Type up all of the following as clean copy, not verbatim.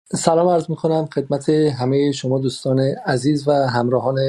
سلام عرض میکنم خدمت همه شما دوستان عزیز و همراهان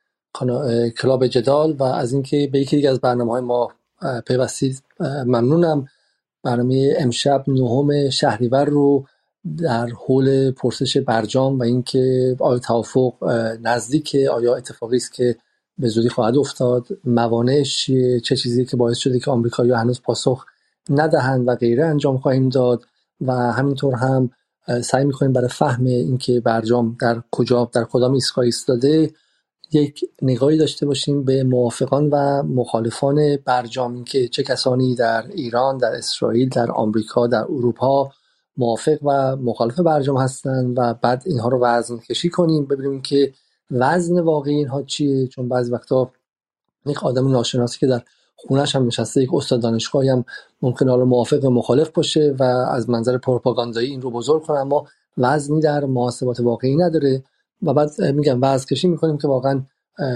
کلاب جدال و از اینکه به یکی دیگه از برنامه‌های ما پیوستید. ممنونم. برنامه امشب 9 شهریور رو در حول پرسش برجام و اینکه آیا توافق نزدیک، آیا اتفاقی است که به زودی خواهد افتاد، موانعش چیه، چه چیزی که باعث شده که آمریکایی‌ها هنوز پاسخ ندهند و غیره انجام خواهیم داد و همینطور هم سعی می‌کنیم برای فهم اینکه برجام در کجا، در کدام ایستگاه ایستاده یک نگاهی داشته باشیم به موافقان و مخالفان برجام، که چه کسانی در ایران، در اسرائیل، در آمریکا، در اروپا موافق و مخالف برجام هستند و بعد اینها رو وزن کشی کنیم ببینیم که وزن واقعی اینها چیه. چون بعضی وقتا یک آدم ناشناسی که در خونش هم نشسته، یک استاد دانشگاهی هم ممکن حالا موافق و مخالف باشه و از منظر پروپاگاندایی این رو بزرگ کنه، اما وزنی در محاسبات واقعی نداره و بعد میگم وزن کشی میکنیم که واقعا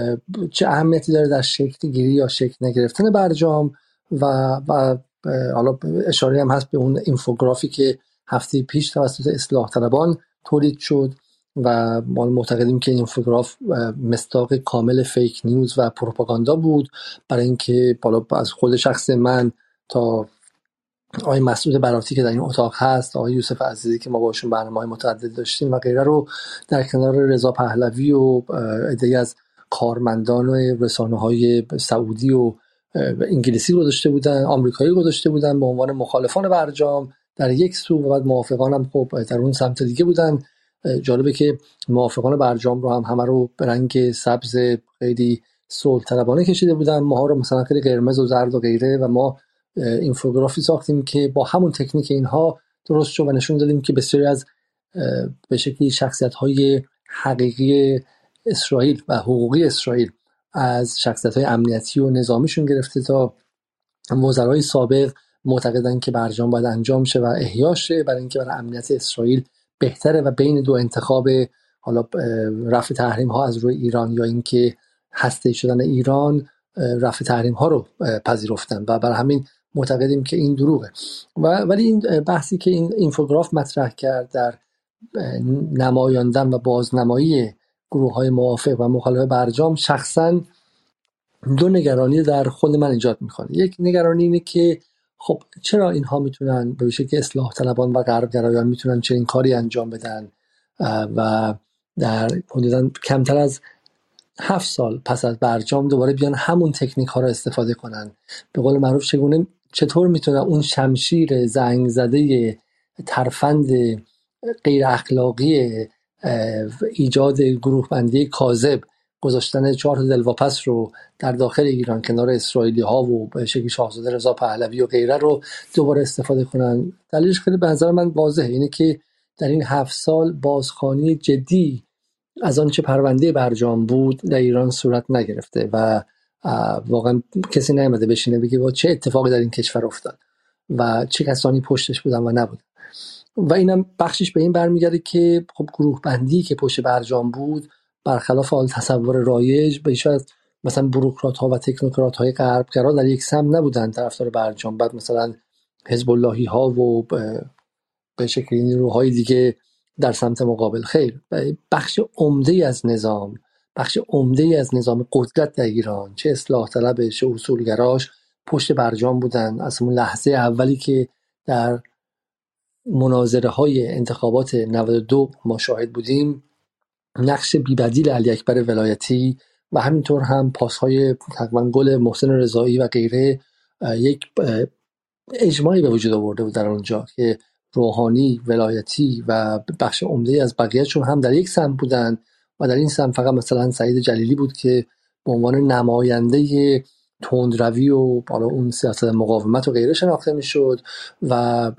چه اهمیتی داره در شکل گیری یا شکل نگرفتن برجام و حالا اشاره هم هست به اون اینفوگرافی که هفته پیش توسط اصلاح طلبان تولید شد و ما معتقدیم که این اینفوگراف مصداق کامل فیک نیوز و پروپاگاندا بود، برای اینکه بالا از خود شخص من تا آقای مسعود براتی که در این اتاق هست، آقای یوسف عزیزی که ما باشون برنامه‌های متعدد داشتیم و غیره رو در کنار رضا پهلوی و عده‌ای از کارمندان رسانه‌های سعودی و انگلیسی گذاشته بودن، آمریکایی گذاشته بودن به عنوان مخالفان برجام در یک سو و بعد موافقان هم خب در اون سمت دیگه بودن. جالبه که موافقان برجام رو هم همه رو به رنگ سبز خیلی صلح طلبانه کشیده بودن، ماها رو مثلا خیلی قرمز و زرد و غیره، و ما اینفوگرافی ساختیم که با همون تکنیک اینها درست شد و نشون دادیم که بسیاری از به شکلی شخصیت‌های حقیقی اسرائیل و حقوقی اسرائیل، از شخصیت‌های امنیتی و نظامیشون گرفته تا وزرای سابق، معتقدن که برجام باید انجام شه و احیا شه برای اینکه برای امنیت اسرائیل بهتره و بین دو انتخاب، حالا رفع تحریم ها از روی ایران یا اینکه هسته شدن ایران، رفع تحریم ها رو پذیرفتن و برای همین معتقدیم که این دروغه. ولی این بحثی که این اینفوگراف مطرح کرد در نمایاندن و بازنمایی گروه های موافق و مخالف برجام، شخصاً دو نگرانی در خود من ایجاد میکنه. یک نگرانی اینه که خب چرا اینها میتونن به شکلی اصلاح طلبان و غربگرایان میتونن چنین کاری انجام بدن و در حدوداً کمتر از 7 سال پس از برجام دوباره بیان همون تکنیک ها رو استفاده کنن. به قول معروف چطور میتونن اون شمشیر زنگ زده ترفند غیر اخلاقی ایجاد گروه بندی کاذب، گذاشتن 4 دلواپس رو در داخل ایران کنار اسرائیلی ها و به شکلی شاهزاده رضا پهلوی و غیره رو دوباره استفاده کنن. دلیلش خیلی به نظر من واضحه، اینه که در این 7 سال بازخوانی جدی از آنچه پرونده برجام بود در ایران صورت نگرفته و واقعا کسی نیامده بشینه بگه با چه اتفاقی در این کشور افتاد و چه کسانی پشتش بودن و نبودن. و اینم بخشش به این برمیگرده که خب گروه بندی که پشت برجام بود، برخلاف حال تصور رایج، به از مثلا بوروکرات ها و تکنوکرات های غربگرا در یک سمت نبودن طرفدار برجام، بعد مثلا حزب اللهی ها و به شکلی نیروهای دیگه در سمت مقابل. خیر، بخش عمده از نظام، بخش عمده از نظام قدرت در ایران، چه اصلاح طلب چه اصولگراش، پشت برجام بودن. از اون لحظه اولی که در مناظره های انتخابات 92 ما شاهد بودیم، نقش بی‌بدیل علی اکبر ولایتی و همینطور هم پاسهای تقریبا گل محسن رضایی و غیره یک اجماعی به وجود آورده بود در اونجا که روحانی، ولایتی و بخش عمده از بقیه‌شون هم در یک سمت بودن و در این سمت فقط مثلا سعید جلیلی بود که به عنوان نماینده تندروی و بالا اون سیاست مقاومت و غیره شناخته میشد و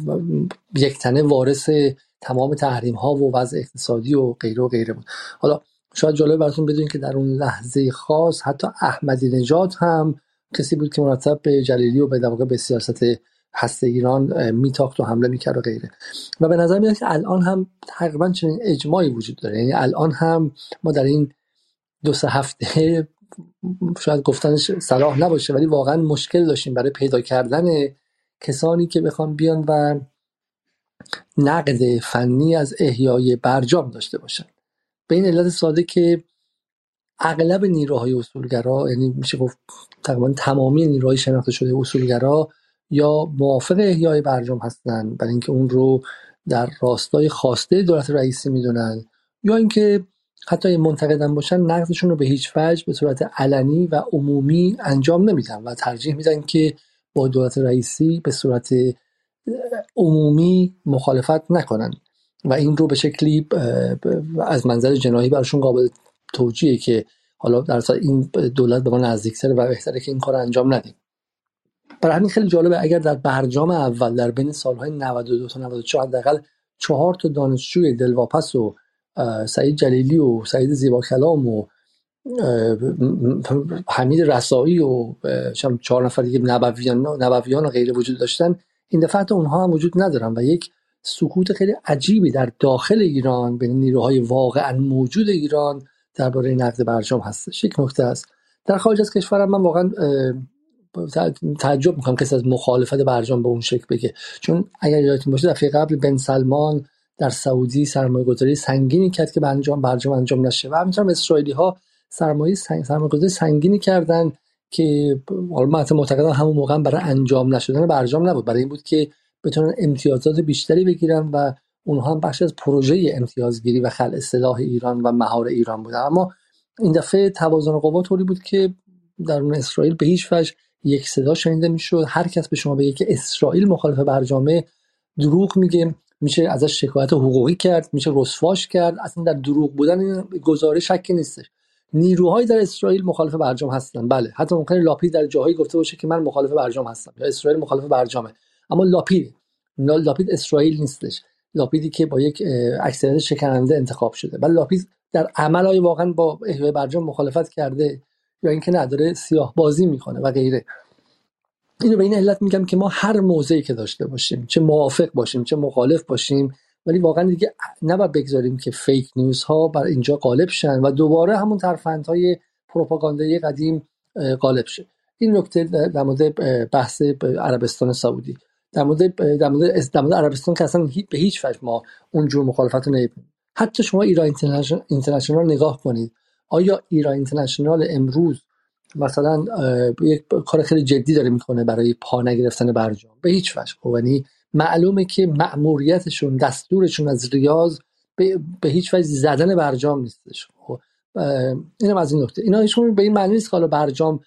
یک تنه وارث تمام تحریم ها و وضع اقتصادی و غیره و غیره بود. حالا شاید جالب براتون بدونید که در اون لحظه خاص حتی احمدی نژاد هم کسی بود که مرتب به جلیلی و به واقع به سیاست هسته ایران میتاخت و حمله میکرد و غیره. و به نظر میاد که الان هم تقریبا چنین اجماعی وجود داره. یعنی الان هم ما در این 2-3 هفته شاید گفتنش صلاح نباشه ولی واقعا مشکل داشتیم برای پیدا کردن کسانی که بخوان بیان و نقد فنی از احیای برجام داشته باشن، به این علت ساده که اغلب نیروهای اصولگرا، یعنی میشه گفت تقریبا تمامی نیروهای شناخته شده اصولگرا، یا موافق احیای برجام هستن برای اینکه اون رو در راستای خواسته دولت رئیسی میدونن، یا اینکه حتی این منتقدن باشن نقدشون رو به هیچ وجه به صورت علنی و عمومی انجام نمیدن و ترجیح میدن که با دولت رئیسی به صورت عمومی مخالفت نکنن و این رو به شکلی از منظر جناحی براشون قابل توجیهه که حالا در اصل این دولت به ما نزدیکتره و بهتره که این کار انجام ندیم. برای همین خیلی جالبه اگر در برجام اول در بین سالهای 92 تا 94 حداقل 4 تا دانشجوی دلواپس و سعید جلیلی و سعید زیبا کلام و حمید رسایی و 4 نفر دیگه نبویان و غیره وجود داشتن، این دفعه حتی اونها هم وجود ندارن و یک سکوت خیلی عجیبی در داخل ایران بین نیروهای واقعا موجود ایران درباره نقد برجام هستش. یک نکته است. در خارج از کشورم من واقعا تعجب میکنم کسی از مخالفت برجام به اون شکل بگه، چون اگر یادتون باشه دفعه قبل بن سلمان در سعودی سرمایه‌گذاری سنگینی کرد که برجام انجام نشه و همینطور اسرائیلی‌ها سرمایه‌گذاری سنگینی کردن که حالا من معتقدم همون موقع برای انجام نشدن برجام نبود، برای این بود که بتونن امتیازات بیشتری بگیرن و اونها هم بخشی از پروژه امتیازگیری و خلع سلاح ایران و مهار ایران بودن. اما این دفعه توازن قوا طوری بود که در اون اسرائیل به هیچ وجه یک صدا شنیده میشد. هر کس به شما بگه که اسرائیل مخالف برجامه دروغ میگه، میشه ازش شکایت حقوقی کرد، میشه رسواش کرد. اصلا در دروغ بودن این گزارش شکی نیستش. نیروهای در اسرائیل مخالف برجام هستن، بله، حتی ممکنه لاپید در جاهایی گفته باشه که من مخالف برجام هستم یا اسرائیل مخالف برجامه، اما لاپید اسرائیل نیستش. لاپیدی که با یک اکثریت شکننده انتخاب شده، ولی لاپید در عمل های واقعا با احیای برجام مخالفت کرده یا اینکه نداره سیاه بازی میکنه و غیره. اینو به این علت میگم که ما هر موضعی که داشته باشیم، چه موافق باشیم چه مخالف باشیم، ولی واقعا دیگه نباید بگذاریم که فیک نیوز ها بر اینجا غالب شن و دوباره همون ترفندهای پروپاگاندایی قدیم غالب شه. این نکته در مورد بحث عربستان سعودی. در مورد عربستان که اصلا به هیچ وجه ما اونجور مخالفت رو نمی‌کنیم. حتی شما ایران اینترنشنال نگاه کنید، آیا ایران اینترنشنال امروز مثلا یک کار خیلی جدی داره میکنه برای پا نگرفتن برجام؟ به هیچ وجه. یعنی معلومه که مأموریتشون، دستورشون از ریاض به هیچ وجه زدن برجام نیستش. اینم از این نکته. اینا هیچون به این معنی نیست که حالا برجام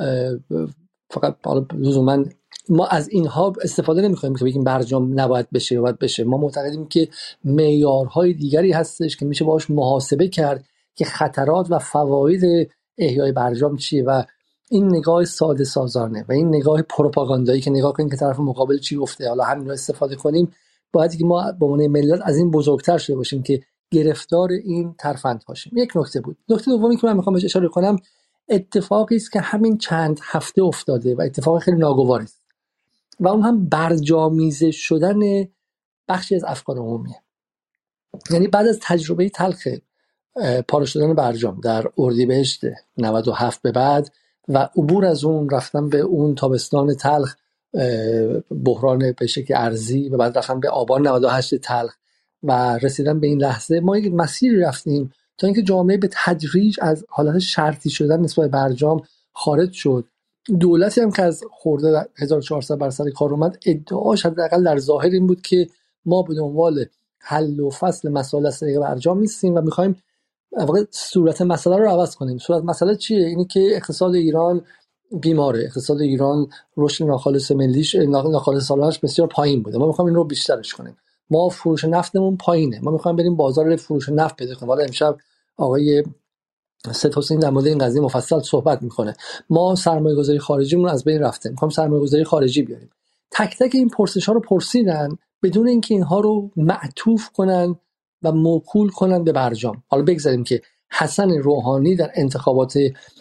فقط حالا لزوما ما از اینها استفاده نمی‌کنیم که بگیم برجام نباید بشه یا باید بشه. ما معتقدیم که معیارهای دیگری هستش که میشه باهاش محاسبه کرد که خطرات و فواید احیای برجام چیه و این نگاه ساده سازانه و این نگاه پروپاگاندایی که نگاه کنیم که طرف مقابل چی گفته حالا همین رو استفاده کنیم، باید که ما به عنوان ملت از این بزرگتر شده باشیم که گرفتار این ترفند باشیم. یک نکته بود. نکته دومی که من میخوام بهش اشاره کنم اتفاقی است که همین چند هفته افتاده و اتفاق خیلی ناگواری است و اون هم برجامیزه شدن بخشی از افکار عمومیه. یعنی بعد از تجربه تلخ پاره شدن برجام در اردیبهشت 97 به بعد و عبور از اون رفتن به اون تابستان تلخ، بحران به شکل ارضی و بعد رفتن به آبان 98 تلخ و رسیدن به این لحظه، ما یک مسیری رفتیم تا اینکه جامعه به تدریج از حالت شرطی شدن نسبت به برجام خارج شد. دولتی هم که از خورده 1400 بر سر کار اومد ادعاش حداقل در ظاهر این بود که ما به دنبال حل و فصل مسائل از طریق برجام نیستیم و می‌خوایم واقعا صورت مسئله رو عوض کنیم. صورت مسئله چیه؟ اینی که اقتصاد ایران بیماره، اقتصاد ایران رشد ناخالص ملیش ناخالص سالانش بسیار پایین بوده، ما می‌خوایم این رو بیشترش کنیم. ما فروش نفتمون پایینه، ما می‌خوایم بریم بازار فروش نفت پیدا کنیم. حالا امشب آقای سید حسین در مورد این قضیه مفصل صحبت میکنه. ما سرمایه‌گذاری خارجیمون از بین رفته، می‌خوایم سرمایه‌گذاری خارجی بیاریم. تک تک این پرسش‌ها رو پرسیدن بدون اینکه اینها رو معطوف کنن و موکول کنن به برجام. حالا بگذاریم که حسن روحانی در انتخابات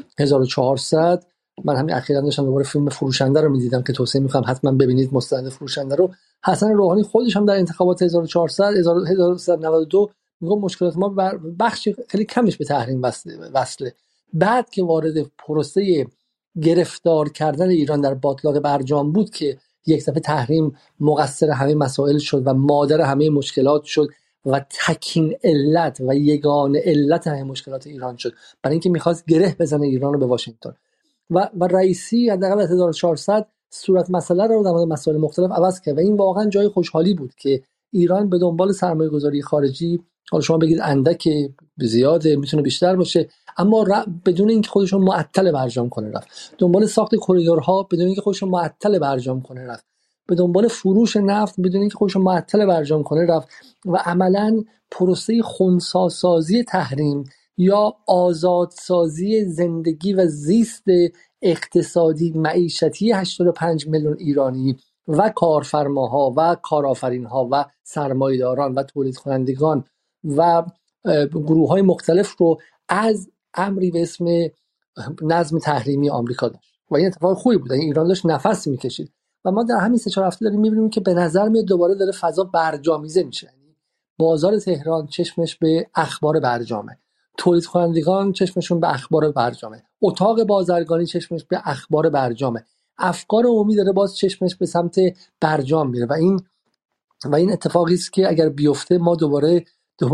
1400، من همین اخیراً داشتم دوباره فیلم فروشنده رو می‌دیدم که توصیه می‌کنم حتما ببینید، مستند فروشنده رو. حسن روحانی خودش هم در انتخابات 1392 میگم مشکلات ما بخش خیلی کمش به تحریم وصله. بعد که وارد پروسه گرفتار کردن ایران در باطلاق برجام بود که یک دفعه تحریم مقصر همه مسائل شد و مادر همه مشکلات شد و تکین علت و یگان علت همه مشکلات ایران شد، برای اینکه میخواست گره بزنه ایران رو به واشنگتن. و رئیسی حداقل 1400 صورت مسئله رو در مورد مسائل مختلف عوض کرد و این واقعا جای خوشحالی بود که ایران به دنبال سرمایه‌گذاری خارجی، حالا شما بگید اندک زیاده میتونه بیشتر باشه، اما بدون اینکه خودشون معطل برجام کنه رفت دنبال ساخت کریدورها، بدون اینکه خودشون معطل برجام کنه رفت به دنبال فروش نفت، بدون اینکه خودشون معطل برجام کنه رفت و عملاً پروسه خنثی‌سازی تحریم یا آزادسازی زندگی و زیست اقتصادی معیشتی 85 میلیون ایرانی و کارفرماها و کارآفرینها و سرمایه‌داران و تولید کنندگان و گروه های مختلف رو از امری به اسم نظم تحریمی آمریکا داشت و این اتفاق خوبی بود. ایران داشت نفس میکشید و ما در همین 3-4 هفته داریم میبینیم که به نظر میاد دوباره داره فضا برجامیزه میشه. بازار تهران چشمش به اخبار برجامه، تولید کنندگان چشمشون به اخبار برجامه، اتاق بازرگانی چشمش به اخبار برجامه، افکار عمومی داره باز چشمش به سمت برجام میره و این اتفاقی است که اگر بیفته ما دوباره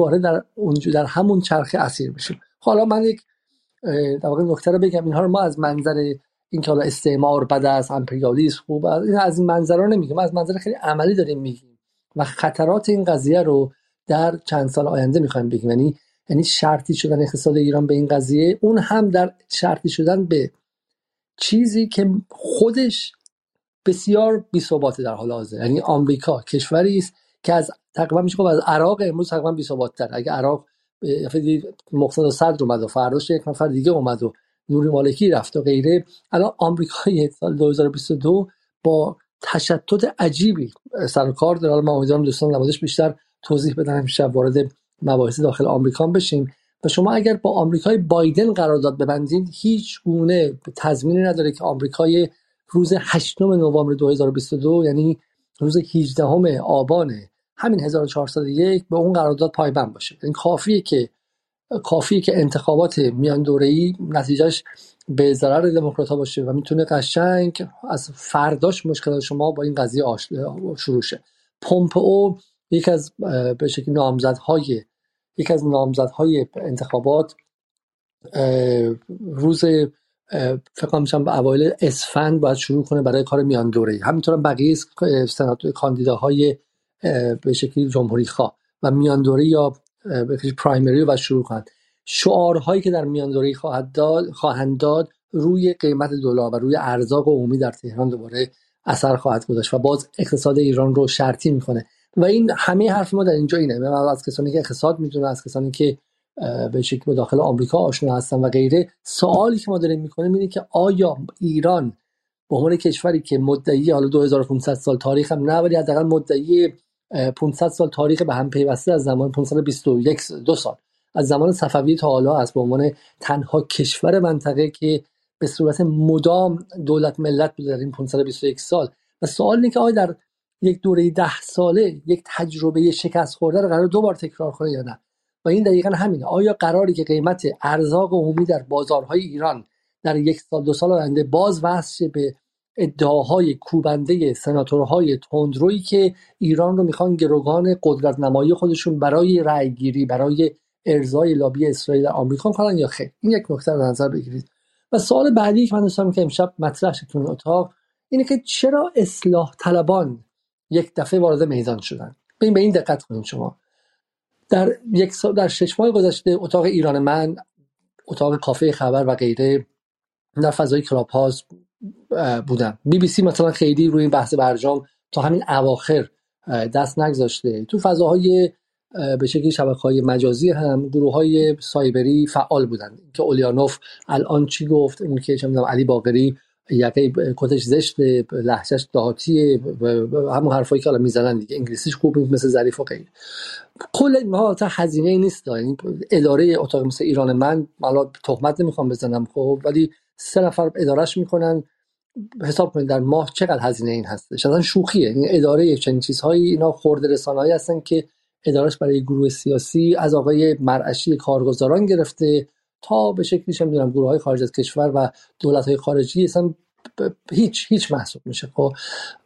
در همون چرخه اسیر میشیم. حالا من یک در واقع نکته رو بگم، اینها رو ما از منظر اینکه حالا استعمار بد است، امپریالیسم خوب است، از این منظرها نمیگیم، ما از منظر خیلی عملی داریم میگیم و خطرات این قضیه رو در چند سال آینده میخوایم بگیم. یعنی شرطی شدن اقتصاد ایران به این قضیه، اون هم در شرطی شدن به چیزی که خودش بسیار بی‌ثباته در حال حاضر. یعنی آمریکا کشوری است که از تقریبا میشه گفت از عراق امروز تقریبا بی‌ثبات‌تر. اگه عراق مقتدا صدر اومد و فرداش یک نفر دیگه اومد و نوری مالکی رفت و غیره، الان آمریکا سال 2022 با تشتت عجیبی سر کار داره. حالا من امیدوارم دوستان نمازش بیشتر توضیح بدن، امشب وارد مباحث داخل آمریکا بشیم. و شما اگر با آمریکای بایدن قرارداد ببندید، هیچ گونه تضمینی نداره که آمریکای روز 8 نوامبر 2022 یعنی روز 18 آبان همین 1401 به اون قرارداد پایبند باشه. یعنی کافیه که انتخابات میان دوره‌ای نتیجهش به ضرر دموکرات‌ها باشه و میتونه قشنگ از فرداش مشکلات شما با این قضیه شروع شه. پومپئو یک از به شکلی نامزدهای انتخابات روز فکر کنم به اوایل اسفند باید شروع کنه برای کار میان دوره‌ای. همینطور بقیه سناتور کاندیداهای به شکلی جمهوری خواه و میان دوره‌ای یا به شکلی پرایمری رو باید شروع کنند. شعارهایی که در میان دوره‌ای خواهند داد روی قیمت دلار و روی ارزاق عمومی در تهران دوباره اثر خواهد گذاشت و باز اقتصاد ایران رو شرطی میکنه. و این همه حرف ما در اینجا اینه، از کسانی که اقتصاد میدونن، از کسانی که به شکلی با داخل آمریکا آشنا هستن و غیره. سوالی که ما داریم میکنیم اینه که آیا ایران به عنوان کشوری که مدعی حالا 2500 سال تاریخ هم نه، ولی حداقل مدعی 500 سال تاریخ به هم پیوسته از زمان 522 سال از زمان صفوی تا حالا است، به عنوان تنها کشور منطقه که به صورت مدام دولت ملت بوده در این 521 سال. و سوال اینه که آیا در یک دوره 10 ساله یک تجربه شکست خورده رو قرار دوبار تکرار کنه یا نه؟ و این دقیقاً همینه. آیا قراری که قیمت ارزاق عمومی در بازارهای ایران در 1-2 سال آینده باز وصل به ادعاهای کوبنده سناتورهای تندرویی که ایران رو میخوان گروگان قدرت نمایی خودشون برای رأی گیری، برای ارضای لابی اسرائیل در آمریکا کنن یا خیر؟ این یک نکته رو نظر بگیرید. و سوال بعدی که من دوستم که امشب مطرح شد تو اتاق اینه که چرا اصلاح طلبان یک دفعه وارد میدان شدن؟ به این دقت کنید. شما در 6 ماه گذشته اتاق ایران من، اتاق کافه خبر و غیره در فضای کلاب هاوس بودن. بی بی سی مثلا خیلی روی این بحث برجام تا همین اواخر دست نگذاشته. تو فضاهای به شکلی شبکه‌های مجازی هم گروه‌های سایبری فعال بودن که اولیانوف الان چی گفت، اون که چه می‌دونم علی باقری یقه کتش زشت، لهجهش دهاتی، همون حرفایی که الان میزنن دیگه، انگلیسیش خوب مثل ظریف و غیره. کل اینها تا هزینه نیست. یعنی اداره اتاق مثل ایران من، حالا تهمت نمیخوام بزنم خب، ولی 3 نفر ادارهش میکنن. حساب کنید در ماه چقدر هزینه این هستش. اصلا شوخیه. این اداره چنین چیزهایی اینا خرده رسانه‌ای هستن که ادارهش برای گروه سیاسی از آقای مرعشی کارگزاران گرفته تا به شکلی چه میدونم گروه‌های خارج از کشور و دولت‌های خارجی اصلا هیچ محسوب میشه. خب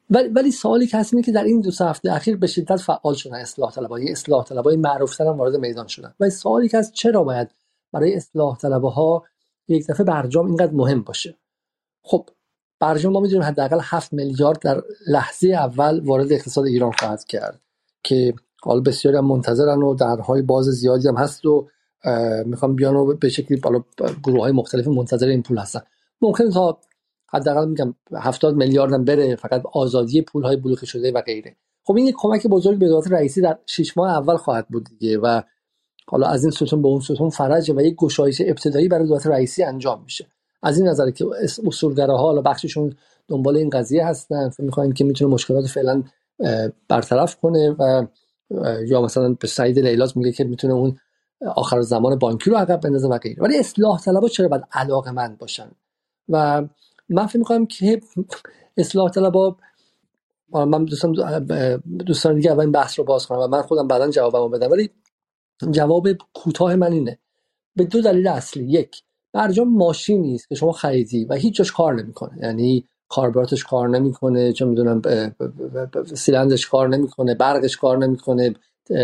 ولی سوالی که هست اینه که در این 2 هفته اخیر به شدت فعال شدن اصلاح طلبها، اصلاح طلبهای معروف‌تر هم وارد میدان شدن. و سوالی که هست چرا باید برای اصلاح طلبها یک دفعه برجام اینقدر مهم باشه؟ خب برجام ما میدونیم حداقل 7 میلیارد در لحظه اول وارد اقتصاد ایران خواهد کرد که حالا بسیاری هم منتظرن و درهای باز زیادی هم هست و میخوام بیان و به شکلی بالا گروه‌های مختلف منتظر این پول هستن. ممکن تا حداقل میگم 70 میلیارد هم بره، فقط آزادی پول‌های بلوکه شده و غیره. خب این یک کمک بزرگ به دولت رئیسی در 6 ماه اول خواهد بود دیگه و حالا از این ستون به اون ستون فرجه و یک گشایش ابتدایی برای دولت رئیسی انجام میشه. از این نظر که اصولگراها حالا بخششون دنبال این قضیه هستن، فکر می‌کنن که میتونه مشکلات فعلا برطرف کنه و یا مثلا به سعید لیلاز میگه که میتونه اون آخر زمان بانکی رو عقب بندازه و غیره. ولی اصلاح طلبها چرا باید علاقه‌مند باشن؟ و من فکر می‌کنم که اصلاح طلبها، من دوستان دیگه اول این بحث رو باز کنم و من خودم بعداً جوابمو بدم، ولی جواب کوتاه من اینه: به 2 دلیل اصلی. یک، برجام ماشینی است که شما خریدی و هیچ جاش کار نمیکنه، یعنی کاربراتش کار نمیکنه، چه میدونم سیلندرش کار نمیکنه، برقش کار نمیکنه،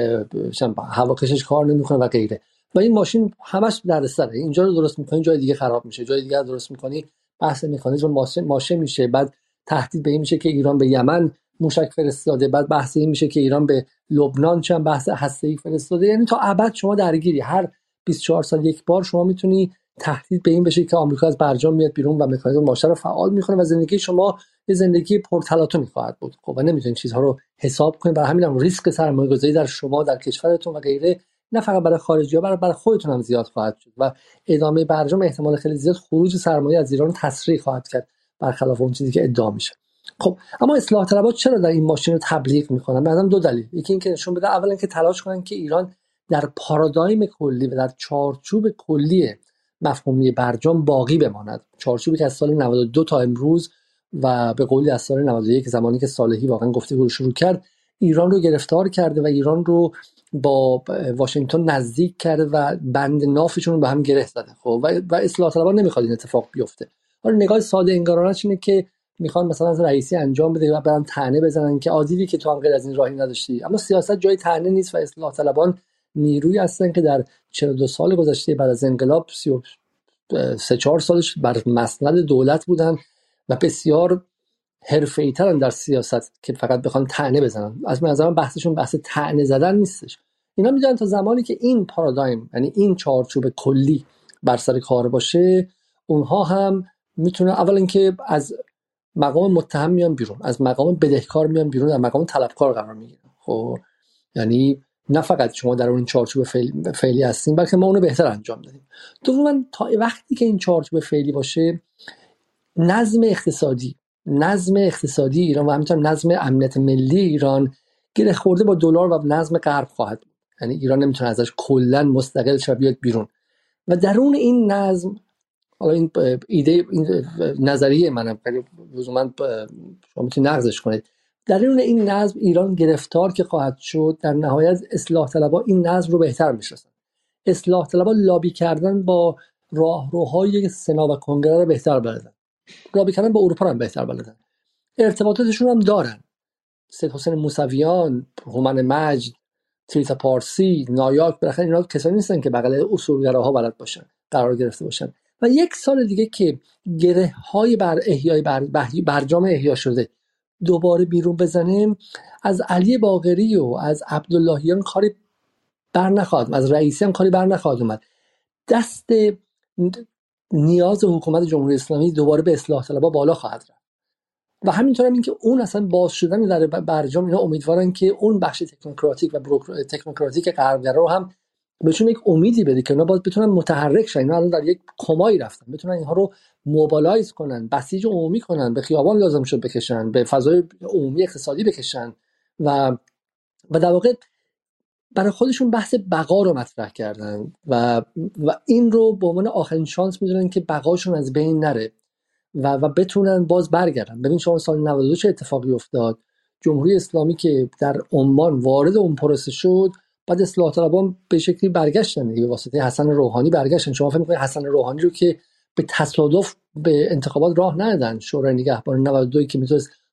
هواکشش کار نمیکنه و غیره. و این ماشین همش دردسره، اینجا رو درست میکنی جای دیگه خراب میشه، جای دیگه درست میکنی بحث مکانیزم ماشه میشه، بعد تهدید به این میشه که ایران به یمن موشک فرستاده، بعد بحث این میشه که ایران به لبنان چند بحث هسته‌ای فرستاده. یعنی تا ابد شما درگیری، هر 24 سال یک بار شما میتونی تهدید به این بشه که آمریکا از برجام میاد بیرون و مکانیزم ماشه رو فعال میکنه و زندگی شما یه زندگی پرتلاطمی خواهد بود. خب و نمیتونید چیزها رو حساب کنید، برای همین هم ریسک سرمایه‌گذاری در شما، در کشورتون و غیره، نه فقط برای خارجی‌ها، برای خودتون هم زیاد خواهد شد و ادامه برجام احتمال خیلی زیاد خروج سرمایه از ایران تسریع خواهد کرد، برخلاف اون چیزی که ادعا میشه. خب اما اصلاح طلبها چرا در این ماشین رو تبلیغ میکنن؟ بعدم 2 دلیل. یکی این که نشون بده اولا که تلاش کنن که ایران در پارادایم کلی و در چارچوب کلی مفهومی برجام باقی بماند، چارچوبی که از سال 92 تا امروز و به قولی از سال 91 زمانی که صالحی واقعا گفتگو رو شروع کرد ایران رو گرفتار کرده و ایران رو با واشنگتن نزدیک کرده و بند نافشون رو به هم گره زده. خب و اصلاح طلبها نمیخواد این اتفاق بیفته. حالا نگاه ساده انگارانش اینه که میخوان مثلا از رئیسی انجام بده و برام طعنه بزنن که عادیه که تو هم غیر از این راهی نداشتی. اما سیاست جای طعنه نیست و اصلاح طلبان نیروی هستن که در 42 سال گذشته بعد از انقلاب 3-4 سالش بر مسند دولت بودن و بسیار حرفه‌ای‌ترن در سیاست که فقط بخوان طعنه بزنن. از نظر من بحثشون بحث طعنه زدن نیستش. اینا میدونن تا زمانی که این پارادایم، یعنی این چارچوب کلی بر سر کار باشه، اونها هم میتونن اولا اینکه از مقام متهم میان بیرون، از مقام بدهکار میان بیرون، از مقام طلبکار قرار میگیرن. خب یعنی نه فقط شما در اون چارچوب فعلی هستین، بلکه ما اونو بهتر انجام دادیم. دوما تا وقتی که این چارچوب فعلی باشه، نظم اقتصادی ایران و همینطور نظم امنیت ملی ایران گره خورده با دلار و نظم غرب خواهد بود. یعنی ایران نمیتونه ازش کلا مستقل شه بیاد بیرون و درون این نظم، حالا این ایده، این نظریه منم، ولی لزوما شما میتونید نقضش کنید، در این نظم ایران گرفتار که خواهد شد. در نهایت اصلاح طلبها این نظم رو بهتر میشناسن. اصلاح طلبها لابی کردن با راهروهای سنا و کنگره رو بهتر بلدن، لابی کردن با اروپا هم بهتر بلدن، ارتباطاتشون هم دارن. سید حسین موسویان، هومن مجد، تریتا پارسی، نایاک، بالاخره اینا کسانی نیستن که بغل اصولگراها بلد باشن، قرار گرفته باشن. و 1 سال دیگه که گره های بر احیای برجام احیا شده دوباره بیرون بزنیم، از علی باقری و از عبداللهیان کاری بر نخواهد، از رئیسی هم کاری بر نخواهد اومد. دست نیاز حکومت جمهوری اسلامی دوباره به اصلاح طلبها بالا خواهد رفت و همینطور هم این که اون اصلا باز شدن در برجام، اینا امیدوارن که اون بخش تکنوکراتیک و تکنوکراتیک غربگرا رو هم بهشون یک امیدی بده که اونا باز بتونن متحرک شن. اینا الان در یک کمایی رفتن، بتونن اینها رو موبیلایز کنن، بسیج عمومی کنن، به خیابان لازم شد بکشن، به فضای عمومی اقتصادی بکشن و در واقع برای خودشون بحث بقا رو مطرح کردن و این رو به عنوان آخرین شانس میدونن که بقاشون از بین نره و بتونن باز برگردن. ببین شما سال 92 چه اتفاقی افتاد؟ جمهوری اسلامی که در عمان وارد اون پروسه شد، بعد اصلاح طلبان به شکلی برگشتن به واسطه حسن روحانی برگشتن. شما فکر می‌کنید حسن روحانی رو که به تصادف به انتخابات راه ندادن، شورای نگهبان 92 که میتونست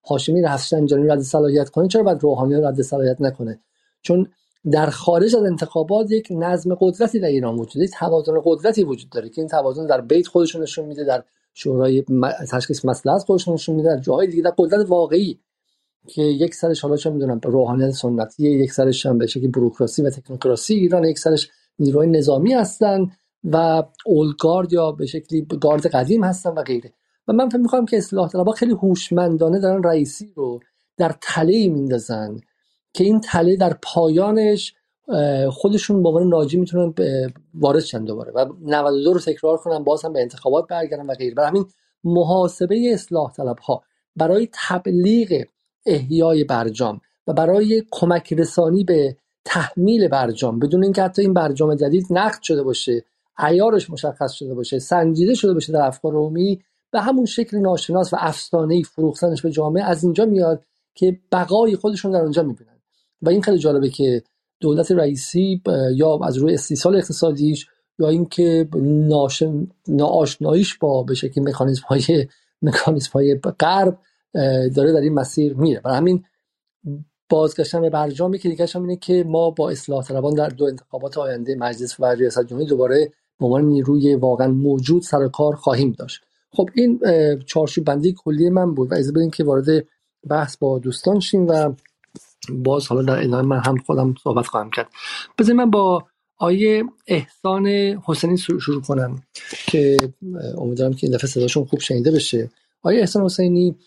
هاشمی رفسنجانی رد صلاحیت کنه، چرا باید روحانی رد صلاحیت نکنه؟ چون در خارج از انتخابات یک نظم قدرتی در ایران وجود داره، توازن قدرتی وجود داره که این توازن در بیت خودشون نشون میده، در شورای تشخیص مصلحت خودشون نشون میده، در جاهای دیگه در قدرت واقعی که یک سرش حالا چه میدونم روحانیت سنتی، یک سرش هم به شکلی بوروکراسی و تکنوکراسی ایران، یک سرش نیروهای نظامی هستن و اولگارد یا به شکلی گارد قدیم هستن و غیره. و من فکر می‌کنم که اصلاح طلبها خیلی هوشمندانه دارن رئیسی رو در تله میندازن که این تله در پایانش خودشون به عنوان ناجی میتونن وارد شن دوباره و 92 رو تکرار کنن، باز هم به انتخابات برگردن و غیره. برای همین محاسبه اصلاح طلبها برای تبلیغ احیای برجام و برای کمک رسانی به تحمیل برجام، بدون اینکه حتی این برجام جدید نقد شده باشه، عیارش مشخص شده باشه، سنجیده شده باشه در افکار عمومی، به همون شکل ناشناس و افسانه‌ای فروختنش به جامعه، از اینجا میاد که بقای خودشون در اونجا میبینن. و این خیلی جالبه که دولت رئیسی یا از روی استیصال اقتصادیش یا اینکه ناآشناییش با به شکلی مکانیزم‌های غرب داره در این مسیر میره. برای همین بازگشتن به برجامی که دیگه هم اینه که ما با اصلاح طلبان در دو انتخابات آینده مجلس و ریاست جمهوری دوباره به عنوان نیروی واقعا موجود سر و کار خواهیم داشت. خب این چارچوب بندی کلی من بود و اجازه بدین که وارد بحث با دوستان شیم و باز حالا در ادامه من هم خودم صحبت خواهم کرد. بذارید من با آیه احسان حسینی شروع کنم که امیدوارم که این دفعه صداشون خوب شنیده بشه. آیه احسان حسینی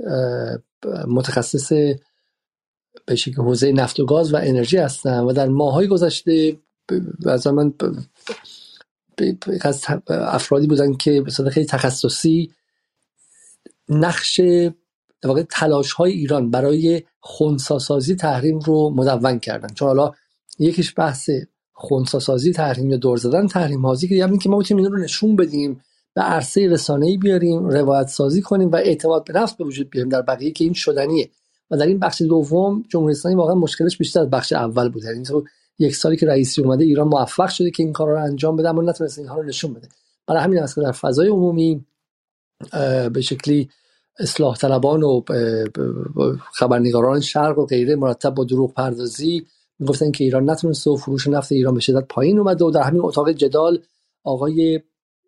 متخصص به شکل حوزه نفت و گاز و انرژی هستن و در ماه‌های گذشته از من از افرادی بودن که به صورت خیلی تخصصی نقش در واقع تلاش‌های ایران برای خنثی‌سازی تحریم رو مدون کردن. چون حالا یکیش بحث خنثی‌سازی تحریم یا دور زدن تحریم هازی که یعنی که ما بتونیم این رو نشون بدیم، به عرصه رسانه‌ای بیاریم، روایت سازی کنیم و اعتماد به نفس به وجود بیاریم در بقیه که این شدنیه. و در این بخش دوم جمهوری اسلامی واقعا مشکلش بیشتر از بخش اول بود. یعنی تو یک سالی که رئیسی اومده ایران موفق شده که این کارا رو انجام بده اما نتونسته اینها رو نشون بده. برای همین است که در فضای عمومی به شکلی اصلاح طلبان و خبرنگاران شرق و غیره مرتب با دروغ پردازی میگفتن که ایران نتونسته و فروش نفت ایران به شدت پایین اومده و در همین اتاق جدال آقای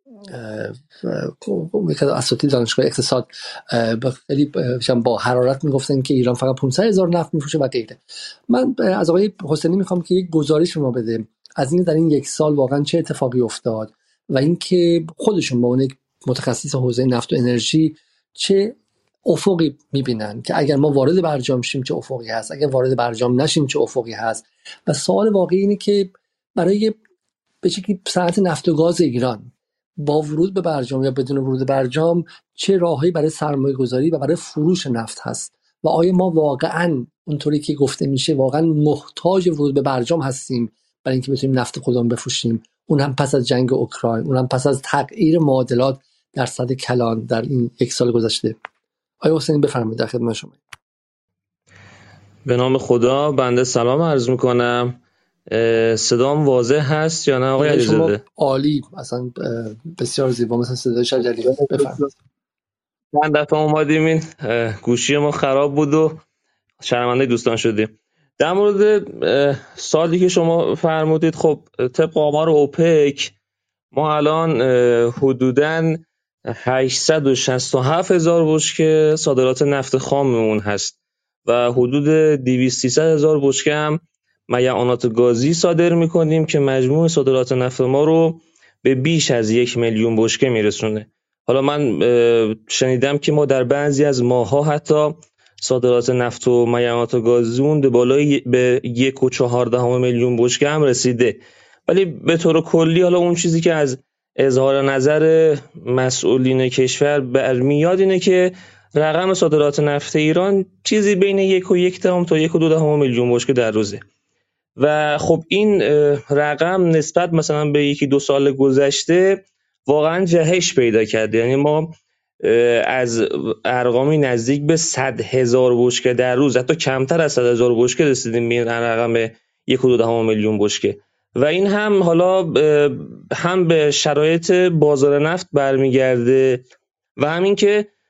اساتید دانشگاه اقتصاد خیلی با حرارت میگفتن که ایران فقط 500,000 نفت میفروشه و غیره. من از آقای حسینی میخوام که یک گزارش رو ما بده از این در این یک سال واقعا چه اتفاقی افتاد و اینکه خودشون با اون متخصص حوزه نفت و انرژی چه افقی میبینن که اگر ما وارد برجام شیم چه افقی هست، اگر وارد برجام نشیم چه افقی هست. و سوال واقعی اینه که برای به شکلی صنعت نفت و گاز ایران با ورود به برجام یا بدون ورود برجام چه راههایی برای سرمایه گذاری و برای فروش نفت هست و آیا ما واقعا اونطوری که گفته میشه واقعا محتاج ورود به برجام هستیم برای اینکه بتونیم نفت خودمون بفروشیم، اون هم پس از جنگ اوکراین، اون هم پس از تغییر معادلات در سد کلان در این یک سال گذشته. آیا حسین بفرمایید، در خدمت شما. به نام خدا، بنده سلام عرض میکنم. صدام واضح هست یا نه آقای علیزاده؟ عالی، اصلا بسیار زیبا، مثلا صدای شجریان. بفرمایید. من دفعه اومدیم این گوشی ما خراب بود و شرمنده دوستان شدیم. در مورد سالی که شما فرمودید، خب طبق آمار اوپک ما الان حدوداً 867,000 بشکه صادرات نفت خاممون هست و حدود 200-300,000 بشکه هم میعانات گازی صادر میکنیم که مجموع صادرات نفت ما رو به بیش از 1,000,000 بشکه میرسونه. حالا من شنیدم که ما در بعضی از ماه‌ها حتی صادرات نفت و میعانات گازیمون به بالای 1.4 میلیون بشکه هم رسیده. ولی به طور کلی حالا اون چیزی که از اظهار نظر مسئولین کشور برمیاد اینه که رقم صادرات نفت ایران چیزی بین 1.1 تا 1.2 میلیون بشکه در روزه و خب این رقم نسبت مثلا به 1-2 سال گذشته واقعا جهش پیدا کرده. یعنی ما از ارقامی نزدیک به 100,000 بشکه در روز، حتی کمتر از 100,000 بشکه رسیدیم به رقم 1.2 میلیون بشکه و این هم حالا هم به شرایط بازار نفت برمیگرده و همین که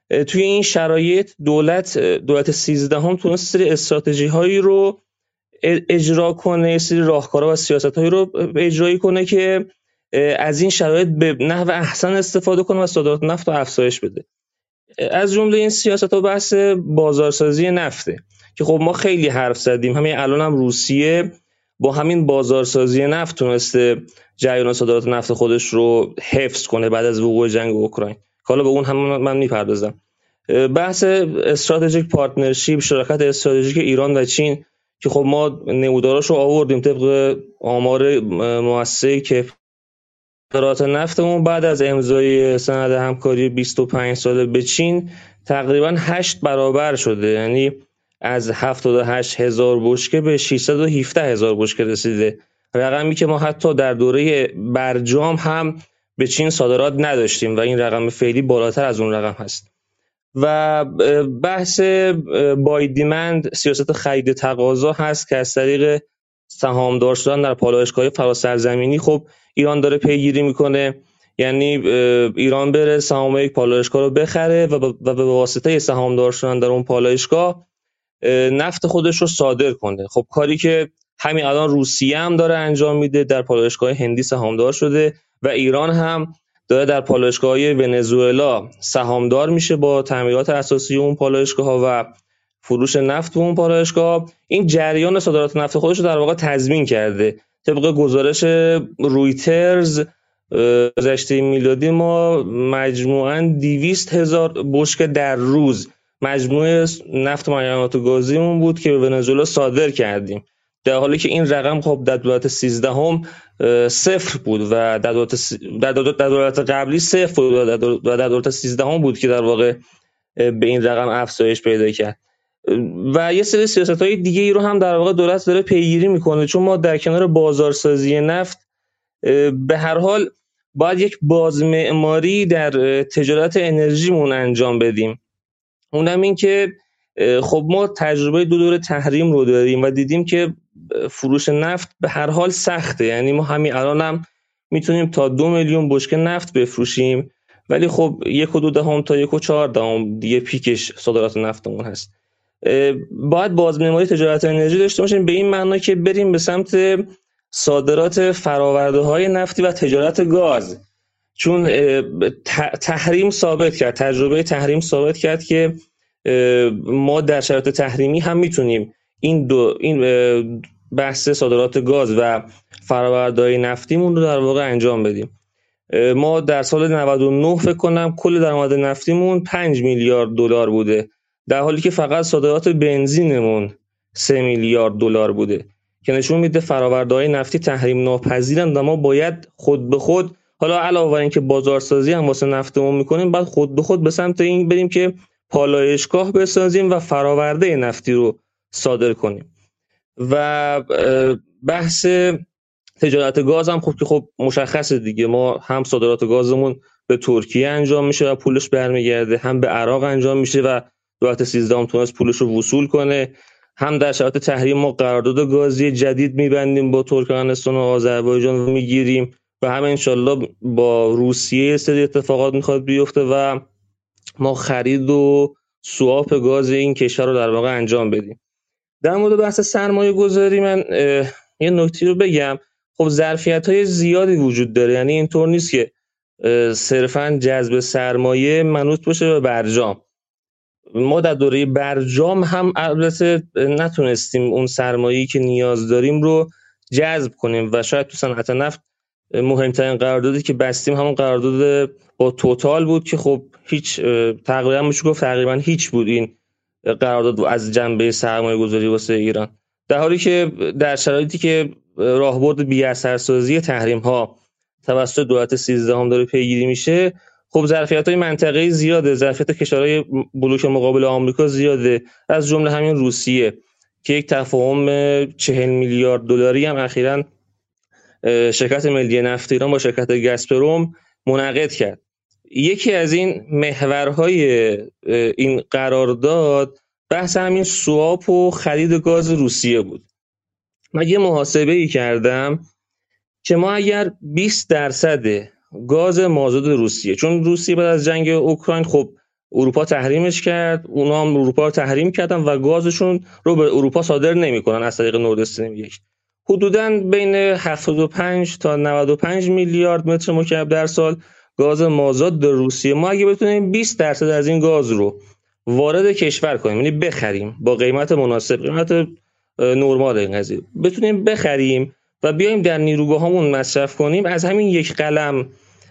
توی این شرایط دولت 13 هم تونست سری استراتژی هایی رو اجرا کنه، سری راهکارها و سیاست هایی رو اجرایی کنه که از این شرایط به نحو احسن استفاده کنه و صادرات نفت رو افزایش بده. از جمله این سیاست ها بحث بازارسازی نفته که خب ما خیلی حرف زدیم. همین الان هم روسیه با همین بازارسازی نفت تونسته جریان صادرات نفت خودش رو حفظ کنه بعد از وقوع جنگ اوکراین. حالا به اون هم من میپردازم. بحث استراتژیک پارتنرشیپ، شراکت استراتژیک ایران و چین که خب ما نموداراشو آوردیم طبق آمار مؤسسه که صادرات نفتمون بعد از امضای سند همکاری 25 ساله به چین تقریبا 8 برابر شده، یعنی از 78,000 بشکه به 617,000 بشکه رسیده، رقمی که ما حتی در دوره برجام هم به چین صادرات نداشتیم و این رقم فعلی بالاتر از اون رقم هست. و بحث بای دیمند، سیاست خرید تقاضا هست که از طریق سهامدار شدن در پالایشگاه فراسرزمینی خب ایران داره پیگیری میکنه، یعنی ایران بره سهام یک پالایشگاه رو بخره و به واسطه سهامدار شدن در اون پالایشگاه نفت خودش رو صادر کنه. خب کاری که همین الان روسیه هم داره انجام میده، در پالایشگاه هندی سهامدار شده و ایران هم داره در پالایشگاه ونزوئلا سهامدار میشه با تعمیرات اساسی اون پالایشگاه و فروش نفت به اون پالایشگاه. این جریان صادرات نفت خودش رو در واقع تضمین کرده. طبق گزارش رویترز گذشته میلادی ما مجموعاً 200,000 بشکه در روز مجموع نفت معدنیات و گازیمون بود که به ونزوئلا صادر کردیم، در حالی که این رقم خب در دولت 13 هم صفر بود و در دولت قبلی صفر بود و در دولت 13 هم بود که در واقع به این رقم افزایش پیدا کرد. و یه سری سیاست‌های دیگه ای رو هم در واقع دولت داره پیگیری میکنه، چون ما در کنار بازارسازی نفت به هر حال باید یک بازمعماری در تجارت انرژیمون انجام بدیم. اونم این که خب ما تجربه 2 دوره تحریم رو داریم و دیدیم که فروش نفت به هر حال سخته، یعنی ما همین الان هم میتونیم تا 2 میلیون بشکه نفت بفروشیم، ولی خب 1.2 تا 1.4 دیگه پیکش صادرات نفتمون هست. باید بازمعماری تجارت انرژی داشته باشیم به این معنا که بریم به سمت صادرات فرآورده‌های نفتی و تجارت گاز، چون تحریم ثابت کرد، تجربه تحریم ثابت کرد که ما در شرایط تحریمی هم میتونیم این بحث صادرات گاز و فرآورده‌های نفتیمون رو در واقع انجام بدیم. ما در سال 99 فکر کنم کل درآمد نفتیمون 5 میلیارد دلار بوده، در حالی که فقط صادرات بنزینمون 3 میلیارد دلار بوده، که نشون میده فرآورده‌های نفتی تحریم ناپذیرند و ما باید خود به خود، حالا علاوه بر اینکه بازارسازی هم واسه نفتمون میکنیم، بعد خود به خود به سمت این بریم که پالایشگاه بسازیم و فرآورده نفتی رو صادر کنیم. و بحث تجارت گاز هم خب مشخصه دیگه، ما هم صادرات گازمون به ترکیه انجام میشه و پولش برمیگرده، هم به عراق انجام میشه و دولت 13 هم تونست پولش رو وصول کنه، هم در شرایط تحریم ما قرارداد گازی جدید میبندیم با ترکمنستان و آذربایجان و میگیریم و همه انشالله با روسیه سری اتفاقات میخواد بیفته و ما خرید و سواپ گاز این کشور رو در واقع انجام بدیم. در مورد بحث سرمایه گذاری من یه نکته رو بگم. خب ظرفیت‌های زیادی وجود داره، یعنی اینطور نیست که صرفاً جذب سرمایه منوط باشه به برجام. ما در دوره برجام هم البته نتونستیم اون سرمایه‌ای که نیاز داریم رو جذب کنیم و شاید تو صنعت نفت مهمترین قراردادی که بستیم همون قرارداد با توتال بود که خب هیچ تقریبا میشه گفت تقریبا هیچ بود این قرارداد از جنبه سرمایه‌گذاری واسه ایران، در حالی که در شرایطی که راهبرد بی‌اثرسازی تحریم‌ها توسط دولت 13 هم داره پیگیری میشه، خب ظرفیت‌های منطقه‌ای زیاده، ظرفیت کشورهای بلوک مقابل آمریکا زیاده، از جمله همین روسیه که یک تفاهم 40 میلیارد دلاری هم اخیراً شرکت ملی نفت ایران با شرکت گازپروم منعقد کرد. یکی از این محورهای این قرارداد بحث همین سواپ و خرید گاز روسیه بود. من یه محاسبه‌ای کردم که ما اگر 20% گاز مازاد روسیه، چون روسیه بعد از جنگ اوکراین خب اروپا تحریمش کرد، اونا هم اروپا رو تحریم کردن و گازشون رو به اروپا صادر نمیکنن از طریق نورد استریم 1. حدوداً بین 75 تا 95 میلیارد متر مکعب در سال گاز مازاد در روسیه. ما اگه بتونیم 20% از این گاز رو وارد کشور کنیم، یعنی بخریم با قیمت مناسب، قیمت نرمال این قضیه بتونیم بخریم و بیایم در نیروگاهامون مصرف کنیم، از همین یک قلم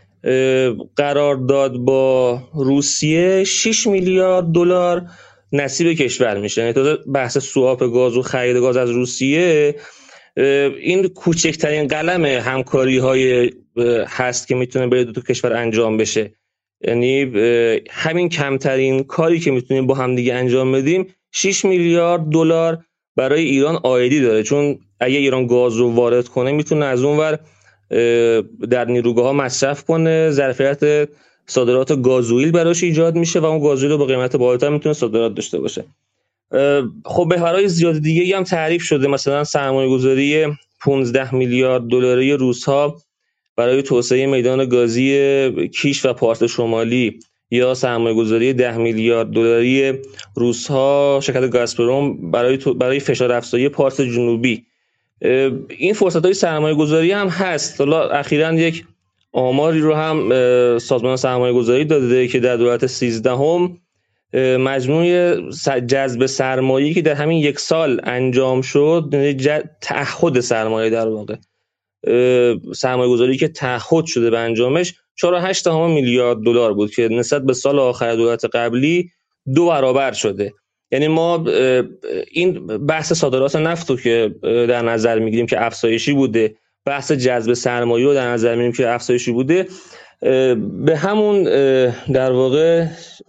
قرارداد با روسیه 6 میلیارد دلار نصیب کشور میشه. یعنی تازه بحث سواپ گاز و خرید گاز از روسیه این کوچکترین قلم همکاری های هست که میتونه بین دو تا کشور انجام بشه. یعنی همین کمترین کاری که میتونیم با هم دیگه انجام بدیم 6 میلیارد دلار برای ایران عایدی داره، چون اگه ایران گاز رو وارد کنه میتونه از اونور در نیروگاه‌ها مصرف کنه، ظرفیت صادرات گازوئیل براش ایجاد میشه و اون گازوئیل رو با قیمت بالاتر میتونه صادرات داشته باشه. خب بهرهای زیاد دیگه هم تعریف شده، مثلا سرمایه‌گذاری 15 میلیارد دلاری روس‌ها برای توسعه میدان گازی کیش و پارس شمالی، یا سرمایه‌گذاری 10 میلیارد دلاری روس‌ها شرکت گازپروم برای فشار افزایی پارس جنوبی. این فرصت‌های سرمایه‌گذاری هم هست. حالا اخیراً یک آماری رو هم سازمان سرمایه‌گذاری داده که در دولت 13 مجموع جذب سرمایه‌ای که در همین یک سال انجام شد، تعهد سرمایه در واقع سرمایه‌گذاری که تعهد شده به انجامش 4.8 میلیارد دلار بود که نسبت به سال آخر دولت قبلی 2 برابر شده. یعنی ما این بحث صادرات نفت رو که در نظر میگیریم که افزایشی بوده، بحث جذب سرمایه رو در نظر میگیریم که افزایشی بوده، به همون در واقع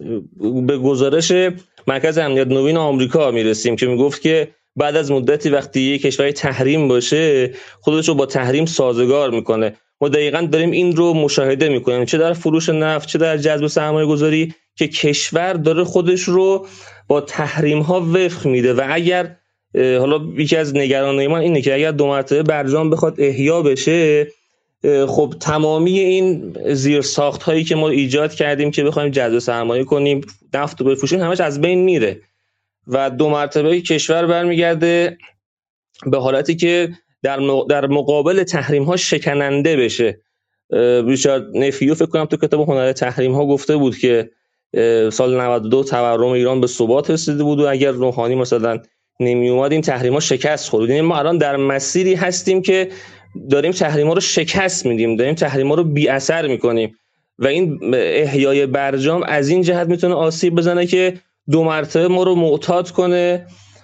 به گزارش مرکز امنیت نوین آمریکا میرسیم که میگفت که بعد از مدتی وقتی یک کشور تحریم باشه خودش رو با تحریم سازگار میکنه. ما دقیقاً داریم این رو مشاهده میکنیم، چه در فروش نفت چه در جذب سرمایه گذاری، که کشور داره خودش رو با تحریم ها وفق میده. و اگر حالا یکی از نگرانی من اینه که اگر 2 مرتبه برجام بخواد احیا بشه، خب تمامی این زیرساخت هایی که ما ایجاد کردیم که بخوایم جذب سرمایه کنیم، نفت رو بفروشیم، همش از بین میره و 2 مرتبه کشور برمیگرده به حالتی که در مقابل تحریم ها شکننده بشه. ریچارد نفیو فکر کنم تو کتاب هنر تحریم ها گفته بود که سال 92 تورم ایران به ثبات رسیده بود و اگر روحانی مثلا نمی اومد این تحریم ها شکست خورد. یعنی ما الان در مسیری هستیم که داریم تحریم ها رو شکست میدیم، داریم تحریم ها رو بی اثر میکنیم و این احیای برجام از این جهت میتونه آسیب بزنه که 2 مرتبه ما رو معتاد کنه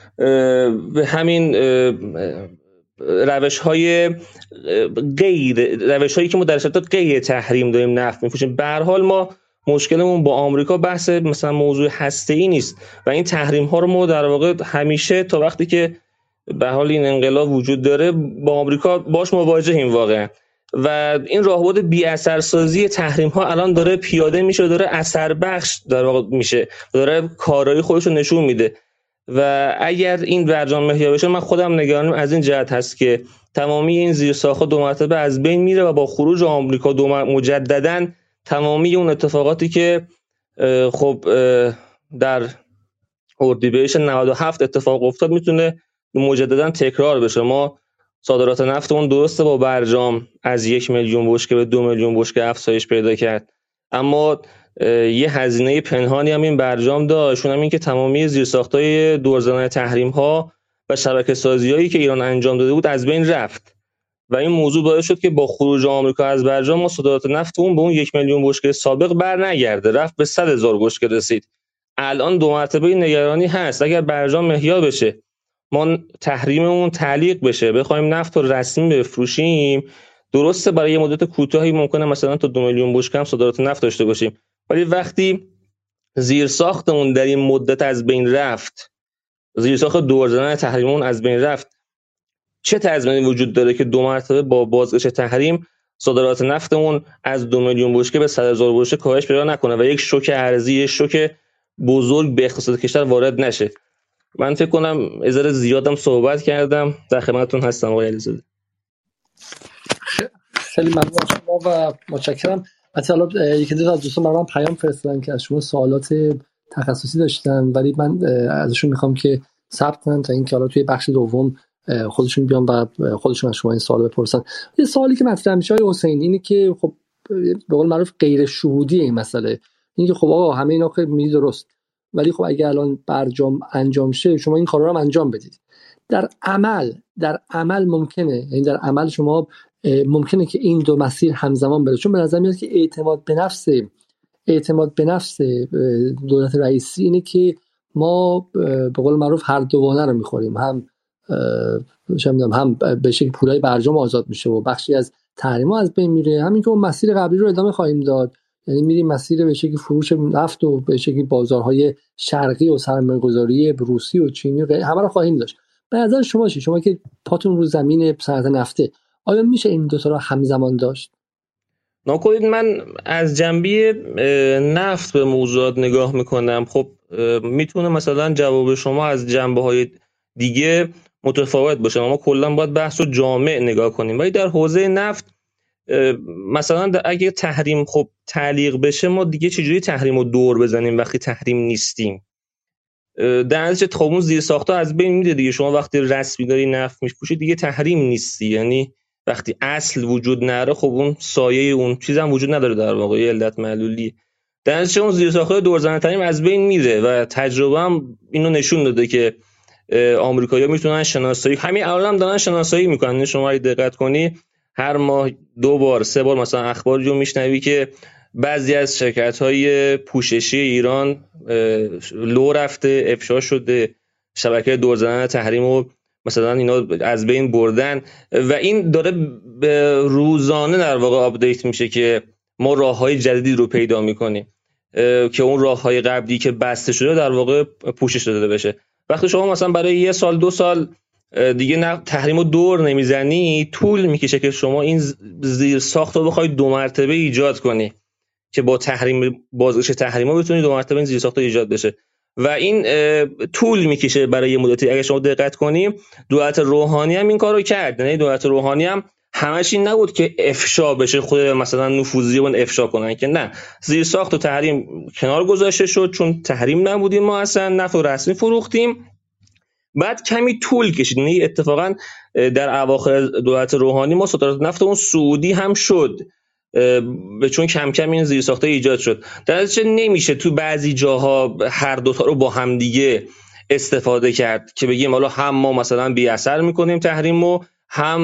به همین روش‌هایی که ما در شرایط غیر تحریم داریم نفت می‌فروشیم. به هر حال ما مشکلمون با آمریکا بحث مثلا موضوع هسته‌ای نیست و این تحریم‌ها رو ما در واقع همیشه تا وقتی که به حال این انقلاب وجود داره با آمریکا باش مواجهیم واقعا. و این راهبرد بی اثر سازی تحریم ها الان داره پیاده میشه، داره اثر بخش در واقع میشه، داره کارایی خودش رو نشون میده. و اگر این برجام احیا بشه، من خودم نگرانم از این جهت هست که تمامی این زیرساخت‌ها 2 مرتبه از بین میره و با خروج آمریکا مجدداً تمامی اون اتفاقاتی که خب در اردیبهشت 97 اتفاق افتاد میتونه مجددا تکرار بشه. ما صادرات نفتمون درسته با برجام از 1 میلیون بشکه به 2 میلیون بشکه افزایش پیدا کرد، اما یه هزینه پنهانی هم این برجام داشت، اونم این که تمامی زیرساخت‌های دورزدن تحریم‌ها و شبکه‌سازی‌هایی که ایران انجام داده بود از بین رفت و این موضوع باعث شد که با خروج آمریکا از برجام ما صادرات نفتمون به اون 1 میلیون بشکه سابق برنگرده، رفت به 100,000 بشکه رسید. الان 2 مرتبه نگرانی هست اگر برجام احیا بشه، ما تحریممون تعلیق بشه، بخوایم نفت رو رسمی بفروشیم، درسته برای یه مدت کوتاهی ممکنه مثلا تا 2 میلیون بشکه هم صادرات نفت داشته باشیم، ولی وقتی زیرساختمون در این مدت از بین رفت، زیرساخت دورزدن تحریممون از بین رفت، چه تضمینی وجود داره که 2 مرتبه با بازگشت تحریم صادرات نفتمون از 2 میلیون بشکه به 100,000 بشکه کاهش پیدا نکنه و یک شوک ارزی، یک شوک بزرگ به اقتصاد کشور وارد نشه؟ من فکر کنم از ذره زیادم صحبت کردم، در خدمتتون هستم آقای علیزاده. خیلی ممنون از شما و متشکرم. حالا یکی دو تا از دوستان برام پیام فرستادن که از شما سوالات تخصصی داشتن، ولی من ازشون میخوام که ثبت کنم تا اینکه حالا توی بخش دوم خودشون بیان و خودشون از شما این سوال بپرسن. یه سوالی که مطرح میشه آقای حسین اینه که خب به قول معروف غیر شهودی این مسئله، اینه که خب آقا همه اینا که میگی درست، ولی خب اگه الان برجام انجام شه شما این کارا رو هم انجام بدید. در عمل ممکنه، یعنی در عمل شما ممکنه که این دو مسیر همزمان بره؟ چون به نظر میاد که اعتماد به نفس دولت رئیسی اینه که ما به قول معروف هر دوانه رو میخوریم، هم هم به شکل پولای برجام آزاد میشه و بخشی از تحریما از بین میره، همین که اون مسیر قبلی رو ادامه خواهیم داد، یعنی میریم مسیر به شکل فروش نفت و به شکل بازارهای شرقی و سرمایه‌گذاری روسی و چینی و همه رو خواهیم داشت. به نظر شما چی؟ شما که پاتون رو زمین صنعت نفته، آیا میشه این دو تا رو همزمان داشت؟ نکنید من از جنبه نفت به موضوعات نگاه میکنم. خب میتونه مثلا جواب شما از جنبه‌های دیگه متفاوت باشه، اما کلا باید بحث رو جامع نگاه کنیم. ولی در حوزه نفت مثلا اگه تحریم خب تعلیق بشه، ما دیگه چجوری تحریم رو دور بزنیم وقتی تحریم نیستیم؟ در نتیجه خب اون زیرساخت‌ها از بین میره دیگه. شما وقتی رسمی داری نفت میفروشی دیگه تحریم نیستی، یعنی وقتی اصل وجود نداره خب اون سایه اون چیز هم وجود نداره، در واقع علت معلولی. در نتیجه اون زیرساخت‌های دورزن تحریم از بین میره و تجربه هم اینو نشون داده که آمریکایی‌ها میتونن شناسایی، همین الان هم دارن شناسایی میکنن. شما اگه دقت کنی هر ماه 2 بار 3 بار مثلا اخباری رو میشنوی که بعضی از شرکت‌های پوششی ایران لو رفته، افشا شده، شبکه دورزدن تحریم رو مثلا اینا از بین بردن و این داره به روزانه در واقع آپدیت میشه که ما راه‌های جدیدی رو پیدا میکنیم که اون راه‌های قبلی که بسته شده در واقع پوشش داده بشه. وقتی شما مثلا برای 1 سال 2 سال دیگه تحریم رو دور نمیزنی، طول میکشه که شما این زیر ساخت رو بخوای 2 مرتبه ایجاد کنی که با بازگشت تحریما بتونی 2 مرتبه این زیرساخت ایجاد بشه و این طول میکشه برای یه مدتی. اگه شما دقت کنی دولت روحانی هم این کارو کرد، یعنی دولت روحانی هم همش این نبود که افشا بشه، خود مثلا نفوذیون افشا کنن، که نه، زیرساخت و تحریم کنار گذاشته شد چون تحریم نبودیم، ما اصلا نفت رسمی فروختیم. بعد کمی طول کشید، یعنی اتفاقا در اواخر دولت روحانی ما صادرات نفت اون سعودی هم شد چون کم کم این زیرساخت‌ها ایجاد شد. در نتیجه نمیشه تو بعضی جاها هر دوتا رو با هم دیگه استفاده کرد که بگیم حالا هم ما مثلا بی اثر میکنیم تحریم و هم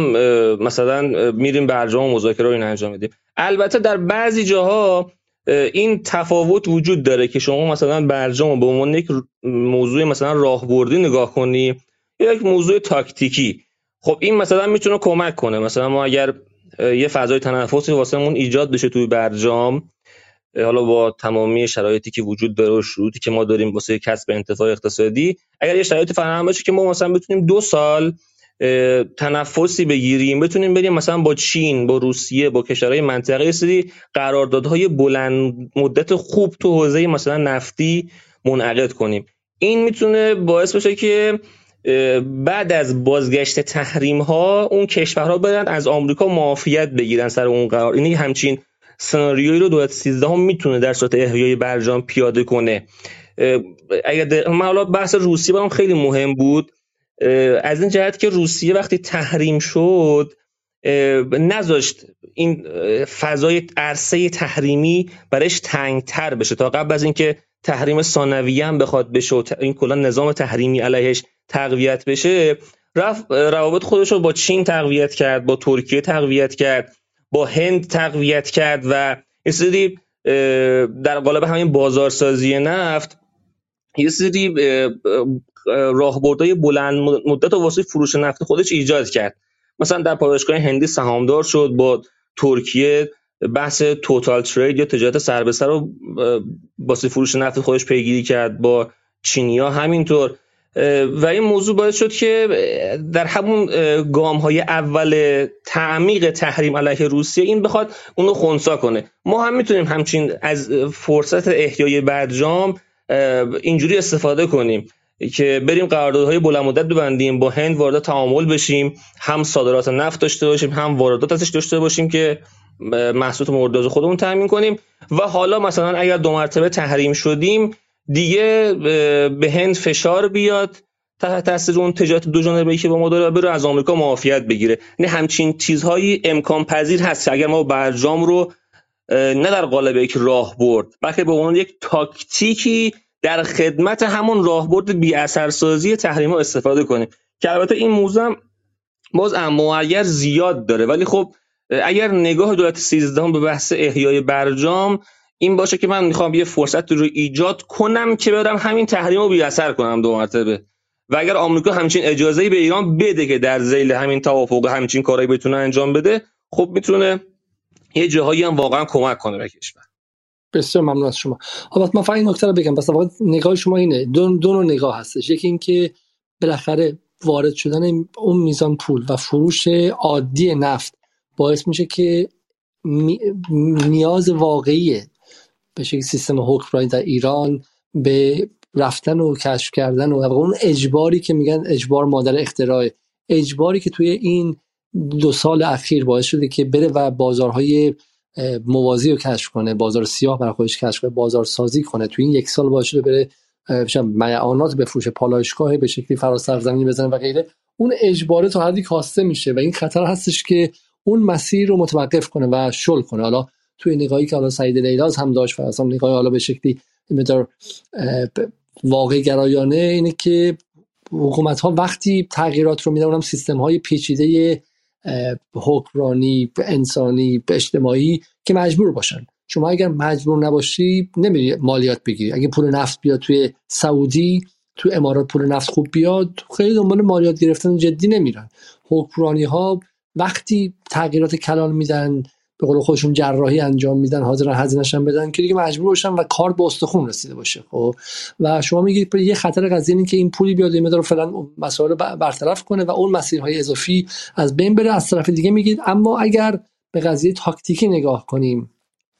مثلا میریم برجام و مذاکره رو این انجام میدیم. البته در بعضی جاها این تفاوت وجود داره که شما مثلا برجام رو به عنوان یک موضوع مثلا راهبردی نگاه کنی یا یک موضوع تاکتیکی. خب این مثلا میتونه کمک کنه، مثلا ما اگر یه فضای تنفسی واسمون ایجاد بشه توی برجام، حالا با تمامی شرایطی که وجود داره و شروطی که ما داریم واسه کسب انتفاع اقتصادی، اگر یه شرایطی فراهم باشه که ما مثلا بتونیم 2 سال تنفسی بگیریم، بتونیم بریم مثلا با چین، با روسیه، با کشورهای منطقه یه سری قراردادهای بلند مدت خوب تو حوزه مثلا نفتی منعقد کنیم، این میتونه باعث بشه که بعد از بازگشت تحریم ها اون کشورها برن از آمریکا معافیت بگیرن سر اون قرار. یعنی همچین سناریویی رو دولت 13 هم میتونه در صورت احیای برجام پیاده کنه. اگر من حالا بحث روسیه برام خیلی مهم بود، از این جهت که روسیه وقتی تحریم شد نذاشت این فضای عرصه تحریمی برایش تنگتر بشه تا قبل از اینکه تحریم ثانویه هم بخواد بشه و این کلا نظام تحریمی علیهش تقویت بشه، رفت روابط خودش رو با چین تقویت کرد، با ترکیه تقویت کرد، با هند تقویت کرد و یه سری در قالب همین بازارسازی نفت یه سری راهبردهای بلند مدت واسه فروش نفت خودش ایجاد کرد. مثلا در پالایشگاه هندی سهامدار شد، با ترکیه بحث توتال ترید یا تجارت سر به سر رو واسه فروش نفت خودش پیگیری کرد، با چینیا همینطور، و این موضوع باعث شد که در همون گام‌های اول تعمیق تحریم علیه روسیه این بخواد اونو خنثی کنه. ما هم میتونیم همچین از فرصت احیای برجام اینجوری استفاده کنیم که بریم قراردادهای بلند مدت ببندیم، با هند وارد تعامل بشیم، هم صادرات نفت داشته باشیم هم واردات ازش داشته باشیم که محصولات مورد نیاز خودمون تامین کنیم و حالا مثلا اگر 2 مرتبه تحریم شدیم دیگه به هند فشار بیاد تحت تاثیر اون تجارت دو جانبه‌ای که با ما داره و بره از آمریکا معافیت بگیره. نه همچین چیزهایی امکان پذیر هست اگر ما برجام رو نه در قالب یک راهبرد بلکه به عنوان یک تاکتیکی در خدمت همون راهبرد بی اثرسازی تحریم‌ها استفاده کنیم که البته این موضوع باز اگر زیاد داره، ولی خب اگر نگاه دولت 13 به بحث احیای برجام این باشه که من میخوام یه فرصت رو ایجاد کنم که برم همین تحریم رو بی اثر کنم 2 مرتبه و اگر آمریکا همچین اجازه‌ای به ایران بده که در ذیل همین توافق همچین کارایی بتونه انجام بده، خب میتونه یه جاهایی هم واقعا کمک کنه به کشور. بسیار ممنون از شما. حالا من فقط این نکته رو بگم، پس واقعا نگاه شما اینه، دو نوع نگاه هستش. یکی این که بالاخره وارد شدن اون میزان پول و فروش عادی نفت باعث میشه که نیاز واقعی به شکل سیستم حکمرانی در ایران به رفتن و کشف کردن و اون اجباری که میگن اجبار مادر اختراع، اجباری که توی این 2 سال اخیر باعث شده که بره و بازارهای موازی رو کشف کنه، بازار سیاه برای خودش کشف کنه، بازار سازی کنه، توی این 1 سال باعث شده بره معیانات بفروشه، پالایشگاه به شکلی فراسرزمینی بزنه و غیره. اون اجباره تا حدی کاسته میشه و این خطر هستش که اون مسیر رو متوقف کنه و شل کنه. حالا توی نگاهی که حالا سعید لیلاز هم داشت و اصلا نگاه حالا به شکلی مقدار واقع گرایانه اینه که حکومت ها وقتی تغییرات رو میدن اونم سیستم های پیچیده حکمرانی، انسانی، اجتماعی که مجبور باشن. شما اگر مجبور نباشی نمیری مالیات بگیری. اگه پول نفت بیاد توی سعودی، تو امارات پول نفت خوب بیاد، خیلی دنبال مالیات گرفتن جدی نمیرن. حکمرانی ها وقتی تغییرات کلان میدن، به قول خودشون جراحی انجام میدن، حاضرن هزینه‌اش هم بدن که دیگه مجبور باشن و کار به استخوان رسیده باشه. خب و شما میگید یه خطر قضیه اینه که این پولی بیاد این مقدار فعلا مسائل برطرف کنه و اون مسیرهای اضافی از بین بره. از طرف دیگه میگید اما اگر به قضیه تاکتیکی نگاه کنیم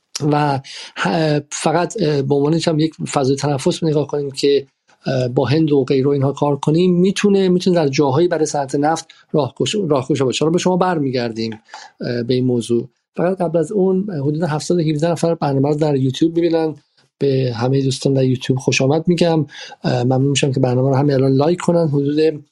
و فقط به عنوان یک فضای تنفس نگاه کنیم که با هند و غیره اینها کار کنیم، میتونه در جاهایی برای صنعت نفت راهگشا باشه. حالا به شما برمیگردیم به این موضوع. فقط قبل از اون حدود 717 نفر برنامه رو در یوتیوب میبینن. به همه دوستان در یوتیوب خوش آمد میگم. ممنون میشم که برنامه رو همین الان لایک کنن. حدود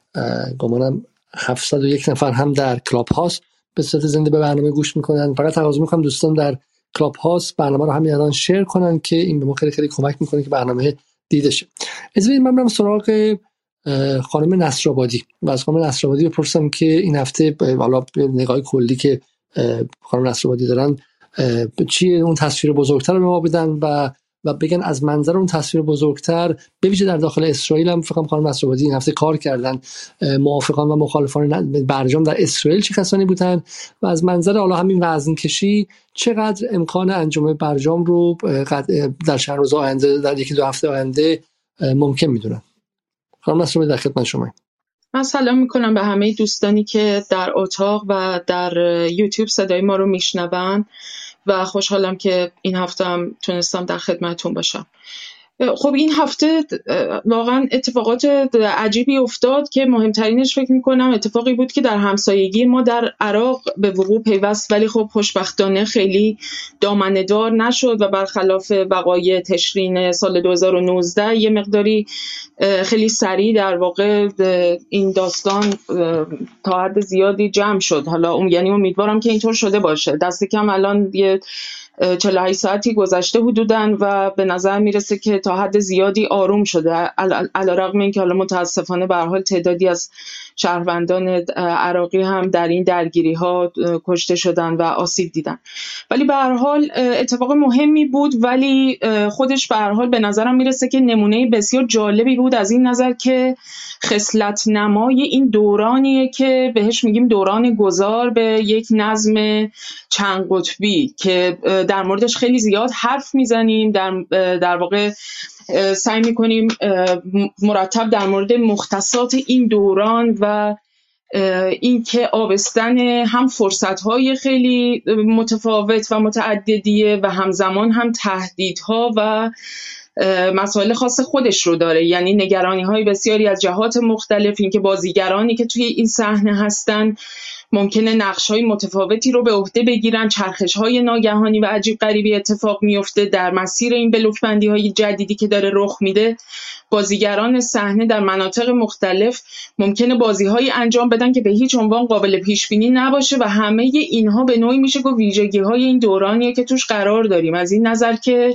گمانم 701 نفر هم در کلاب هاست به صورت زنده به برنامه گوش میکنن. فقط تقاضا میکنم دوستان در کلاب هاست برنامه رو همین الان شیر کنن که این به ما خیلی خیلی کمک میکنه که برنامه دیده شه. اجازه بدید من برم سراغ خانم نصرآبادی و از خانم نصرآبادی بپرسم که این هفته حالا نگاه کلی که خانم نصرآبادی دارن چیه، اون تصویر بزرگتر رو به ما بدن و بگن از منظر اون تصویر بزرگتر به ویژه در داخل اسرائیل هم فقط خانم نصرآبادی این هفته کار کردن، موافقان و مخالفان برجام در اسرائیل چه کسانی بودن و از منظر حالا همین وزن کشی چقدر امکان انجام برجام رو در چند روز آینده، در 1-2 هفته آینده ممکن میدونن. خانم نصرآبادی در خدمت شما. من سلام میکنم به همه دوستانی که در اتاق و در یوتیوب صدای ما رو میشنون و خوشحالم که این هفته هم تونستم در خدمتون باشم. خب این هفته واقعا اتفاقات عجیبی افتاد که مهمترینش فکر میکنم اتفاقی بود که در همسایگی ما در عراق به وقوع پیوست، ولی خب خوشبختانه خیلی دامنه‌دار نشد و برخلاف وقایع تشرین سال 2019 یه مقداری خیلی سریع در واقع این داستان تا حد زیادی جمع شد. حالا یعنی امیدوارم که اینطور شده باشه. دست کم الان یه 48 ساعتی گذشته حدوداً و به نظر میرسه که تا حد زیادی آروم شده، علیرغم اینکه حالا متاسفانه به هر حال تعدادی از شهروندان عراقی هم در این درگیری ها کشته شدن و آسیب دیدن. ولی به هر حال اتفاق مهمی بود، ولی خودش به هر حال به نظرم میرسه که نمونه بسیار جالبی بود از این نظر که خصلت نمای این دورانیه که بهش میگیم دوران گذار به یک نظم چند قطبی که در موردش خیلی زیاد حرف میزنیم، در واقع سعی میکنیم مرتب در مورد مختصات این دوران و این که آبستن هم فرصت‌های خیلی متفاوت و متعددیه و همزمان هم تهدیدها و مسائل خاص خودش رو داره. یعنی نگرانی‌های بسیاری از جهات مختلف، این که بازیگرانی که توی این صحنه هستن ممکنه نقش‌های متفاوتی رو به عهده بگیرن، چرخش‌های ناگهانی و عجیب غریبی اتفاق میفته در مسیر این بلوک‌بندی‌های جدیدی که داره رخ میده. بازیگران صحنه در مناطق مختلف ممکنه بازی‌هایی انجام بدن که به هیچ عنوان قابل پیش‌بینی نباشه و همه اینها به نوعی میشه گفت ویژگی‌های این دورانیه که توش قرار داریم. از این نظر که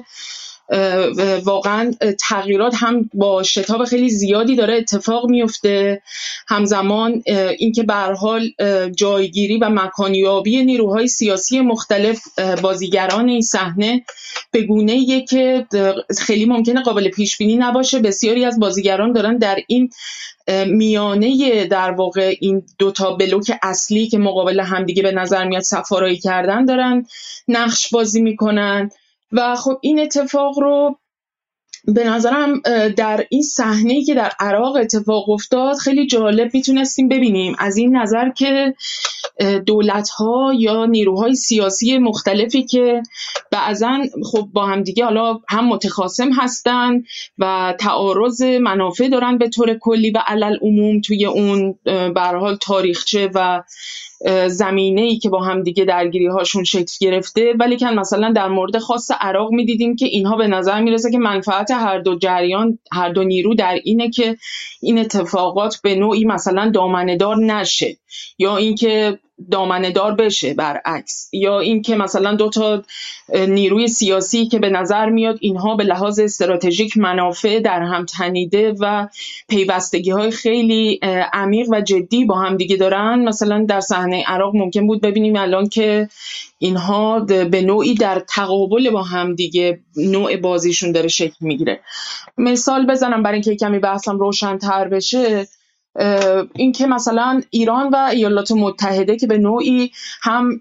واقعا تغییرات هم با شتاب خیلی زیادی داره اتفاق میفته، همزمان اینکه به هر حال جایگیری و مکانیابی نیروهای سیاسی مختلف بازیگران این صحنه به گونه‌ایه که خیلی ممکنه قابل پیش بینی نباشه. بسیاری از بازیگران دارن در این میانه در واقع این دوتا بلوک اصلی که مقابل همدیگه به نظر میاد سفارایی کردن دارن نقش بازی میکنن و خب این اتفاق رو به نظرم در این صحنه‌ای که در عراق اتفاق افتاد خیلی جالب میتونستیم ببینیم، از این نظر که دولت‌ها یا نیروهای سیاسی مختلفی که بعضاً خب با همدیگه حالا هم متخاصم هستن و تعارض منافع دارن به طور کلی و علل عموم توی اون به هر حال تاریخچه و زمینه‌ای که با هم دیگه درگیری هاشون شکل گرفته، ولی که مثلا در مورد خاص عراق می‌دیدیم که اینها به نظر میرسه که منفعت هر دو جریان، هر دو نیرو در اینه که این اتفاقات به نوعی مثلا دامنه‌دار نشه یا اینکه دامنه‌دار بشه برعکس، یا اینکه مثلا دو تا نیروی سیاسی که به نظر میاد اینها به لحاظ استراتژیک منافع در هم تنیده و پیوستگی‌های خیلی عمیق و جدی با هم دیگه دارن، مثلا در صحنه عراق ممکن بود ببینیم الان که اینها به نوعی در تقابل با هم دیگه نوع بازیشون داره شکل میگیره. مثال بزنم برای اینکه کمی بحثم روشن‌تر بشه، این که مثلا ایران و ایالات متحده که به نوعی هم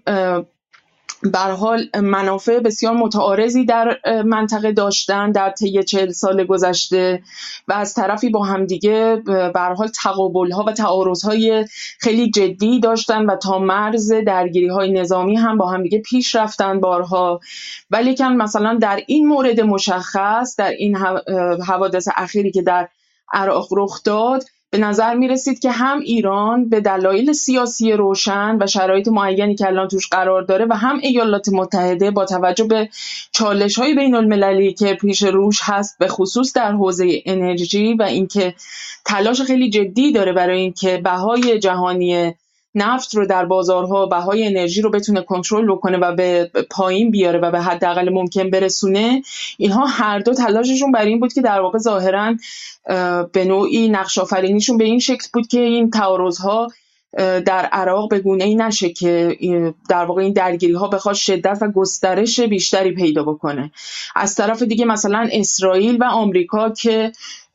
به هر حال منافع بسیار متعارضی در منطقه داشتن در طی 40 سال گذشته و از طرفی با همدیگه به هر حال تقابل‌ها و تعارض‌های خیلی جدی داشتن و تا مرز درگیری‌های نظامی هم با همدیگه پیش رفتن بارها، ولی که مثلا در این مورد مشخص، در این حوادث اخیری که در عراق رخ داد، به نظر می رسید که هم ایران به دلایل سیاسی روشن و شرایط معینی که الان توش قرار داره و هم ایالات متحده با توجه به چالش‌های بین المللی که پیش روش هست، به خصوص در حوزه انرژی و اینکه تلاش خیلی جدی داره برای اینکه بهای جهانی نفت رو در بازارها، بهای انرژی رو بتونه کنترل بکنه و به پایین بیاره و به حداقل ممکن برسونه، اینها هر دو تلاششون برای این بود که در واقع ظاهراً به نوعی نقش آفرینیشون به این شکل بود که این تعارض‌ها در عراق به گونه‌ای نشه که در واقع این درگیری‌ها بخواد شدت و گسترش بیشتری پیدا بکنه. از طرف دیگه مثلا اسرائیل و آمریکا که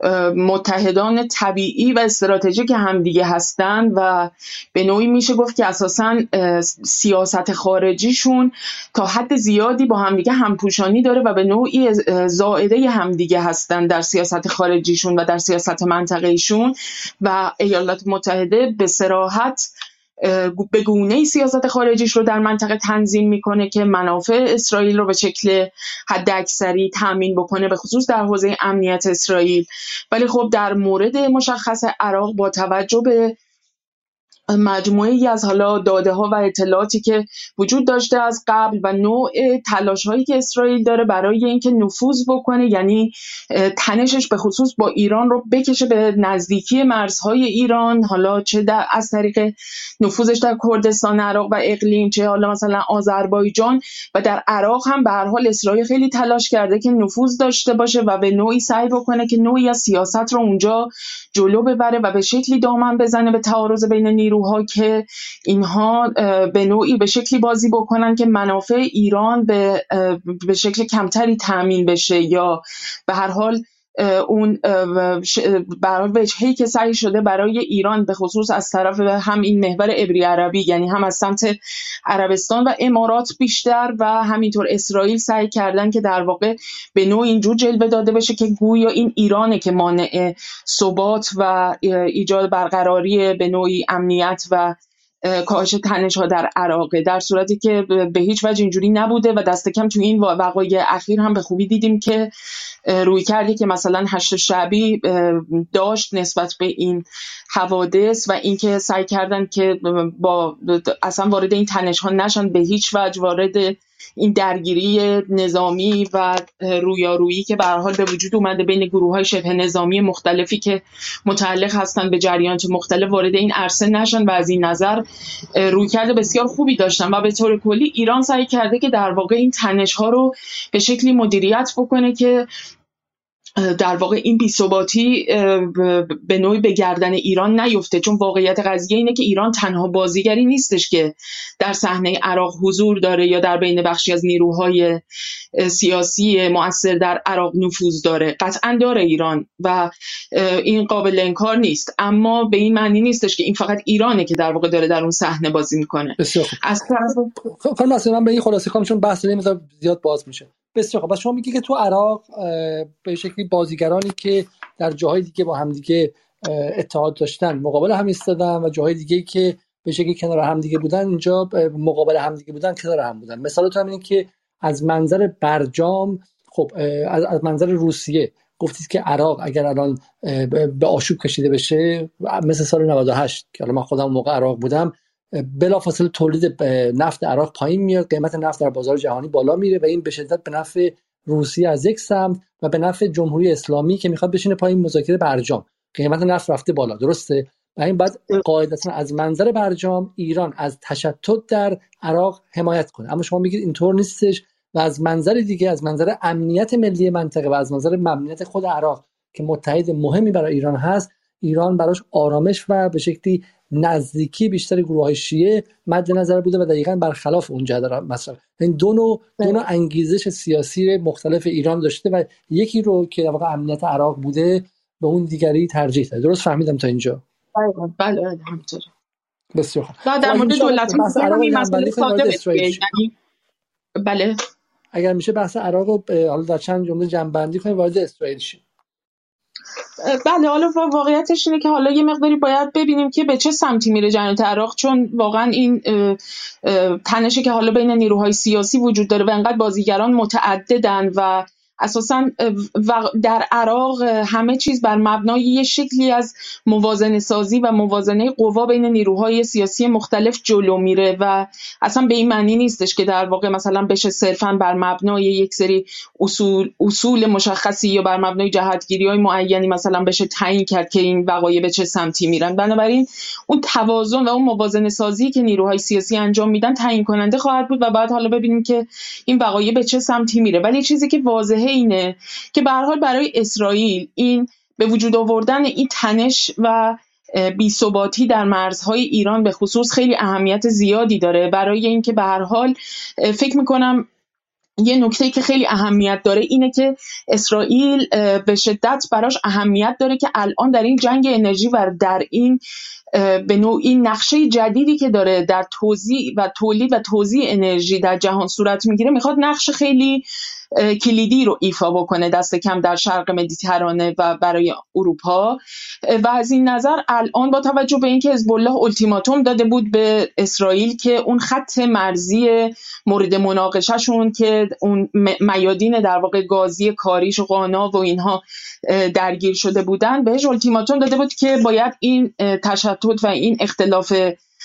متحدان طبیعی و استراتژیک همدیگه هستند و به نوعی میشه گفت که اساساً سیاست خارجیشون تا حد زیادی با همدیگه همپوشانی داره و به نوعی زائده همدیگه هستند در سیاست خارجیشون و در سیاست منطقه‌ایشون، و ایالات متحده به صراحت به گونه‌ای سیاست خارجیش رو در منطقه تنظیم میکنه که منافع اسرائیل رو به شکل حداکثری تامین بکنه، به خصوص در حوزه امنیت اسرائیل. ولی خب در مورد مشخص عراق با توجه به مجموعه‌ای از حالا داده‌ها و اطلاعاتی که وجود داشته از قبل و نوع تلاش‌هایی که اسرائیل داره برای اینکه نفوذ بکنه، یعنی تنشش به خصوص با ایران رو بکشه به نزدیکی مرزهای ایران، حالا چه از طریق نفوذش در کردستان عراق و اقلیم، چه حالا مثلا آذربایجان، و در عراق هم به هر حال اسرائیل خیلی تلاش کرده که نفوذ داشته باشه و به نوعی سعی بکنه که نوعی از سیاست رو اونجا جلو ببره و به شکلی دامن بزنه به تعارض بین نیروها که اینها به نوعی به شکلی بازی بکنن که منافع ایران به شکل کمتری تامین بشه، یا به هر حال اون برای وجهی که سعی شده برای ایران به خصوص از طرف هم این محور عبری عربی، یعنی هم از سمت عربستان و امارات بیشتر و همینطور اسرائیل سعی کردن که در واقع به نوع اینجور جلوه داده بشه که گویا این ایرانه که مانع ثبات و ایجاد برقراری به نوعی امنیت و کاهش تنش‌ها در عراق، در صورتی که به هیچ وجه اینجوری نبوده و دست کم تو این وقایع اخیر هم به خوبی دیدیم که روی کردی که مثلا هشت شعبی داشت نسبت به این حوادث و اینکه سعی کردن که با اصلا وارد این تنش‌ها نشن، به هیچ وجه وارد این درگیری نظامی و رویارویی که به هر حال به وجود اومده بین گروه‌های شبه نظامی مختلفی که متعلق هستن به جریانات مختلف وارد این عرصه نشن و از این نظر رویکرد بسیار خوبی داشتن و به طور کلی ایران سعی کرده که در واقع این تنش‌ها رو به شکلی مدیریت بکنه که در واقع این بی‌ثباتی به نوعی به گردن ایران نیفته، چون واقعیت قضیه اینه که ایران تنها بازیگری نیستش که در صحنه عراق حضور داره یا در بین بخشی از نیروهای سیاسی مؤثر در عراق نفوذ داره. قطعا داره ایران و این قابل انکار نیست، اما به این معنی نیستش که این فقط ایرانه که در واقع داره در اون صحنه بازی میکنه. بسیار خوب. مثلا من به این خلاصه کنم چون بحث نمیذارم زیاد باز میشه. بسیار خوب. شما میگی که تو عراق به شکلی بازیگرانی که در جاهای دیگه با همدیگه اتحاد داشتن مقابل هم ایستادن و جاهای دیگه که به شکلی کنار همدیگه بودن اینجا مقابل همدیگه بودن کنار هم بودن. مثلا تو همین که از منظر برجام، خب از منظر روسیه گفتید که عراق اگر الان به آشوب کشیده بشه مثل سال 98 که الان من خودم موقع عراق بودم، بلافاصله تولید نفت عراق پایین میاد، قیمت نفت در بازار جهانی بالا میره و این به شدت به نفع روسیه از یک سمت و به نفع جمهوری اسلامی که میخواد بشینه پایین مذاکره برجام، قیمت نفت رفته بالا. درسته؟ و این بعد قاعدتا از منظر برجام ایران از تشتت در عراق حمایت کنه، اما شما میگید اینطور نیستش و از منظر دیگه، از منظر امنیت ملی منطقه و از منظر امنیت خود عراق که متحد مهمی برای ایران هست، ایران براش آرامش و به شکلی نزدیکی بیشتر گروه‌های شیعه مد نظر بوده و دقیقاً برخلاف اون جهت مثلا این دو نوع انگیزش سیاسی مختلف ایران داشته و یکی رو که در واقع امنیت عراق بوده به اون دیگری ترجیح داده. درست فهمیدم تا اینجا؟ بله همینطوره. بسیار خوب. و در مورد دولت همین مسئله ثابته، یعنی بله اگر میشه بحث عراق رو حالا در چند جمله جمع‌بندی کنیم وارد اسرائیل شیم. بله، حالا واقعیتش اینه که حالا یه مقداری باید ببینیم که به چه سمتی میره جریان عراق، چون واقعا این تنشی که حالا بین نیروهای سیاسی وجود داره و انقدر بازیگران متعددن و اساساً در عراق همه چیز بر مبنای یه شکلی از موازنه سازی و موازنه قوا بین نیروهای سیاسی مختلف جلو میره و اصلا به این معنی نیستش که در واقع مثلا بشه صرفاً بر مبنای یک سری اصول مشخصی یا بر مبنای جهتگیری‌های معینی مثلا بشه تعیین کرد که این وقایع به چه سمتی میرن. بنابراین اون توازن و اون موازنه سازی که نیروهای سیاسی انجام میدن تعیین کننده خواهد بود و بعد حالا ببینیم که این وقایع به چه سمتی میره. ولی چیزی که واضحه اینه که به هر حال برای اسرائیل این به وجود آوردن این تنش و بی‌ثباتی در مرزهای ایران به خصوص خیلی اهمیت زیادی داره، برای اینکه به هر حال فکر میکنم یه نکته که خیلی اهمیت داره اینه که اسرائیل به شدت براش اهمیت داره که الان در این جنگ انرژی و در این به نوعی نقشه جدیدی که داره در توزیع و تولید و توزیع انرژی در جهان صورت میگیره، میخواد نقش خیلی کلیدی رو ایفا بکنه دست کم در شرق مدیترانه و برای اروپا. و از این نظر الان با توجه به اینکه حزب الله التیماتوم داده بود به اسرائیل که اون خط مرزی مورد مناقشهشون که اون میادین در واقع گازی کاریش و قانا و اینها درگیر شده بودن، بهش التیماتوم داده بود که باید این تشتت و این اختلاف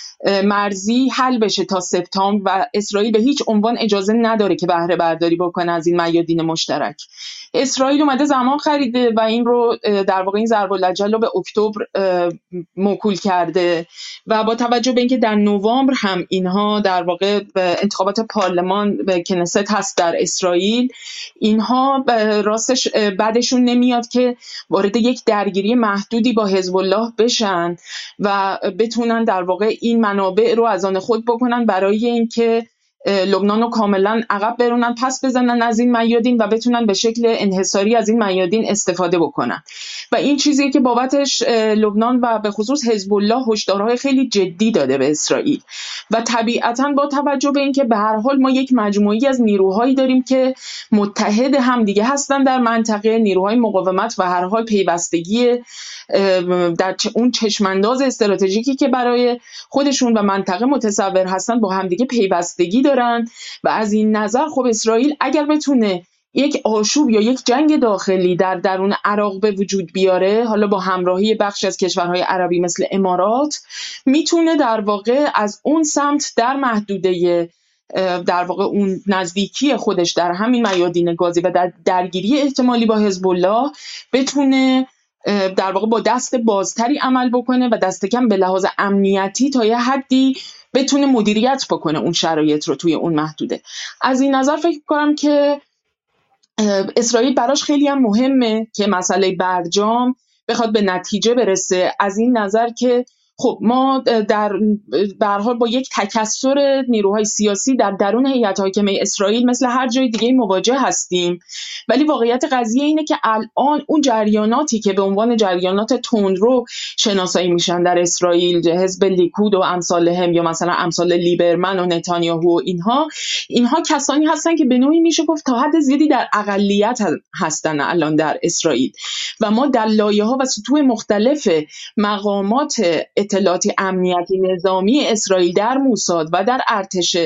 مرزی حل بشه تا سپتامبر و اسرائیل به هیچ عنوان اجازه نداره که بهره برداری بکنه از این میادین مشترک. اسرائیل اومده زمان خریده و این رو در واقع این ضرب اللجل رو به اکتبر موکول کرده و با توجه به اینکه در نوامبر هم اینها در واقع انتخابات پارلمان به کنست هست در اسرائیل، اینها راستش بعدشون نمیاد که وارد یک درگیری محدودی با حزب الله بشن و بتونن در واقع این منابع رو از آن خود بکنن برای اینکه لبنان رو کاملا عقب برونن، پس بزنن از این میادین و بتونن به شکل انحصاری از این میادین استفاده بکنن. و این چیزیه که بابتش لبنان و به خصوص حزب الله هشدارهای خیلی جدی داده به اسرائیل. و طبیعتاً با توجه به اینکه به هر حال ما یک مجموعی از نیروهایی داریم که متحد هم دیگه هستن در منطقه، نیروهای مقاومت و هر حال پیوستگی در اون چشمانداز استراتژیکی که برای خودشون و منطقه متصور هستن با همدیگه پیوستگی دارن. و از این نظر خب اسرائیل اگر بتونه یک آشوب یا یک جنگ داخلی در درون عراق به وجود بیاره، حالا با همراهی بخش از کشورهای عربی مثل امارات، میتونه در واقع از اون سمت در محدوده در واقع اون نزدیکی خودش در همین میادین گازی و در درگیری احتمالی با حزب الله بتونه در واقع با دست بازتری عمل بکنه و دست کم به لحاظ امنیتی تا یه حدی بتونه مدیریت بکنه اون شرایط رو توی اون محدوده. از این نظر فکر کنم که اسرائیل براش خیلی هم مهمه که مسئله برجام بخواد به نتیجه برسه، از این نظر که خب ما به هر حال با یک تکثر نیروهای سیاسی در درون هیئت حاکمه اسرائیل مثل هر جای دیگه مواجه هستیم، ولی واقعیت قضیه اینه که الان اون جریاناتی که به عنوان جریانات تندرو شناسایی میشن در اسرائیل، حزب لیکود و امثالهم یا مثلا امثال لیبرمن و نتانیاهو و اینها کسانی هستن که به نوعی میشه گفت تا حد زیادی در اقلیت هستن الان در اسرائیل. و ما در لایه‌ها و سطوح مختلف مقامات اطلاعاتی امنیتی نظامی اسرائیل در موساد و در ارتش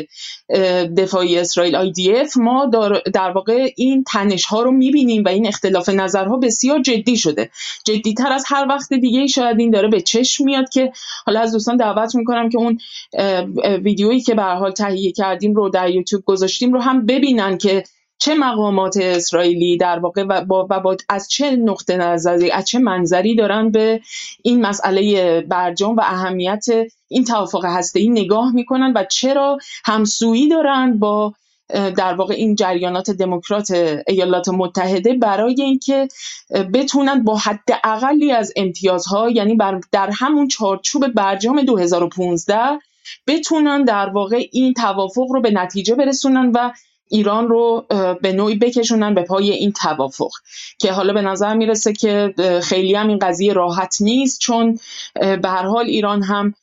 دفاعی اسرائیل IDF ما در واقع این تنش‌ها رو می‌بینیم و این اختلاف نظرها بسیار جدی شده، جدی‌تر از هر وقت دیگه. شاید این داره به چشم میاد که حالا از دوستان دعوت می‌کنم که اون ویدیویی که به هر حال تهیه کردیم رو در یوتیوب گذاشتیم رو هم ببینن که چه مقامات اسرائیلی در واقع و از چه نقطه نظری، از چه منظری دارن به این مسئله برجام و اهمیت این توافق هسته‌ای نگاه میکنن و چرا همسویی دارن با در واقع این جریانات دموکرات ایالات متحده برای اینکه بتونن با حد اقلی از امتیازها، یعنی در همون چارچوب برجام 2015 بتونن در واقع این توافق رو به نتیجه برسونن و ایران رو به نوعی بکشونن به پای این توافق، که حالا به نظر میرسه که خیلی هم این قضیه راحت نیست، چون به هر حال ایران هم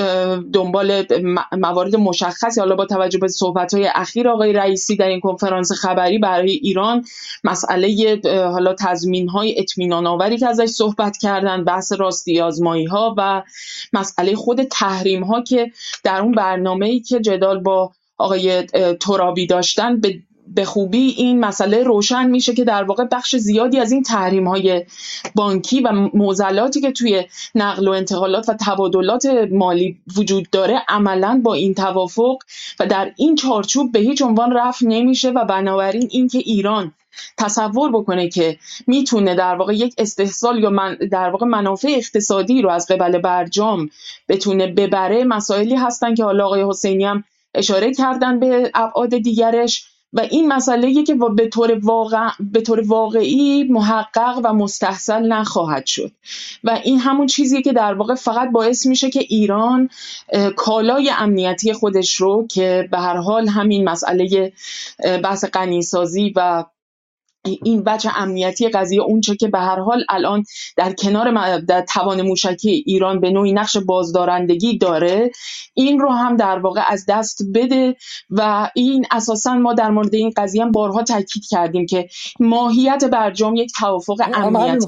دنبال موارد مشخصی، حالا با توجه به صحبت‌های اخیر آقای رئیسی در این کنفرانس خبری برای ایران، مسئله حالا تضمین‌های اطمینان‌آوری که ازش صحبت کردن، بحث راستی آزمایی‌ها و مسئله خود تحریم‌ها که در اون برنامه‌ای که جدال با آقای ترابی داشتن به خوبی این مسئله روشن میشه که در واقع بخش زیادی از این تحریم‌های بانکی و معضلاتی که توی نقل و انتقالات و تبادلات مالی وجود داره عملاً با این توافق و در این چارچوب به هیچ عنوان رفع نمیشه. و بنابراین اینکه ایران تصور بکنه که میتونه در واقع یک استحصال یا در واقع منافع اقتصادی رو از قبل برجام بتونه ببره، مسائلی هستن که حالا آقای حسینی هم اشاره کردن به ابعاد دیگرش و این مسئله‌ای که به طور واقعی محقق و مستحصل نخواهد شد و این همون چیزیه که در واقع فقط باعث میشه که ایران کالای امنیتی خودش رو که به هر حال همین مسئله بحث غنیسازی و این بچه امنیتی قضیه، اونچه که به هر حال الان در کنار در توان موشکی ایران به نوعی نقش بازدارندگی داره، این رو هم در واقع از دست بده. و این اساساً ما در مورد این قضیه هم بارها تاکید کردیم که ماهیت برجام یک توافق امنیتی.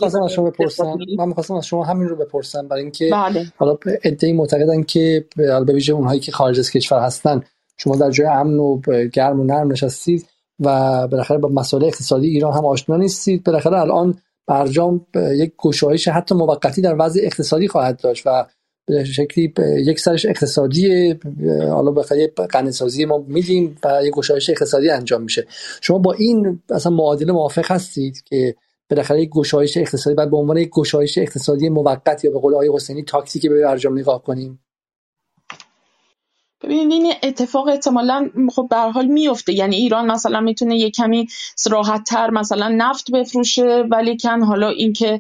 من می‌خواستم از شما همین رو بپرسم، برای اینکه حالا ادعی معتقدن که به ویژه اونهایی که خارج از کشور هستن شما در جای امن و گرم و نرم نشستید و بالاخره با مسائل اقتصادی ایران هم آشنا نیستید. بالاخره الان برجام یک گشایش حتی موقتی در وضع اقتصادی خواهد داشت و به شکلی یک سرش اقتصادی، حالا بخاطر غنی‌سازی ما میدیم و یک گشایش اقتصادی انجام میشه. شما با این اصلا معادله موافق هستید که بالاخره یک گشایش اقتصادی بعد به عنوان یک گشایش اقتصادی موقت یا به قول آقای حسینی تاکتیکی به برجام نگاه کنیم؟ ببینید این اتفاق احتمالاً خب به هر حال میفته، یعنی ایران مثلا میتونه یه کمی راحت‌تر مثلا نفت بفروشه، ولی کن حالا اینکه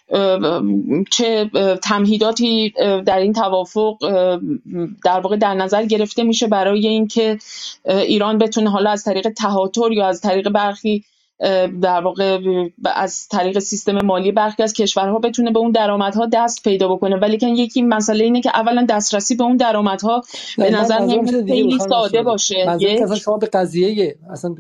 چه تمهیداتی در این توافق در واقع در نظر گرفته میشه برای اینکه ایران بتونه حالا از طریق تهاتر یا از طریق برخی در واقع از طریق سیستم مالی برخی از کشورها بتونه به اون درآمدها دست پیدا بکنه، ولی که یکی مسئله اینه که اولا دسترسی به اون درآمدها به نظر نمیاد خیلی ساده باشه. اصلا شما به قضیه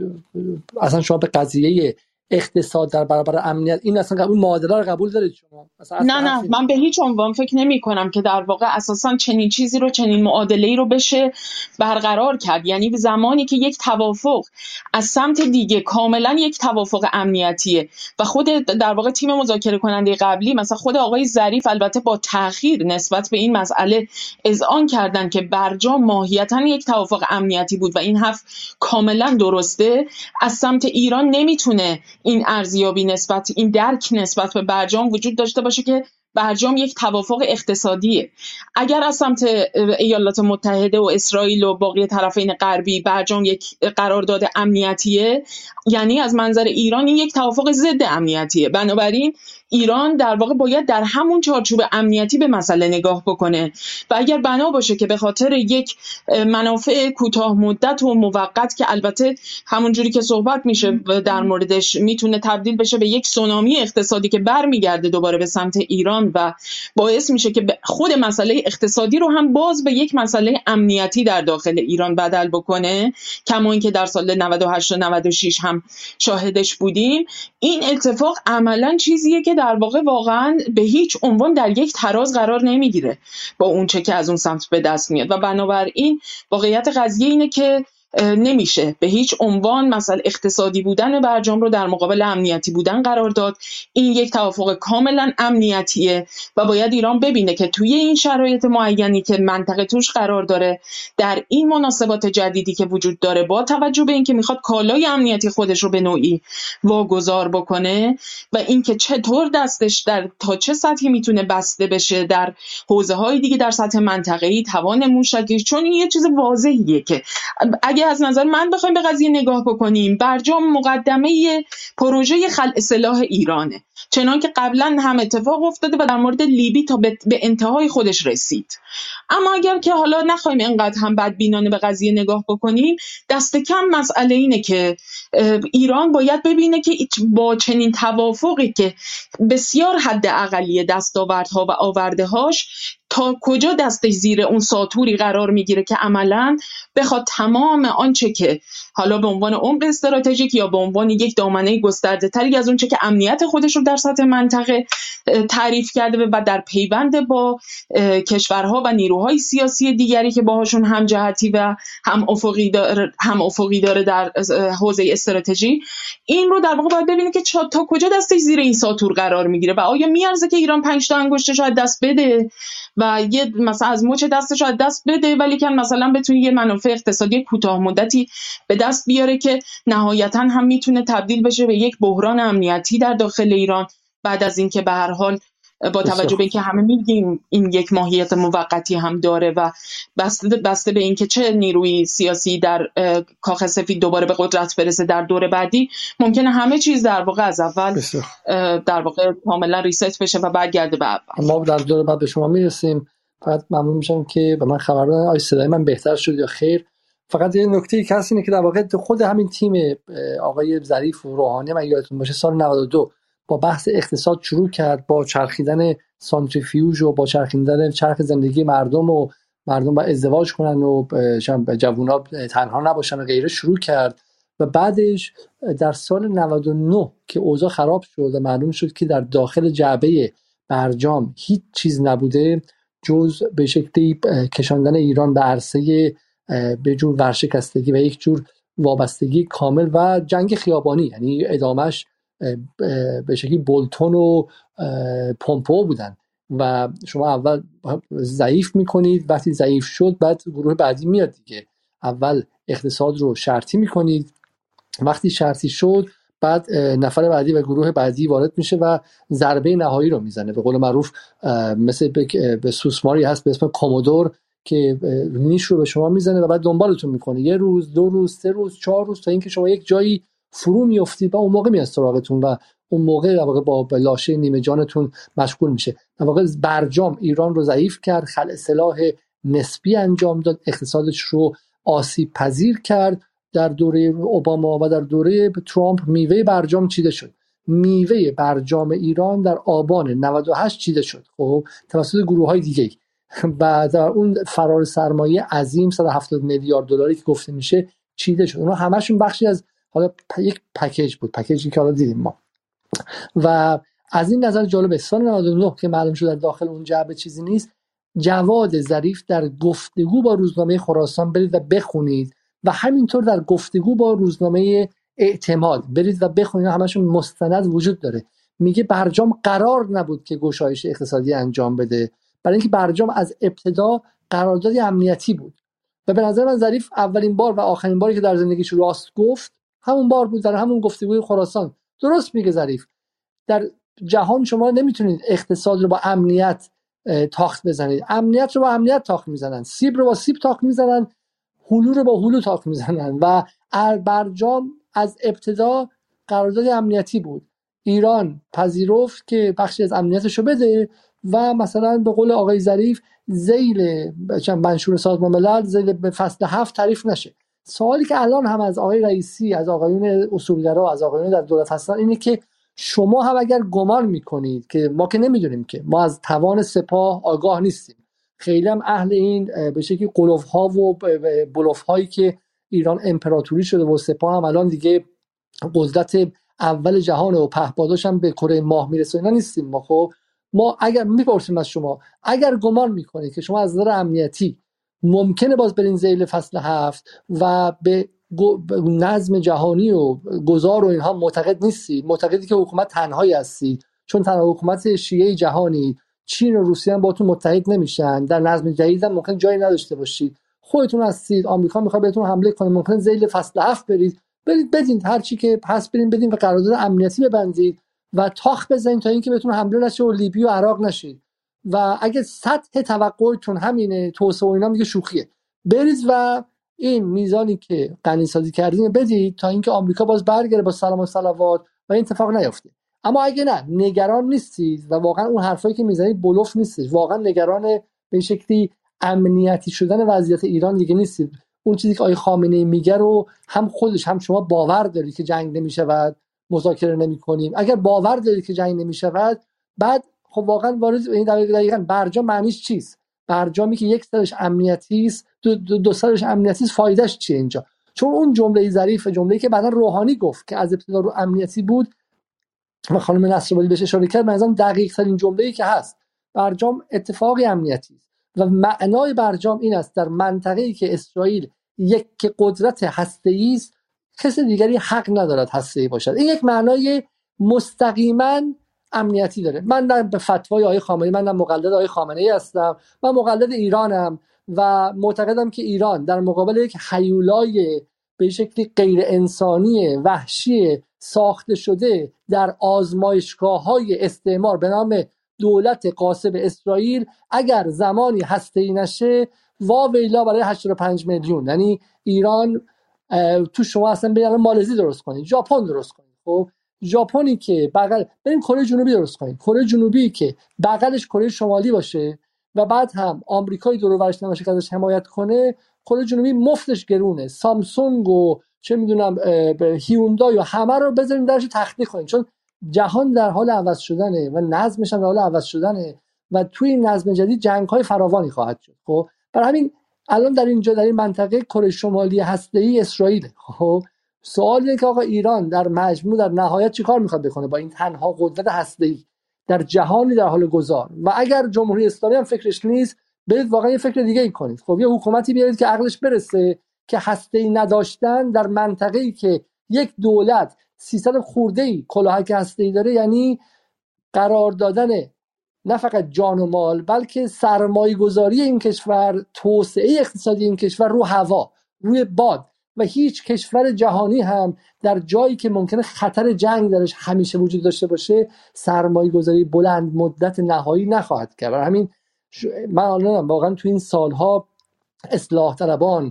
اصلا شما به قضیه اقتصاد در برابر امنیت این اصلا قبول معادله رو قبول دارید شما؟ نه من به هیچ عنوان فکر نمی کنم که در واقع اساسا چنین چیزی رو، چنین معادله‌ای رو بشه برقرار کرد. یعنی زمانی که یک توافق از سمت دیگه کاملا یک توافق امنیتیه و خود در واقع تیم مذاکره کننده قبلی مثلا خود آقای ظریف البته با تأخیر نسبت به این مسئله اذعان کردن که برجام ماهیتاً یک توافق امنیتی بود و این حرف کاملا درسته، از سمت ایران نمیتونه این ارزیابی نسبت، این درک نسبت به برجام وجود داشته باشه که برجام یک توافق اقتصادیه. اگر از سمت ایالات متحده و اسرائیل و باقی طرفین غربی برجام یک قرارداد امنیتیه، یعنی از منظر ایران این یک توافق ضد امنیتیه. بنابراین ایران در واقع باید در همون چارچوب امنیتی به مسئله نگاه بکنه و اگر بنا باشه که به خاطر یک منافع کوتاه مدت و موقت که البته همون جوری که صحبت میشه در موردش میتونه تبدیل بشه به یک سونامی اقتصادی که برمیگرده دوباره به سمت ایران و باعث میشه که خود مسئله اقتصادی رو هم باز به یک مسئله امنیتی در داخل ایران بدل بکنه، کما اینکه در سال 98 و 96 هم شاهدش بودیم، این اتفاق عملاً چیزیه که در واقع واقعاً به هیچ عنوان در یک تراز قرار نمیگیره با اون چه که از اون سمت به دست میاد و بنابراین واقعیت قضیه اینه که نمیشه به هیچ عنوان مسئله اقتصادی بودن برجام رو در مقابل امنیتی بودن قرار داد. این یک توافق کاملا امنیتیه و باید ایران ببینه که توی این شرایط معینی که منطقه توش قرار داره، در این مناسبات جدیدی که وجود داره، با توجه به اینکه میخواد کالای امنیتی خودش رو به نوعی واگذار بکنه و اینکه چطور دستش در تا چه سطحی میتونه بسته بشه در حوزه‌های دیگه در سطح منطقه‌ای، توان موشکی، چون این یه چیز واضحیه که اگه از نظر من بخوایم به قضیه نگاه بکنیم، برجام مقدمه پروژه خلع سلاح ایرانه، چنان که قبلا هم اتفاق افتاده و در مورد لیبی تا به انتهای خودش رسید. اما اگر که حالا نخوایم اینقدر هم بدبینانه به قضیه نگاه بکنیم، دست کم مسئله اینه که ایران باید ببینه که با چنین توافقی که بسیار حد اقلیه دستاوردها و آورده‌هاش تا کجا دستش زیر اون ساطوری قرار میگیره که عملاً بخواد تمام آنچه که حالا به عنوان عمق استراتژیک یا به عنوان یک دامنه گسترده تری از اونچه که امنیت خودش رو در سطح منطقه تعریف کرده و در پیوند با کشورها و نیروهای سیاسی دیگری که باهاشون هم جهتی و هم افقی داره در حوزه استراتژی، این رو در واقع باید ببینه که تا کجا دستش زیر این ساطور قرار میگیره و آیا میارزه که ایران 5 تا انگشتش رو از دست بده و یه مثلا از مچ دستش رو از دست بده، ولی که مثلا بتونه یه منافع اقتصادی کوتاه مدتی به دست بیاره که نهایتاً هم میتونه تبدیل بشه به یک بحران امنیتی در داخل ایران، بعد از اینکه به هر حال با توجه به اینکه همه میگیم این یک ماهیت موقتی هم داره و بسته به اینکه چه نیروی سیاسی در کاخ سفید دوباره به قدرت برسه در دور بعدی، ممکنه همه چیز در واقع از اول در واقع کاملا ریست بشه و برگرده به اول. ما در دور بعد به شما میرسیم. فقط ممنون میشم که به من خبر بدن آیا صدای من بهتر شد یا خیر. فقط یه نکته که هست اینه که در واقع خود همین تیم آقای ظریف و روحانی، من یادتون باشه سال 92 با بحث اقتصاد شروع کرد، با چرخیدن سانتریفیوژ و با چرخیدن چرخ زندگی مردم و مردم با ازدواج کنن و جوونا تنها نباشن و غیره شروع کرد و بعدش در سال 99 که اوضاع خراب شد و معلوم شد که در داخل جعبه برجام هیچ چیز نبوده جز به شکلی کشاندن ایران به عرصه به جور ورشکستگی و یک جور وابستگی کامل و جنگ خیابانی، یعنی ادامش به شکلی بولتون و پومپو بودن و شما اول ضعیف میکنید، وقتی ضعیف شد بعد گروه بعدی میاد دیگه، اول اقتصاد رو شرطی میکنید، وقتی شرطی شد بعد نفر بعدی و گروه بعدی وارد میشه و ضربه نهایی رو میزنه. به قول معروف مثل به سوسماری هست به اسم کومودور که نیش رو به شما میزنه و بعد دنبالتون میکنه، 1 روز 2 روز 3 روز 4 روز، تا اینکه شما یک جایی فرو میافتید و اون موقع میاد سراغتون و اون موقع در واقع با لاشه نیمه جانتون مشغول میشه. در واقع برجام ایران رو ضعیف کرد، خلع سلاح نسبی انجام داد، اقتصادش رو آسیب پذیر کرد. در دوره اوباما و در دوره ترامپ میوه برجام چیده شد. میوه برجام ایران در آبان 98 چیده شد، خب توسط گروه‌های دیگه و در اون فرار سرمایه عظیم 170 میلیارد دلاری که گفته میشه چیده شد. اونها همشون بخشی از حالا یک پکیج بود، پکیجی که حالا دیدیم ما. و از این نظر جالب سال 99 که معلوم شد در داخل اون جعبه چیزی نیست، جواد ظریف در گفتگو با روزنامه خراسان برید و بخونید و همینطور در گفتگو با روزنامه اعتماد برید و بخونید، همشون مستند وجود داره. میگه برجام قرار نبود که گشایش اقتصادی انجام بده، برای اینکه برجام از ابتدا قرارداد امنیتی بود. و به نظر من ظریف اولین بار و آخرین باری که در زندگیش راست گفت همون بار بود، در همون گفتگوی خراسان. درست میگه ظریف، در جهان شما نمیتونید اقتصاد رو با امنیت تاخت بزنید، امنیت رو با امنیت تاخت میزنن، سیب رو با سیب تاخت میزنن، هلو رو با هلو تاخت میزنن. و برجام از ابتدا قرارداد امنیتی بود. ایران پذیرفت که بخشی از امنیتش رو بده و مثلا به قول آقای ظریف ذیل منشور سازمان ملل ذیل فصل 7 تعریف نشه. سوالی که الان هم از آقای رئیسی، از آقایون اصولگرا، از آقایون در دولت هستن اینه که شما هم اگر گمان میکنید که ما که نمیدونیم، که ما از توان سپاه آگاه نیستیم، خیلی هم اهل این به شکلی قلوف‌ها و بلوف‌هایی که ایران امپراتوری شده و سپاه هم الان دیگه قدرت اول جهان و پهپاداش هم به کره ماه میرسه اینا نیستیم. ما اگر میپرسیم از شما، اگر گمان میکنید که شما از نظر امنیتی ممکنه باز برین ذیل فصل 7 و به نظم جهانی و گذار و اینها معتقد نیستید، معتقدی که حکومت تنهایی هستید چون تنها حکومت شیعه جهانی، چین و روسیه هم باهاتون متحد نمیشن، در نظم جدید هم ممکن جایی نداشته باشید، خودتون هستید، آمریکا میخواد بهتون حمله کنه، ممکن ذیل فصل 7 برید بدین هر چی که پس برین بدین و قرارداد امنیتی ببندید و تاخ بزنید تا اینکه بهتون حمله نشه و لیبی و عراق نشید. و اگه سطح توقعتون همینه، توسعه و اینا میگه شوخیه، برید و این میزانی که غنیسازی کردین بدید تا اینکه آمریکا باز برگره با سلام و صلوات و این اتفاق نیفته. اما اگه نه، نگران نیستید و واقعا اون حرفایی که میزنید بلوف نیستید، واقعا نگران به شکلی امنیتی شدن وضعیت ایران دیگه نیستید، اون چیزی که آقای خامنه‌ای میگه رو هم خودش هم شما باور دارید که جنگ نمیشود، مذاکره نمی‌کنیم، اگر باور دارید که جنگ نمیشود، بعد خب واقعا وارد این دقیقاً برجام معنیش چیست؟ برجامی که یک سرش امنیتی است، دو سرش امنیتی است، فایدهش چیه اینجا؟ چون اون جمله ظریف، جمله‌ای که بعداً روحانی گفت که از ابتدا رو امنیتی بود و خانم نصرآبادی بهش اشاره کرد، مثلا دقیق ترین جمله‌ای که هست. برجام اتفاقی امنیتی است و معنای برجام این است در منطقه‌ای که اسرائیل یک قدرت هسته‌ای است، کسی دیگری حق ندارد هسته‌ای باشد. این یک معنای مستقیما امنیتی داره. من نه به فتوای آقای خامنه‌ای، من نه مقلد آقای خامنه‌ای هستم، من مقلد ایرانم و معتقدم که ایران در مقابل یک هیولای به شکلی غیر انسانی وحشی ساخته شده در آزمایشگاه‌های استعمار به نام دولت غاصب اسرائیل، اگر زمانی هسته‌ای نشه واویلا برای 85 میلیون، یعنی ایران تو شما اصلا برید مالزی درست کنید، ژاپن درست کنید. خب ژاپنی که بغل بریم کره جنوبی درست کنید، کره جنوبی که بغلش کره شمالی باشه و بعد هم آمریکای دور و برش نباشه که ازش حمایت کنه، کره جنوبی مفتش گرونه، سامسونگ و چه میدونم هیوندای و همه رو بذاریم درش تخلیه کنید، چون جهان در حال عوض شدنه و نظمش هم در حال عوض شدنه و توی این نظم جدید جنگ‌های فراوانی خواهد شد. خب برای همین الان در اینجا در این منطقه کره شمالی هسته‌ای اسرائیل. خب سوال اینه که آقا ایران در مجموع در نهایت چیکار میخواد بکنه با این تنها قدرت هسته‌ای در جهانی در حال گذار؟ و اگر جمهوری اسلامی هم فکرش نیست، برید واقعا یه فکر دیگه ای کنید. خب یه حکومتی بیارید که عقلش برسه که هسته‌ای نداشتن در منطقه‌ای که یک دولت 300 خورده‌ای کلاهک هسته‌ای داره، یعنی قرار دادن نه فقط جان و مال بلکه سرمایه گذاری این کشور، توسعه اقتصادی این کشور رو هوا، روی باد، و هیچ کشور جهانی هم در جایی که ممکنه خطر جنگ درش همیشه وجود داشته باشه سرمایه گذاری بلند مدت نهایی نخواهد کرد. همین من الان واقعا تو این سالها اصلاح طلبان،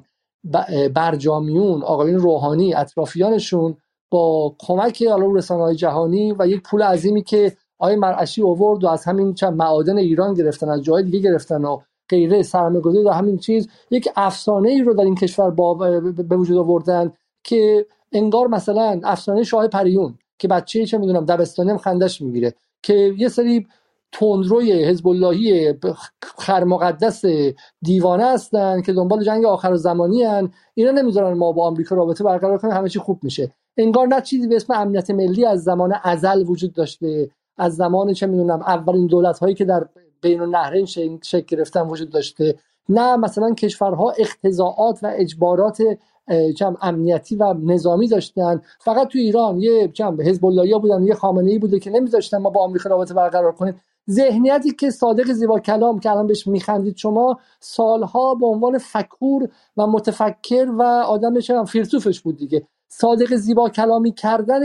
برجامیون، آقایون روحانی، اطرافیانشون با کمک رسانه‌های جهانی و یک پول عظیمی که آقای مرعشی آورد و از همین چند معادن ایران گرفتن، از جای دیگه گرفتن و غیره، سرمایه‌گذاری در همین چیز، یک افسانه ای رو در این کشور به وجود آوردن که انگار مثلا افسانه شاه پریون که بچه‌ای چه میدونم دبستانی هم خندش میگیره، که یه سری تندروی حزب اللهی خرمقدس دیوانه هستن که دنبال جنگ آخرالزمانی ان، اینا نمیذارن ما با آمریکا رابطه برقرار کنیم، همه چی خوب میشه. انگار نه چیزی به اسم امنیت ملی از زمان ازل وجود داشته، از زمان چه میدونم اولین دولت هایی که در بین النهرین شکل گرفتن وجود داشته، نه مثلا کشورها اقتضاعات و اجبارات امنیتی و نظامی داشتن. فقط تو ایران یه حزب اللهی بودن، یه خامنه‌ای بوده که نمیذاشتن ما با آمریکا رابطه برقرار کنیم. ذهنیتی که صادق زیبا کلام که الان بهش میخندید شما، سالها به عنوان فکور و متفکر و آدم فیلسوفش بود دیگه. صادق زیبا کلامی کردن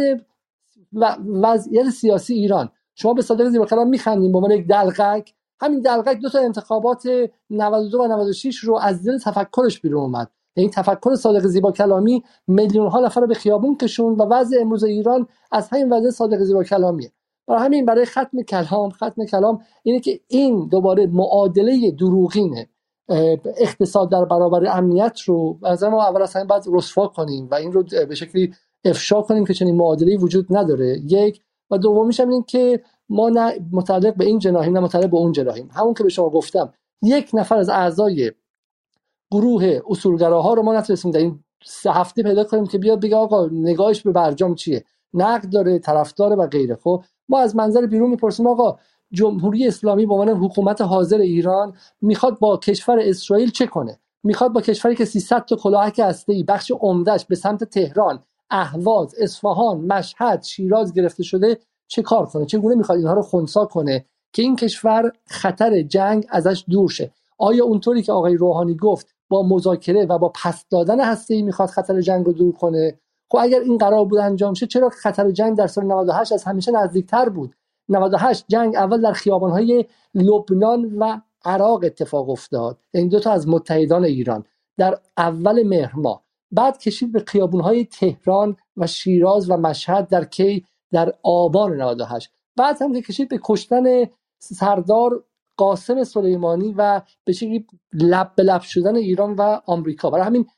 و وضعیت سیاسی ایران، شما به صادق زیبا کلام میخندید به عنوان یک دلقک. همین دلقک دو تا انتخابات 92 و 96 رو از دل تفکرش بیرون اومد. این تفکر صادق زیبا کلامی میلیون ها نفر رو به خیابون کشوند و وضع امروز ایران از همین وضع صادق زیبا کلامیه. برای همین برای ختم کلام اینه که این دوباره معادله دروغینه اقتصاد در برابر امنیت رو از ما اول از همه باید رسوا کنیم و این رو به شکلی افشا کنیم که چنین معادله‌ای وجود نداره. یک و دومیش هم این که ما نه متعلق به این جناحیم نه متعلق به اون جناحیم. همون که به شما گفتم، یک نفر از اعضای گروه اصولگراها رو ما نتونستیم در این 3 هفته پیدا کنیم که بیاد بگه آقا نگاهش به برجام چیه، نقد داره، طرفدار و غیره. خب ما از منظر بیرون میپرسیم آقا جمهوری اسلامی به عنوان حکومت حاضر ایران میخواد با کشور اسرائیل چه کنه؟ میخواد با کشوری که 300 تا کلاهک هسته‌ای بخش عمدهش به سمت تهران، اهواز، اصفهان، مشهد، شیراز گرفته شده چه کار کنه؟ چگونه میخواد اینها رو خنثی کنه که این کشور خطر جنگ ازش دور شه؟ آیا اونطوری که آقای روحانی گفت با مذاکره و با پس دادن هسته‌ای میخواد خطر جنگ رو دور کنه؟ خب اگر این قرار بود انجام شه، چرا خطر جنگ در سال 98 از همیشه نزدیکتر بود؟ 98 جنگ اول در خیابان‌های لبنان و عراق اتفاق افتاد، این دو تا از متحدان ایران در اول مهر ماه. بعد کشید به خیابان‌های تهران و شیراز و مشهد در آبان 98. بعد هم که کشید به کشتن سردار قاسم سلیمانی و به شکلی لب به لب شدن ایران و آمریکا. برای همین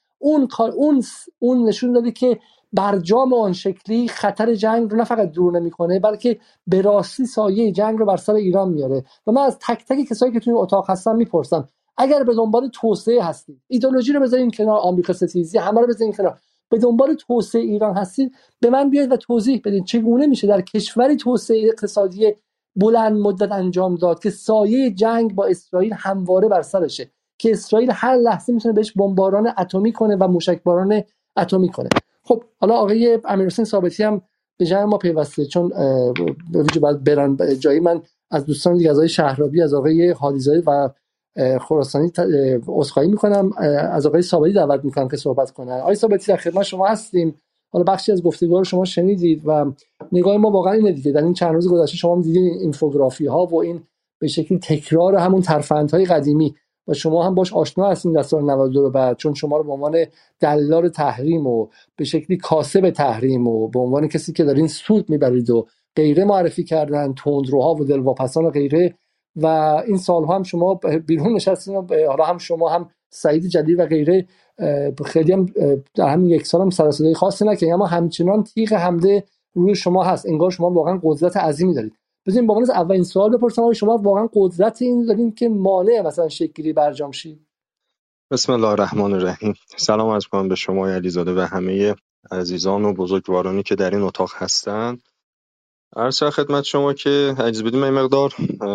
اون نشون داده که برجام آن شکلی خطر جنگ رو نه فقط دور نمیکنه بلکه به راستی سایه جنگ رو بر سر ایران میاره. و من از تک تک کسایی که توی اتاق هستن میپرسم اگر به دنبال توسعه هستید، ایدئولوژی رو بذارین کنار، آمریکا ستیزی همه رو بذارین کنار، به دنبال توسعه ایران هستید، به من بیاید و توضیح بدین چگونه میشه در کشوری توسعه اقتصادی بلند مدت انجام داد که سایه جنگ با اسرائیل همواره بر سرشه، که اسرائیل هر لحظه میتونه بهش بمباران اتمی کنه و موشکباران اتمی کنه. خب حالا آقای امیرحسین ثابتی هم به جای ما پیوسته، چون به ویژه باید برن جایی. من از دوستان دیگه، از آقای شهرابی، از آقای حادیزاده و خراسانی عذرخواهی میکنم، از آقای ثابتی دعوت میکنم که صحبت کنن. آقای ثابتی در خدمت شما هستیم. حالا بخشی از گفتگوها رو شما شنیدید و نگاه ما واقعا اینه دیگه. در این چند روز گذشته شما هم دیدین اینفوگرافی ها و این به شکلی تکرار همون ترفندهای قدیمی و شما هم باش آشنا هستین در سال 92 به بعد، چون شما رو به عنوان دلال تحریم و به شکلی کاسب تحریم و به عنوان کسی که دارین سود میبرید و غیره معرفی کردن، تندروها و دلواپسان و غیره. و این سالها هم شما بیرون نشستین و حالا هم شما هم سعید جلیل و غیره خیلی هم در همین یک سال هم سر و صدای خاصی نکردین، اما همچنان تیغ حمله روی شما هست. انگار شما واقعا قدرت عظیمی دارید. بزنین با من از اولین سوال بپرسم آیا شما واقعا قدرت این دارین که مانع مثلا شکلی برجام شید؟ بسم الله الرحمن الرحیم. سلام عرض می‌کنم به شما علیزاده و همه عزیزان و بزرگوارانی که در این اتاق هستند. عرض خدمت شما که اجازه بدید من مقدار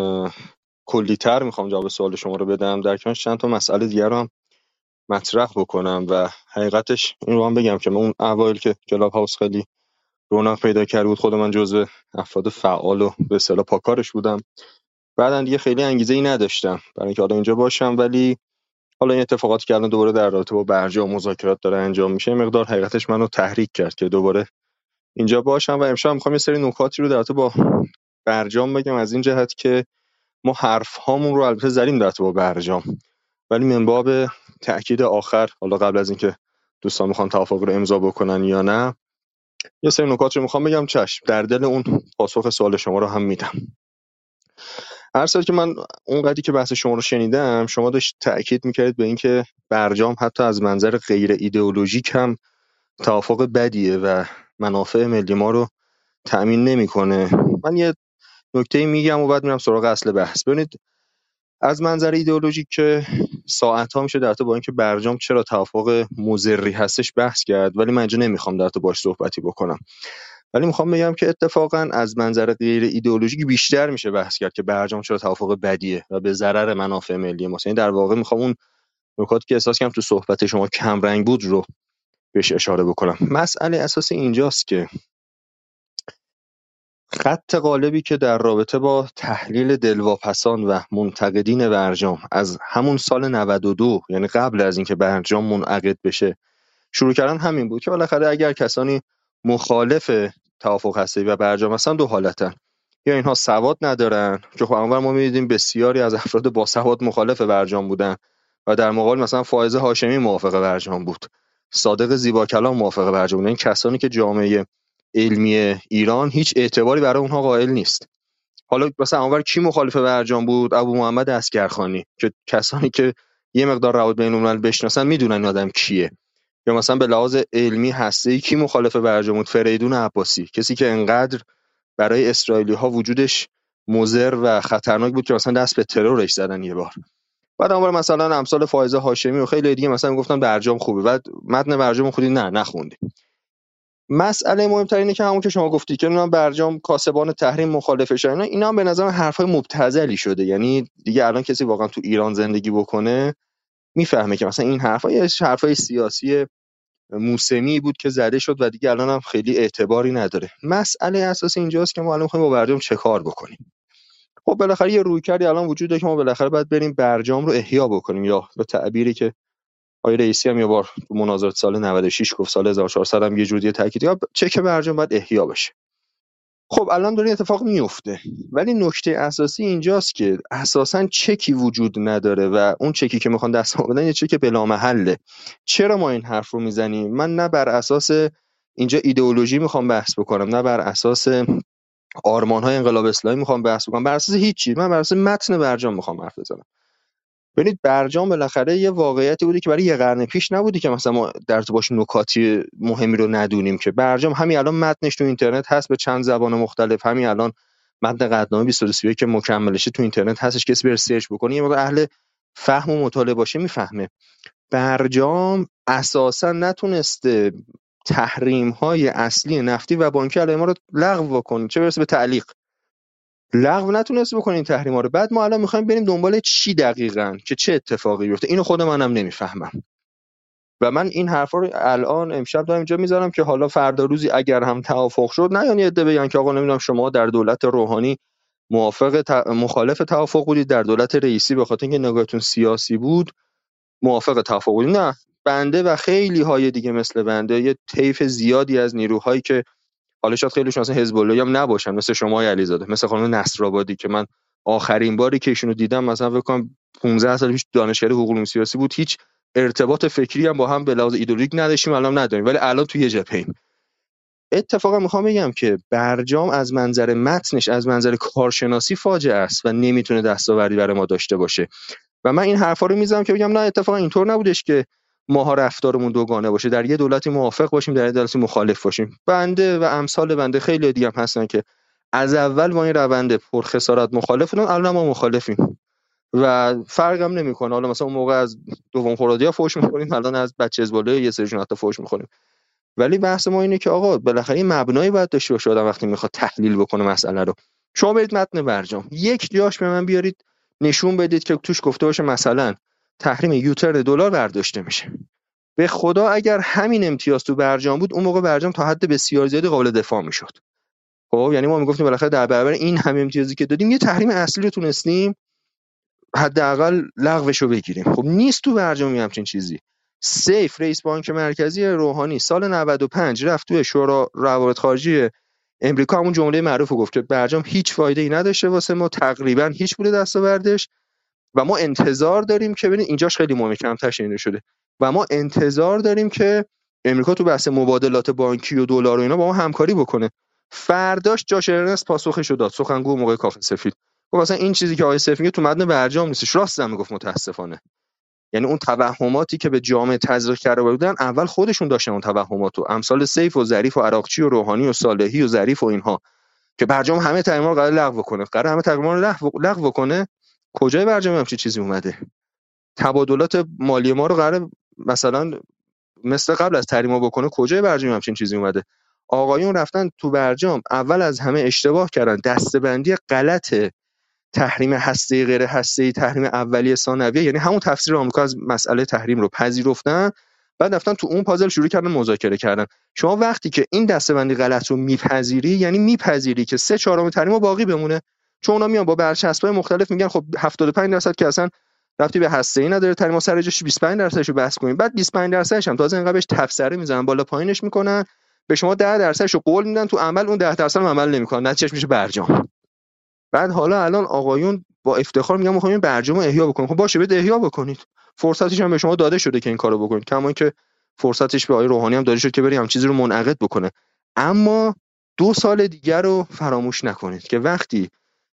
کلی‌تر میخوام جواب سوال شما رو بدم، در کنارش چند تا مسئله دیگر رو هم مطرح بکنم و حقیقتش این رو هم بگم که من اون اوایل که کلاب هاوس خیلی رونق پیدا کرده بود، خود من جزو افراد فعال و به اصطلاح پاکارش بودم. بعدن دیگه خیلی انگیزه‌ای نداشتم برای اینکه حالا اینجا باشم، ولی حالا این اتفاقاتی که الان دوباره در رابطه با برجام مذاکرات داره انجام میشه مقدار حقیقتش منو تحریک کرد که دوباره اینجا باشم. و امشب میخوام یه سری نکاتی رو در رابطه با برجام بگم، از این جهت که ما حرف هامون رو البته زدیم در رابطه با برجام، ولی من باب تأکید آخر، حالا قبل از اینکه دوستان میخوان توافق رو امضا بکنن یا نه، یه سری نکات رو میخوام بگم. چشم، در دل اون پاسخ سوال شما رو هم میدم. هر سال که من اون قدری که بحث شما رو شنیدم، شما داشت تأکید میکردید به اینکه برجام حتی از منظر غیر ایدئولوژیک هم توافق بدیه و منافع ملی ما رو تأمین نمیکنه. من یه نکته میگم و بعد میرم سراغ اصل بحث. ببینید، از منظر ایدئولوژیک که ساعت‌ها میشه در تو با اینکه برجام چرا توافق مضری هستش بحث کرد، ولی من اینجا نمیخوام در تو باش صحبتی بکنم. ولی میخوام بگم که اتفاقا از منظر غیر ایدئولوژیک بیشتر میشه بحث کرد که برجام چرا توافق بدیه و به ضرر منافع ملی ماست. یعنی در واقع میخوام اون نکاتی که احساس کنم تو صحبت شما کم رنگ بود رو بهش اشاره بکنم. مسئله اساسی اینجاست که خط قالبی که در رابطه با تحلیل دلواپسان و منتقدین برجام از همون سال 92، یعنی قبل از اینکه برجام منعقد بشه، شروع کردن همین بود که بالاخره اگر کسانی مخالف توافق هسته‌ای و برجام هستن، دو حالتن: یا اینها سواد ندارن، که خب اونور ما می‌دیدیم بسیاری از افراد با سواد مخالف برجام بودن و در مقابل مثلا فائزه هاشمی موافق برجام بود، صادق زیباکلام موافق برجام بود. این کسانی که جامعه علمی ایران هیچ اعتباری برای اونها قائل نیست. حالا مثلا اونور کی مخالف برجام بود؟ ابو محمد عسگرخانی، که کسانی که یه مقدار روابط بین‌الملل بشناسن میدونن این آدم کیه. یا مثلا به لحاظ علمی هسته‌ای کی مخالف برجام بود؟ فریدون عباسی، کسی که انقدر برای اسرائیلی‌ها وجودش مضر و خطرناک بود که مثلا دست به ترورش زدن یه بار. بعد اونور مثلا امثال فائزه هاشمی و خیلی دیگه مثلا میگفتن برجام خوبه، بعد متن برجام خوندی؟ نه، نخوندی. مسئله مهمتر اینه که همون که شما گفتی که اونا برجام کاسبان تحریم مخالفشن، اینا هم به نظر من حرفای مبتذلی شده. یعنی دیگه الان کسی واقعا تو ایران زندگی بکنه میفهمه که مثلا این حرفای سیاسی موسمی بود که زده شد و دیگه الان هم خیلی اعتباری نداره. مسئله اساسی اینجاست که ما الان می‌خوایم با برجام چه کار بکنیم. خب بالاخره یه رویکردی الان وجود داره که ما بالاخره باید بریم برجام رو احیا بکنیم، یا به تعبیری که آقای رئیسی هم یه بار تو مناظرات سال 96 گفت، سال 1400 هم یه جوری تاکید کرد، چک برجام باید احیا بشه. خب الان داره اتفاق میفته، ولی نکته اساسی اینجاست که اساساً چکی وجود نداره و اون چکی که میخوان دست بدن یه چک بلامحله. چرا ما این حرف رو میزنیم؟ من نه بر اساس اینجا ایدئولوژی میخوام بحث بکنم، نه بر اساس آرمان‌های انقلاب اسلامی میخوام بحث بکنم، بر اساس هیچ چیز. من بر اساس متن برجام میخوام حرف بزنم. ببینید، برجام بالاخره یه واقعیتی بودی که برای یه قرن پیش نبودی که مثلا ما در تو باش نکاتی مهمی رو ندونیم. که برجام همین الان متنش تو اینترنت هست به چند زبان مختلف. همین الان متن قطعنامه 2231 که مکملشه تو اینترنت هستش، کسی بره سرچ بکنه، یه موقع اهل فهم و مطالعه باشه میفهمه. برجام اساسا نتونسته تحریم‌های اصلی نفتی و بانکی علیه ما رو لغو کنه، چه برسه به تعلیق. لغو نتونست بکنه این تحریما رو. بعد ما الان میخوایم بریم دنبال چی دقیقاً که چه اتفاقی بیفته؟ اینو خود منم نمیفهمم. و من این حرفا رو الان امشب دارم اینجا میذارم که حالا فردا روزی اگر هم توافق شد، نه یعنی عده بگن که آقا نمیدونم شما در دولت روحانی مخالف توافق بودید، در دولت رئیسی به خاطر اینکه نگاهتون سیاسی بود موافق توافق بودید. نه، بنده و خیلی های دیگه مثل بنده، یه طیف زیادی از نیروهایی که حالا شاید خیلیشون اصلا حزب اللهی هم نباشن، مثل شما علیزاده، مثل خانم نصرآبادی که من آخرین باری که ایشونو دیدم مثلا فکر کنم 15 سال پیش دانشگاه حقوق علوم سیاسی بود، هیچ ارتباط فکری هم با هم به لحاظ ایدئولوژیک نداشتیم، الان نداریم، ولی الان توی یه جبهه‌ایم. اتفاقا میخوام بگم که برجام از منظر متنش، از منظر کارشناسی فاجعه است و نمیتونه دستاوردی برای ما داشته باشه. و من این حرفا رو میزنم که بگم نه، اتفاقا اینطور نبودش که ماها رفتارمون دوگانه باشه، در یه دولتی موافق باشیم، در یه دولتی مخالف باشیم. بنده و امثال بنده خیلی دیگه هم هستن که از اول با این روند پرخسارت مخالف بودن، الان ما مخالفیم و فرق هم نمیکنه. حالا مثلا اون موقع از دوم خردادیا فوش میخوریم، الان از بچه حزب یه سریشون حتی فوش میخوریم. ولی بحث ما اینه که آقا بالاخره این مبنایی باید داشته باشه آدم وقتی میخواد تحلیل بکنه مسئله رو. شما برید متن برجام یک جاش به من بیارید نشون بدید که توش گفته باشه مثلا تحریم یوترن دلار برداشته میشه. به خدا اگر همین امتیاز تو برجام بود، اون موقع برجام تا حد بسیار زیادی قابل دفاع میشد. خب یعنی ما میگفتیم بالاخره در برابر این همه امتیازی که دادیم یه تحریم اصلی رو تونستیم حداقل لغوش رو بگیریم. خب نیست تو برجام همچین چیزی. سیف رئیس بانک مرکزی روحانی سال 95 رفت تو شورای روابط خارجی امریکا همون جمله معروف رو گفت که برجام هیچ فایده ای نداشته واسه ما، تقریبا هیچ بوده دستاوردش و ما انتظار داریم که ببینید اینجاش خیلی مهمه، کمتر شنیده شده، و ما انتظار داریم که امریکا تو بحث مبادلات بانکی و دلار و اینا با ما همکاری بکنه. فرداش جاش ارنست پاسخشو داد، سخنگو موقع کاخ سفید، گفت مثلا این چیزی که آقای سفید میگه تو متن برجام نیستش. راست هم میگفت متاسفانه. یعنی اون توهماتی که به جامعه تزریق کرده بودن اول خودشون داشتن اون توهماتو، امثال سیف و ظریف و عراقچی و روحانی و صالحی و ظریف و اینها، که برجام همه تحریما رو قرار لغو کنه، قرار همه تحریما رو لغو کنه. کجای برجام همچین چیزی اومده؟ تبادلات مالی ما رو قرار مثلا مثل قبل از تحریما بکنه، کجای برجام همچین چیزی اومده؟ آقایون رفتن تو برجام اول از همه اشتباه کردن، دسته‌بندی غلط تحریم هسته‌ای غیر هسته‌ای، تحریم اولیه ثانویه، یعنی همون تفسیر آمریکا از مسئله تحریم رو پذیرفتن، بعد رفتن تو اون پازل شروع کردن مذاکره کردن. شما وقتی که این دسته‌بندی غلط رو میپذیری، یعنی میپذیری که 3/4 تحریم رو باقی بمونه، چون اونا میان با برچسب‌های مختلف میگن خب 75% که اصلا ربطی به هسته‌ای نداره، تحریم سر جاش 25% رو بحث کنیم، بعد 25% هم تازه اینقدر بهش تفسیری میزنن، بالا پایینش میکنن، به شما 10% رو قول میدن، تو عمل اون 10% هم عمل نمیکنن، نتیجهش میشه برجام. بعد حالا الان آقایون با افتخار میگن می‌خوایم این برجام رو احیا بکنیم. خب باشه، بده احیا بکنید، فرصتش هم به شما داده شده که این کارو بکنید، کما اینکه فرصتش به آقای روحانی هم داده شد که بری هم چیزی رو منعقد بکنه. اما 2 سال دیگر رو فراموش نکنید که وقتی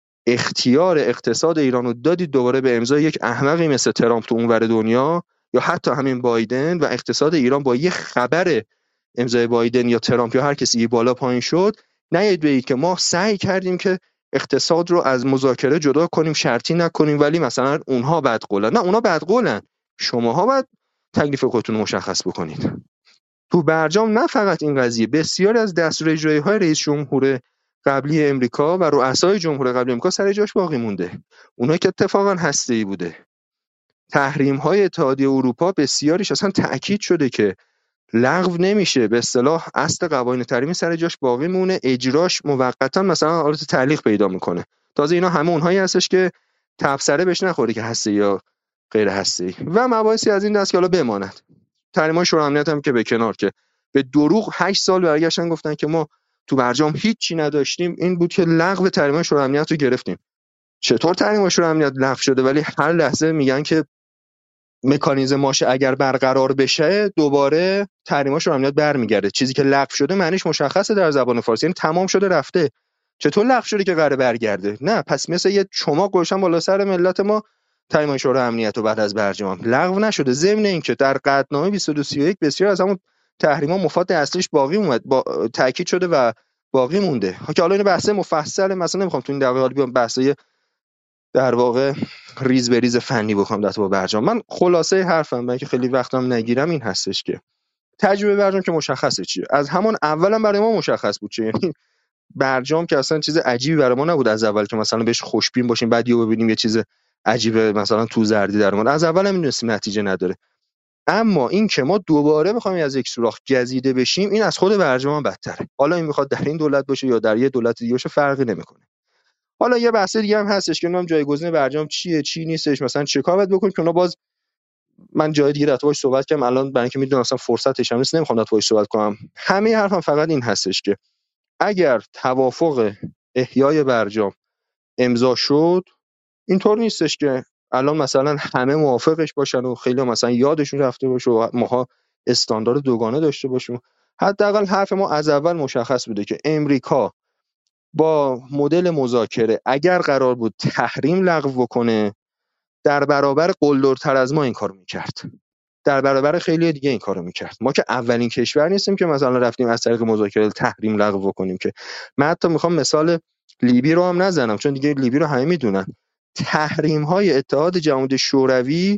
اختیار اقتصاد ایران رو دادید دوباره به امضای یک احمقی مثل ترامپ تو اونور دنیا، یا حتی همین بایدن، و اقتصاد ایران با یه خبر امضای بایدن یا ترامپ یا هر کسی بالا پایین شد، نیایید بگید که ما سعی کردیم که اقتصاد رو از مذاکره جدا کنیم، شرطی نکنیم، ولی مثلا اونها بدقولن. نه، اونها بدقولن، شماها باید تکلیف خودتون رو مشخص بکنید. تو برجام نه فقط این قضیه، بسیاری از دستور اجرایی‌های رئیس جمهور قبلی امریکا و رؤسای جمهور قبلی امریکا سر جاش باقی مونده، اونایی که اتفاقا هسته‌ای بوده. تحریم‌های اتحادیه اروپا بسیاریش اصلا تأکید شده که لغو نمیشه، به اصطلاح اصل قوانین تحریمی سر جاش باقی مونه، اجراش موقتا مثلا حالت تعلیق پیدا میکنه. تازه اینا همه اونهایی هستش که تبصره بهش نخوره که هسته یا غیر هسته‌ای، و مباحثی از این دست که حالا بماند. تحریم‌های شورای امنیت هم که به کنار، که به دروغ 8 سال برگشتن گفتن که ما تو برجام هیچی نداشتیم، این بود که لغو تحریم‌های شورای امنیت رو گرفتیم. چطور تحریم‌های شورای امنیت لغو شده ولی هر لحظه میگن که مکانیزم ماشه اگر برقرار بشه دوباره تحریم‌ها شورای امنیت برمیگرده؟ چیزی که لغو شده معنیش مشخصه در زبان فارسی، یعنی تمام شده رفته. چطور لغو شده که قراره برگرده؟ نه، پس مثل یه چماق گوشن بالا سر ملت ما تحریم‌های شورای امنیت رو بعد از برجام لغو نشده. ضمن اینکه در قطعنامه 2231 بسیار از همون تحریم‌ها مفاد اصلیش باقی اومد، با تاکید شده و باقی مونده. که حالا این بحث مفصل، مثلا نمیخوام تو این دقیقه بیام بحثای در واقع ریز به ریز فنی بخوام در با برجام. من خلاصه حرفم، برای که خیلی وقتم نگیرم، این هستش که تجربه برجام که مشخصه چیه، از همان اولم برای ما مشخص بود چیه. یعنی برجام که اصلا چیز عجیبی برای ما نبود از اول که مثلا بهش خوشبین باشیم بعد یهو ببینیم یه چیز عجیبه مثلا تو زردی در اومد، از اول هم می‌دونستیم نتیجه نداره. اما این که ما دوباره بخوایم از یک سوراخ گزیده بشیم، این از خود برجام بدتره. حالا این میخواد در این دولت باشه یا در یه دولت دیگه باشه فرقی نمیکنه. حالا یه بحث دیگه هم هستش که اونم جایگزین برجام چیه چی نیستش، مثلا چه کار باید بکنیم، که اونا باز من جای دیگه راتباش صحبت کردم، الان برای اینکه میدونم اصلا فرصتش هم نیست نمیخوام راتباش صحبت کنم. همه حرفم فقط این هستش که اگر توافق احیای برجام امضا شد، اینطور نیستش که الان مثلا همه موافقش باشن و خیلی مثلا یادشون رفته باشه و ماها استاندارد دوگانه داشته باشیم. حداقل حرف ما از اول مشخص بوده که امریکا با مدل مذاکره اگر قرار بود تحریم لغو کنه، در برابر قلدرتر از ما این کارو میکرد، در برابر خیلی دیگه این کارو میکرد. ما که اولین کشور نیستیم که مثلا رفتیم از طریق مذاکره تحریم لغو کنیم. که من حتی میخوام مثال لیبی رو هم نزنم، چون دیگه لیبی رو همه میدونن. تحریم های اتحاد جماهیر شوروی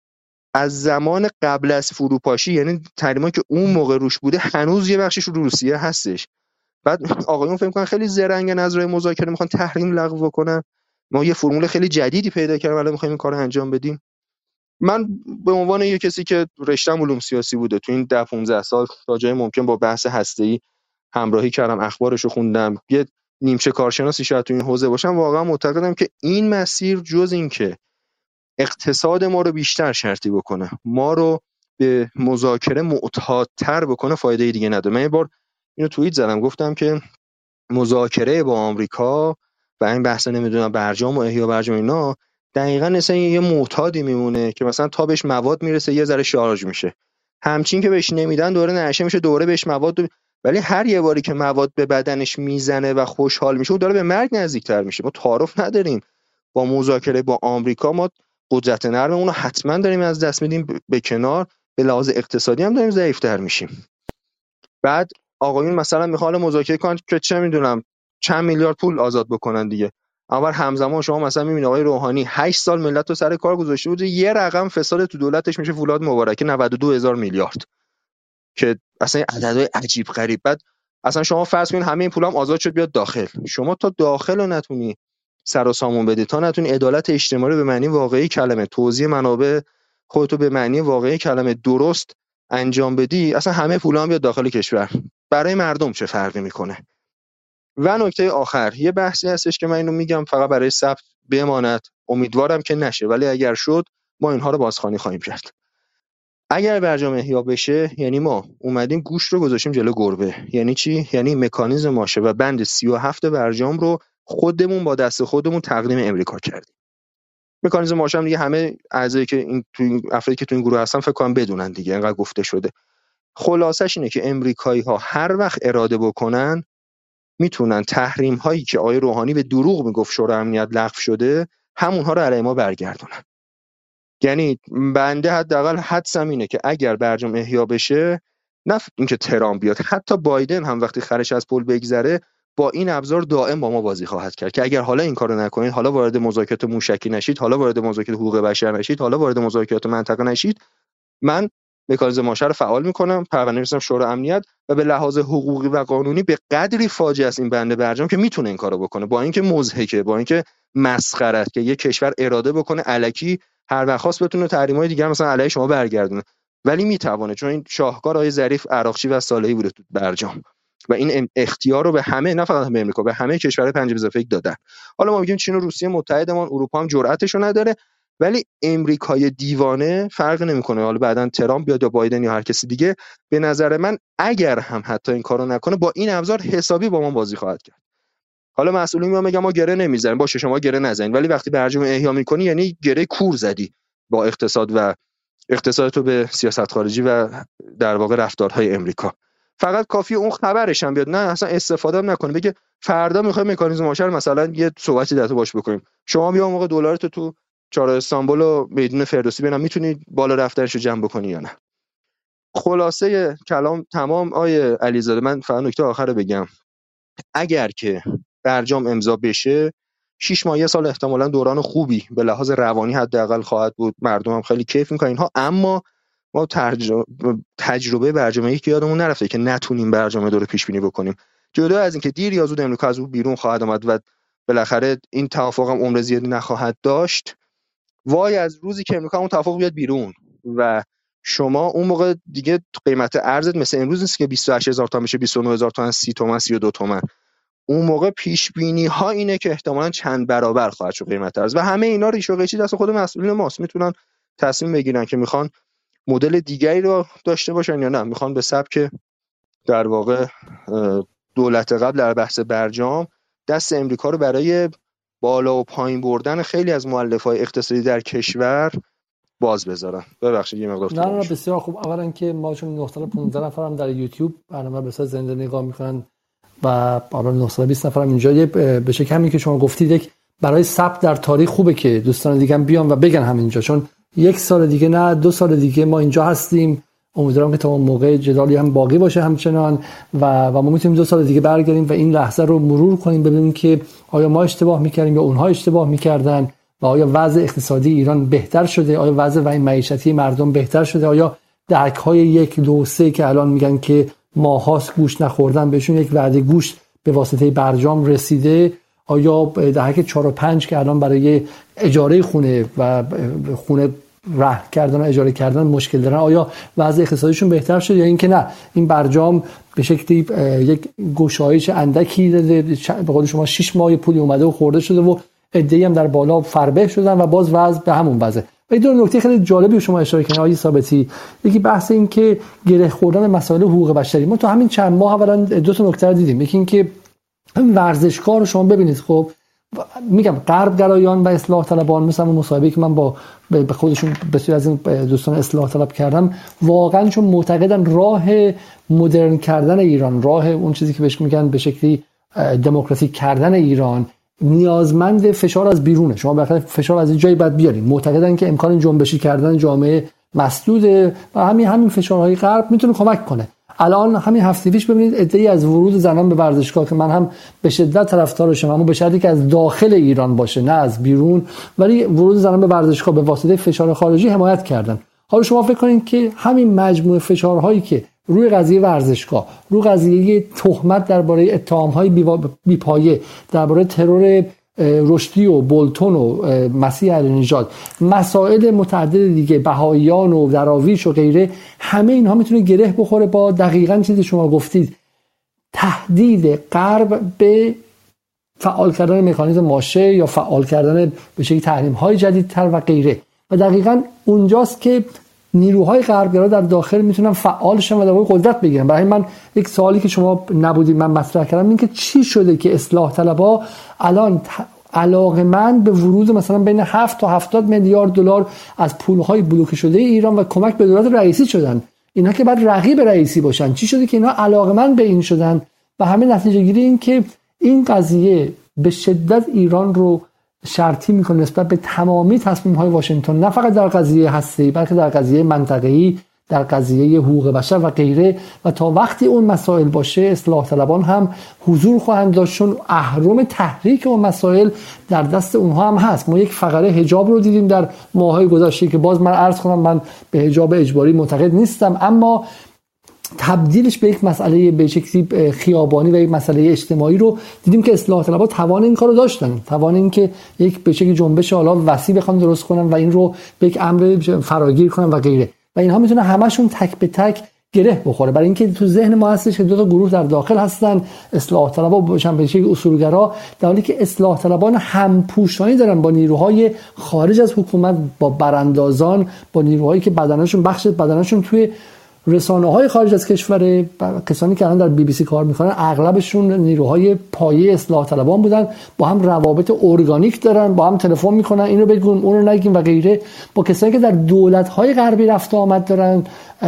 از زمان قبل از فروپاشی، یعنی تحریمایی که اون موقع روش بوده، هنوز یه بخشش رو روسیه هستش. بعد آقایون فکر کنن خیلی زرنگن از راه مذاکره میخوان تحریم لغو کنن. ما یه فرمول خیلی جدیدی پیدا کردیم الان میخوایم این کارو انجام بدیم. من به عنوان یه کسی که رشته‌ام علوم سیاسی بوده، تو این 10-15 سال تا جای ممکن با بحث هسته‌ای همراهی کردم، اخبارشو خوندم، یه نیمچه کارشناسی شاید تو این حوزه باشم، واقعا معتقدم که این مسیر جز این که اقتصاد ما رو بیشتر شرطی بکنه، ما رو به مذاکره معتادتر بکنه، فایده دیگه نداره. من یه بار اینو توییت زدم، گفتم که مذاکره با آمریکا و این بحث نمیدونم برجام و احیا برجام اینا دقیقاً مثلا یه معتادی میمونه که مثلا تا بهش مواد میرسه یه ذره شارژ میشه، همچین که بهش نمیدن دوره نشه میشه، دوره بهش مواد ولی هر یه باری که مواد به بدنش میزنه و خوشحال میشه اون داره به مرگ نزدیکتر میشه. ما تعارف نداریم با مذاکره با آمریکا، ما قدرت نرممون رو حتما داریم از دست میدیم به کنار، به لحاظ اقتصادی هم داریم ضعیف‌تر میشیم. بعد آقایون مثلا میخوان مذاکره کنن که چه میدونم چند میلیارد پول آزاد بکنن دیگه، اما همزمان شما مثلا میبینید آقای روحانی 8 سال ملت رو سر کار گذاشته بود، یه رقم فساد تو دولتش میشه فولاد مبارکه 92,000 میلیارد که اصلا عددهای عجیب غریب. بعد اصلا شما فرض کنید همه این پولام آزاد شد بیاد داخل، شما تا داخل رو نتونی سر و سامون بدی، تا نتونی عدالت اجتماعی به معنی واقعی کلمه، توزیع منابع خودتو به معنی واقعی کلمه درست انجام بدی، اصلا همه پولا هم بیاد داخل کشور، برای مردم چه فرقی میکنه؟ و نکته آخر یه بحثی هستش که من اینو میگم فقط برای ثبت بماند، امیدوارم که نشه، ولی اگر شد ما اینها رو بازخوانی خواهیم کرد. اگر برجام احیا بشه یعنی ما اومدیم گوشت رو گذاشتیم جلو گربه. یعنی چی؟ یعنی مکانیزم ماشه و بند 37 برجام رو خودمون با دست خودمون تقدیم امریکا کردیم. مکانیزم ماشه هم دیگه همه اعضایی که این افرادی که تو این گروه هستن فکر کنم بدونن دیگه، اینقدر گفته شده. خلاصش اینه که امریکایی‌ها هر وقت اراده بکنن میتونن تحریم هایی که آقای روحانی به دروغ میگفت شورای امنیت لغو شده همونها رو علیه ما برگردونن. یعنی بنده حداقل حدسم اینه که اگر برجام احیا بشه، نه اینکه ترامپ بیاد، حتی بایدن هم وقتی خرش از پل بگذره با این ابزار دائم با ما بازی خواهد کرد که اگر حالا این کارو نکنید، حالا وارد مذاکرات موشکی نشید، حالا وارد مذاکرات حقوق بشر نشید، حالا وارد مذاکرات منطقه نشید، من مکانیزم ماشه رو فعال میکنم، پرونده می‌ریزم شورای امنیت و به لحاظ حقوقی و قانونی به قدری فاجعه است این بنده برجام که میتونه این کارو بکنه، با اینکه مضحکه، با اینکه مسخره است که یک کشور اراده بکنه الکی هر وقت خواست بتونه تحریم‌های دیگر مثلا علیه شما برگردونه، ولی میتونه، چون این شاهکار آقای ظریف عراقچی و صالحی بوده تو برجام و این اختیار رو به همه، نه فقط به امریکا، به همه کشورهای پنج بزرگ دادن. حالا ما میگیم چین و روسیه متحدمان، اروپا هم جرأتش رو نداره، ولی امریکای دیوانه فرق نمیکنه حالا بعدن ترامپ بیاد یا بایدن یا هر کسی دیگه، به نظر من اگر هم حتی این کارو نکنه با این ابزار حسابی با ما بازی خواهد کرد. حالا مسئولین میگن ما گره نمیزنیم، باشه شما گره نزنید، ولی وقتی برجام احیا میکنی یعنی گره کور زدی با اقتصاد و اقتصادتو به سیاست خارجی و در واقع رفتارهای امریکا. فقط کافیه اون خبرش هم بیاد، نه اصلا استفاده هم نکنه، بگه فردا میخوایم مکانیزم ماشه مثلا یه صحبتی در تو باش بکنیم، شما بیا موقع دلارتو تو چهار استانبول و میدون فردوسی ببینم میتونی بالا رفتنشو جمع بکنی یا نه. خلاصه کلام تمام. آیه علیزاده من فقط نکته آخر بگم، اگر که برجام امضا بشه 6 ماه یه سال احتمالاً دوران خوبی به لحاظ روانی حداقل خواهد بود، مردم هم خیلی کیف میکنن اینها، اما ما تجربه برجامه‌ای که یادمون نرفته که نتونیم برجام رو پیش بینی بکنیم. جدا از اینکه دیر یا زود امریکا از اون بیرون خواهد آمد و بالاخره این توافق هم عمر زیادی نخواهد داشت، وای از روزی که امریکا اون توافق بیاد بیرون و شما اون موقع دیگه قیمت ارزت مثل امروز نیست که 28000 تومان بشه 29000 تومان، 30 تومان، 32 تومان. اون موقع پیش بینی ها اینه که احتمالاً چند برابر خواهد شد قیمت ارز و همه اینا ریش و قیچی دست خود مسئولین ماست، میتونن تصمیم بگیرن که میخوان مدل دیگری رو داشته باشن یا نه میخوان به سبک در واقع دولت قبل در بحث برجام دست امریکا رو برای بالا و پایین بردن خیلی از مؤلفه‌های اقتصادی در کشور باز بذارن. ببخشید یه مقدار طولانی نه بسیار خوب. اولا که ما چون 915 نفرم در یوتیوب برنامه به صورت زنده نگاه میکنن و حالا 920 نفرم اینجا، به شکل همین که شما گفتید یک برای ثبت در تاریخ خوبه که دوستان دیگه هم بیان و بگن همینجا، چون یک سال دیگه نه 2 سال دیگه ما اینجا هستیم. امیدوارم که تا اون موقع جدالی هم باقی باشه همچنان و ما میتونیم 2 سال دیگه برگردیم و این لحظه رو مرور کنیم ببینیم که آیا ما اشتباه میکردیم یا اونها اشتباه میکردن و آیا وضع اقتصادی ایران بهتر شده، آیا وضع معیشتی مردم بهتر شده، آیا دهک‌های 1 2 3 که الان میگن که ماهاست گوشت نخوردن بهشون یک وعده گوشت به واسطه برجام رسیده، آیا دهک 4 و 5 که الان برای اجاره خونه و خونه رهن کردن و اجاره کردن مشکل دارن آیا وضع اقتصادیشون بهتر شده یا اینکه نه این برجام به شکلی یک گشایش اندکی داده، به قول شما 6 ماه پولی اومده و خورده شده و عده‌ای هم در بالا فربه شدن و باز وضع به همون وضعه. و این دو نکته خیلی جالبی شما اشاره کردین آقای ثابتی، یکی بحث این که گره خوردن مسائل حقوق بشری. ما تو همین چند ماه اولا 2 تا نکته رو دیدیم، یکی این که ورزشکار رو شما ببینید، خب میگم غرب گرایان و اصلاح طلبان، مثلا مصاحبه‌ای که من با به خودشون بسیار از این دوستان اصلاح طلب کردم، واقعا چون معتقدن راه مدرن کردن ایران، راه اون چیزی که بهش میگن به شکلی دموکراتیک کردن ایران، نیازمند فشار از بیرونه. شما بالاخره فشار از این جایی باید بیارین. معتقدن که امکان جنبشی کردن جامعه مسدوده و همین فشارهای غرب میتونه کمک کنه. الان همین هفته پیش ببینید عده‌ای از ورود زنان به ورزشگاه که من هم به شدت طرفدارشم، اما به شرطی که از داخل ایران باشه نه از بیرون، ولی ورود زنان به ورزشگاه به واسطه فشار خارجی حمایت کردن. حالا شما فکر کنید که همین مجموعه فشارهایی که روی قضیه ورزشگاه، روی قضیه تهمت درباره اتهام‌های بی‌پایه درباره ترور رشدی و بولتون و مسیح علی‌نژاد، مسائل متعدد دیگه، بهائیان و دراویش و غیره، همه اینها میتونه گره بخوره با دقیقاً چیزی شما گفتید، تهدید غرب به فعال کردن مکانیزم ماشه یا فعال کردن به شکلی تحریم‌های جدیدتر و غیره. و دقیقاً اونجاست که نیروهای غربگرا در داخل میتونن فعال شن و در واقع قدرت بگیرن. برای من یک سوالی که شما نبودید من مطرح کردم این که چی شده که اصلاح طلبها الان علاقمند به ورود مثلا بین 7 تا 70 میلیارد دلار از پولهای بلوکه شده ایران و کمک به دولت رئیسی شدن؟ اینا که بعد رقیب رئیسی باشن، چی شده که اینا علاقمند به این شدن؟ و همین نتیجه گیری این که این قضیه به شدت ایران رو شرطی میکنه نسبت به تمامی تصمیم‌های واشنگتن، نه فقط در قضیه هسته‌ای بلکه در قضیه منطقه‌ای، در قضیه حقوق بشر و غیره. و تا وقتی اون مسائل باشه اصلاح طلبان هم حضور خواهند داشت، چون اهرم تحریک اون مسائل در دست اونها هم هست. ما یک فقره حجاب رو دیدیم در ماه‌های گذشته که باز من عرض کنم من به حجاب اجباری معتقد نیستم، اما تبدیلش به یک مسئله به شکلی خیابانی و یک مسئله اجتماعی رو دیدیم که اصلاح طلبها توان این کارو داشتن، توان این که یک به شکلی جنبش حالا وسیع بخوان درست کنن و این رو به یک امر فراگیر کنن و غیره. و اینها میتونه همشون تک به تک گره بخوره، برای اینکه تو ذهن ما هستش که دو تا گروه در داخل هستن، اصلاح طلبها باشن به شکلی اصولگرا، در حالی که اصلاح طلبان همپوشانی دارن با نیروهای خارج از حکومت، با براندازان، با نیروهایی که بدنشون توی رسانه‌های خارج از کشور، کسانی که الان در بی بی سی کار میکنن اغلبشون نیروهای پایه اصلاح طلبان بودن، با هم روابط ارگانیک دارن، با هم تلفن میکنن اینو بگون اونو نگیم و غیره، با کسانی که در دولت‌های غربی رفت آمد دارن.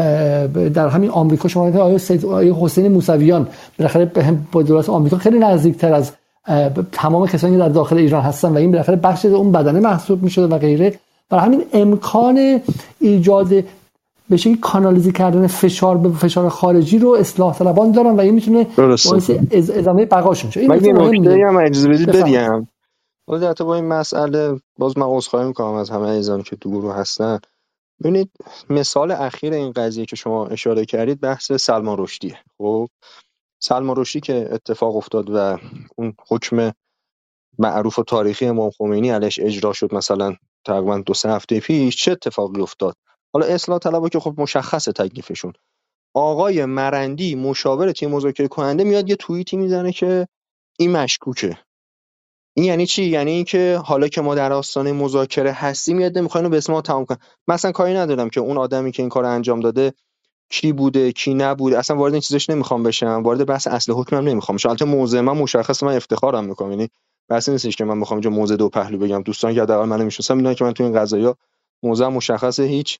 در همین آمریکا شما آقای حسین موسویان بالاخره با دولت آمریکا خیلی نزدیکتر از تمام کسانی که در داخل ایران هستن و این بالاخره بخش از اون بدنه محسوب میشده و غیره. برای همین امکان ایجاد به شکلی کانالیزه کردن فشار به فشار خارجی رو اصلاح طلبان دارن و این میتونه باعث ادامه بقاشون شه. من یه نکته هم اجازه بدید بگم. البته با این مسئله باز من عذرخواهی میکنم از همه عزیزان که تو گروه هستن. ببینید مثال اخیر این قضیه که شما اشاره کردید بحث سلمان رشدیه. خب سلمان رشدی که اتفاق افتاد و اون حکم معروف و تاریخی امام خمینی علیش اجرا شد مثلا تقریبا 2-3 هفته پیش، چه اتفاقی افتاد؟ حالا اصلاح طلبها که خب مشخصه تکلیفشون، آقای مرندی مشاور تیم مذاکره کننده میاد یه توییتی میزنه که این مشکوکه. این یعنی چی؟ یعنی اینکه حالا که ما در آستانه مذاکره هستیم میاد میخواین به اسم ما تمام کنن. مثلا کاری ندارم که اون آدمی که این کارو انجام داده کی بوده کی نبوده، اصلا وارد این چیزاش نمیخوام بشم، وارد بحث اصل حکمم نمیخوام بشم. البته موضع من مشخصه، من افتخارم میکنم، یعنی بحث نیستش که من بخوام اینجا موضع دو پهلو بگم. دوستان که حداقل منو میشناسن میدونن که من تو این قضايا موضع مشخصه، هیچ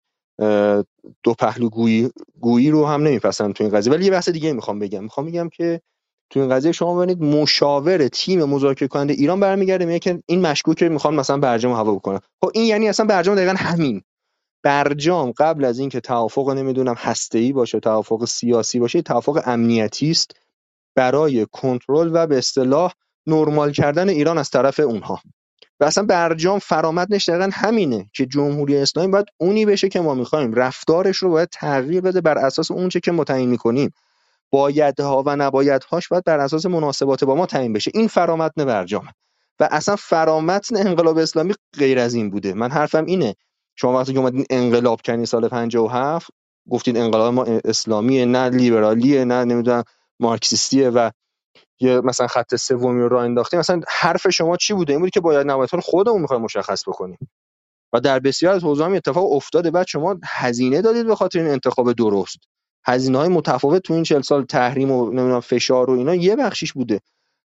دو پهلو گویی رو هم نمیپسندم تو این قضیه. ولی یه بحث دیگه میخوام بگم که تو این قضیه شما ببینید مشاور تیم مذاکره کننده ایران برمیگرده میگه که این مشکوکه، میخوان مثلا برجام هوا بکنن. خب این یعنی اصلا برجام دقیقاً همین برجام قبل از اینکه توافق نمیدونم هسته‌ای باشه، توافق سیاسی باشه، توافق امنیتی است برای کنترل و به اصطلاح نرمال کردن ایران از طرف اونها. و اصلا برجام فرامدش دقیقاً همینه که جمهوری اسلامی باید اونی بشه که ما می‌خوایم، رفتارش رو باید تغییر بده بر اساس اون چه که ما تعیین می‌کنیم، بایدها و نبایدهاش باید بر اساس مناسبات با ما تعیین بشه. این فرامتن برجام و اصلا فرامتن انقلاب اسلامی غیر از این بوده. من حرفم اینه، شما وقتی که اومدین انقلاب کردین سال 57 گفتین انقلاب ما اسلامیه، نه لیبرالیه، نه نمیدونم مارکسیستیه و یه مثلا خط سومی رو راه انداختیم. مثلا حرف شما چی بوده؟ این بود که باید نبایدها رو خودمون می‌خوایم مشخص بکنیم و در بسیار از حوزه‌ها اتفاق افتاده. بعد شما هزینه دادید به خاطر این انتخاب درست، هزینه‌های متفاوت تو این 40 سال تحریم و نمیدونم فشار و اینا یه بخشیش بوده.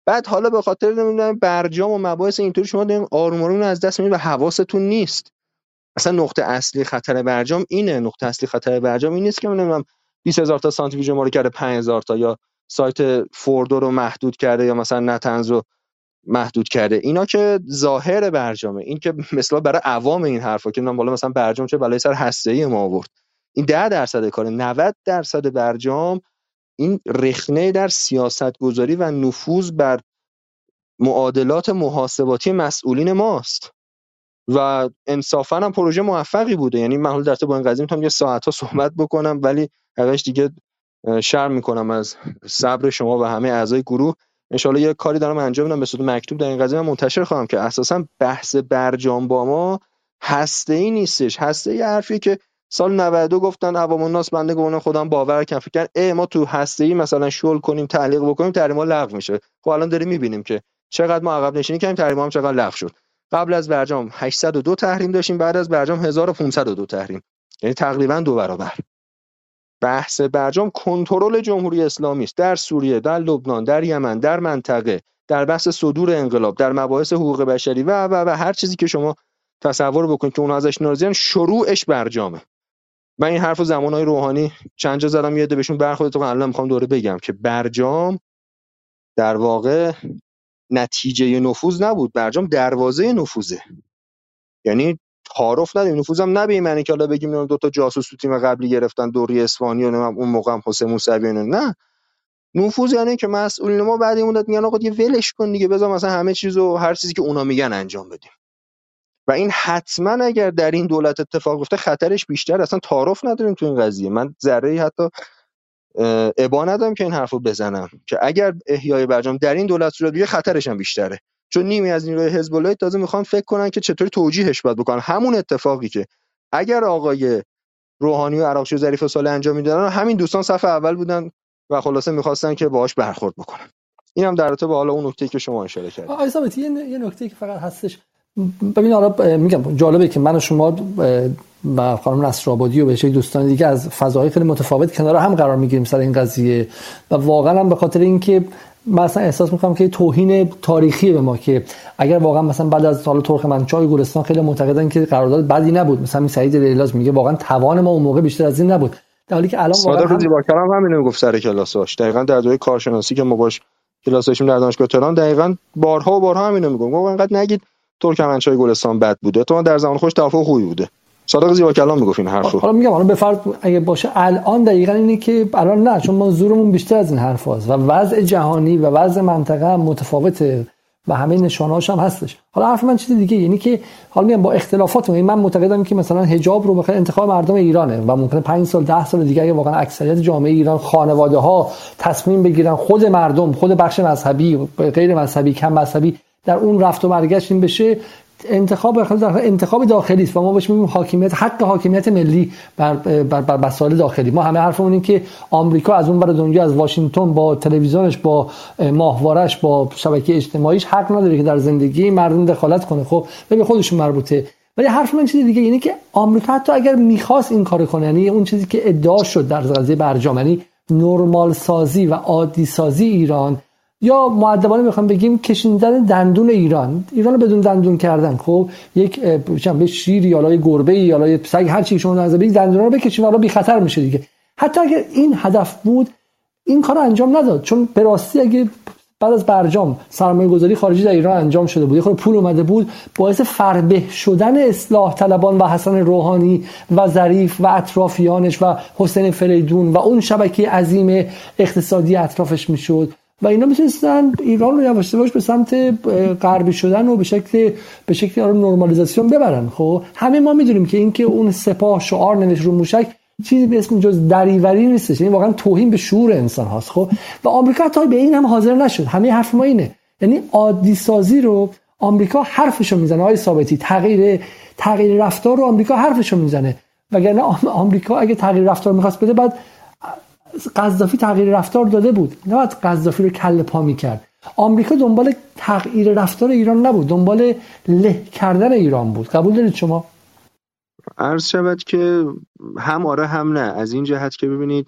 بعد حالا به خاطر نمیدونم برجام و مباحث اینطوری شما دارین آروم آروم از دست میدین و حواستون نیست. اصلا نقطه اصلی خطر برجام اینه، نقطه اصلی خطر برجام این نیست که نمیدونم 20000 تا سانتریفیوژ ما رو کرده 5000 تا، یا سایت فوردو رو محدود کرده، یا مثلا نتنز رو محدود کرده. اینا که ظاهر برجامه. این که مثلا برای عوام این حرفا که من بالا مثلا برجام چه بلای سر هسته‌ای ما آورد، این 10% کاره. 90% برجام این رخنه در سیاست گذاری و نفوذ بر معادلات محاسباتی مسئولین ماست و انصافا هم پروژه موفقی بوده. یعنی من حالا در با این قضیه میتونم یه ساعت‌ها صحبت بکنم، ولی حقیقتش دیگه شرم میکنم از صبر شما و همه اعضای گروه. انشالله یه کاری دارم انجام میدم به صورت مکتوب در این قضیه من منتشر خواهم که اساسا بحث برجام با ما هسته‌ای نیستش. هسته‌ای حرفی که سال 92 گفتن عوام الناس، بنده گفتم خودم باور کردم، فکر کردن ما تو هسته‌ای مثلا شل کنیم تعلیق بکنیم تحریما لغو میشه. خب الان داریم میبینیم که چقدر ما عقب نشینی کردیم، تحریما هم چقدر لغو شد. قبل از برجام 802 تحریم داشتیم، بعد از برجام 1502 تحریم، یعنی تقریبا 2 برابر. بحث برجام کنترل جمهوری اسلامی است در سوریه، در لبنان، در یمن، در منطقه، در بحث صدور انقلاب، در مباحث حقوق بشری و هر چیزی که شما تصور بکنید که اونها ازش ناراضیان، شروعش برجامه. من این حرفو زمانهای روحانی چند جا زدم، یه عده بهشون برخورد، تو الان میخوام دوره بگم که برجام در واقع نتیجه نفوذ نبود، برجام دروازه نفوذه. یعنی تعارف نداریم، نفوذم نه به این معنی که حالا بگیم دو تا جاسوس تو تیم قبلی گرفتن دوری اصفهانی و اون موقع هم حسین موسوی، نه. نفوذ یعنی که مسئولین ما بعد این مدت میگن آقا دیگه ولش کن دیگه، بذار مثلا همه چیزو هر چیزی که اونا میگن انجام بدیم. و این حتما اگر در این دولت اتفاق بیفته خطرش بیشتر. اصلا تعارف نداریم تو این قضیه. من ذره‌ای حتی ابا ندارم که این حرفو بزنم که اگر احیای برجام در این دولت صورت بگیره خطرش هم بیشتره، چون نیمی از نیروهای حزب الله تازه میخوان فکر کنن که چطوری توجیهش باید بکنن. همون اتفاقی که اگر آقای روحانی و عراقچی و ظریف سال انجام میدادن، همین دوستان صف اول بودن و خلاصه میخواستن که باهاش برخورد بکنن. اینم در رابطه با حالا اون نکته‌ای که شما اشاره کردید. آقای ثابتی یه نکته‌ای که فقط هستش، ببین حالا میگم جالبه که من و شما و خانم نصرآبادی و بهش دوستان دیگه از فضاهای خیلی متفاوت کنار هم قرار میگیریم سر این قضیه و واقعا هم به خاطر اینکه مثلا احساس میکنم که توهین تاریخی به ما که اگر واقعا مثلا بعد از سال ترکمنچای گلستان خیلی معتقدن که قرارداد بدی نبود، مثلا این سعید لیلاز میگه واقعا توان ما اون موقع بیشتر از این نبود، در حالی که الان واقعا زیبا کلام همین میگفت سر کلاساش. دقیقاً در دوره کارشناسی که ما باش کلاس داشتیم در دانشگاه تهران، دقیقاً بارها و بارها همینو میگم، گفت انقدر نگید ترکمنچای گلستان بد بوده، تو در زمان خوش توافق خوبی بوده. صادق زیبا کلام میگفت این حرفو. حالا میگم حالا به فرض اگه باشه الان دقیقاً اینه که الان نه، چون ما زورمون بیشتر از این حرفاست و وضع جهانی و وضع منطقه هم متفاوته و همه نشانه‌هاش هم هستش. حالا حرف من چیز دیگه، یعنی که حالا میگم با اختلافات من معتقدم که مثلا حجاب رو بخاطر انتخاب مردم ایرانه و ممکنه 5 سال 10 سال دیگه اگه واقعا اکثریت جامعه ایران، خانواده‌ها تصمیم بگیرن، خود مردم، خود بخش مذهبی، غیر مذهبی، کم مذهبی در اون رفت و برگشت این بشه، انتخاب داخلی است و ما بهش میگیم حاکمیت، حق حاکمیت ملی بر مسائل داخلی. ما همه حرفمون اینه که آمریکا از اون ور دنیا، از واشنگتن با تلویزیونش، با ماهواره‌اش، با شبکه اجتماعیش حق نداره که در زندگی مردم دخالت کنه. خب به خودشون مربوطه. ولی حرف من چیز دیگه، یعنی که آمریکا حتی اگر می‌خواست این کارو کنه، یعنی اون چیزی که ادعا شد در قضیه برجام، یعنی نرمال سازی و عادی سازی ایران، یا مؤدبانه بخوام بگیم کشیدن دندون ایران رو بدون دندون کردن. خب یک به شیر یا لای گربه یا لای سگ هر چی شما نظر بدید دندون رو بکشید والا بی خطر میشه دیگه. حتی اگر این هدف بود این کارو انجام نداد، چون به راستی اگه بعد از برجام سرمایه‌گذاری خارجی در ایران انجام شده بود، خود پول اومده بود، باعث فربه شدن اصلاح طلبان و حسن روحانی و ظریف و اطرافیانش و حسین فریدون و اون شبکه عظیم اقتصادی اطرافش میشد و اینا میتونستن ایران رو یواش یواش به سمت غربی شدن و به شکل نرمالیزاسیون ببرن. خب همه ما میدونیم که اینکه اون سپاه شعار نوشت رو موشک چیزی به اسم جز دریوری نیستش، یعنی واقعا توهین به شعور انسان هاست. خب و آمریکا تا به این هم حاضر نشد. همه حرف ما اینه، یعنی عادی سازی رو آمریکا حرفشو میزنه. آقای ثابتی تغییر رفتار رو آمریکا حرفشو میزنه، وگرنه آمریکا اگه تغییر رفتار می‌خواست بده بعد قذافی تغییر رفتار داده بود، نه بعد قذافی رو کله پا می‌کرد. آمریکا دنبال تغییر رفتار ایران نبود، دنبال له کردن ایران بود. قبول دارید شما؟ عرض شود که هم آره هم نه، از این جهت که ببینید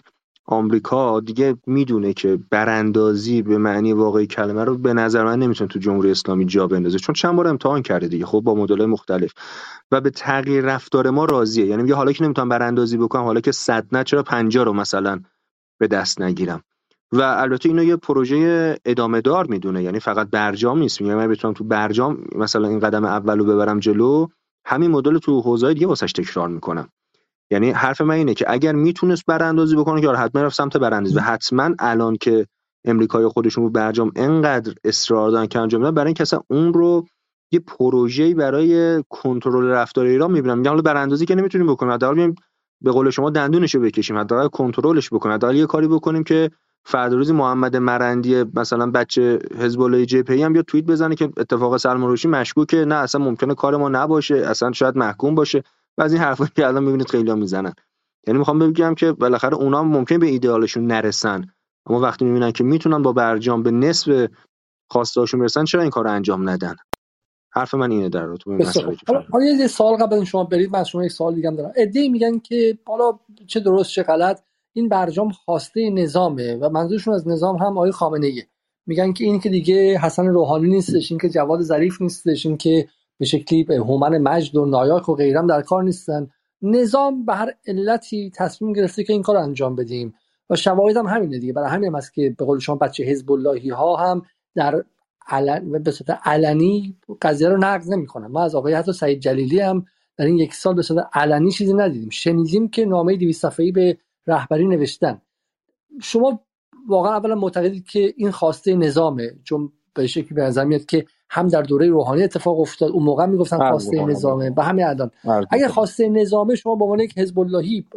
آمریکا دیگه میدونه که براندازی به معنی واقعی کلمه رو به نظر من نمیتونه تو جمهوری اسلامی جا بندازه، چون چند بار امتحان کرده دیگه، خب با مدل‌های مختلف و به تغییر رفتار ما راضیه. یعنی میگه حالا که نمیتونم براندازی بکنم، حالا که 100 نه چرا 50 رو مثلا به دست نگیرم. و البته اینو یه پروژه ادامه دار میدونه، یعنی فقط برجام نیست. میگه من بتونم تو برجام مثلا این قدم اولو ببرم جلو، همین مدل تو حوزه‌های دیگه واسش تکرار میکنم. یعنی حرف من اینه که اگر میتونست براندازی بکنه که حتما رفت سمت براندازی، و حتما الان که امریکای خودشون رو برجام انقدر اصرار دارن که انجام بدن، برای اینکه اصلا اون رو یه پروژه‌ای برای کنترل رفتار ایران میبینن. میگن حالا براندازی که نمیتونیم بکنیم، حداقل بیایم به قول شما دندونشو بکشیم، حداقل کنترلش بکنیم، حداقل یه کاری بکنیم که فردا روزی محمد مرندی مثلا بچه حزب الله جبهه‌ای هم بیاد توییت بزنه که اتفاق سلمان رشدی مشکوکه، نه اصلا ممکنه کار ما نباشه، اصلا شاید محکوم باشه. و از این حرفایی که الان میبینید خیلی‌ها میزنن. یعنی میخوام بگم که بالاخره اونا هم ممکنه به ایدئالشون نرسن، اما وقتی میبینن که میتونن با برجام به نصف خواسته‌هاشون برسن، چرا این کارو انجام ندن؟ حرف من اینه در رابطه با این بسیار مسئله خوب. که حالا فرمودید. یه سوال قبل از شما برید، من از شما یک سوال دیگه هم دارم. ایده میگن که حالا چه درست چه غلط، این برجام خواسته نظامه و منظورشون از نظام هم آقای خامنه ایه. میگن که این که دیگه حسن روحانی نیستش، این که جواد ظریف نیستش، این که به شکلی به هومن مجد و نایاک و غیرم در کار نیستن، نظام به هر علتی تصمیم گرفته که این کار انجام بدیم و شواهد هم همینه دیگه. برای همین هم است که به قول شما بچه حزب اللهی ها هم در به صورت علنی قضیه رو نقض نمی‌کنن. ما از آقای حتی سعید جلیلی هم در این یک سال به صورت علنی چیزی ندیدیم. شنیدیم که نامه 200 صفحه‌ای به رهبری نوشتن. شما واقعا اولا معتقدید که این خواسته نظامه؟ چون به شکلی به نظر میاد که هم در دوره روحانی اتفاق افتاد، اون موقع میگفتن خواسته نظامه و همین الان. اگر خواسته نظامه، شما به عنوان یک حزب اللهی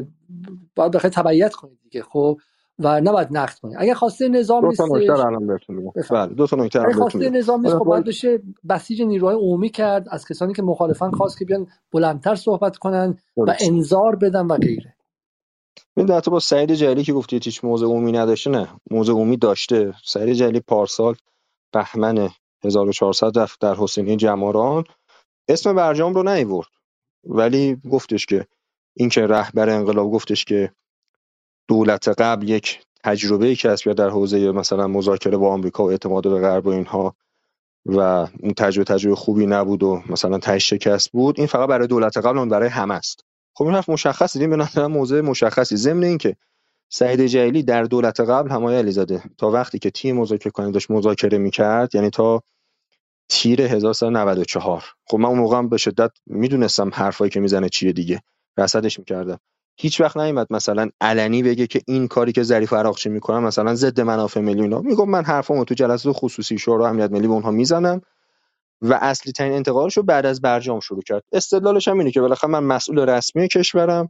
باید بخاطر تبعیت کنید دیگه، خب، و نباید نقد کنید. اگر خواسته نظام دو تا نکته نیستش، الان بهتون میگم. بله، دو تا نکته اگه الان بهتون خواسته میگم. نظام نیست، خب باید بشه بسیج نیروهای عمومی کرد، از کسانی که مخالفن خواست که بیان بلندتر صحبت کنن و انذار بدن و غیره. این در با سعید جلیلی که گفتید هیچ موضع عمومی نداشته، نه موضع عمومی داشته. سعید جلیلی پارسال بهمن 1400 رفت در حسینی جماران، اسم برجام رو نیورد، ولی گفتش که این که رهبر انقلاب گفتش که دولت قبل یک تجربه کسب کرد در حوزه مثلا مذاکره با آمریکا و اعتماد به غرب و اینها، و اون تجربه خوبی نبود و مثلا تهش شکست بود، این فقط برای دولت قبل اون برای همه است. خب این حرف مشخصه، این به نظر موضوع مشخصی. ضمن این که سعید جلیلی در دولت قبل همای علیزاده تا وقتی که تیم مذاکره کننده داشت مذاکره میکرد، یعنی تا تیر 1394، خب من اون موقع هم به شدت میدونستم حرفایی که میزنه چیه دیگه، رصدش میکردم. هیچ وقت نیومد مثلا علنی بگه که این کاری که ظریف و عراقچی میکنن مثلا ضد منافع ملی اینا. میگم من حرفامو تو جلسات خصوصی شورای امنیت ملی به اونها میزنم، و اصلی ترین انتقادش رو بعد از برجام شروع کرد. استدلالش هم اینه که بالاخره من مسئول رسمی کشورم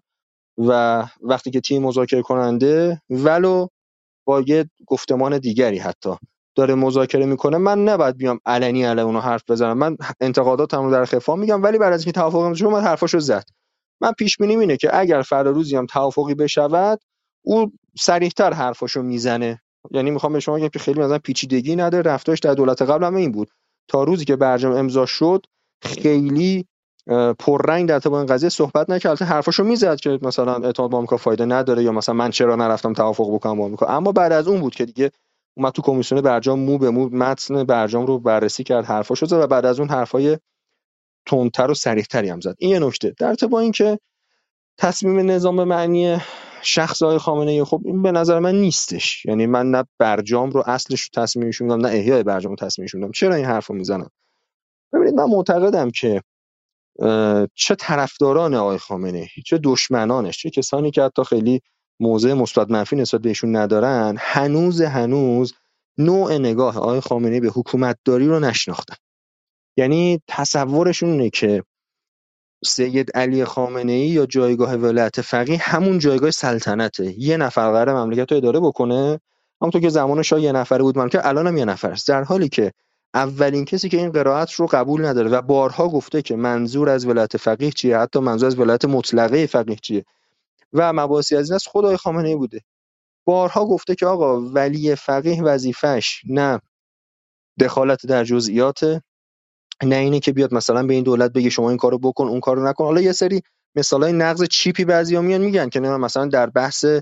و وقتی که تیم مذاکره کننده ولو با یه گفتمان دیگری حتی داره مذاکره میکنه، من نباید بیام علنی علی اونها حرف بزنم. من انتقاداتم رو در خفا میگم، ولی بعد از اینکه توافقم شد من حرفاشو زد. من پیش بینیم اینه که اگر فردا روزی هم توافقی بشود، او سریعتر حرفاشو میزنه. یعنی میخوام به شما بگم که خیلی مثلا پیچیدگی نداره، رفتارش در دولت قبل هم این بود. تا روزی که برجام امضا شد خیلی پررنگ در با این قضیه صحبت نکرد، حرفاشو میزد که مثلا اعتماد با آمریکا فایده نداره، یا مثلا من چرا نرفتم توافق بکنم با آمریکا. اما بعد از اون بود که دیگه اومد تو کمیسیون برجام مو به مو متن برجام رو بررسی کرد، حرفاشو زد، و بعد از اون حرفای تندتر و صریح‌تری هم زد. این یه نکته. در ارتباط با این که تصمیم نظام معنی شخص آقای خامنه‌ای، خب این به نظر من نیستش. یعنی من نه برجام رو اصلش تصمیمش میدم، نه احیای برجام رو تصمیمش میدم. چرا این حرفو میزنم؟ ببینید من معتقدم که چه طرفداران آقای خامنه‌ای، چه دشمنانش، چه کسانی که حتی خیلی موضع مثبت منفی نسبت بهشون ندارن، هنوز نوع نگاه آقای خامنه‌ای به حکومتداری رو نشناختن. یعنی تصورشون اینه که سید علی خامنه‌ای یا جایگاه ولایت فقیه همون جایگاه سلطنته، یه نفر قراره مملکت رو اداره بکنه، همونطور که زمان شاه یه نفره بود مملکت، الان هم یه نفر است، در حالی که اولین کسی که این قرائت رو قبول نداره و بارها گفته که منظور از ولایت فقیه چیه، حتی منظور از ولایت مطلقه فقیه چیه و مباحثی از این است، خدای خامنه‌ای بوده. بارها گفته که آقا ولی فقیه وظیفش نه دخالت در جزئیات، نه اینه که بیاد مثلا به این دولت بگه شما این کارو بکن اون کارو نکن. حالا یه سری مثالای نقض چیپی بعضیا میان میگن که نه مثلا در بحث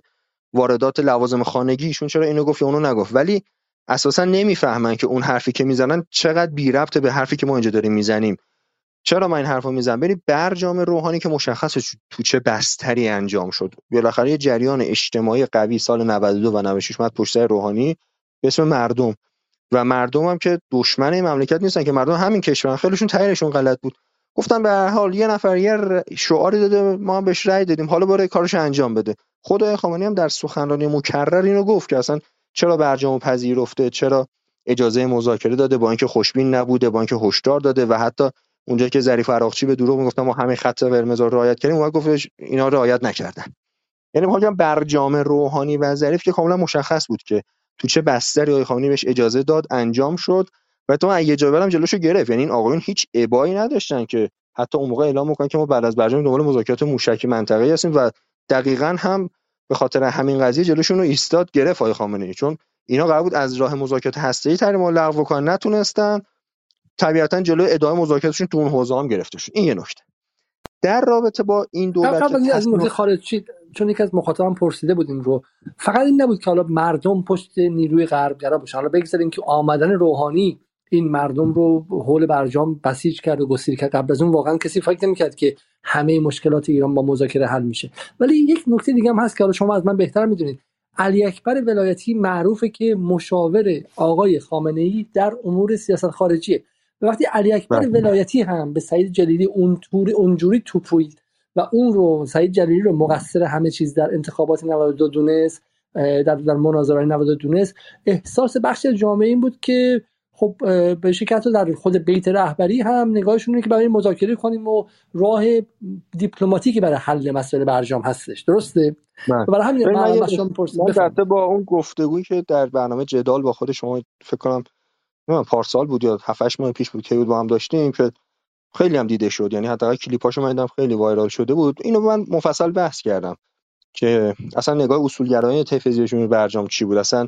واردات لوازم خانگی ایشون چرا اینو گفت یا اونو نگفت، ولی اساسا نمیفهمن که اون حرفی که میزنن چقدر بی ربطه به حرفی که ما اینجا داریم میزنیم. چرا من این حرفو میزنم؟ برید برجام روحانی که مشخصه تو چه بستری انجام شد. بالاخره یه جریان اجتماعی قوی سال 92 و 96 اومد پشت سر روحانی به اسم مردم، و مردم هم که دشمن این مملکت نیستن، که مردم همین کشورن، خیلیشون تاییدشون غلط بود، گفتن به هر حال یه نفر یه شعاری داده ما هم بهش رأی دادیم، حالا برای کارش انجام بده. خود آقای خامنه‌ای هم در سخنرانی مکرر اینو گفت که اصلا چرا برجامو پذیرفته، چرا اجازه مذاکره داده، با اینکه خوشبین نبوده، با اینکه هشدار داده، و حتی اونجایی که ظریف عراقچی به دروغ میگفتن ما همه خط قرمز رو رعایت کردیم، اون گفت اینا رعایت نکردن. یعنی می‌خوام برجام روحانی و ظریف که کاملا مشخص بود که تو چه بستری آقای خامنه‌ای بهش اجازه داد انجام شد، و تو اگه جا برم جلوشو گرفت. یعنی این آقایون هیچ ابایی نداشتن که حتی اون موقع اعلام میکنن که ما بعد از برجام دنبال مذاکرات موشکی منطقه‌ای هستیم، و دقیقاً هم به خاطر همین قضیه جلوشون رو ایستاد گرفت آقای خامنه‌ای، چون اینا قرار بود از راه مذاکرات هسته‌ای تحریم رو لغو کنن، نتونستن، طبیعتاً جلوی ادامه مذاکراتشون تو اون حوزه هم گرفته شد. این یه نکته. در رابطه با این دولت قبل از نکته خارج شید، چون یک از مخاطبان پرسیده بود این رو، فقط این نبود که حالا مردم پشت نیروی غربگرا باشن، حالا بگذاریم که آمدن روحانی این مردم رو حول برجام بسیج کرد و گسیل کرد. قبل از اون واقعا کسی فکر نمی‌کرد که همه مشکلات ایران با مذاکره حل میشه. ولی یک نکته دیگه هم هست که حالا شما از من بهتر میدونید. علی اکبر ولایتی معروفه که مشاور آقای خامنه‌ای در امور سیاست خارجیه. وقتی علی اکبر ولایتی هم به سعید جلیلی اونجوری توپوید و اون رو، سعید جلیلی رو مقصر همه چیز در انتخابات 92 دونست، در مناظرات 92 دونست، احساس بخش جامعه این بود که خب به شکل در خود بیت رهبری هم نگاهشون اینه که برای مذاکره کنیم و راه دیپلماتیکی برای حل مسئله برجام هستش. درسته؟ برای همین من شما می‌پرسم البته با اون گفتگویی که در برنامه جدال با خود شما فکر کنم پارسال بود یا 7-8 ماه پیش بود که با هم داشتیم، که خیلی هم دیده شد، یعنی حداقل کلیپاشو من دیدم خیلی وایرال شده بود، اینو من مفصل بحث کردم که اصلا نگاه اصولگرایانه تفیزیشون برجام چی بود، اصلا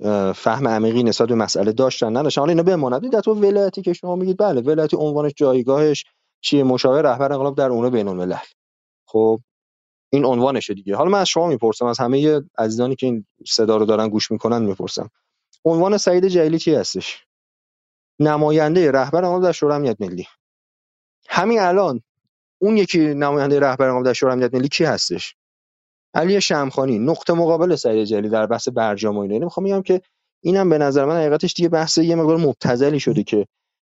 فهم عمیقی نسبت به مسئله داشتن نداشتن. حالا اینا بماند. در تو ولایتی که شما میگید، بله ولایتی عنوانش جایگاهش چیه؟ مشاور رهبر انقلاب در امور بین‌الملل. خب این عنوانشه دیگه. حالا من از شما میپرسم، از همه عزیزانی که این صدا رو دارن گوش میکنن میپرسم، عنوان سعید جلیلی چی هستش؟ نماینده رهبر انقلاب در شورای امنیت ملی. همین الان اون یکی نماینده رهبر انقلاب در شورای امنیت ملی کی هستش؟ علی شمخانی، نقطه مقابل سعید جلیلی در بحث برجام و اینا. میخوام بگم که اینم به نظر من حقیقتش دیگه بحث یه مقدار مبتذلی شده که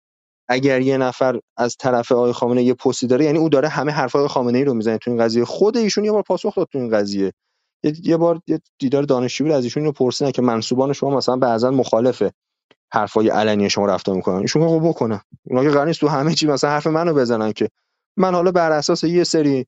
اگر یه نفر از طرف آقای خامنه‌ای یه پستی داره، یعنی او داره همه حرفای خامنه‌ای رو میزنه تو این قضیه. خود ایشون یه بار پاسخ داد تو این قضیه، یه بار یه دیدار دانشجویی از ایشون اینو پرسیدن که منسوبان شما مثلا بعضن مخالف حرفای علنی شما رفتار میکنن. ایشون گفت بکنن، اونا که قرار نیست تو همه چی مثلا حرف منو بزنن، که من حالا بر اساس یه سری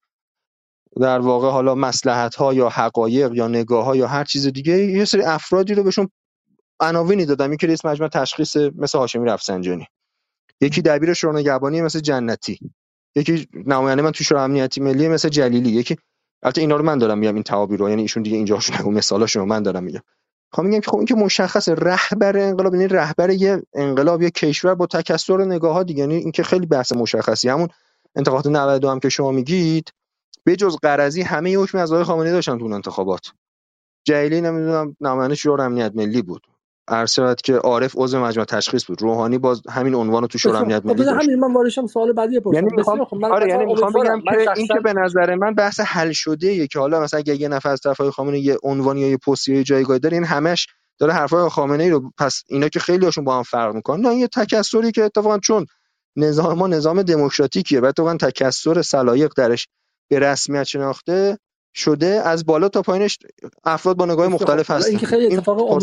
در واقع حالا مصلحت‌ها یا حقایق یا نگاه‌ها یا هر چیز دیگه یه سری افرادی رو بهشون عناوینی دادم، یکی رئیس مجمع تشخیص مثل هاشمی رفسنجانی، یکی دبیر شورای نگهبانی مثل جنتی، یکی نماینده من تو شورای امنیتی ملی مثل جلیلی، یکی البته اینا رو من دارم میگم این تعابیر رو، یعنی ایشون دیگه اینجاشون نگم، مثالاشون رو من دارم میگم. میگم که خب این که مشخصه رهبر انقلاب، یعنی رهبر یه انقلاب، یه کشور با تکثر نگاه‌ها دیگه، یعنی این که خیلی بحث مشخصی. همون انتخابات 92 هم که شما میگید، به جز قرضی همه حکم از آقای خامنه‌ای داشتن تو اون انتخابات. جلیلی نمیدونم نماینده شورای امنیت ملی بود، عرض که عارف عضو مجمع تشخیص بود، روحانی باز همین عنوانو تو شورای امنیت ملی داشت. همین من وارشم سوال بعدی بپرسم. یعنی میخوام بگم که این که به نظر من بحث حل شده که حالا مثلا اگه یه نفر از طرفای خامنه‌ای یه عنوانی یا یه پستی یا جایگاهی داره، این همش داره حرفای خامنه‌ای رو، پس اینا که خیلی هاشون با هم فرق میکنن. نه، این یه تکثری که اتفاقا چون نظام ما نظام دموکراتیکیه و اتفاقا تکثر سلایق درش به رسمیت شناخته شده، از بالا تا پایینش افراد با نگاه مختلف هستن. این که خیلی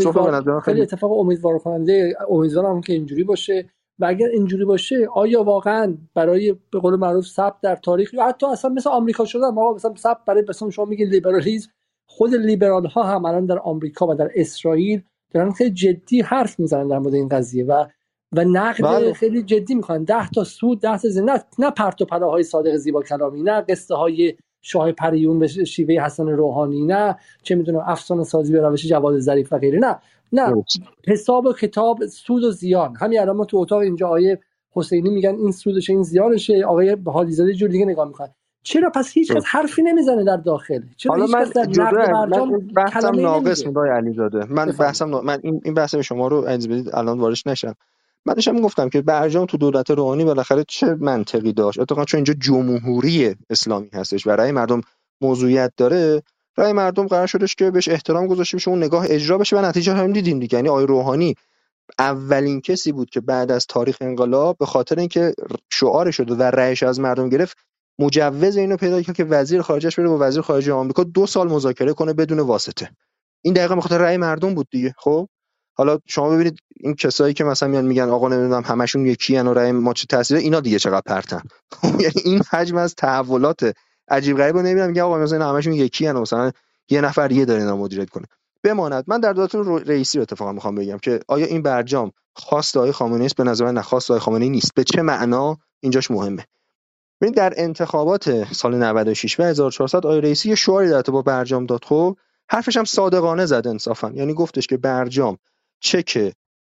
اتفاق امیدوار کننده. امیدوارم که اینجوری باشه، و اگر اینجوری باشه آیا واقعا برای به قول معروف ثبت در تاریخ یا حتی اصلا مثل آمریکا شدن، ما مثلا ثبت برای مثلا شما میگید لیبرالیسم، خود لیبرال ها هم الان در آمریکا و در اسرائیل دارن خیلی جدی حرف میزنن در مورد این قضیه و نقد خیلی جدی میکنن. 10 تا سود 10 تا زنت، نه پرت و پلاهای صادق زیبا کلامی، نه قصه های شاه پریون به شیوه حسن روحانی، نه چه میدونم افسانه سازی به روش جواد ظریف و غیره، نه حساب و کتاب سود و زیان. همین الان ما تو اتاق اینجا آیه حسینی میگن این سودشه این زیانشه، آقای هادیزاده جور دیگه نگاه میکنن. چرا پس هیچ کس حرفی نمیزنه در داخل؟ چرا حالا هیچ من کس در نقد جدا برجام من بحثم کلمه‌ای ناقص نمیگه؟ میگه علیزاده، من بفرمایید. بحثم من این بحث شما رو اجازه بدید الان واردش نشم. من داشتم میگفتم که برجام تو دولت روحانی بالاخره چه منطقی داشت، اتفاقا چون اینجا جمهوری اسلامی هستش و رأی مردم موضوعیت داره، رأی مردم قرار شدش که بهش احترام گذاشته بشه، اون نگاه اجرا بشه و نتیجه هم دیدیم دیگه. یعنی آقای روحانی اولین کسی بود که بعد از تاریخ انقلاب به خاطر اینکه شعار شده و رأیش از مردم گرفت، مجوز اینو پیدا کرد که وزیر خارجش بره با وزیر خارجه آمریکا 2 سال مذاکره کنه بدون واسطه. این دقیقاً به خاطر رأی مردم بود دیگه. خب حالا شما ببینید این کسایی که مثلا میان میگن آقا نمیدونم همشون یکی ان و رأی ما چه تاثیره، اینا دیگه چقدر پرتن. یعنی این حجم از تحولات عجیب غریب رو نمیدونم میگه آقا مثلا همشون یکی ان، مثلا یه نفر دیگه داره اینا مدیریت کنه. بماند من در دولت رئیسی رو اتفاقا میخوام بگم که آیا این برجام خواست آقای خامنه‌ای است؟ به نظر من نخواست آقای خامنه‌ای نیست. به چه معنا؟ اینجاش مهمه. ببین در انتخابات سال 96 و 1400 آقای رئیسی یه شعاری در با برجام داد. خب حرفش هم صادقانه زد انصافا، یعنی گفتش که برجام چک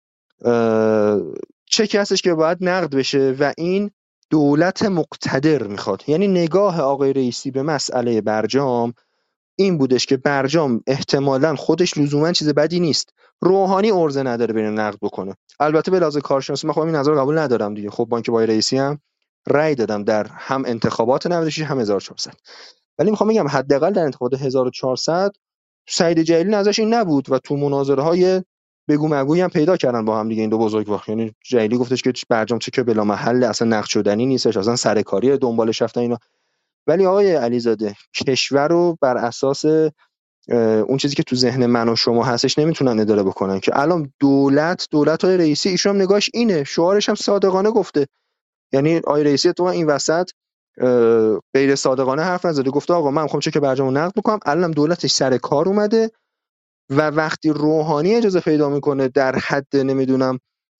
چکی هستش که باید نقد بشه و این دولت مقتدر میخواد. یعنی نگاه آقای رئیسی به مسئله برجام این بودش که برجام احتمالاً خودش لزوما چیز بدی نیست، روحانی ارزه نداره برین نقد بکنه. البته به لحاظ کارشناسی من خب این نظر قبول ندارم دیگه. خب بانک بای رئیسی هم رأی دادم در هم انتخابات 96 هم 1400. ولی میخوام بگم حداقل در انتخابات 1400 سعید جلیلی نظرش این نبود و تو مناظره های بگو مگویی هم پیدا کردن با هم دیگه این دو بزرگوار. یعنی جلیلی گفتش که برجام چه که بلا محل اصلا نقد شدنی نیستش، اصلا سرکاری دنبالش رفتن اینا. ولی آقای علیزاده کشور رو بر اساس اون چیزی که تو ذهن من و شما هستش نمیتونن اداره بکنن که الان دولت‌های رئیسی ایشون هم نگاهش اینه، شعارش هم صادقانه گفته. یعنی آقای رئیسی تو این وسط غیر صادقانه حرف نزده، گفته آقا من میخوام چه که برجامو نقد بکنم. الانم دولتش سر کار اومده و وقتی روحانی اجازه پیدا میکنه در حد نمیدونم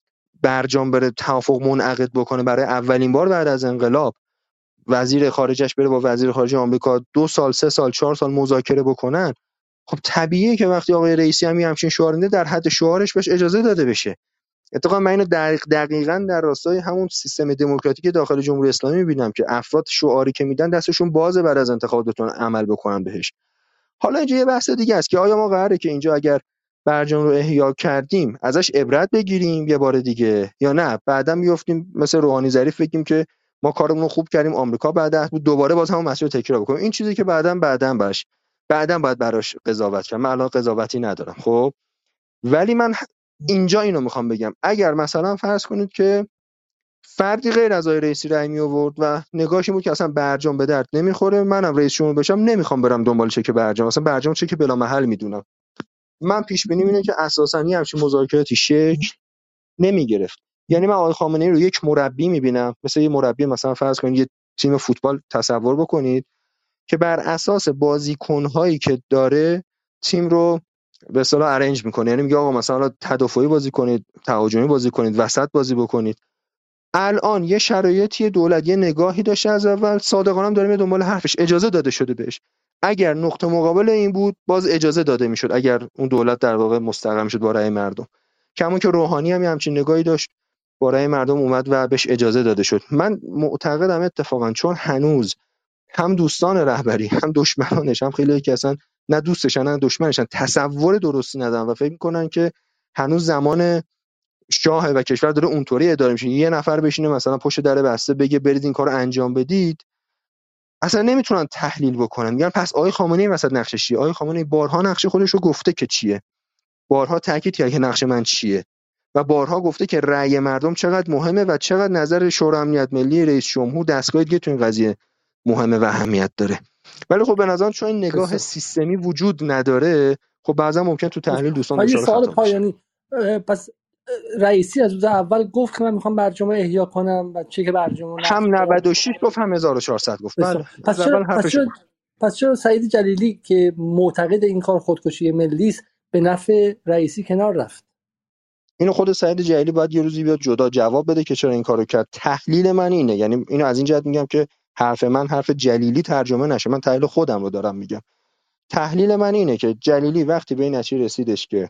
برجام بره توافق منعقد بکنه برای اولین بار بعد از انقلاب، وزیر خارجش بره با وزیر خارجه آمریکا 2 سال 3 سال 4 سال مذاکره بکنن، خب طبیعیه که وقتی آقای رئیسی هم همچین شعار میده در حد شعارش بهش اجازه داده بشه. اتفاقا من اینو دقیقاً در راستای همون سیستم دموکراتیک داخل جمهوری اسلامی می‌بینم که افراد شعاری که میدن دستشون بازه بعد از انتخابات بتونن عمل بکنن بهش. حالا اینجا یه بحث دیگه است که آیا ما قراره که اینجا اگر برجام رو احیا کردیم ازش عبرت بگیریم یه بار دیگه، یا نه بعدا میافتیم مثل روحانی ظریف بگیم که ما کارمون رو خوب کردیم آمریکا بعد بود دوباره باز همون مسیر تکرار بکنیم. این چیزی که بعداً باید براش قضاوت کنم. من الان قضاوتی ندارم. خب ولی من اینجا اینو میخوام بگم، اگر مثلا فرض کنید که فردی غیر از آقای رئیسی رأی می آورد و نگاهش این بود که اصلا برجام به درد نمیخوره، منم رئیس جمهور بشم نمیخوام برم دنبال چک برجام، اصلا برجام چک بلا محل میدونم، من پیش بینی اینه که اساسا یه همچین مذاکراتی شکل نمیگرفت. یعنی من آقای خامنه‌ای رو یک مربی میبینم، مثل یه مربی مثلا فرض کنید یه تیم فوتبال تصور بکنید که بر اساس بازیکن‌هایی که داره تیم رو به اصطلاح ارنج میکنه. یعنی میگه آقا مثلا تدافعی بازی کنید، تهاجمی بازی کنید، وسط بازی بکنید. الان یه شرایطی دولت یه نگاهی داشته از اول، صادقانه هم داره میره دنبال حرفش، اجازه داده شده بهش. اگر نقطه مقابل این بود باز اجازه داده میشد، اگر اون دولت در واقع مستقیم شد با رأی مردم. کما که روحانی هم همچین نگاهی داشت، با رأی مردم اومد و بهش اجازه داده شد. من معتقدم اتفاقا چون هنوز هم دوستان رهبری هم دشمنانش هم خیلی که اصلا نه دوستشن نه دشمنشن تصور درستی ندارن و فکر میکنن که هنوز زمان شاه و کشور داره اونطوری اداره میشه، یه نفر بشینه مثلا پشت در بسته بگه برید این کارو انجام بدید. اصلا نمیتونن تحلیل بکنن. میگن پس آقای خامنه‌ای وسط نقشش چیه؟ آقای خامنه‌ای بارها نقش خودش رو گفته که چیه، بارها تاکید کرده که نقش من چیه و بارها گفته که رأی مردم چقدر مهمه و چقدر نظر شورای امنیت ملی، رئیس جمهور، دستگاه دیگه تو این قضیه مهمه و اهمیت داره. ولی خب به نظرم چون این نگاه سیستمی وجود نداره، خب بعضا ممکن تو تحلیل دوستان یه دچار سوال خطا بشه. پایانی. پس رئیسی از روز اول گفت که من میخوام برجام احیا کنم و چه که برجام نقد هم کنم. 96 گفت هم 1400 گفت. بله از اول حرفش بود. پس چرا سعید جلیلی که معتقد این کار خودکشی ملی است به نفع رئیسی کنار رفت؟ اینو خود سعید جلیلی باید یه روزی بیاد جدا جواب بده که چرا این کارو کرد. تحلیل من اینه، یعنی اینو از این جهت میگم که حرف من حرف جلیلی ترجمه نشه، من تحلیل خودم رو دارم میگم. تحلیل من اینه که جلیلی وقتی به این نتیجه رسیدش که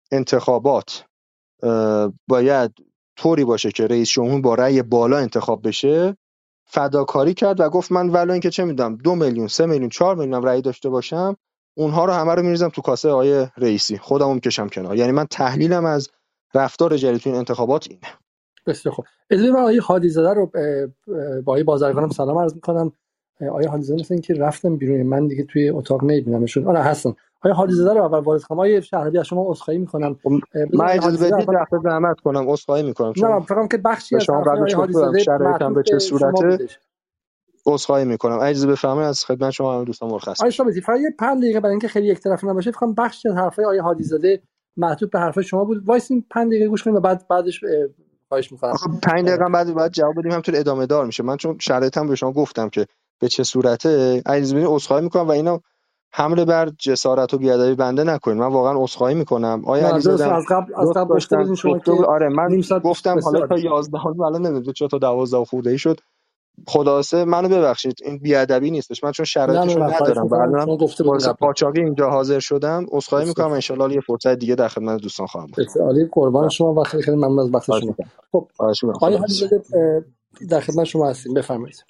انتخابات باید طوری باشه که رئیس جمهور با رأی بالا انتخاب بشه، فداکاری کرد و گفت من ولو اینکه چه میدونم 2 میلیون 3 میلیون 4 میلیون هم رأی داشته باشم، اونها رو همه رو میریزم تو کاسه آقای رئیسی، خودمو میکشم کنار. یعنی من تحلیلم از رفتار جدید تو این انتخابات اینه. بسیار خوب. اجازه بدید من آقای هادی زاده رو با آقای بازرگانم سلام عرض می‌کنم. آقای هادی زاده مثل اینکه رفتم بیرون، من دیگه توی اتاق نمی‌بینمشون. آره هستن. آقای هادی زاده رو اول وارد کنم. آقای شهرابی از شما عذرخواهی می‌کنم. من آقای هادی اجازه زاده بدید اول رفع زحمت کنم، عذرخواهی میکنم نه چون من فکر که بخشی به از شما حرفای قبلش آقای هادی گفتم زاده شرایطم معطوف به چه به شما صورته، بودش. عذرخواهی میکنم. اجازه بفرمایید از خدمت شما همه دوستان مرخص آقای بشم. ثابتی فقط یه 5 دقیقه برای اینکه خیلی یک طرفه نباشه، فکر کنم بخشی از حرفای آقای هادی زاده معطوف به حرفای شما بود. وایسین 5 دقیقه گوش کنیم و بعدش خواهش می‌کنم. آخه 5 دقیقه بعد باید جواب بدیم، همینطور ادامه دار میشه. من چون شرایطم به شما گفتم که به چه صورته، اجازه بدید عذرخواهی میکنم و اینا حمله بر جسارت و بیادبی بنده نکنید. من واقعا عذرخواهی میکنم. آیا نه درست، علیزاده از لطف قبل گفته داشتن بودین شما گفته بود. که آره من نیم ساعت گفتم حالا بسیار تا 11 الان نمیدونم چرا تا 12 خورده ای شد. خلاصه منو ببخشید، این بیادبی نیستش. من چون نه شرایطشو نه خواهش ندارم و می‌کنم، الانم شما گفته بودین واسه قبلا. قاچاقی اینجا حاضر شدم، عذرخواهی بسیار میکنم. ان شاءالله یه فرصت دیگه در خدمت دوستان خواهم بود. بسیار عالی، قربان شما و خیلی خیلی ممنون از وقت خواهش شما. میکنم. خب خواهش میکنم. آقای خدا حدیث در خدمت شما هستیم، بفرمایید.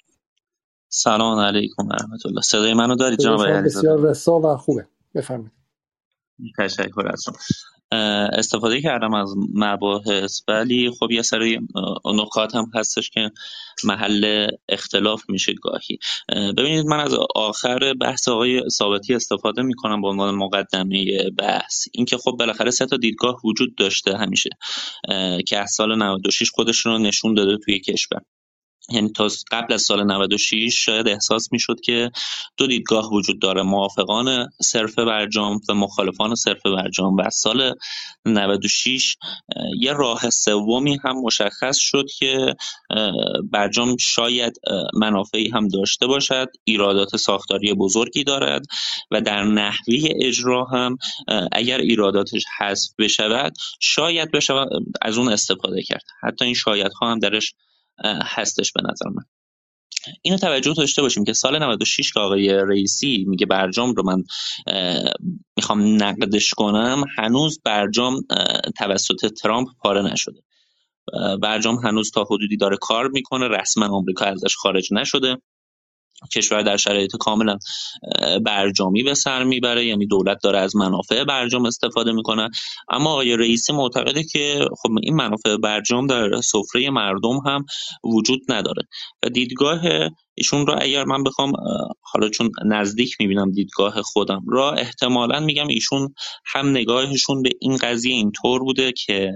سلام علیکم و رحمت الله. صدای منو دارید صدای جناب شما علیزاده؟ بسیار رسا و خوبه، بفرمایید. تشکر از شما. استفاده کردم از مباحث، ولی خب یه سری نکات هم هستش که محل اختلاف میشه گاهی. ببینید من از آخر بحث آقای ثابتی استفاده میکنم به عنوان مقدمه بحث، اینکه خب بالاخره 3 تا دیدگاه وجود داشته همیشه که از سال 96 خودشون رو نشون داده توی کشور. یعنی تا قبل از سال 96 شاید احساس میشد که 2 دیدگاه وجود داره، موافقان صرف برجام و مخالفان صرف برجام، و از سال 96 یه راه سومی هم مشخص شد که برجام شاید منافعی هم داشته باشد، ایرادات ساختاری بزرگی دارد و در نحوه اجرا هم اگر ایراداتش حذف بشود شاید بشه از اون استفاده کرد. حتی این شایدها هم درش هستش به نظر من. اینو توجه داشته باشیم که سال 96 که آقای رئیسی میگه برجام رو من میخوام نقدش کنم، هنوز برجام توسط ترامپ پاره نشده. برجام هنوز تا حدودی داره کار میکنه، رسما آمریکا ازش خارج نشده، کشور در شرایط کاملا برجامی به سر میبره، یعنی دولت داره از منافع برجام استفاده میکنه. اما آقای رئیسی معتقده که خب این منافع برجام در سفره مردم هم وجود نداره و دیدگاه ایشون را اگر من بخوام حالا چون نزدیک میبینم دیدگاه خودم را، احتمالاً میگم ایشون هم نگاهشون به این قضیه اینطور بوده که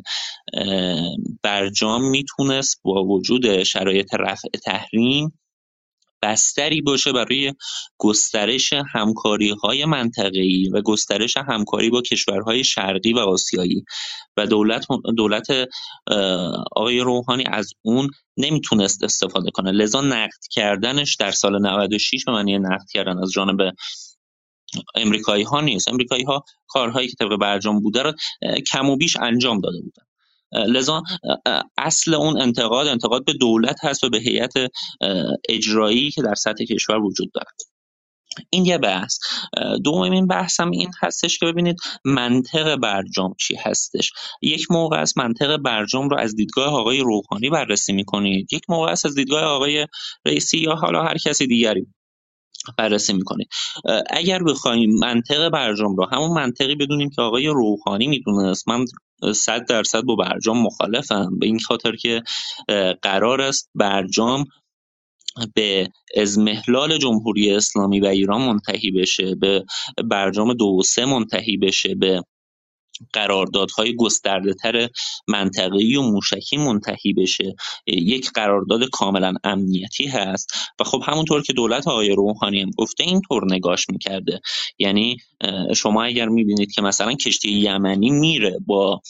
برجام میتونست با وجود شرایط رفع تحریم بستری باشه برای گسترش همکاری‌های منطقه‌ای و گسترش همکاری با کشورهای شرقی و آسیایی و دولت آقای روحانی از اون نمیتونست استفاده کنه. لذا نقد کردنش در سال 96 به معنی نقد کردن از جانب امریکایی‌ها نیست. امریکایی‌ها کارهایی که طبق برجام بوده رو کم و بیش انجام داده بودن. لذا اصل اون انتقاد به دولت هست و به هیئت اجرایی که در سطح کشور وجود دارد. این یه بحث. دومین بحثم این هستش که ببینید منطق برجام چی هستش. یک موقع است منطق برجام رو از دیدگاه آقای روحانی بررسی می‌کنید، یک موقع است از دیدگاه آقای رئیسی یا حالا هر کسی دیگری بررسی می‌کنید. اگر بخوایم منطق برجام رو همون منطقی بدونیم که آقای روحانی میدونست، من 100% با برجام مخالفم، به این خاطر که قرار است برجام به اضمحلال جمهوری اسلامی و ایران منتهی بشه، به برجام 2 و 3 منتهی بشه، به قراردادهای گسترده‌تر منطقه‌ای و موشکی منتهی بشه. یک قرارداد کاملا امنیتی هست و خب همونطور که دولت آقای روحانی هم گفته اینطور نگاش میکرده. یعنی شما اگر میبینید که مثلا کشتی یمنی میره با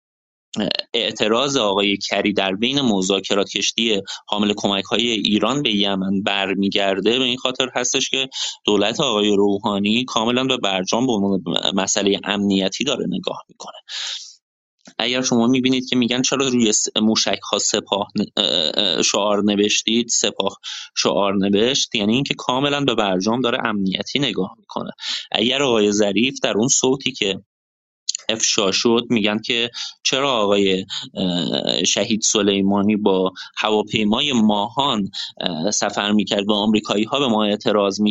اعتراض آقای کری در بین مذاکرات کشتی حامل کمک‌های ایران به یمن برمیگرده، به این خاطر هستش که دولت آقای روحانی کاملا به برجام به عنوان مسئله امنیتی داره نگاه میکنه. اگر شما میبینید که میگن چرا روی موشک‌ها سپاه شعار نوشتید، سپاه شعار نوشت، یعنی اینکه کاملا به برجام داره امنیتی نگاه میکنه. اگر آقای ظریف در اون صوتی که افشا شد میگن که چرا آقای شهید سلیمانی با هواپیمای ماهان سفر میکرد و آمریکایی ها به ما اعتراض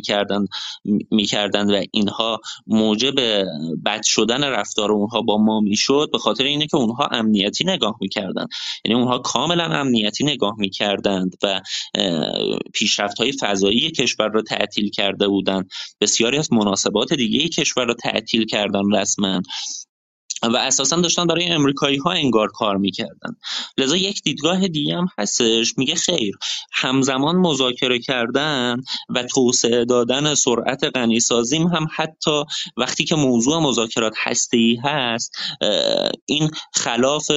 میکردن و اینها موجب بد شدن رفتار اونها با ما میشد، به خاطر اینه که اونها امنیتی نگاه میکردن. یعنی اونها کاملا امنیتی نگاه میکردند و پیشرفت‌های فضایی کشور را تعطیل کرده بودند. بسیاری از مناسبات دیگه کشور را تعطیل کردن رسما و اساسا داشتن برای امریکایی‌ها انگار کار میکردن. لذا یک دیدگاه دیگه هم هستش، میگه خیر، همزمان مذاکره کردن و توسعه دادن سرعت غنیسازیم هم حتی وقتی که موضوع مذاکرات هسته‌ای هست این خلاف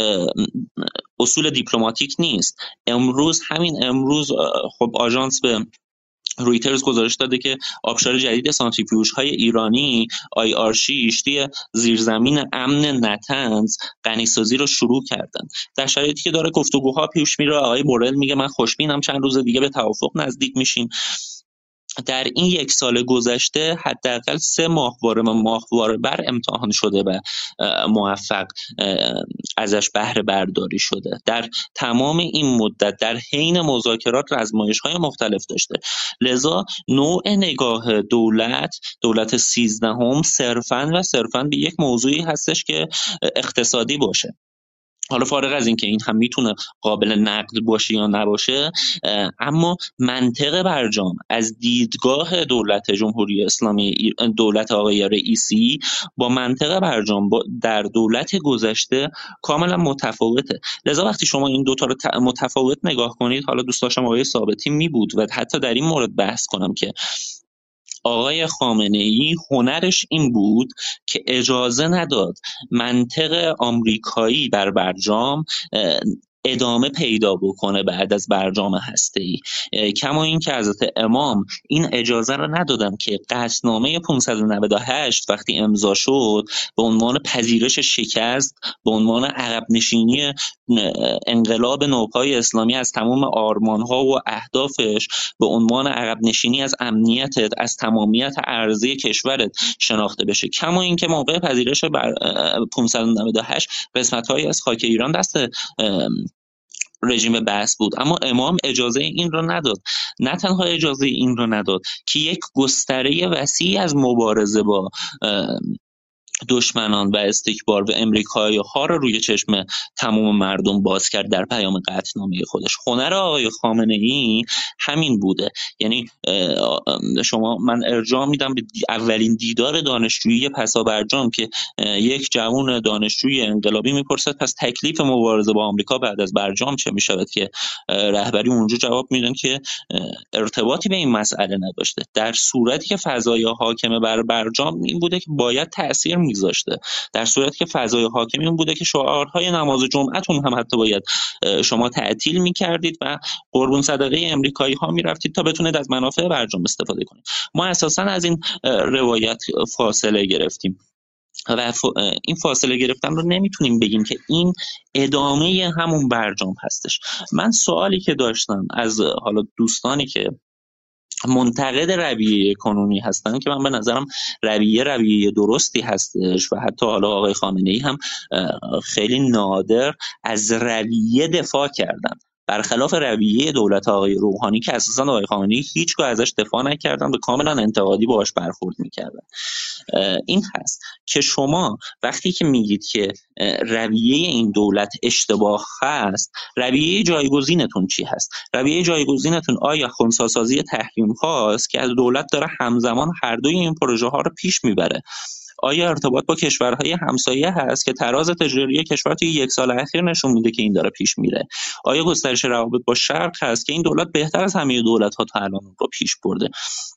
اصول دیپلماتیک نیست. همین امروز خب آژانس به رویترز گزارش داده که آبشار جدید سانتریفیوژهای ایرانی IR6 توی زیرزمین امن نتنز غنیسازی رو شروع کردن. در شرایطی که داره گفتگوها پیش میره، آقای بورل میگه من خوشبینم چند روز دیگه به توافق نزدیک میشیم. در این 1 سال گذشته حداقل 3 ماهواره بر امتحان شده و موفق ازش بهره برداری شده. در تمام این مدت در حین مذاکرات آزمایش‌های مختلف داشته. لذا نوع نگاه دولت 13 صرفاً به یک موضوعی هستش که اقتصادی باشه. حالا فارغ از این که این هم میتونه قابل نقد باشه یا نباشه، اما منطق برجام از دیدگاه دولت جمهوری اسلامی دولت آقای رئیسی با منطق برجام در دولت گذشته کاملا متفاوته. لذا وقتی شما این دوتا رو متفاوت نگاه کنید، حالا دوست داشتم آقای ثابتی می بود و حتی در این مورد بحث کنم که آقای خامنه‌ای هنرش این بود که اجازه نداد منطق آمریکایی بر برجام ادامه پیدا بکنه بعد از برجام هسته‌ای. کما این که حضرت امام این اجازه را ندادن که قطعنامه 598 وقتی امضا شد به عنوان پذیرش شکست، به عنوان عقب نشینی انقلاب نوپای اسلامی از تمام آرمان‌ها و اهدافش، به عنوان عقب نشینی از امنیتت، از تمامیت ارضی کشورت شناخته بشه. کما این که موقع پذیرش 598 قسمت‌هایی از خاک ایران دست رژیم بحث بود، اما امام اجازه این رو نداد. نه تنها اجازه این رو نداد که یک گستره وسیع از مبارزه با دشمنان و استکبار و امریکایی‌ها رو روی چشم تمام مردم باز کرد در پیام قطعنامه خودش. هنر آقای خامنه‌ای همین بوده. یعنی من ارجاع میدم به اولین دیدار دانشجویی پسا برجام که یک جوان دانشجوی انقلابی میپرسد پس تکلیف مبارزه با آمریکا بعد از برجام چه میشود، که رهبری اونجا جواب میدن که ارتباطی به این مسئله نداشته، در صورتی که فضای حاکم بر برجام این بوده که باید تأثیر میذاشته، در صورتی که فضای حاکم این بوده که شعارهای نماز جمعتون هم حتی باید شما تعطیل میکردید و قربون صدقه امریکایی ها میرفتید تا بتونید از منافع برجام استفاده کنید. ما اساسا از این روایت فاصله گرفتیم و این فاصله گرفتن رو نمیتونیم بگیم که این ادامه همون برجام هستش. من سوالی که داشتم از حالا دوستانی که منتقد رویه کنونی هستن، که من به نظرم رویه درستی هستش و حتی حالا آقای خامنه‌ای هم خیلی نادر از رویه دفاع کردن، برخلاف رویه دولت آقای روحانی که اساسا آقای خامنه‌ای هیچگاه ازش دفاع نکردن و کاملا انتقادی باهاش برخورد میکردن. این هست که شما وقتی که میگید که رویه این دولت اشتباه هست، رویه جایگزینتون چی هست؟ رویه جایگزینتون آیا خنثی‌سازی تحریم هاست که از دولت داره همزمان هر دوی این پروژه ها رو پیش میبره؟ آیا ارتباط با کشورهای همسایه هست که تراز تجاری کشور توی 1 سال اخیر نشون میده که این داره پیش میره؟ آیا گسترش روابط با شرق هست که این دولت بهتر از همه دولت‌ها تا الان رو پیش برده؟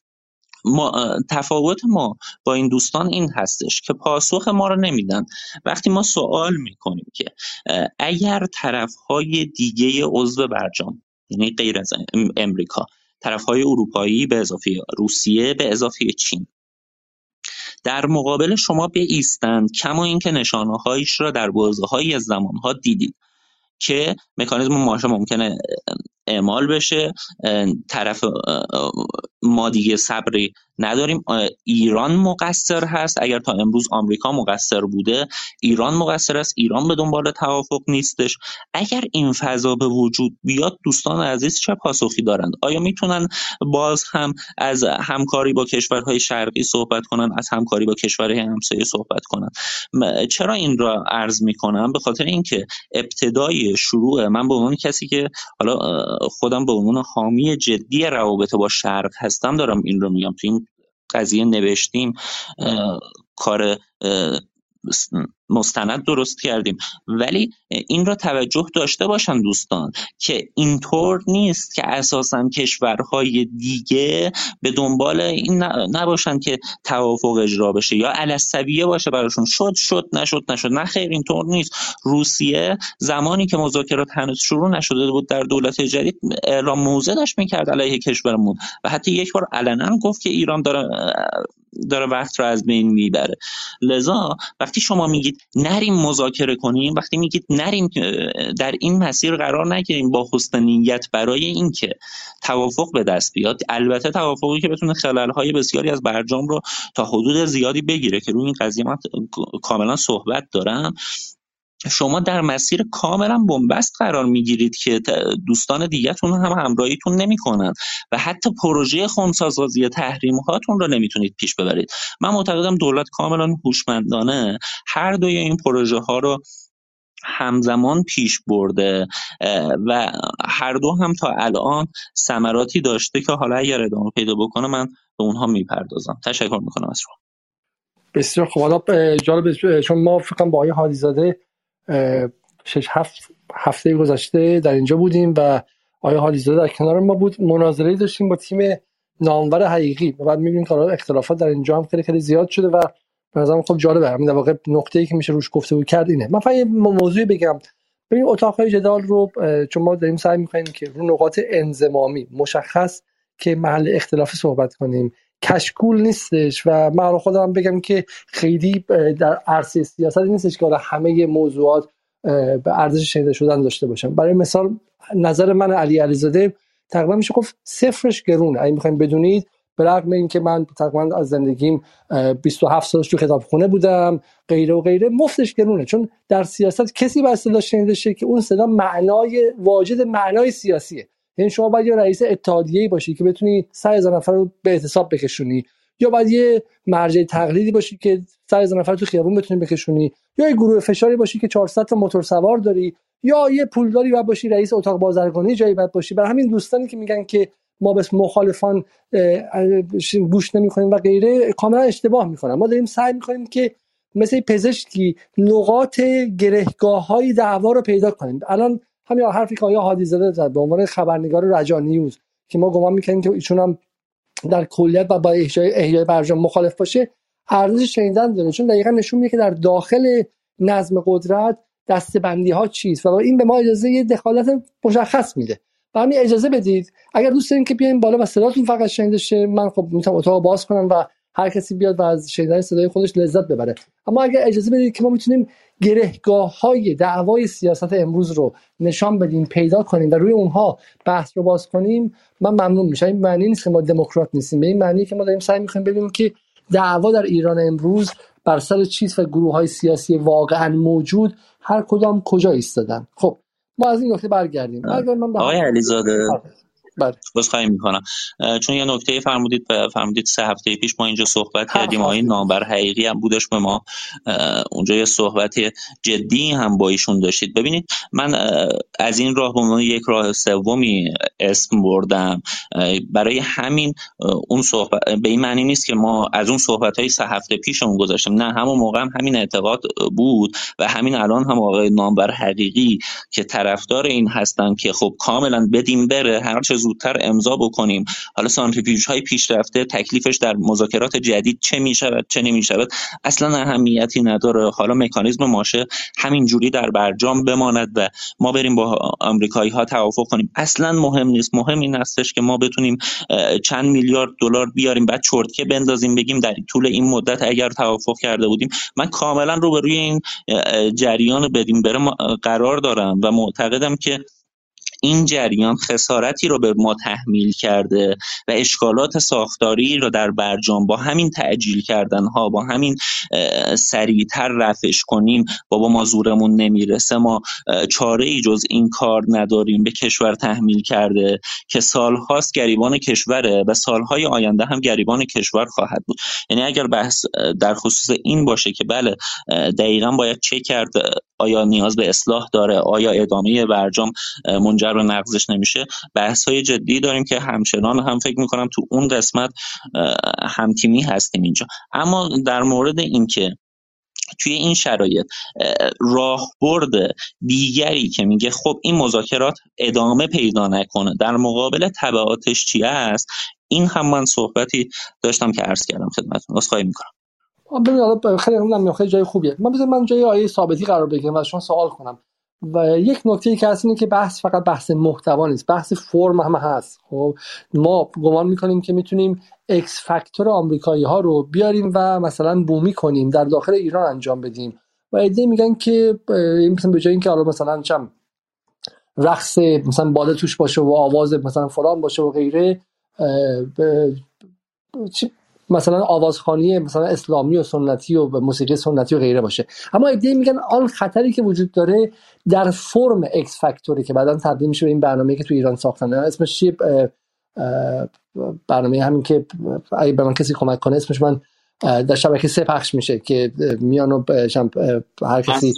تفاوت ما با این دوستان این هستش که پاسخ ما رو نمیدن. وقتی ما سوال میکنیم که اگر طرفهای دیگه عضو برجام، یعنی غیر از امریکا، طرفهای اروپایی به اضافه روسیه به اضافه چین، در مقابل شما بایستند، کما اینکه نشانه‌هایش را در بازه‌هایی از زمان‌ها دیدید که مکانیزم مماشه ممکنه اعمال بشه، طرف ما دیگه صبری نداریم. ایران مقصر هست، اگر تا امروز آمریکا مقصر بوده ایران مقصر است، ایران به دنبال توافق نیستش. اگر این فضا به وجود بیاد دوستان عزیز چه پاسخی دارند؟ آیا میتونن باز هم از همکاری با کشورهای شرقی صحبت کنن، از همکاری با کشورهای همسایه صحبت کنن؟ چرا این را عرض میکنم؟ به خاطر اینکه ابتدای شروع من به عنوان کسی که حالا خودم به عنوان حامی جدی روابط با شرق هستم دارم این رو میگم. تو این قضیه نوشتیم، کار مستند درست کردیم، ولی این را توجه داشته باشن دوستان که اینطور نیست که اساساً کشورهای دیگه به دنبال این نباشن که توافق اجرا بشه یا علالسویه باشه براشون، شد نشد. نه خیر، اینطور نیست. روسیه زمانی که مذاکرات هنوز شروع نشده بود در دولت جدید اعلام موضع داشت میکرد علیه کشورمون و حتی یک بار علنا گفت که ایران داره وقت رو از بین میبره. لذا وقتی شما میگید نریم مذاکره کنیم، وقتی میگید نریم در این مسیر قرار نگیریم با حسن نیت برای اینکه توافق به دست بیاد، البته توافقی که بتونه خلل‌های بسیاری از برجام رو تا حدود زیادی بگیره که روی این قضیه من کاملا صحبت دارم، شما در مسیر کاملا بنبست قرار میگیرید که دوستان دیگه‌تون هم همراهیتون نمی‌کنن و حتی پروژه خنثی‌سازی تحریم هاتون رو نمیتونید پیش ببرید. من معتقدم دولت کاملا هوشمندانه هر دوی این پروژه ها رو همزمان پیش برده و هر دو هم تا الان ثمراتی داشته که حالا اگر ادامه پیدا بکنه من به اونها میپردازم. تشکر میکنم از شما. بسیار خوب. حالا جالب، چون ما فکر کنم با آقای حالیزاده 6-7 هفته گذشته در اینجا بودیم و آقای حالیزاده در کنار ما بود، مناظره داشتیم با تیم نامور حقیقی و بعد می‌بینیم که اختلافات در اینجا هم خیلی خیلی زیاد شده و به نظرم خب جالبه. همین در واقع نقطه‌ای که میشه روش گفتگو کرد اینه. من فقط یه موضوعی بگم. ببین اتاق‌های جدال رو چون ما داریم سعی می‌کنیم که رو نقاط انضمامی مشخص که محل اختلاف صحبت کنیم، کشکول نیستش و من خودم بگم که خیلی در عرصه سیاست نیستش که همه موضوعات به ارزش شنیده شدن داشته باشن. برای مثال نظر من علی علیزاده تقریبا میشه گفت صفرش گرونه. اگه میخواین بدونید، به رغم اینکه من تقریبا از زندگیم 27 سالش تو کتابخونه بودم غیره و غیره، مفتش گرونه، چون در سیاست کسی با صدا شنیده شه که اون صدا معنای واجد معنای سیاسیه. یعنی شما باید یه رئیس اتحادیه‌ای باشی که بتونی 100,000 نفر رو به اعتصاب بکشونی، یا باید یه مرجع تقلیدی باشی که 100,000 نفر تو خیابون بتونی بکشونی، یا یه گروه فشاری باشی که 400 تا موتور سوار داری، یا یه پولداری باید باشی رئیس اتاق بازرگانی جایی باید باشی. برای همین دوستانی که میگن که ما بس مخالفان گوش نمی‌کنیم و غیره کاملا اشتباه می‌کنن. ما داریم سعی می‌کنیم که مثل پزشکی نقاط گرهگاه‌های دعوا رو پیدا کنیم. الان همین حرفی که آقای حادی‌زاده زد به عنوان خبرنگار رجا نیوز که ما گمان می‌کنیم که ایشون هم در کلیت و با احیای برجام مخالف باشه، ارزش شنیدن داره، چون دقیقاً نشون میده که در داخل نظم قدرت دسته‌بندی‌ها چیست و این به ما اجازه یه دخالت مشخص میده. و همین اجازه بدید اگر دوست دارین که بیاین بالا و صداتون فقط شنیده شه، من خب میتونم اتاق باز کنم و هر کسی بیاد و از شنیدن صدای خودش لذت ببره. اما اگر اجازه بدید که ما میتونیم گرهگاه‌های دعوای سیاست امروز رو نشان بدیم، پیدا کنیم و روی اونها بحث رو باز کنیم، من ممنون میشم. این معنی نیست که ما دموکرات نیستیم، به این معنی که ما داریم سعی می‌کنیم ببینیم که دعوا در ایران امروز بر سر چیست و گروه‌های سیاسی واقعا موجود هر کدام کجا ایستادن. خب ما از این نکته برگردیم. آقای علیزاده بله. بازخواهی میکنم چون یه نکته فرمودید 3 هفته پیش ما اینجا صحبت کردیم، آقای نامور حقیقی هم بودش به ما اونجا یه صحبت جدی هم با ایشون داشتید. ببینید من از این راه به عنوان یک راه سومی اسم بردم، برای همین اون صحبت به این معنی نیست که ما از اون صحبت‌های 3 هفته پیشمون گذاشتیم، نه، همون موقع هم همین اعتقاد بود و همین الان هم آقای نامور حقیقی که طرفدار این هستن که خب کاملا بدیم بره، هر چه زودتر امضا بکنیم. حالا سانتریفیوژهای پیشرفته تکلیفش در مذاکرات جدید چه میشود چه نمیشود اصلا اهمیتی نداره. حالا مکانیزم ماشه همینجوری در برجام بماند و ما بریم با آمریکایی‌ها توافق کنیم، اصلا مهم نیست. مهم این هستش که ما بتونیم چند میلیارد دلار بیاریم بعد چرتکه بندازیم بگیم در طول این مدت اگر توافق کرده بودیم. من کاملا روبروی این جریان بدیم بره قرار دارم و معتقدم که این جریان خسارتی رو به ما تحمیل کرده و اشکالات ساختاری رو در برجام با همین تعجیل کردن ها، با همین سریعتر رفعش کنیم، بابا ما زورمون نمیرسه، ما چاره ای جز این کار نداریم، به کشور تحمیل کرده که سالهاست گریبان کشوره و سالهای آینده هم گریبان کشور خواهد بود. یعنی اگر بحث در خصوص این باشه که بله دقیقاً باید چک کرد آیا نیاز به اصلاح داره، آیا ادامه برجام منجر به نقضش نمیشه، بحث‌های جدی داریم که همچنان هم فکر می‌کنم تو اون قسمت همتیمی هستیم اینجا. اما در مورد اینکه توی این شرایط راهبرد دیگری که میگه خب این مذاکرات ادامه پیدا نکنه در مقابل تبعاتش چی است، این هم من صحبتی داشتم که عرض کردم خدمتتون. عذرخواهی می‌کنم. ببین حالا خیلی جای خوبیه. من جای آیه ثابتی قرار بگیرم و از شما سوال کنم. و یک نکته که هست اینه که بحث فقط بحث محتوا نیست، بحث فرم هم هست. خب ما گمان میکنیم که میتونیم اکس فاکتور آمریکایی ها رو بیاریم و مثلا بومی کنیم در داخل ایران انجام بدیم و ایده میگن که مثلا به جای اینکه حالا مثلا چم رقص مثلا باله توش باشه و آواز مثلا فلان باشه و غیره، مثلا آوازخوانی مثلا اسلامی و سنتی و موسیقی سنتی و غیره باشه. اما ایده میگن آن خطری که وجود داره در فرم اکس فاکتوری که بعداً تبدیل میشه به این برنامه‌ای که تو ایران ساختن. اسمش چیه؟ برنامه همین که اگه به من کسی کمک کنه اسمش، من در شبکه 3 پخش میشه که میان و هر کسی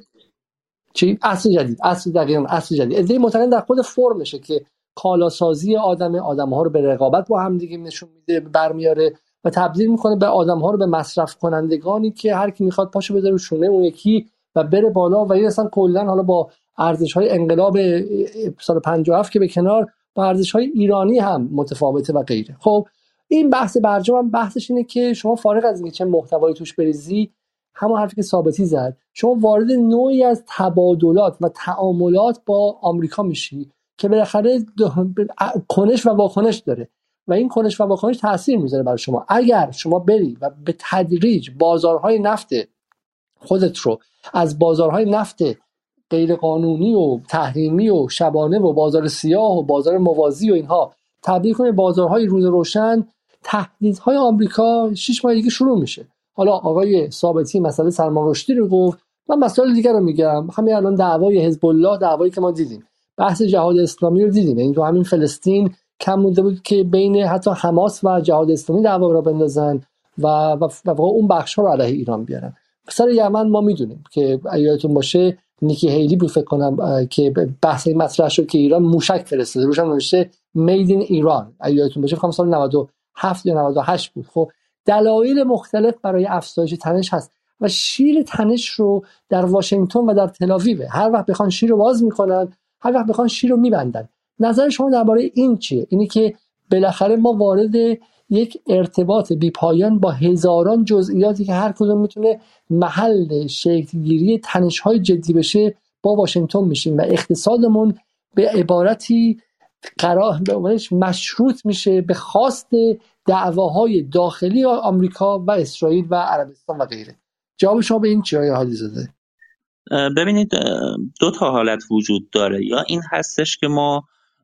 چی عصر جدید ایده معتقد در خود فرمشه که کالاسازی آدم‌ها رو به رقابت با هم دیگه نشون میده، برمیاره و تبدیل میکنه به آدم‌ها رو به مصرف کنندگانی که هر کی میخواد پاشو بذاره رو شونه اون یکی و بره بالا. و این اصلا کلا حالا با ارزش‌های انقلاب سال 57 که به کنار، با ارزش‌های ایرانی هم متفاوته و غیره. خب این بحث برجام هم بحثش اینه که شما فارغ از اینکه چه محتوایی توش بریزی، همون حرفی که ثابتی زد، شما وارد نوعی از تبادلات و تعاملات با آمریکا میشی که بالاخره کنش و واکنش داره و این کنش و واکنش تاثیر میذاره برای شما. اگر شما بری و به تدریج بازارهای نفت خودت رو از بازارهای نفت غیرقانونی و تحریمی و شبانه و بازار سیاه و بازار موازی و اینها تبدیل کنی بازارهای روز روشن، تهدیدهای آمریکا 6 ماه دیگه شروع میشه. حالا آقای ثابتی مسئله سلمان رشدی رو گفت، من مسائل دیگر رو میگم. همین الان دعوای حزب الله، دعوایی که ما دیدیم، بحث جهاد اسلامی رو دیدیم. این تو همین فلسطین کم مونده بود که بین حتی حماس و جهاد اسلامی دعوا رو بندازن و اون بخش‌ها رو علیه ایران بیارن. سر یمن ما میدونیم که یادتون باشه نیکی هیلی بود فکر کنم که بحث این مطرح شد که ایران موشک فرستاده، روش هم نوشته مید این ایران. یادتون باشه فکر کنم سال 97 یا 98 بود. خب دلایل مختلف برای افزایش تنش هست و شیر تنش رو در واشنگتن و در تل‌آویو هر وقت بخوان شیر رو باز میکنن، هر وقت بخوان شیر رو میبندن. نظر شما درباره این چیه؟ اینی که بالاخره ما وارد یک ارتباط بی‌پایان با هزاران جزئیاتی که هر کدوم میتونه محل شکل‌گیری تنش‌های جدی بشه با واشنگتن میشیم و اقتصادمون به عبارتی مشروط میشه به خواست دعواهای داخلی آمریکا و اسرائیل و عربستان و غیره. جواب شما به این چیه آقای حادی‌زاده؟ ببینید دو تا حالت وجود داره. یا این هستش که ما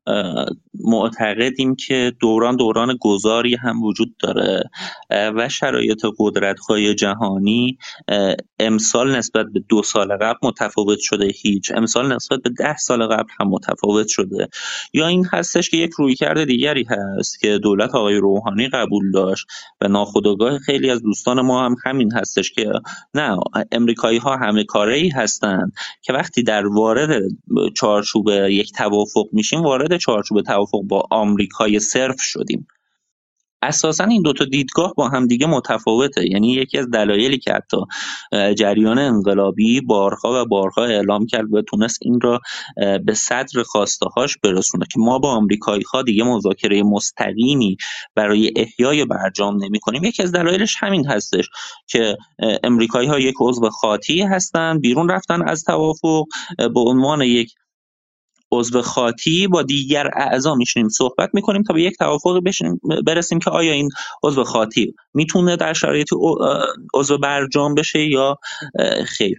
معتقدیم که دوران گذاری هم وجود داره و شرایط قدرت‌های جهانی امسال نسبت به 2 سال قبل متفاوت شده، هیچ امسال نسبت به 10 سال قبل هم متفاوت شده. یا این هستش که یک رویکرد دیگری هست که دولت آقای روحانی قبول داشت و ناخودآگاه خیلی از دوستان ما هم همین هستش که نه، امریکایی‌ها همه کاره‌ای هستند که وقتی در وارد چارچوب یک توافق میشیم، وارد چارچوب توافق با آمریکای صرف شدیم. اساساً این دوتا دیدگاه با هم دیگه متفاوته. یعنی یکی از دلایلی که حتی جریان انقلابی بارها اعلام کرد و تونست این را به صدر خواسته‌هاش برسونه که ما با آمریکایی‌ها دیگه مذاکره مستقیمی برای احیای برجام نمی‌کنیم، یکی از دلایلش همین هستش که امریکایی‌ها یک عضو خاطی هستن، بیرون رفتن از توافق، به عنوان یک عضو خاطی با دیگر اعضا میشینیم صحبت میکنیم تا به یک توافقی برسیم که آیا این عضو خاطی میتونه در شرایط عضو برجام بشه یا خیر.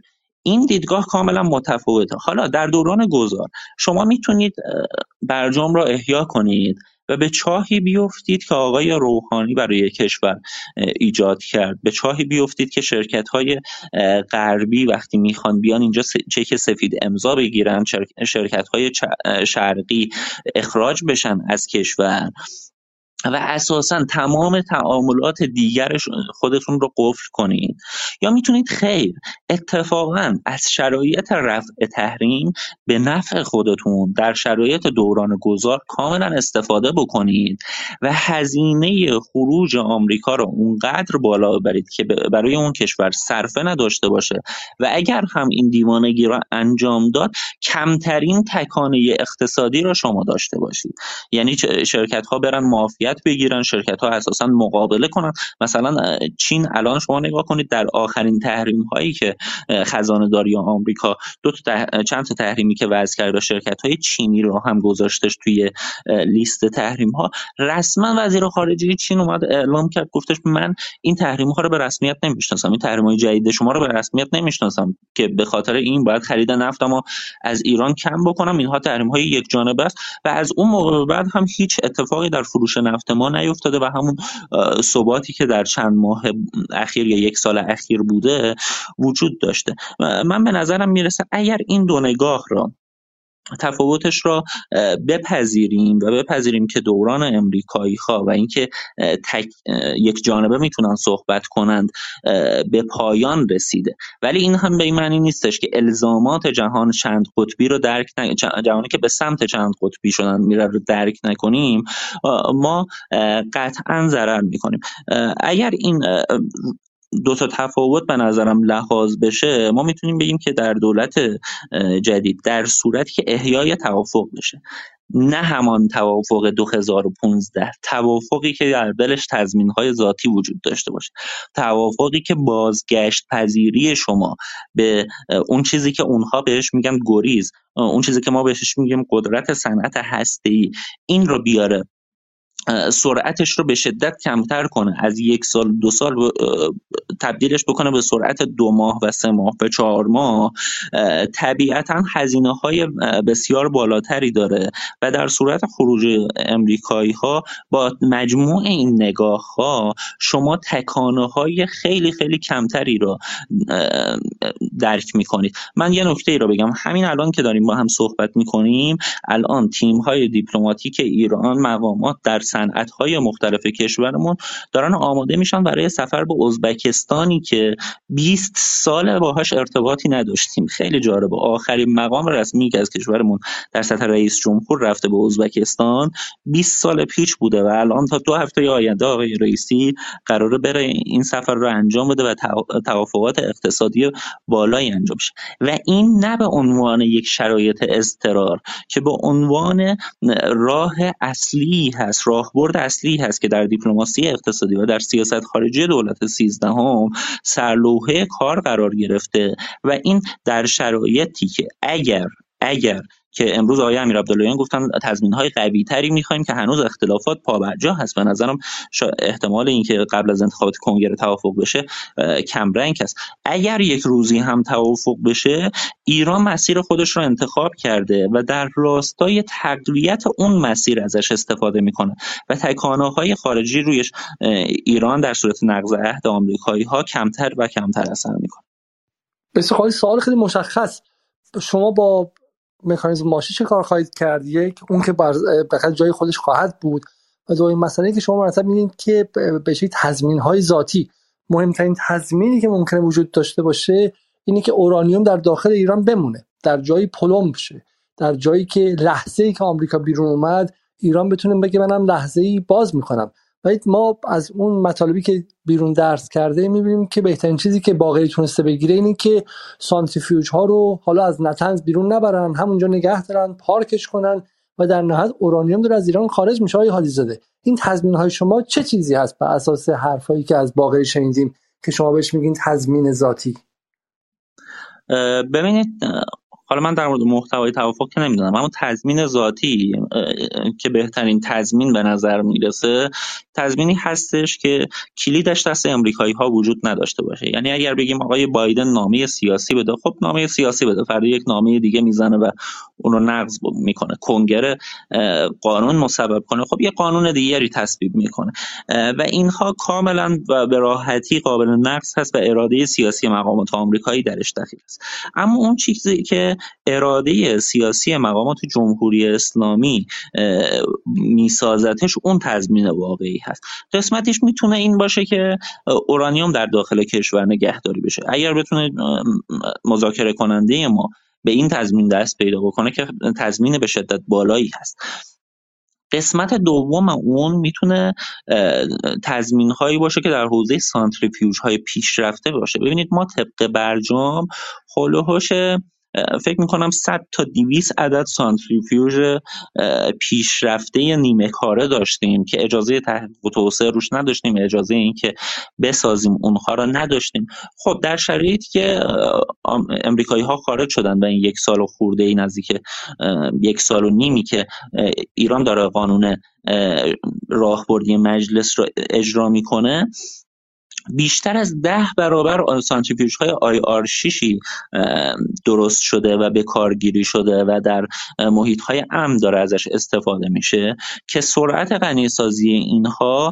این دیدگاه کاملا متفاوته. حالا در دوران گذار شما میتونید برجام را احیا کنید و به چاهی بیفتید که آقای روحانی برای کشور ایجاد کرد، به چاهی بیفتید که شرکت‌های غربی وقتی میخوان بیان اینجا چک سفید امضا بگیرن، شرکت‌های شرقی اخراج بشن از کشور و اساساً تمام تعاملات دیگر خودتون رو قفل کنید، یا میتونید خیر اتفاقاً از شرایط رفع تحریم به نفع خودتون در شرایط دوران گذار کاملاً استفاده بکنید و هزینه خروج آمریکا رو اونقدر بالا ببرید که برای اون کشور صرفه نداشته باشه و اگر هم این دیوانگی رو انجام داد کمترین تکانه اقتصادی رو شما داشته باشید. یعنی شرکت‌ها برن معافیت بگیرن، شرکت‌ها اساساً مقابله کنن. مثلا چین الان شما نگاه کنید در آخرین تحریم‌هایی که خزانه داری آمریکا چند تا تحریمی که وضع کرده شرکت‌های چینی رو هم گذاشتش توی لیست تحریم‌ها، رسما وزیر خارجه چین اومد اعلام کرد، گفتش من این تحریم‌ها رو به رسمیت نمی‌شناسم، این تحریم‌های جدید شما رو به رسمیت نمی‌شناسم که به خاطر این باید خرید نفتمو از ایران کم بکنم، اینها تحریم‌های یک جانبه است. و از اون موقع بعد هم هیچ اتفاقی در فروش نفت ما نیفتاده و همون ثباتی که در چند ماه اخیر یا یک سال اخیر بوده وجود داشته. من به نظرم میرسه اگر این دو نگاه را تفاوتش را بپذیریم که دوران امریکایی‌ها و اینکه یک جانبه میتونن صحبت کنند به پایان رسیده، ولی این هم به این معنی نیستش که الزامات جهان چند قطبی رو جهانی که به سمت چند قطبی شدن میره رو درک نکنیم، ما قطعا ضرر میکنیم. اگر این دو تا تفاوت به نظرم لحاظ بشه، ما میتونیم بگیم که در دولت جدید در صورتی که احیای توافق بشه، نه همان توافق 2015، توافقی که در دلش تضمین‌های ذاتی وجود داشته باشه، توافقی که بازگشت پذیری شما به اون چیزی که اونها بهش میگن گریز، اون چیزی که ما بهش میگیم قدرت صنعت هسته‌ای، این رو بیاره، سرعتش رو به شدت کمتر کنه، از 1 سال 2 سال تبدیلش بکنه به سرعت 2 ماه و 3 ماه و 4 ماه، طبیعتاً هزینه‌های بسیار بالاتری داره و در صورت خروج امریکایی‌ها با مجموع این نگاه‌ها شما تکانه‌های خیلی خیلی کمتری رو درک می‌کنید. من یه نکته رو بگم، همین الان که داریم با هم صحبت می‌کنیم، الان تیم‌های دیپلماتیک ایران، مقامات در صنعت‌های مختلف کشورمون دارن آماده میشن برای سفر به ازبکستانی که 20 سال باهاش ارتباطی نداشتیم. خیلی جالبه، آخرین مقام رسمی که از کشورمون در سطح رئیس جمهور رفته به ازبکستان 20 سال پیش بوده و الان تا 2 هفته آینده آقای رئیسی قراره بره این سفر رو انجام بده و توافقات اقتصادی بالایی انجام شه و این نه به عنوان یک شرایط اضطرار که به عنوان راه اصلی هست، راهبرد اصلی هست که در دیپلماسی اقتصادی و در سیاست خارجی دولت 13 سرلوحه کار قرار گرفته و این در شرایطی که اگر که امروز آقای امیرعبداللهیان گفتن تضمین‌های قوی‌تری می‌خوایم که هنوز اختلافات پابرجا هست، به نظرم احتمال اینکه قبل از انتخابات کنگره توافق بشه کم رنگ است. اگر یک روزی هم توافق بشه، ایران مسیر خودش رو انتخاب کرده و در راستای تقویت اون مسیر ازش استفاده می‌کنه و تکانه‌های خارجی روی ایران در صورت نقض عهد آمریکایی‌ها کمتر و کمتر اثر می‌کنه. بسیار سوال خیلی مشخص، شما با مکانیزم ماشی چه کار خواهید کرد؟ یک، اون که بخاطر جای خودش خواهد بود و دومین مسئله که شما مرتب می‌بینید که به شکلی تضمین‌های ذاتی، مهمترین تضمینی که ممکنه وجود داشته باشه اینه که اورانیوم در داخل ایران بمونه، در جایی پلمب شه، در جایی که لحظه‌ای که آمریکا بیرون اومد ایران بتونه بگه منم لحظه‌ای باز می‌کنم. ولی ما از اون مطالبی که بیرون درس کرده می‌بینیم که بهترین چیزی که باقری تونسته بگیره اینه که سانتریفیوژ ها رو حالا از نتنز بیرون نبرن، همونجا نگه دارن، پارکش کنن و در نهایت اورانیوم داره از ایران خارج میشه. آقای حالیزاده، این تضمین های شما چه چیزی هست بر اساس حرفایی که از باقری شنیدیم که شما بهش میگین تضمین ذاتی؟ ببینید حالا من در مورد محتوای توافق که نمیدونم، اما تضمین ذاتی که بهترین تضمین به نظر میرسه تضمینی هستش که کلیدش دست امریکایی‌ها وجود نداشته باشه. یعنی اگر بگیم آقای بایدن نامه سیاسی بده، خب نامه سیاسی بده، فردا یک نامه دیگه میزنه و اون رو نقض میکنه، کنگره قانون مصوب کنه، خب یه قانون دیگری تصویب میکنه و اینها کاملا و به راحتی قابل نقض هست و اراده سیاسی مقامات آمریکایی درش دخیل است. اما اون چیزی که اراده سیاسی مقامات جمهوری اسلامی میسازتش اون تضمین واقعی هست. قسمتش میتونه این باشه که اورانیوم در داخل کشور نگهداری بشه. اگر بتونه مذاکره کننده ما به این تضمین دست پیدا بکنه که تضمین به شدت بالایی هست. قسمت دوم اون میتونه تضمین هایی باشه که در حوزه سانتریفیوژ های پیشرفته باشه. ببینید ما طبق برجام هولوحاش فکر میکنم 100 تا 200 عدد سانتریفیوژ پیشرفته نیمه کاره داشتیم که اجازه تحقیق و توسعه روش نداشتیم، اجازه این که بسازیم اونها را نداشتیم. خب در شرایطی که امریکایی ها خارج شدن و این 1 سال و خورده ای نزدیک 1 سال و نیمی که ایران داره قانون راهبردی مجلس رو اجرا میکنه، بیشتر از 10 برابر سانتریفیوژهای IR6 درست شده و به کارگیری شده و در محیط‌های امن داره ازش استفاده میشه که سرعت غنی‌سازی اینها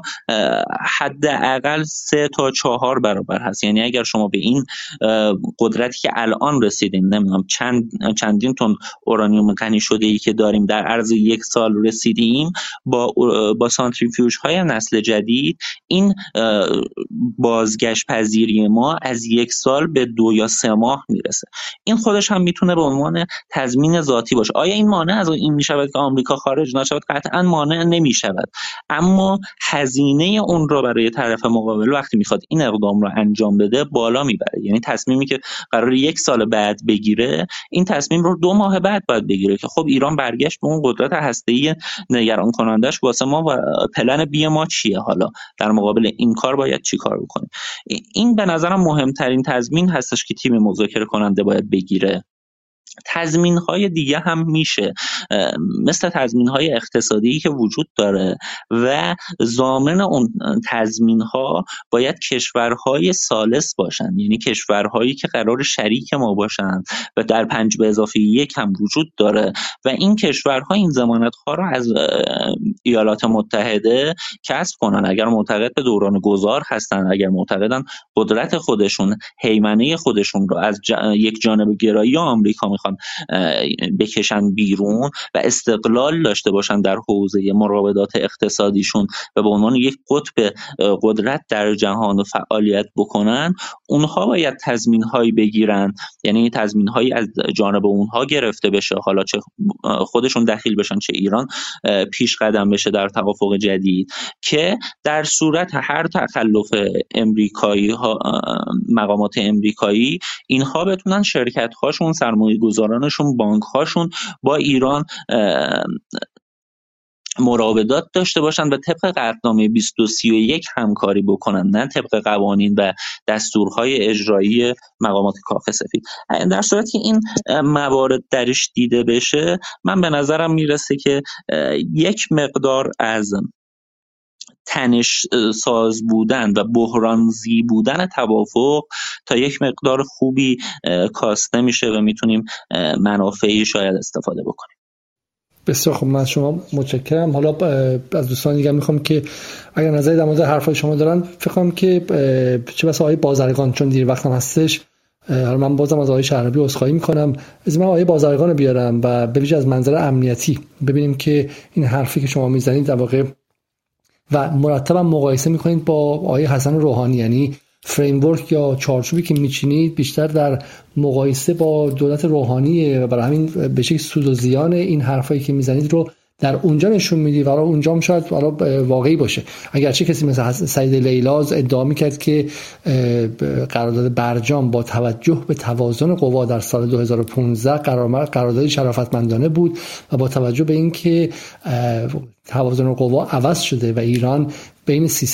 حداقل 3 تا 4 برابر هست. یعنی اگر شما به این قدرتی که الان رسیدیم، نمیدونم چندین تن اورانیوم غنی شده ای که داریم در عرض 1 سال رسیدیم، با سانتریفیوژهای نسل جدید این بازگشت پذیری ما از 1 سال به 2 یا 3 ماه میرسه. این خودش هم میتونه به عنوان تضمین ذاتی باشه. آیا این مانع از این میشود که آمریکا خارج نشود؟ قطعا مانع نمیشود، اما هزینه اون رو برای طرف مقابل وقتی میخواد این اقدام رو انجام بده بالا میبره. یعنی تصمیمی که قرار 1 سال بعد بگیره، این تصمیم رو 2 ماه بعد باید بگیره که خب ایران برگشت به اون قدرت هسته‌ای نگران کنندش واسه ما و پلن بی ما چیه، حالا در مقابل این کار باید چی کار بکنیم. این به نظرم مهمترین تضمین هستش که تیم مذاکره کننده باید بگیره. تضمین‌های دیگه هم میشه، مثل تضمین‌های اقتصادی که وجود داره و ضامن اون تضمین‌ها باید کشورهای ثالث باشن، یعنی کشورهایی که قرار شریک ما باشن و در 5+1 هم وجود داره و این کشورها این ضمانت‌ها رو از ایالات متحده کسب کنن. اگر معتقد به دوران گذار هستن، اگر معتقدن قدرت خودشون، هیمنه خودشون رو از یک جانب گرایی آمریکا میخوان بکشن بیرون و استقلال داشته باشن در حوزه مراودات اقتصادیشون و به عنوان یک قطب قدرت در جهان و فعالیت بکنن، اونها باید تضمین‌هایی بگیرن، یعنی تضمین‌هایی از جانب اونها گرفته بشه، حالا چه خودشون دخیل بشن چه ایران پیش قدم بشه در توافق جدید، که در صورت هر تخلف امریکایی ها، مقامات امریکایی، اینها بتونن شرکت هاشون، سرمایه گذارانشون، بانک هاشون با ایران مراودات داشته باشن و طبق قطعنامه 2231 همکاری بکنن، نه طبق قوانین و دستورهای اجرایی مقامات کاخ سفید. در صورتی که این موارد درش دیده بشه، من به نظرم میرسه که یک مقدار از تنش ساز بودن و بحرانزی بودن توافق تا یک مقدار خوبی کاسته میشه و میتونیم منافعی شاید استفاده بکنیم. بسیار خوب، من از شما متشکرم. حالا از دوستان دیگه میخوام که اگر نظری در مورد حرفای شما دارن، فکر کنم که چه بسا آقای بازرگان، چون دیر وقتم هستش، حالا من بازم از آقای شهرابی عذرخواهی میکنم، از من آقای بازرگان رو بیارم و به ویژه از منظر امنیتی ببینیم که این حرفی که شما میزنید در واقع و مرتبا مقایسه میکنید با آقای حسن روحانی، یعنی فریمورک یا چارچوبی که میچینید بیشتر در مقایسه با دولت روحانیه و برای همین به شکل سود و زیان این حرفایی که میزنید رو در اونجا نشون میدی و اونجا هم شاید واقعی باشه. اگرچه کسی مثل سعید لیلاز ادعا میکرد که قرارداد برجام با توجه به توازن قوا در سال 2015 قراردادی شرافتمندانه بود و با توجه به اینکه توازن قوا عوض شده و ایران بین 300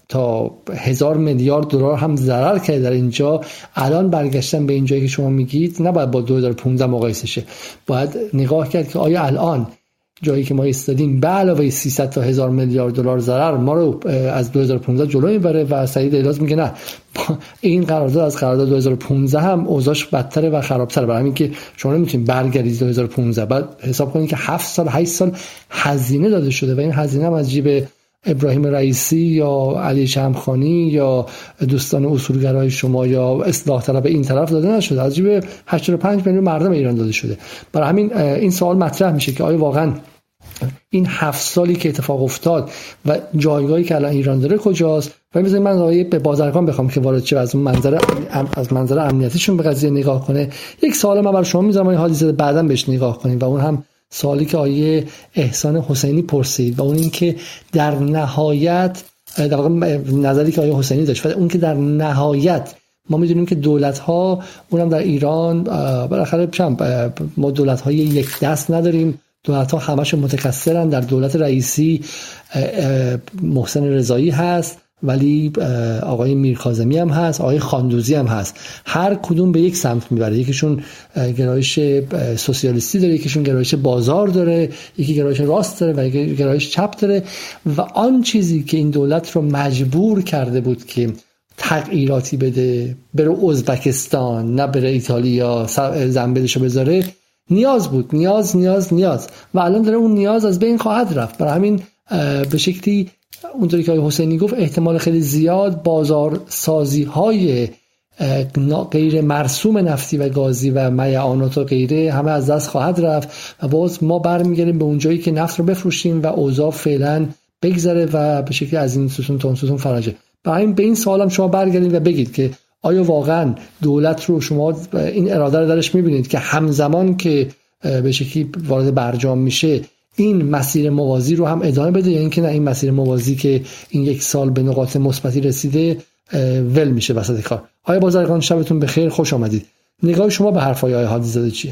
تا 1000 میلیارد دلار هم ضرر کرده در اینجا، الان برگشتن به اینجایی که شما میگید نباید با 2015 مقایسه شه. باید نگاه کرد که آیا الان جایی که ما ایستادیم به علاوه 300 تا 1000 میلیارد دلار ضرر ما رو از 2015 جلو میبره و سعید ایلاز میگه نه، این قرارداد از قرارداد 2015 هم اوضاعش بدتره و خرابتره. برای همین که شما نمیتونید برگردید 2015، بعد حساب کنید که 7 سال 8 سال هزینه داده شده و این هزینه هم از جیب ابراهیم رئیسی یا علی شمخانی یا دوستان اصولگرای شما یا اصلاح طلب این طرف داده نشده، از جیب 85 میلیون مردم ایران داده شده. برای همین این سوال مطرح میشه که آیا واقعا این 7 سالی که اتفاق افتاد و جایگاهی که الان ایران داره کجاست؟ و بذارید من به بازرگان بخوام که وارد شه از اون منظر امنیتیشون به قضیه نگاه کنه. یک سوال من برای شما میذارم آقای حادی‌زاده بعداً بهش نگاه کنیم و اون هم سوالی که آقای احسان حسینی پرسید و اون این که در نهایت در واقع نظری که آقای حسینی داشت و اون که در نهایت ما میدونیم که دولت‌ها اونم در ایران بالاخره ما دولت‌های یک دست نداریم، دولت‌ها همشون متکثرن. در دولت رئیسی محسن رضایی هست ولی آقای میرکاظمی هم هست، آقای خاندوزی هم هست، هر کدوم به یک سمت میبره. یکیشون گرایش سوسیالیستی داره، یکیشون گرایش بازار داره، یکی گرایش راست داره و یکی گرایش چپ داره. و آن چیزی که این دولت رو مجبور کرده بود که تغییراتی بده، بره ازبکستان نه بره ایتالیا زنبیلشو بذاره، نیاز بود، نیاز و الان داره اون نیاز از بین خواهد رفت. برای همین به شکلی اونطوری که آقای حسینی گفت احتمال خیلی زیاد بازارسازی های غیر مرسوم نفتی و گازی و میعانات و غیره همه از دست خواهد رفت و باز ما برمیگردیم به اون جایی که نفت رو بفروشیم و اوضاع فعلا بگذره و به شکلی از این ستون تا اون ستون فراجه. برای همین به این سوالم شما برگردید و بگید که آیا واقعا دولت رو شما این اراده رو درش میبینید که همزمان که به شکلی وارد برجام میشه این مسیر موازی رو هم ادامه بده یا اینکه نه این مسیر موازی که این یک سال به نقاط مثبتی رسیده ول میشه وسط کار؟ آقای بازرگان شبتون بخیر، خوش آمدید. نگاه شما به حرفای آقای حادی‌زاده چیه؟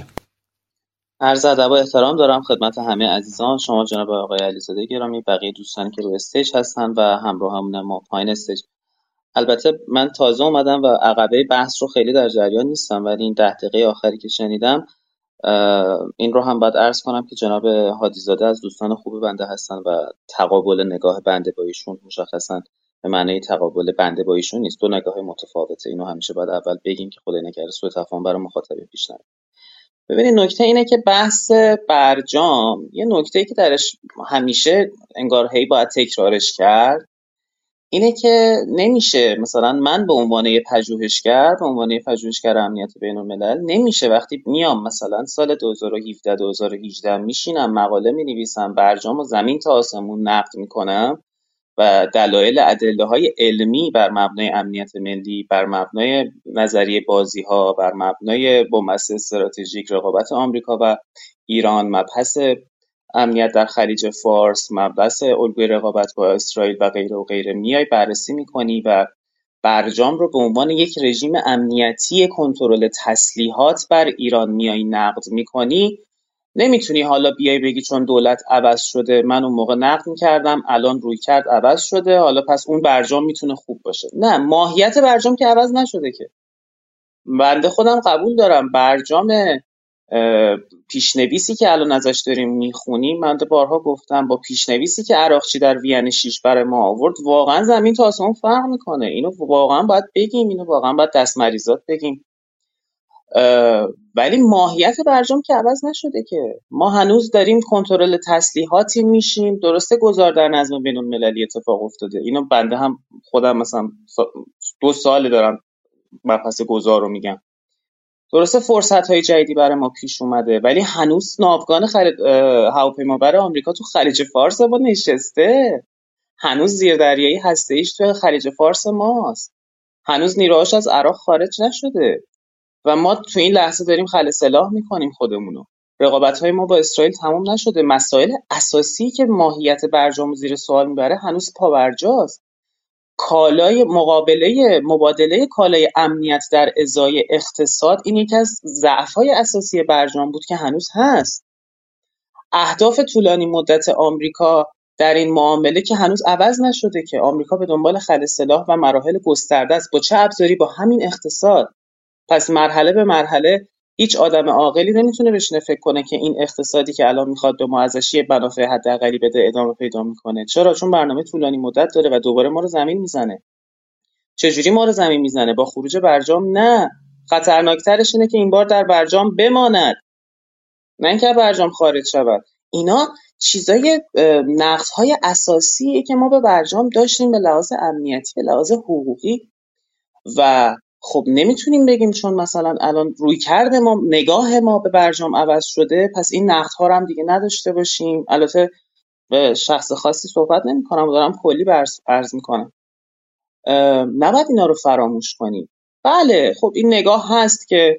عرض ادب و احترام دارم خدمت همه عزیزان، شما جناب آقای علیزاده گرامی، بقیه دوستانی که رو استیج هستن و همراهمون ما پایین استیج. البته من تازه اومدم و عقبه بحث رو خیلی در جریان نیستم، ولی این 10 دقیقه آخری که شنیدم این رو هم باید عرض کنم که جناب حادی‌زاده از دوستان خوب بنده هستن و تقابل نگاه بنده با ایشون مشخصا به معنی تقابل بنده با ایشون نیست، دو نگاه متفاوته. اینو همیشه باید اول بگیم که خدای نگهدار سوء تفاهم برای مخاطب پیش نیاد. ببینید نکته اینه که بحث برجام یه نکته‌ای که درش همیشه انگار هی باید تکرارش کرد اینه که نمیشه مثلا من به عنوان یه پژوهشگر امنیت بین‌الملل نمیشه وقتی میام مثلا سال 2017 2018 میشینم مقاله مینویسم برجام و زمین تا آسمون نقد میکنم و دلایل ادله‌های علمی بر مبنای امنیت ملی، بر مبنای نظریه بازی‌ها، بر مبنای بنبست استراتژیک رقابت آمریکا و ایران، مبحث امنیت در خلیج فارس، مبحث الگوی رقابت با اسرائیل و غیره و غیره میای بررسی میکنی و برجام رو به عنوان یک رژیم امنیتی کنترل تسلیحات بر ایران میای نقد میکنی، نمیتونی حالا بیای بگی چون دولت عوض شده من اون موقع نقد میکردم الان روی کرد عوض شده حالا پس اون برجام میتونه خوب باشه. نه، ماهیت برجام که عوض نشده که. بنده خودم قبول دارم برجام پیشنویسی که الان ازش داریم میخونیم، من بارها گفتم با پیشنویسی که عراقچی در وین 6 برای ما آورد واقعا زمین تا آسمون فرق میکنه. اینو واقعا باید بگیم، اینو واقعا باید دست مریضات بگیم. ولی ماهیت برجام که عوض نشده که. ما هنوز داریم کنترل تسلیحاتی میشیم. درسته گذار در نظم بین‌المللی اتفاق افتاده، اینو بنده هم خودم مثلا 2 سال دارم مبحث گذار رو میگم. درسته فرصت‌های جدیدی برای ما پیش اومده ولی هنوز ناوگان هواپیمابر آمریکا تو خلیج فارس ما نشسته. هنوز زیردریایی هسته‌ایش تو خلیج فارس ماست. هنوز نیروهاش از عراق خارج نشده و ما تو این لحظه داریم خلع سلاح میکنیم خودمونو. رقابت‌های ما با اسرائیل تموم نشده. مسائل اساسی که ماهیت برجام زیر سوال میبره هنوز پابرجاست. مبادله کالای امنیت در ازای اقتصاد این یکی از ضعف‌های اساسی برجام بود که هنوز هست. اهداف طولانی مدت آمریکا در این معامله که هنوز عوض نشده، که آمریکا به دنبال خرید سلاح و مراحل گسترده است. با چه ابزاری؟ با همین اقتصاد. پس مرحله به مرحله هیچ آدم عاقلی نمیتونه بشینه فکر کنه که این اقتصادی که الان میخواد به ما ازش یه منافع حداقلی بده ادامه پیدا میکنه. چرا؟ چون برنامه طولانی مدت داره و دوباره ما رو زمین میزنه. چجوری ما رو زمین میزنه؟ با خروج برجام؟ نه، خطرناکترش اینه که این بار در برجام بماند، نه اینکه برجام خارج شود. اینا چیزای نقص‌های اساسیه که ما به برجام داشتیم، به لحاظ امنیتی، به لحاظ حقوقی. و خب نمیتونیم بگیم چون مثلا الان روی کرده ما، نگاه ما به برجام عوض شده، پس این نقدها رو هم دیگه نداشته باشیم. البته به شخص خاصی صحبت نمی‌کنم، دارم کلی عرض می‌کنم. نباید اینا رو فراموش کنیم. بله خب این نگاه هست که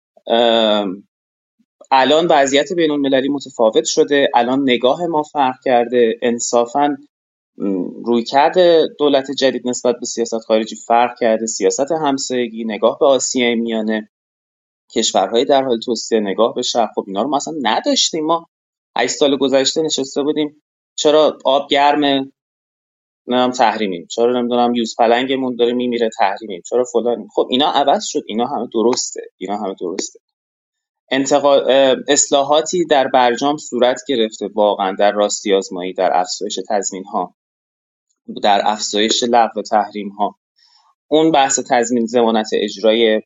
الان وضعیت بین‌المللی متفاوت شده، الان نگاه ما فرق کرده، انصافاً رویکرد دولت جدید نسبت به سیاست خارجی فرق کرده، سیاست همسایگی، نگاه به آسیای میانه، کشورهای در حال توسعه، نگاه به شرق. خب اینا رو ما اصلا نداشتیم. ما 8 سال گذشته نشسته بودیم چرا آب گرمه نمیدونم تحریمیم، چرا نمیدونم یوز پلنگمون داره میمیره تحریمیم، چرا فلان. خب اینا عوض شد، اینا همه درسته. اصلاحاتی در برجام صورت گرفته، واقعا در راستی آزمایی، در افزایش تضمین‌ها، در افزایش لغو تحریم‌ها. اون بحث تضمین ضمانت اجرای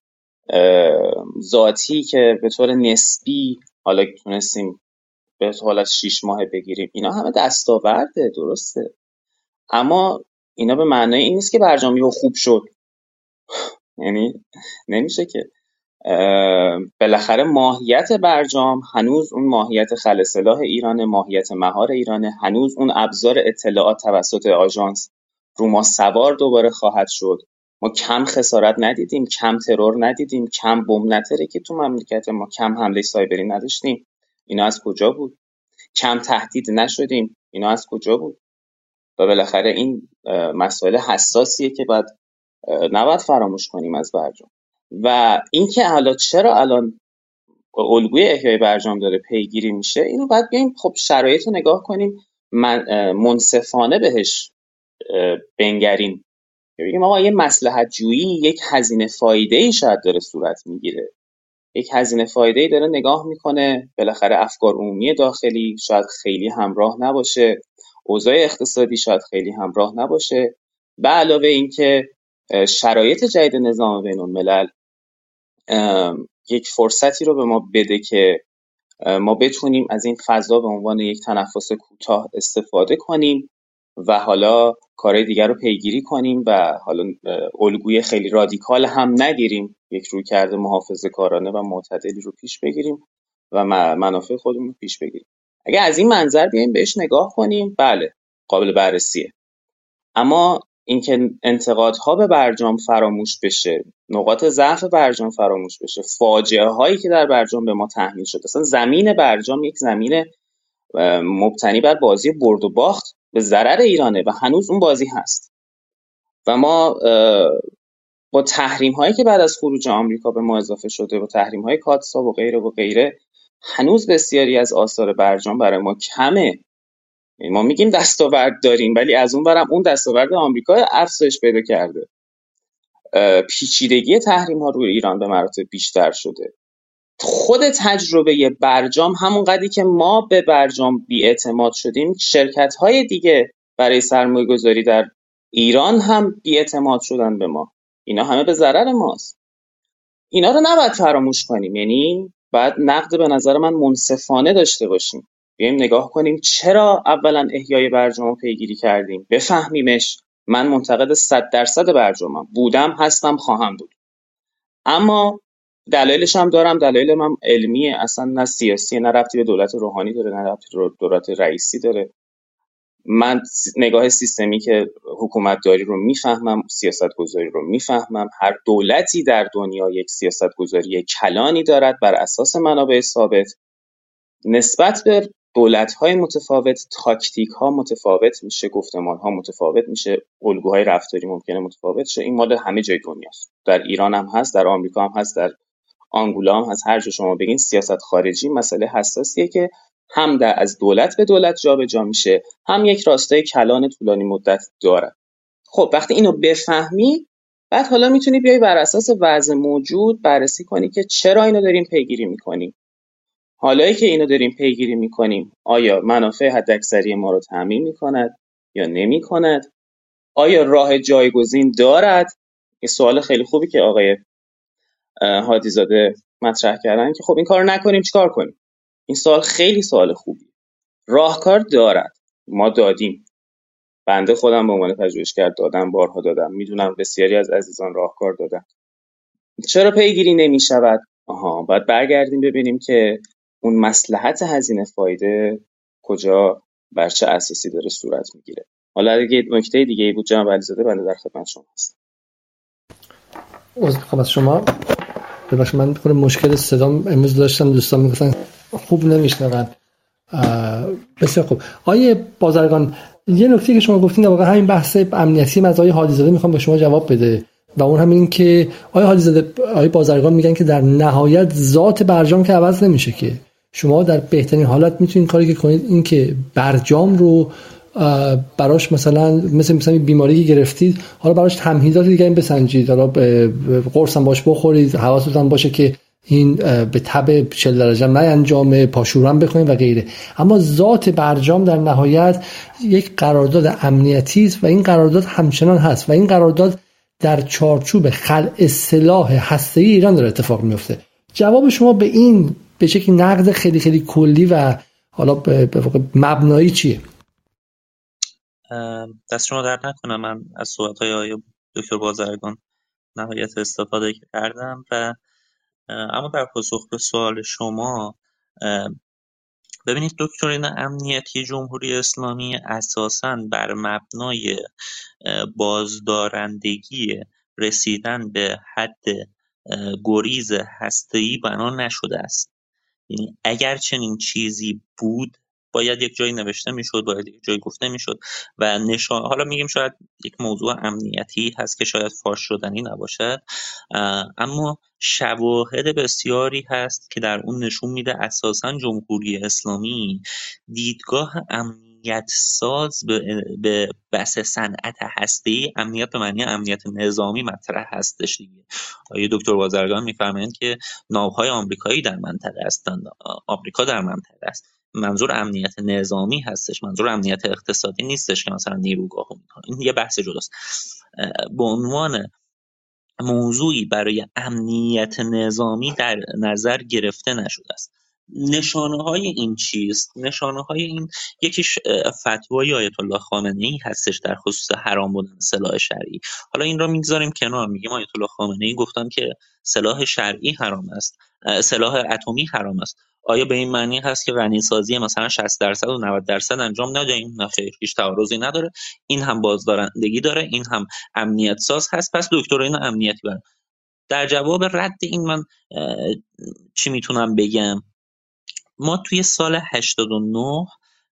ذاتی که به طور نسبی حالا تونستیم به حالت 6 ماه بگیریم، اینا همه دستاورده، درسته. اما اینا به معنای این نیست که برجام یهو خوب شد. یعنی نمیشه که. بالاخره ماهیت برجام هنوز اون ماهیت خل سلاح ایران، ماهیت مهار ایرانه، هنوز اون ابزار اطلاعات توسط آژانس رو ما سوار دوباره خواهد شد. ما کم خسارت ندیدیم، کم ترور ندیدیم، کم بمب نترکی تو مملکت ما، کم حمله سایبری نداشتیم. اینا از کجا بود؟ کم تهدید نشدیم. اینا از کجا بود؟ و بالاخره این مسائل حساسیه که نباید فراموش کنیم از برجام. و اینکه حالا چرا الان الگوی احیای برجام داره پیگیری میشه، اینو باید بیایم خب شرایط رو نگاه کنیم، منصفانه بهش بنگریم، بگیم آقا یه مصلحت جویی، یک هزینه فایده ای شاید داره صورت میگیره، یک هزینه فایده ای داره نگاه میکنه. بالاخره افکار عمومی داخلی شاید خیلی همراه نباشه، اوضاع اقتصادی شاید خیلی همراه نباشه، به علاوه اینکه شرایط جدید نظام بین‌الملل یک فرصتی رو به ما بده که ما بتونیم از این فضا به عنوان یک تنفس کوتاه استفاده کنیم و حالا کارهای دیگر رو پیگیری کنیم و حالا الگوی خیلی رادیکال هم نگیریم، یک رویکرد محافظه‌کارانه و معتدلی رو پیش بگیریم و منافع خودمون رو پیش بگیریم. اگه از این منظر بیایم بهش نگاه کنیم، بله قابل بررسیه. اما اینکه انتقادها به برجام فراموش بشه، نقاط ضعف برجام فراموش بشه، فاجعه هایی که در برجام به ما تحمیل شده، اصلا زمین برجام یک زمین مبتنی بر بازی برد و باخت به ضرر ایرانه و هنوز اون بازی هست. و ما با تحریم هایی که بعد از خروج آمریکا به ما اضافه شده، با تحریم های کاتسا و غیره هنوز بسیاری از آثار برجام برای ما کمه. ما میگیم دستاورد داریم، ولی از اون برم اون دستاورد آمریکا افزایش پیدا کرده. پیچیدگی تحریم ها روی ایران به مراتب بیشتر شده. خود تجربه برجام، همون قدری که ما به برجام بی‌اعتماد شدیم، شرکت های دیگه برای سرمایه گذاری در ایران هم بی‌اعتماد شدن به ما. اینا همه به ضرر ماست. اینا رو نباید فراموش کنیم. یعنی باید نقد به نظر من منصفانه داشته باشیم، بیایم نگاه کنیم چرا اولا احیای برجام رو پیگیری کردیم، بفهمیمش. من منتقد 100% برجامم، بودم، هستم، خواهم بود. اما دلایلش هم دارم، دلایل من علمیه، اصلا نه سیاسیه، نه ربطی به دولت روحانی داره، نه ربطی به دولت رئیسی داره. من نگاه سیستمی که حکومتداری رو میفهمم، سیاستگذاری رو میفهمم. هر دولتی در دنیا یک سیاستگذاری کلانی دارد بر اساس منابع ثابت. نسبت به دولت‌های متفاوت تاکتیک‌ها متفاوت میشه، گفتمان‌ها متفاوت میشه، الگوهای رفتاری ممکنه متفاوت شه. این مال همه جای دنیاست. در ایران هم هست، در آمریکا هم هست، در آنگولا هم هست. هر جا شما بگین سیاست خارجی مسئله حساسیه که هم از دولت به دولت جابجا میشه، هم یک راستای کلان طولانی مدت داره. خب وقتی اینو بفهمی، بعد حالا میتونی بیای بر اساس وضع موجود بررسی کنی که چرا اینو داریم پیگیری میکنیم. حالایی که اینو داریم پیگیری میکنیم آیا منافع حداکثری ما رو تامین میکند یا نمیکند؟ آیا راه جایگزین دارد؟ این سوال خیلی خوبی که آقای هادی زاده مطرح کردن که خب این کارو نکنیم چیکار کنیم. این سوال خیلی سوال خوبی. راهکار دارد، ما دادیم. بنده خودم به عنوان پژوهشگر دادم، بارها دادم، میدونم بسیاری از عزیزان راهکار دادن. چرا پیگیری نمیشود؟ باید برگردیم ببینیم که اون مصلحت هزینه فایده کجا بر چه اساسی داره صورت میگیره. حالا اگه نکته دیگه ای بود جناب علیزاده، بنده در خدمت شما هستم. عذر میخوام از شما، ببخشید من میکنم مشکل صدام امروز داشتم، دوستان میگفتن خوب نمیشنون. بسیار خوب. آیه بازرگان، یه نکته که شما گفتین در واقع همین بحث امنیتی از آیه هادی زاده میخوام به شما جواب بده و اون هم این که آیه هادی زاده، آیه بازرگان میگن که در نهایت ذات برجام که عوض نمیشه، که شما در بهترین حالت میتونین کاری که کنید این که برجام رو براش مثلا بیماری که گرفتید حالا براش تمهیدات دیگه این بسنجید، حالا قرص هم باش بخورید، حواستون باشه که این به تب 40 درجه نینجامه، پاشورم بکنید و غیره. اما ذات برجام در نهایت یک قرارداد امنیتی است و این قرارداد همچنان هست و این قرارداد در چارچوب خلع سلاح هسته‌ای ایران داره اتفاق میفته. جواب شما به این به شکلی نقد خیلی خیلی کلی و حالا به واقع مبنایی چیه؟ دست شما درد نکنه، من از صحبت‌های آقای دکتر بازرگان نهایت استفاده کردم و اما در پاسخ به سوال شما، ببینید دکترین امنیتی جمهوری اسلامی اساساً بر مبنای بازدارندگی رسیدن به حد گریز هسته‌ای بنا نشده است. یعنی اگر چنین چیزی بود باید یک جایی نوشته میشد، باید یک جایی گفته میشد و حالا میگیم شاید یک موضوع امنیتی هست که شاید فاش شدنی نباشد، اما شواهد بسیاری هست که در اون نشون میده اساساً جمهوری اسلامی دیدگاه امنیت ساز به بس صنعت هسته‌ای، امنیت به معنی امنیت نظامی مطرح هستش دیگه. آقای دکتر بازرگان میفرمایند که ناوهای آمریکایی در منطقه هستند، آمریکا در منطقه است. منظور امنیت نظامی هستش، منظور امنیت اقتصادی نیستش که مثلا نیروگاهو میکنه. این یه بحث جداست. به عنوان موضوعی برای امنیت نظامی در نظر گرفته نشده است. نشانه‌های این چیست؟ نشانه‌های این یکیش فتوای آیت الله خامنه‌ای هستش در خصوص حرام بودن سلاح شرعی. حالا این را میگذاریم کنار، میگیم آیت الله خامنه‌ای گفتن که سلاح شرعی حرام است، سلاح اتمی حرام است. آیا به این معنی هست که غنی‌سازی مثلا 60% و 90% انجام ندهیم؟ نه خیر، هیچ تعارضی نداره. این هم بازدارندگی داره، این هم امنیت ساز هست، پس دکترین امنیتی برن. در جواب رد این من چی میتونم بگم؟ ما توی سال 89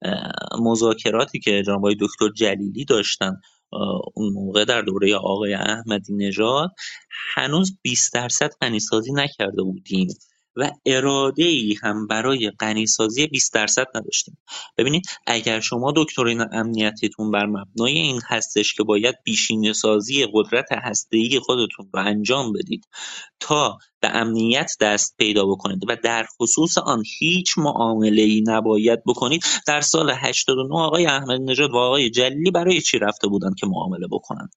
مذاکراتی که جناب آقای دکتر جلیلی داشتن اون موقع در دوره آقای احمدی نژاد، هنوز 20% غنی‌سازی نکرده بودیم و اراده‌ای هم برای غنی‌سازی 20% نداشتیم. ببینید اگر شما دکترین امنیتیتون بر مبنای این هستش که باید بیشینه‌سازی قدرت هسته‌ای خودتون رو انجام بدید تا به امنیت دست پیدا بکنید و در خصوص آن هیچ معامله‌ای نباید بکنید، در سال 89 آقای احمدی نژاد و آقای جلیلی برای چی رفته بودن که معامله بکنن؟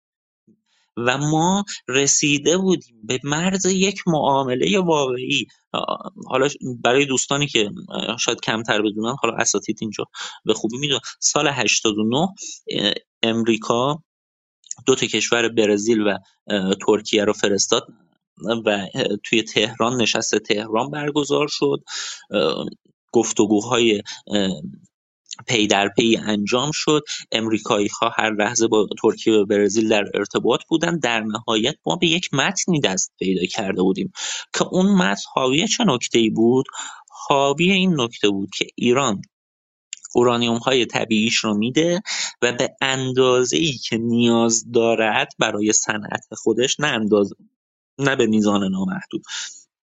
و ما رسیده بودیم به مرز یک معامله واقعی. حالا برای دوستانی که شاید کمتر بدونن، حالا اساتید اینجا به خوبی میدونن، سال 89 امریکا دو تا کشور برزیل و ترکیه رو فرستاد و توی تهران، نشست تهران برگزار شد، گفتگوهای پی در پی انجام شد. امریکایی‌ها هر لحظه با ترکیه و برزیل در ارتباط بودن. در نهایت ما به یک متنی دست پیدا کرده بودیم که اون متن حاوی چه نکته‌ای بود؟ حاوی این نکته بود که ایران اورانیوم‌های طبیعیش رو میده و به اندازه‌ای که نیاز دارد برای صنعت خودش، نه به میزان نامحدود،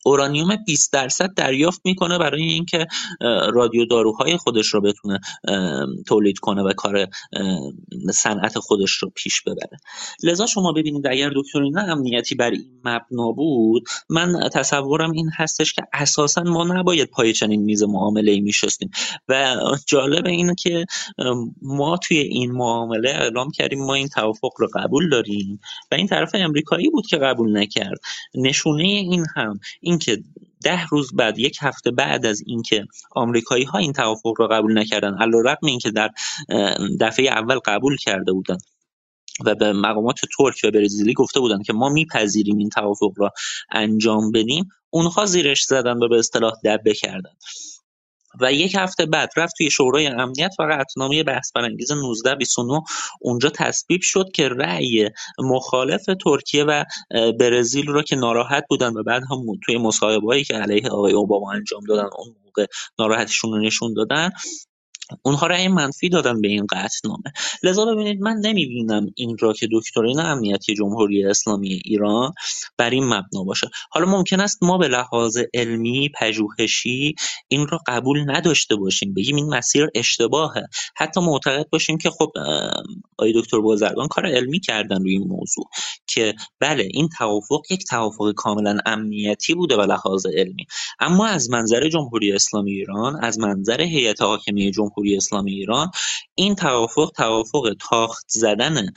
اورانیوم 20% دریافت میکنه برای اینکه رادیو داروهای خودش رو بتونه تولید کنه و کار صنعت خودش رو پیش ببره. لذا شما ببینید اگر دکترین امنیتی بر این مبنا بود، من تصورم این هستش که اساسا ما نباید پای چنین میز معامله‌ای میشستیم و جالب اینه که ما توی این معامله اعلام کردیم ما این توافق رو قبول داریم و این طرف امریکایی بود که قبول نکرد. نشونه این که 10 روز بعد، یک هفته بعد از اینکه آمریکایی‌ها این توافق رو قبول نکردن، علی‌رغم اینکه در دفعه اول قبول کرده بودن و به مقامات ترک و برزیلی گفته بودن که ما میپذیریم این توافق را انجام بدیم، اونها زیرش زدن و به اصطلاح دبه کردن و یک هفته بعد رفت توی شورای امنیت و قطعنامه بحث برانگیز 1929 اونجا تصویب شد که رأی مخالف ترکیه و برزیل رو که ناراحت بودن و بعد هم توی مصاحبه‌ای که علیه آقای اوباما انجام دادن اون موقع ناراحتیشون رو نشون دادن، اونها رأی منفی دادن به این قطعنامه. لذا ببینید من نمیبینم این را که دکترین امنیتی جمهوری اسلامی ایران بر این مبنا باشه. حالا ممکن است ما به لحاظ علمی پژوهشی این را قبول نداشته باشیم، بگیم این مسیر اشتباهه، حتی معتقد باشیم که خب آقای دکتر بازرگان کار علمی کردن روی این موضوع که بله این توافق یک توافق کاملا امنیتی بوده به لحاظ علمی، اما از منظر جمهوری اسلامی ایران، از منظر هیئت حاکمیه جمهوری اسلامی ایران، این توافق تاخت زدن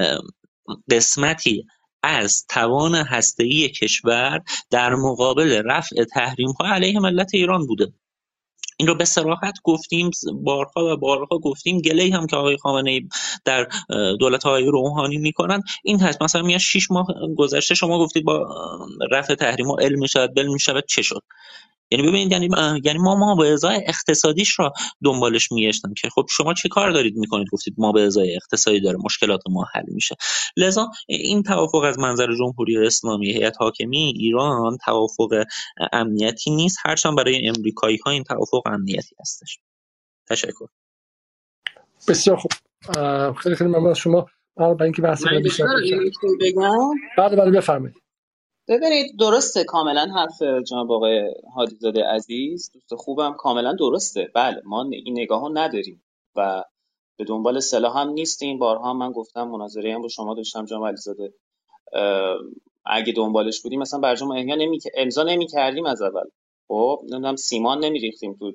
قسمتی از توان هسته‌ای کشور در مقابل رفع تحریم‌ها علیه ملت ایران بوده. این رو به صراحت گفتیم، بارها و بارها گفتیم. گله‌ای هم که آقای خامنه‌ای در دولت آقای روحانی میکنن این هست، مثلا میاد 6 ماه گذشته شما گفتید با رفع تحریم‌ها علم میشود بل میشود، چه شد؟ یعنی ببینید یعنی ما به ازای اقتصادیش را دنبالش میگشتیم که خب شما چه کار دارید میکنید، گفتید ما به ازای اقتصادی داره مشکلات ما حل میشه. لذا این توافق از منظر جمهوری اسلامی هیئت حاکمی ایران توافق امنیتی نیست، هرچند برای امریکایی ها این توافق امنیتی هستش. تشکر. بسیار خوب. خیلی خیلی ممنون از شما. برای اینکه بحث من بیشتر بگم بله بفرمایید. ببینید درسته کاملا حرف جناب آقای هادیزاده عزیز، دوست خوبم، کاملا درسته. بله ما این نگاهو نداریم و به دنبال سلاح هم نیستیم. بارها من گفتم، مناظره هم با شما داشتم جناب علیزاده، اگه دنبالش بودیم مثلا برجام امضا نمی‌کردیم از اول. خب نمیدونم سیمان نمیریختیم تو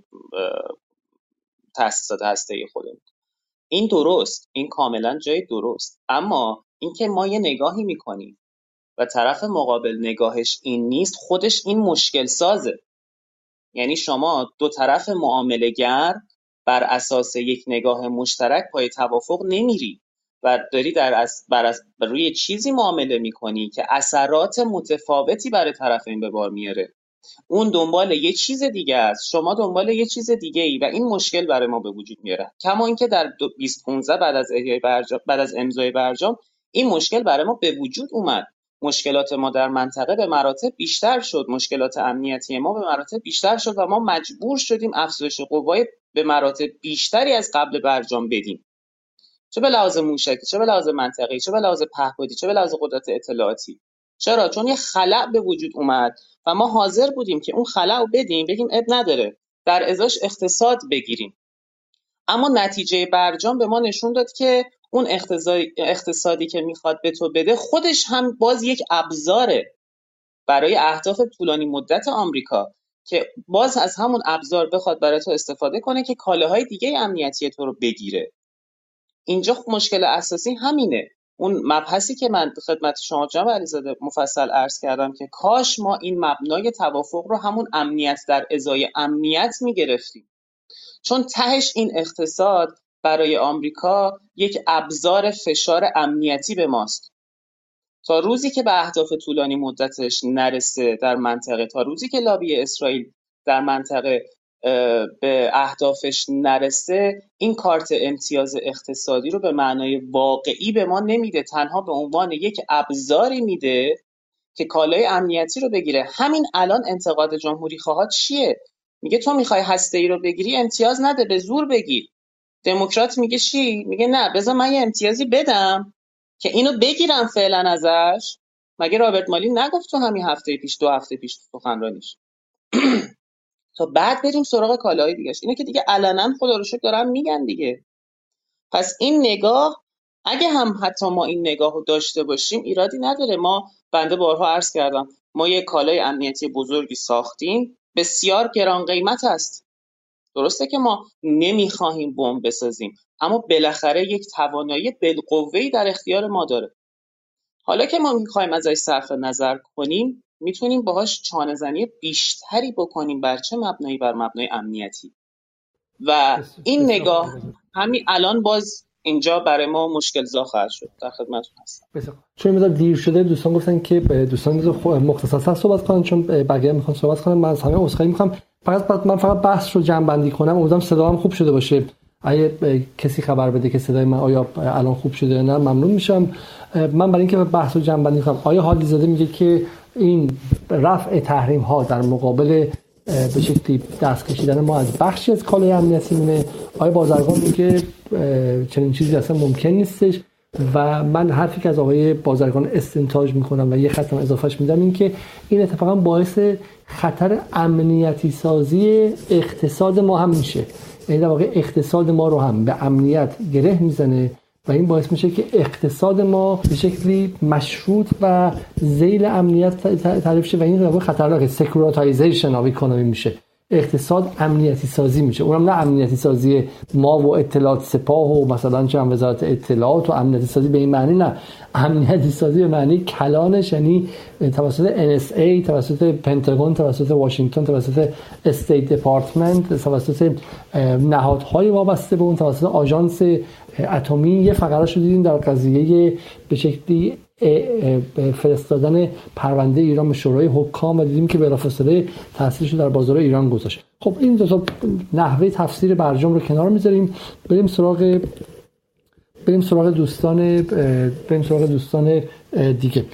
تأسیسات هسته‌ای خودمون. این درست، این کاملا جای درست. اما اینکه ما یه نگاهی میکنیم و طرف مقابل نگاهش این نیست، خودش این مشکل سازه. یعنی شما دو طرف معامله‌گر بر اساس یک نگاه مشترک پای توافق نمیری و داری روی چیزی معامله میکنی که اثرات متفاوتی برای طرفین به بار میاره. اون دنبال یه چیز دیگه است، شما دنبال یه چیز دیگه ای و این مشکل برای ما به وجود میاره. کما اینکه در 2015 بعد از امضای برجام این مشکل برای ما به وجود اومد. مشکلات ما در منطقه به مراتب بیشتر شد، مشکلات امنیتی ما به مراتب بیشتر شد و ما مجبور شدیم افزایش قوای به مراتب بیشتری از قبل برجام بدیم، چه به لحاظ موشکی، چه به لحاظ منطقی، چه به لحاظ پهپادی، چه به لحاظ قدرت اطلاعاتی. چرا؟ چون یه خلأ به وجود اومد و ما حاضر بودیم که اون خلأ رو بدیم، بگیم اب نداره، در ازاش اقتصاد بگیریم. اما نتیجه برجام به ما نشون داد که اون اقتصادی که میخواد به تو بده خودش هم باز یک ابزاره برای اهداف طولانی مدت آمریکا، که باز از همون ابزار بخواد برای تو استفاده کنه که کالاهای دیگه امنیتی تو رو بگیره. اینجا مشکل اساسی همینه. اون مبحثی که من خدمت شما جناب علیزاده مفصل عرض کردم که کاش ما این مبنای توافق رو همون امنیت در ازای امنیت میگرفتیم، چون تهش این اقتصاد برای آمریکا یک ابزار فشار امنیتی به ماست. تا روزی که به اهداف طولانی مدتش نرسه در منطقه، تا روزی که لابی اسرائیل در منطقه به اهدافش نرسه، این کارت امتیاز اقتصادی رو به معنای واقعی به ما نمیده، تنها به عنوان یک ابزاری میده که کالای امنیتی رو بگیره. همین الان انتقاد جمهوری خواهان چیه؟ میگه تو میخوای هسته‌ای رو بگیری، امتیاز نده، به زور بگیر. دموکرات میگه چی؟ میگه نه، بذار من یه امتیازی بدم که اینو بگیرم فعلا ازش، مگه رابرت مالی نگفت تو همین هفته پیش 2 هفته پیش تو سخنرانیش؟ تا بعد بریم سراغ کالاهای دیگه. اینه که دیگه علنا خدا رو شکر دارن میگن دیگه. پس این نگاه، اگه هم حتی ما این نگاه رو داشته باشیم ایرادی نداره. ما بنده بارها عرض کردم ما یک کالای امنیتی بزرگی ساختیم، بسیار گران قیمت است. درسته که ما نمیخواهیم بمب بسازیم، اما بالاخره یک توانایی بالقوه‌ای در اختیار ما داره. حالا که ما میخوایم ازش صرف نظر کنیم، میتونیم باهاش چانه‌زنی بیشتری بکنیم. بر چه مبنایی؟ بر مبنای امنیتی. و این نگاه همین الان باز اینجا برای ما مشکل زا خواهد شد. در خدمتتون هستم. بسیار. چون مقدار دیر شده دوستان گفتن که دوستان مختصرا صحبت کنن چون بقیه میخوان صحبت کنن. من از همه عذرخواهی میکنم. من فقط بحث رو جمع بندی کنم. امیدوارم صدام خوب شده باشه. اگه کسی خبر بده که صدای من آیا الان خوب شده یا نه ممنون میشم. من برای اینکه بحث رو جمع بندی کنم، آیا حالی زاده میگه که این رفع تحریم ها در مقابل به شکلی دست کشیدن ما از بخشی از کالای امنیتی میمونه؟ آیا بازرگان میگه چنین چیزی اصلا ممکن نیستش؟ و من حرفی که از آقای بازرگان استنتاج میکنم و یه خطم اضافهش میدم این که این اتفاقا باعث خطر امنیتی سازی اقتصاد ما هم میشه. یعنی در واقع اقتصاد ما رو هم به امنیت گره میزنه و این باعث میشه که اقتصاد ما به شکلی مشروط و ذیل امنیت تعریف شه و این در واقع خطرناکه. سکوراتایزیشن آف اکونومی میشه، اقتصاد امنیتی سازی میشه. اونم نه امنیتی سازی ما و اطلاعات سپاه و مثلا چه وزارت اطلاعات و امنیتی سازی به این معنی، نه، امنیتی سازی به معنی کلانش، یعنی توسط NSA، توسط پنتاگون، توسط واشنگتن، توسط استیت دپارتمنت، توسط نهادهای وابسته به اون، توسط آژانس اتمی. یه فقره شو دیدیم در قضیه به شکلی فرستادن پرونده ایران به شورای حکام و دیدیم که بلافاصله تاثیرش رو در بازار ایران گذاشت. خب این دو تا نحوه تفسیر برجام رو کنار میذاریم. بریم سراغ دوستان دیگه.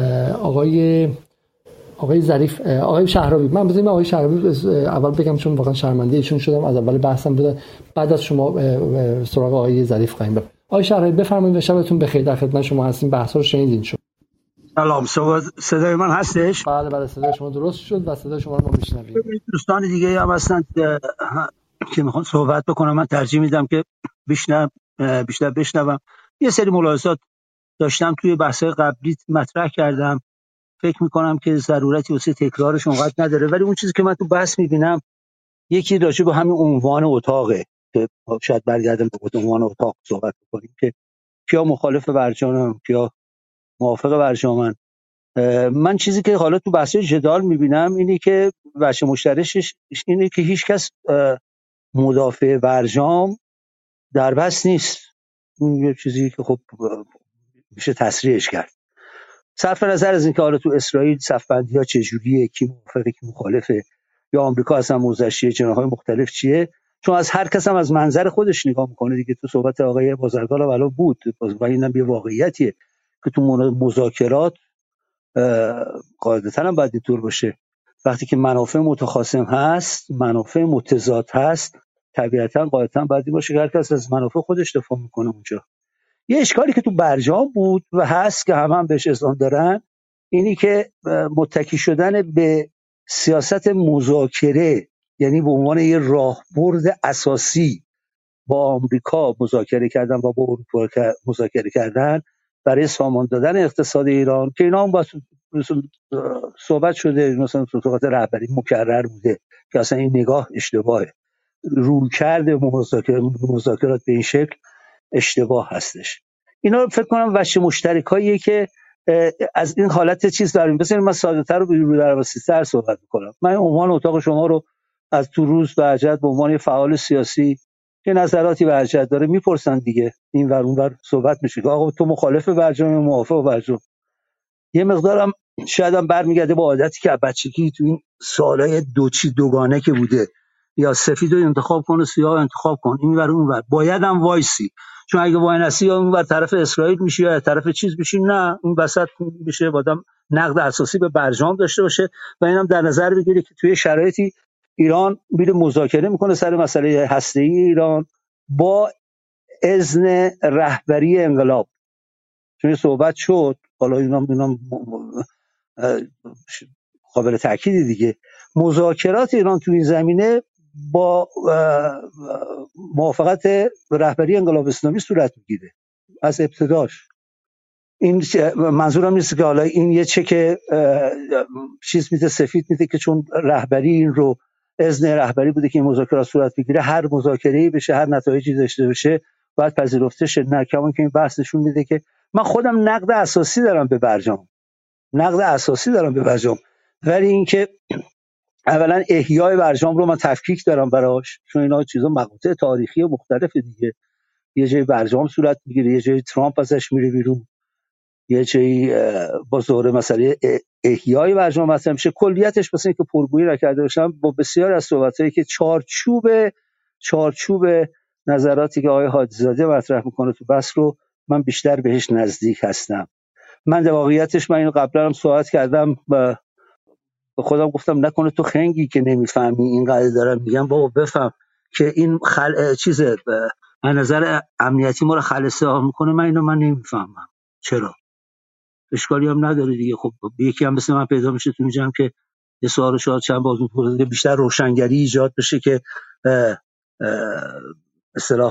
آقای ظریف، آقای شهرابی. من بذاریم آقای شهرابی اول بگم چون واقعا شرمنده ایشون شدم، از اول بحثم بوده، بعد از شما سراغ آقای ظریف خواهیم بریم. آقای شهرابی بفرمایید و شبتون بخیر. در خدمت شما هستیم. بحث رو شنیدین شما. سلام، صدای من هستش؟ بله صدای شما درست شد و صدای شما رو ما میشنویم. دوستان دیگه هم هستن که میخوان صحبت بکنم. من ترجیح میدم که بیشتر بشنوم. یه سری ملاحظات داشتم توی بحث‌های قبلی مطرح کردم، فکر میکنم که ضرورتی واسه تکرارش اونقدر نداره، ولی اون چیزی که من تو بحث میبینم یکی راجع به همین عنوان اتاقه که شاید برگردم به عنوان اتاق صحبت بکنیم که کیا مخالف برجامن، کیا موافق برجامن. من چیزی که حالا تو بحث جدال میبینم اینه که بچه مشترکش اینه که هیچ کس مدافع برجام در بس نیست. این یه چیزی که خب میشه تصریحش کرد. صرف نظر از اینکه حالا تو اسرائیل صفبندی ها چجوریه، کی موافقه کی مخالفه، یا آمریکا اصلا موضعش چیه، جناح‌های مختلف چیه، چون از هر کس هم از منظر خودش نگاه میکنه دیگه. تو صحبت آقای بازرگان والا بود و اینم یه واقعیتیه که تو مذاکرات قاعدتاً هم باید اینطور باشه. وقتی که منافع متخاصم هست، منافع متضاد هست، طبیعتاً قاعدتاً باید این باشه که هر کس از منافع خودش دفاع میکنه اونجا. یه اشکالی که تو برجام بود و هست که هم بهش اذعان دارن اینی که متکی شدن به سیاست مذاکره، یعنی به عنوان یه راهبرد اساسی با آمریکا مذاکره کردن و با اروپا مذاکره کردن برای سامان دادن اقتصاد ایران، که اینا هم با صحبت شده، مثلا صحبت رهبری مکرر بوده که اصلا این نگاه اشتباهه. رویکرد مذاکرات به این شکل اشتباه هستش. اینا رو فکر کنم وجه مشترکاییه که از این حالت چیز داریم. بذارید من ساده‌تر و بسیط‌تر صحبت می‌کنم. من عنوان اتاق شما رو از تو روز به ارجحیت به عنوان فعال سیاسی که نظراتی به ارجحیت داره میپرسن دیگه، این ور اون ور صحبت میشه که آقا تو مخالف برجام یا موافق برجام. یه مقدارم شاید هم برمیگرده با عادتی که بچگی تو این سوالای دوگانه که بوده، یا سفید رو انتخاب کن و سیاه انتخاب کن، این ور اون ور، باید هم وایسی، چون اگه وای نسی یا اون ور طرف اسرائیل میشی یا طرف چیز میشی، نه اون وسط میشه آدم نقد اساسی به برجام داشته باشه و اینم در نظر بگیره که توی شرایطی ایران میره مذاکره میکنه سر مسئله هسته‌ای ایران با اذن رهبری انقلاب. چون صحبت شد حالا اینا قابل تأکید دیگه. مذاکرات ایران تو این زمینه با موافقت رهبری انقلاب اسلامی صورت میگیره از ابتداش. این منظورم نیست که حالا این یه چک چیز میده سفید میده که چون رهبری این رو اذن رهبری بوده که این مذاکرات صورت بگیره هر مذاکره‌ای بشه هر نتایجی داشته باشه باید پذیرفته شه. نه، کما که این بحث نشون میده که من خودم نقد اساسی دارم به برجام، ولی اینکه اولا احیای برجام رو من تفکیک دارم براش، چون اینا چیزا مقاطع تاریخی مختلف دیگه. یه جای برجام صورت میگیره، یه جای ترامپ ازش میره بیرون، یه جایی با ظهور مسئله احیای برجام مطرح میشه. کلیتش مثلا که پرگویی نکرده باشم با بسیار از صحبتایی که چارچوب نظراتی که آقای حاجی‌زاده مطرح میکنه تو بحث رو من بیشتر بهش نزدیک هستم. من در واقعیتش من اینو قبلا هم صحبت کردم به خودم گفتم نکنه تو خنگی که نمیفهمی اینقدر دارم میگم بابا بفهم که این چیزه از نظر امنیتی ما رو خلسه میکنه. من اینو نمیفهمم چرا. اشکالی هم نداره دیگه. خب یکی هم مثل من پیدا میشه تو اینجام که یه سوال شاید چند باز می‌پرسه بیشتر روشنگری ایجاد بشه که اصطلاح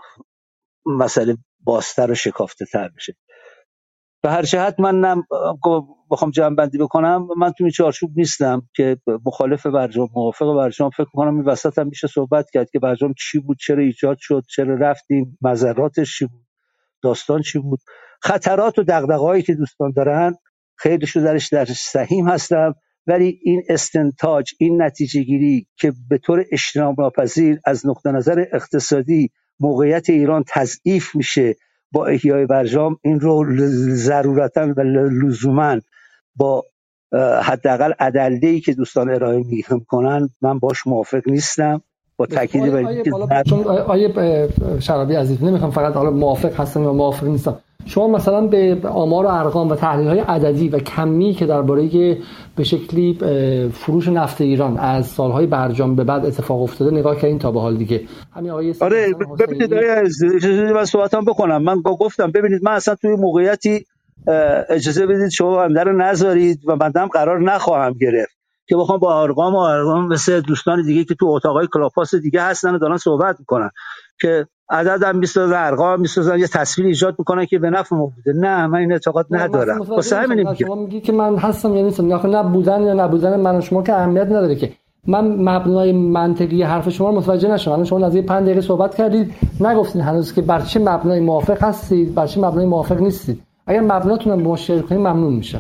مسئله بازتر و شکافته تر بشه. به هر جهت من بخوام جمع بندی بکنم من تو این چارچوب نیستم که مخالف برجام موافق برجام. فکر می‌کنم این وسط هم میشه صحبت کرد که برجام چی بود، چرا ایجاد شد، چرا رفتیم، مضراتش چی بود، داستان چی بود، خطرات و دغدغه‌هایی که دوستان دارن خیلیشو در سهیم هستم. ولی این استنتاج، این نتیجه گیری که به طور اجتناب ناپذیر از نقطه نظر اقتصادی موقعیت ایران تضعیف میشه با احیای برجام، این رو ضرورتاً و لزوماً با حداقل ادله‌ای که دوستان ارائه میکنن من باش موافق نیستم. با تاکید بر چون آیه شرابی عزیز نمیخوام فقط حالا موافق هستم یا موافق نیستم، شما مثلا به آمار و ارقام و تحلیل‌های عددی و کمی که درباره به شکلی فروش نفت ایران از سالهای برجام به بعد اتفاق افتاده نگاه کردین تا به حال دیگه؟ همین آقای آره ببینید من صحبتام بکنم. من گفتم ببینید من اصلا توی موقعیتی اجازه بدید شما بنده رو نذارید و بندم قرار نخواهم گرفت که بخوام با ارقام مثل دوستان دیگه که تو اتاقای کلاپاس دیگه هستن و دارن صحبت میکنن که عددم میسازن، ارقام میسازن، یه تصویر ایجاد میکنن که به نفع ما بوده. نه، من این اعتقاد ندارم. واسه همین میگم شما میگید که من هستم یا نیستم، نه بودن یا نبودن من و شما که اهمیت نداره که. من مبنای منطقی حرف شما رو متوجه نشدم. شما نزدیک 5 دقیقه صحبت کردید نگفتین هنوز که بر چه مبنای موافق هستید، بر چه مبنای موافق نیستید. اگر مبناتون رو مشارکت کنید ممنون میشم.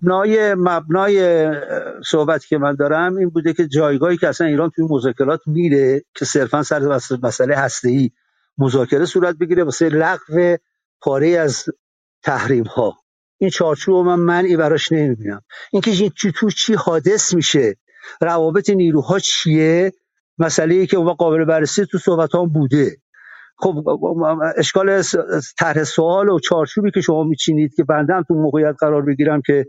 مبنای صحبتی که من دارم این بوده که جایگاهی که اصلا ایران توی مذاکرات میره که صرفا سر مسئله هسته‌ای مذاکره صورت بگیره واسه لغو پاره از تحریم ها، این چارچوب من معنی براش نمیبینم. اینکه تو چی حادث میشه، روابط نیروها چیه، مسئله‌ای که اون قابل بررسی تو صحبت ها بوده. خب اشکال طرح سوال و چارچوبی که شما میچینید که بنده هم تو موقعیت قرار بگیرم که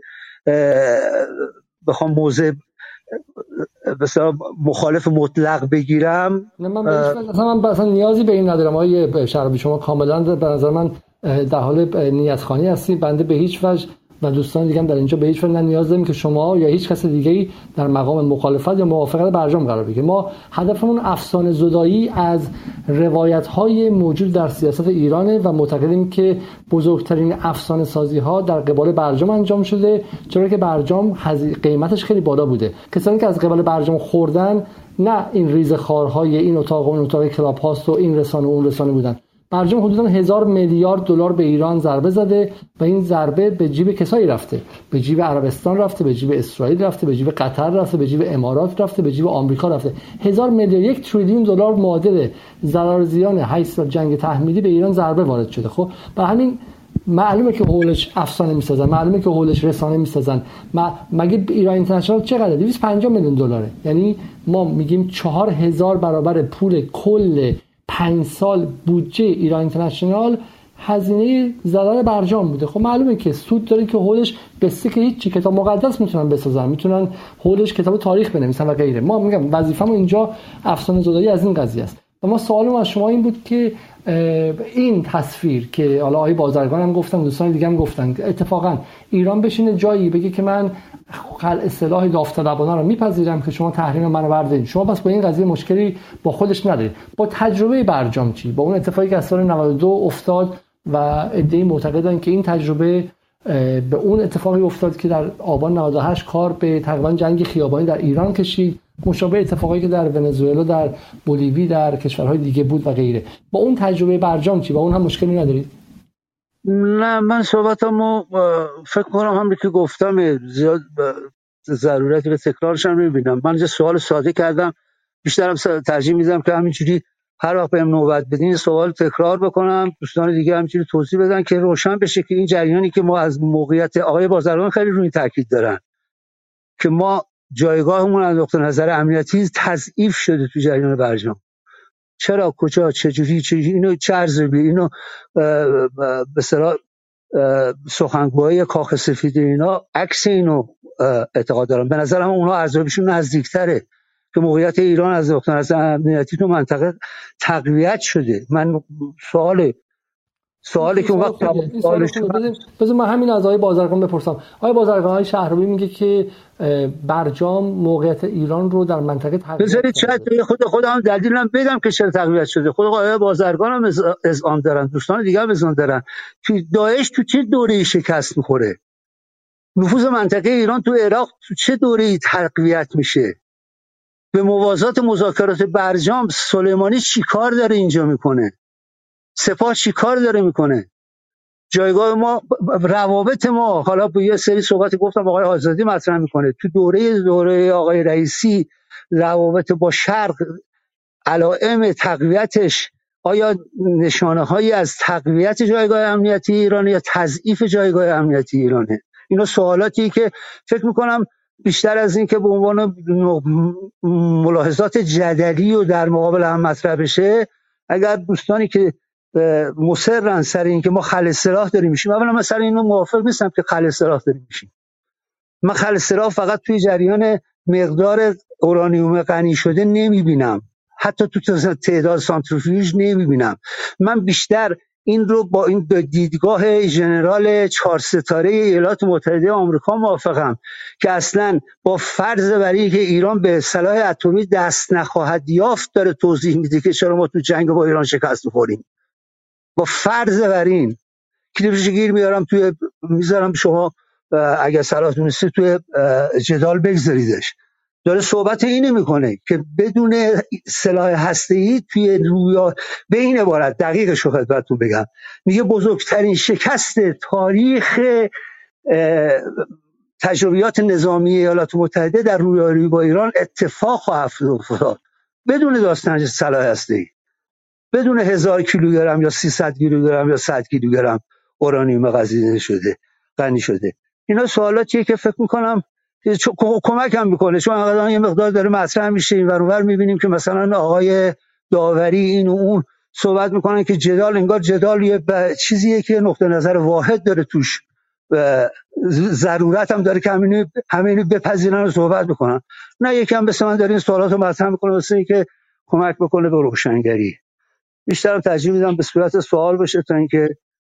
بخوام موضع مثلا مخالف مطلق بگیرم، نه من اصلا نیازی به این ندارم. آقای شرابی شما کاملا به نظر من در حال نیت‌خوانی هستید. بنده به هیچ وجه و دوستان دیگه هم در اینجا به هیچ وجه نیاز داریم که شما یا هیچ کس دیگه‌ای در مقام مخالفت یا موافقت برجام قرار بگیره. ما هدفمون افسانه زدایی از روایت‌های موجود در سیاست ایرانه و معتقدیم که بزرگترین افسانه سازی‌ها در قبال برجام انجام شده، چرا که برجام قیمتش خیلی بالا بوده. کسانی که از قبال برجام خوردن نه این ریزخوارهای این اتاق و اون اتاق کلاب هاست و این رسانه و اون رسانه بودن. برجام حدوداً 1000 میلیارد دلار به ایران ضربه زده و این ضربه به جیب کسایی رفته، به جیب عربستان رفته، به جیب اسرائیل رفته، به جیب قطر رفته، به جیب امارات رفته، به جیب آمریکا رفته. 1000 میلیارد، 1 تریلیون دلار معادل ضرر زیان 8 سال جنگ تحمیلی به ایران ضربه وارد شده. خب به همین معلومه که حولش افسانه میسازن، معلومه که حولش رسانه میسازن. مگه ایران اینترنشنال چقدره؟ 250 میلیون دلاره. یعنی ما میگیم 4000 برابر پول کل 5 سال بودجه ایران اینترنشنال هزینه ضرر برجام بوده. خب معلومه که سود داره که حولش بسته که هیچ کتاب مقدس میتونن بسازن، میتونن حولش کتاب تاریخ بنویسن و غیره. ما میگم وظیفه‌مون اینجا افسانه زدایی از این قضیه است. و ما سوالم از شما این بود که این تصویر که حالا آقای بازرگان هم گفتن، دوستان دیگه هم گفتن، اتفاقا ایران بشینه جایی بگه که من اصطلاح داوطلبانه رو میپذیرم که شما تحریم منو بردارید، شما بس با این قضیه مشکلی با خودش ندارید. با تجربه برجام چی؟ با اون اتفاقی که از سال 92 افتاد و عده‌ای معتقدن که این تجربه به اون اتفاقی افتاد که در آبان 98 کار به تقریبا جنگ خیابانی در ایران کشید، مشابه اتفاقایی که در ونزوئلا، در بولیوی، در کشورهای دیگه بود و غیره. با اون تجربه برجام چی؟ با اون هم مشکلی ندارید؟ نه، من صحبتمو فکر کنم همین که گفتم زیاد ضرورتی به تکرارش هم نمی‌بینم. من یه سوال ساده کردم، بیشترم ترجیح میدم که همینجوری هر وقت بهم نوبت بدین سوال تکرار بکنم، دوستان دیگه همینجوری توضیح بدن که روشن بشه که این جریانی که ما از موقعیت آقای بازرگان خیلی روی تاکید دارن که ما جایگاهمون از نقطه نظر امنیتی تضعیف شده تو جریان برجام. چرا، کجا، چجوری، اینو چه ارزیابی، اینو به اصطلاح سخنگوهای کاخ سفید اینا عکس اینو اعتقاد دارم. به نظرم اونا ارزیابیشون نزدیکتره که موقعیت ایران از نقطه نظر امنیتی تو منطقه تقویت شده. من سوالی که اون وقت بذار من همین از آقای بازرگان بپرسم. آقای بازرگان، آقای شهرابی میگه که برجام موقعیت ایران رو در منطقه تقویت کرده. بذارید شاید خودم دلیلم بگم که چرا تقویت شده. خود آقای بازرگان هم اذعان دارن، دوستان دیگه هم اذعان دارن که داعش تو چه دوره‌ای شکست میخوره، نفوذ منطقه ایران تو عراق تو چه دوره‌ای تقویت میشه. به موازات مذاکرات برجام سلیمانی چیکار داره اینجا میکنه، سپاه چیکار داره میکنه، جایگاه ما، روابط ما. حالا با یه سری صحبتی گفتم آقای آزادی مطرح میکنه تو دوره آقای رئیسی روابط با شرق، علائم تقویتش آیا نشانه هایی از تقویت جایگاه امنیتی ایرانه یا تضعیف جایگاه امنیتی ایرانه؟ اینا سوالاتی که فکر میکنم بیشتر از این که به عنوان ملاحظات جدلی و در مقابل هم مطرح بشه، اگر دوستانی که مصرن سر این که ما خل اصطلاح داریم میشیم، اولا من سر اینو موافق نیستم که خل اصطلاح داریم میشیم. من خل اصطلاح فقط توی جریان مقدار اورانیوم غنی شده نمیبینم، حتی تو تعداد سانتریفیوژ نمیبینم. من بیشتر این رو با این دیدگاه ژنرال 4 ستاره ایالات متحده آمریکا موافقم که اصلا با فرض بر اینکه ایران به سلاح اتمی دست نخواهد یافت داره توضیح میده که چرا ما تو جنگ با ایران شکست می‌خوریم. با فرض بر این کلیپش گیر میذارم شما اگر صلاح دونستی توی جدال بگذاریدش. داره صحبت اینه میکنه که بدون سلاح هسته‌ای توی رویا، به این عبارت دقیقش رو خدمتتون بگم، میگه بزرگترین شکست تاریخ تجربیات نظامی ایالات متحده در رویارویی با ایران اتفاق خواهد افتاد بدون داشتن سلاح هسته‌ای، بدون 1000 کیلوگرم یا 300 کیلوگرم یا 100 کیلوگرم اورانیوم غنی شده. اینا سوالاتیه که فکر میکنم کمک هم میکنه، چون انقدر یه مقدار داره مطرح میشه این ور اون ور، میبینیم که مثلا آقای داوری این و اون صحبت میکنن که جدال، انگار جدال یه چیزیه که نقطه نظر واحد داره توش، ضرورت هم داره که همینو بپذیرن و صحبت بکنن. نه، یکم مثلا من داره این سوالاتو مطرح میکنه واسه اینکه کمک بکنه به روشنگری. بیشترم ترجیح میدم به صورت سوال بشه تا اینکه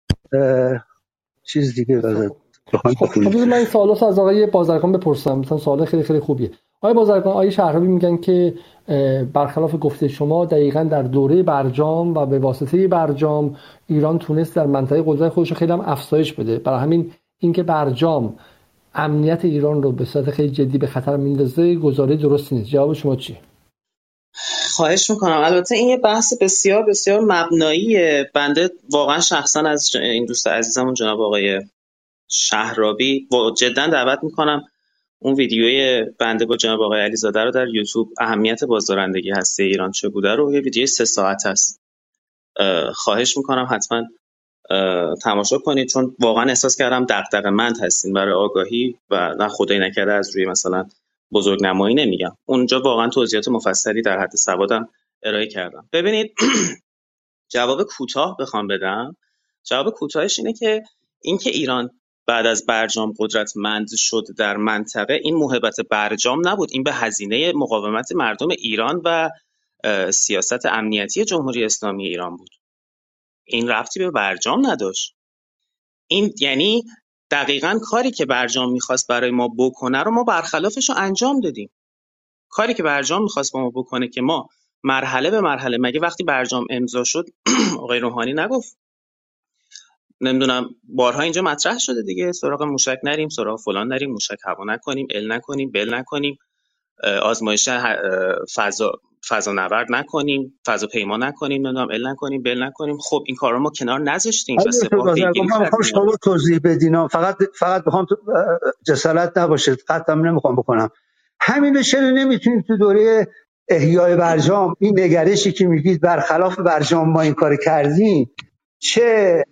چیز دیگه بزن. خب من این سوالات از آقای بازرگان بپرسم، مثلا سوال خیلی خیلی خوبیه. آقای بازرگان، آقای شهرابی میگن که برخلاف گفته شما دقیقاً در دوره برجام و به واسطه برجام ایران تونست در منطقه قدرت خودش رو خیلی هم افزایش بده، برای همین اینکه برجام امنیت ایران رو به صورت خیلی جدی به خطر میندازه گزاره درستی نیست. جواب شما چیه؟ خواهش میکنم. البته این یه بحث بسیار بسیار مبناییه. بنده واقعا شخصا از این دوست عزیزمون جناب آقای شهرابی جدا دعوت میکنم اون ویدیوی بنده با جناب آقای علیزاده رو در یوتیوب، اهمیت بازدارندگی هسته ایران چه بوده رو، یه ویدیوی 3 ساعت است، خواهش میکنم حتما تماشا کنید، چون واقعا احساس کردم دغدغه‌مند هستین برای آگاهی و نه خدای نکرده از روی مثلا بزرگنمایی نمیگم، اونجا واقعا توضیحات مفصلی در حد سوادم ارائه کردم. ببینید جواب کوتاه بخوام بدم، جواب کوتاهش اینه که اینکه ایران بعد از برجام قدرتمند شد در منطقه، این موهبت برجام نبود، این به هزینه مقاومت مردم ایران و سیاست امنیتی جمهوری اسلامی ایران بود. این ربطی به برجام نداشت. این یعنی دقیقاً کاری که برجام میخواست برای ما بکنه رو ما برخلافش رو انجام دادیم. کاری که برجام میخواست با ما بکنه که ما مرحله به مرحله، مگه وقتی برجام امضا شد آقای روحانی نگفت نمیدونم بارها اینجا مطرح شده دیگه سراغ موشک نریم، سراغ فلان نریم، موشک هوا نکنیم، ال نکنیم، بل نکنیم، آزمایش فضا نورد نکنیم، فضاپیما نکنیم، نمیدونم ال نکنیم، بل نکنیم. خب این کارا ما کنار نذاشتیم و سپاه پیگیری من میخوام شما توضیح بدین، فقط میخوام جسارت نباشه، قطعا نمیخوام بکنم. همین رو چرا نمیتونید تو دوره احیای برجام این نگرشی که میگید برخلاف برجام ما این کار کردیم چه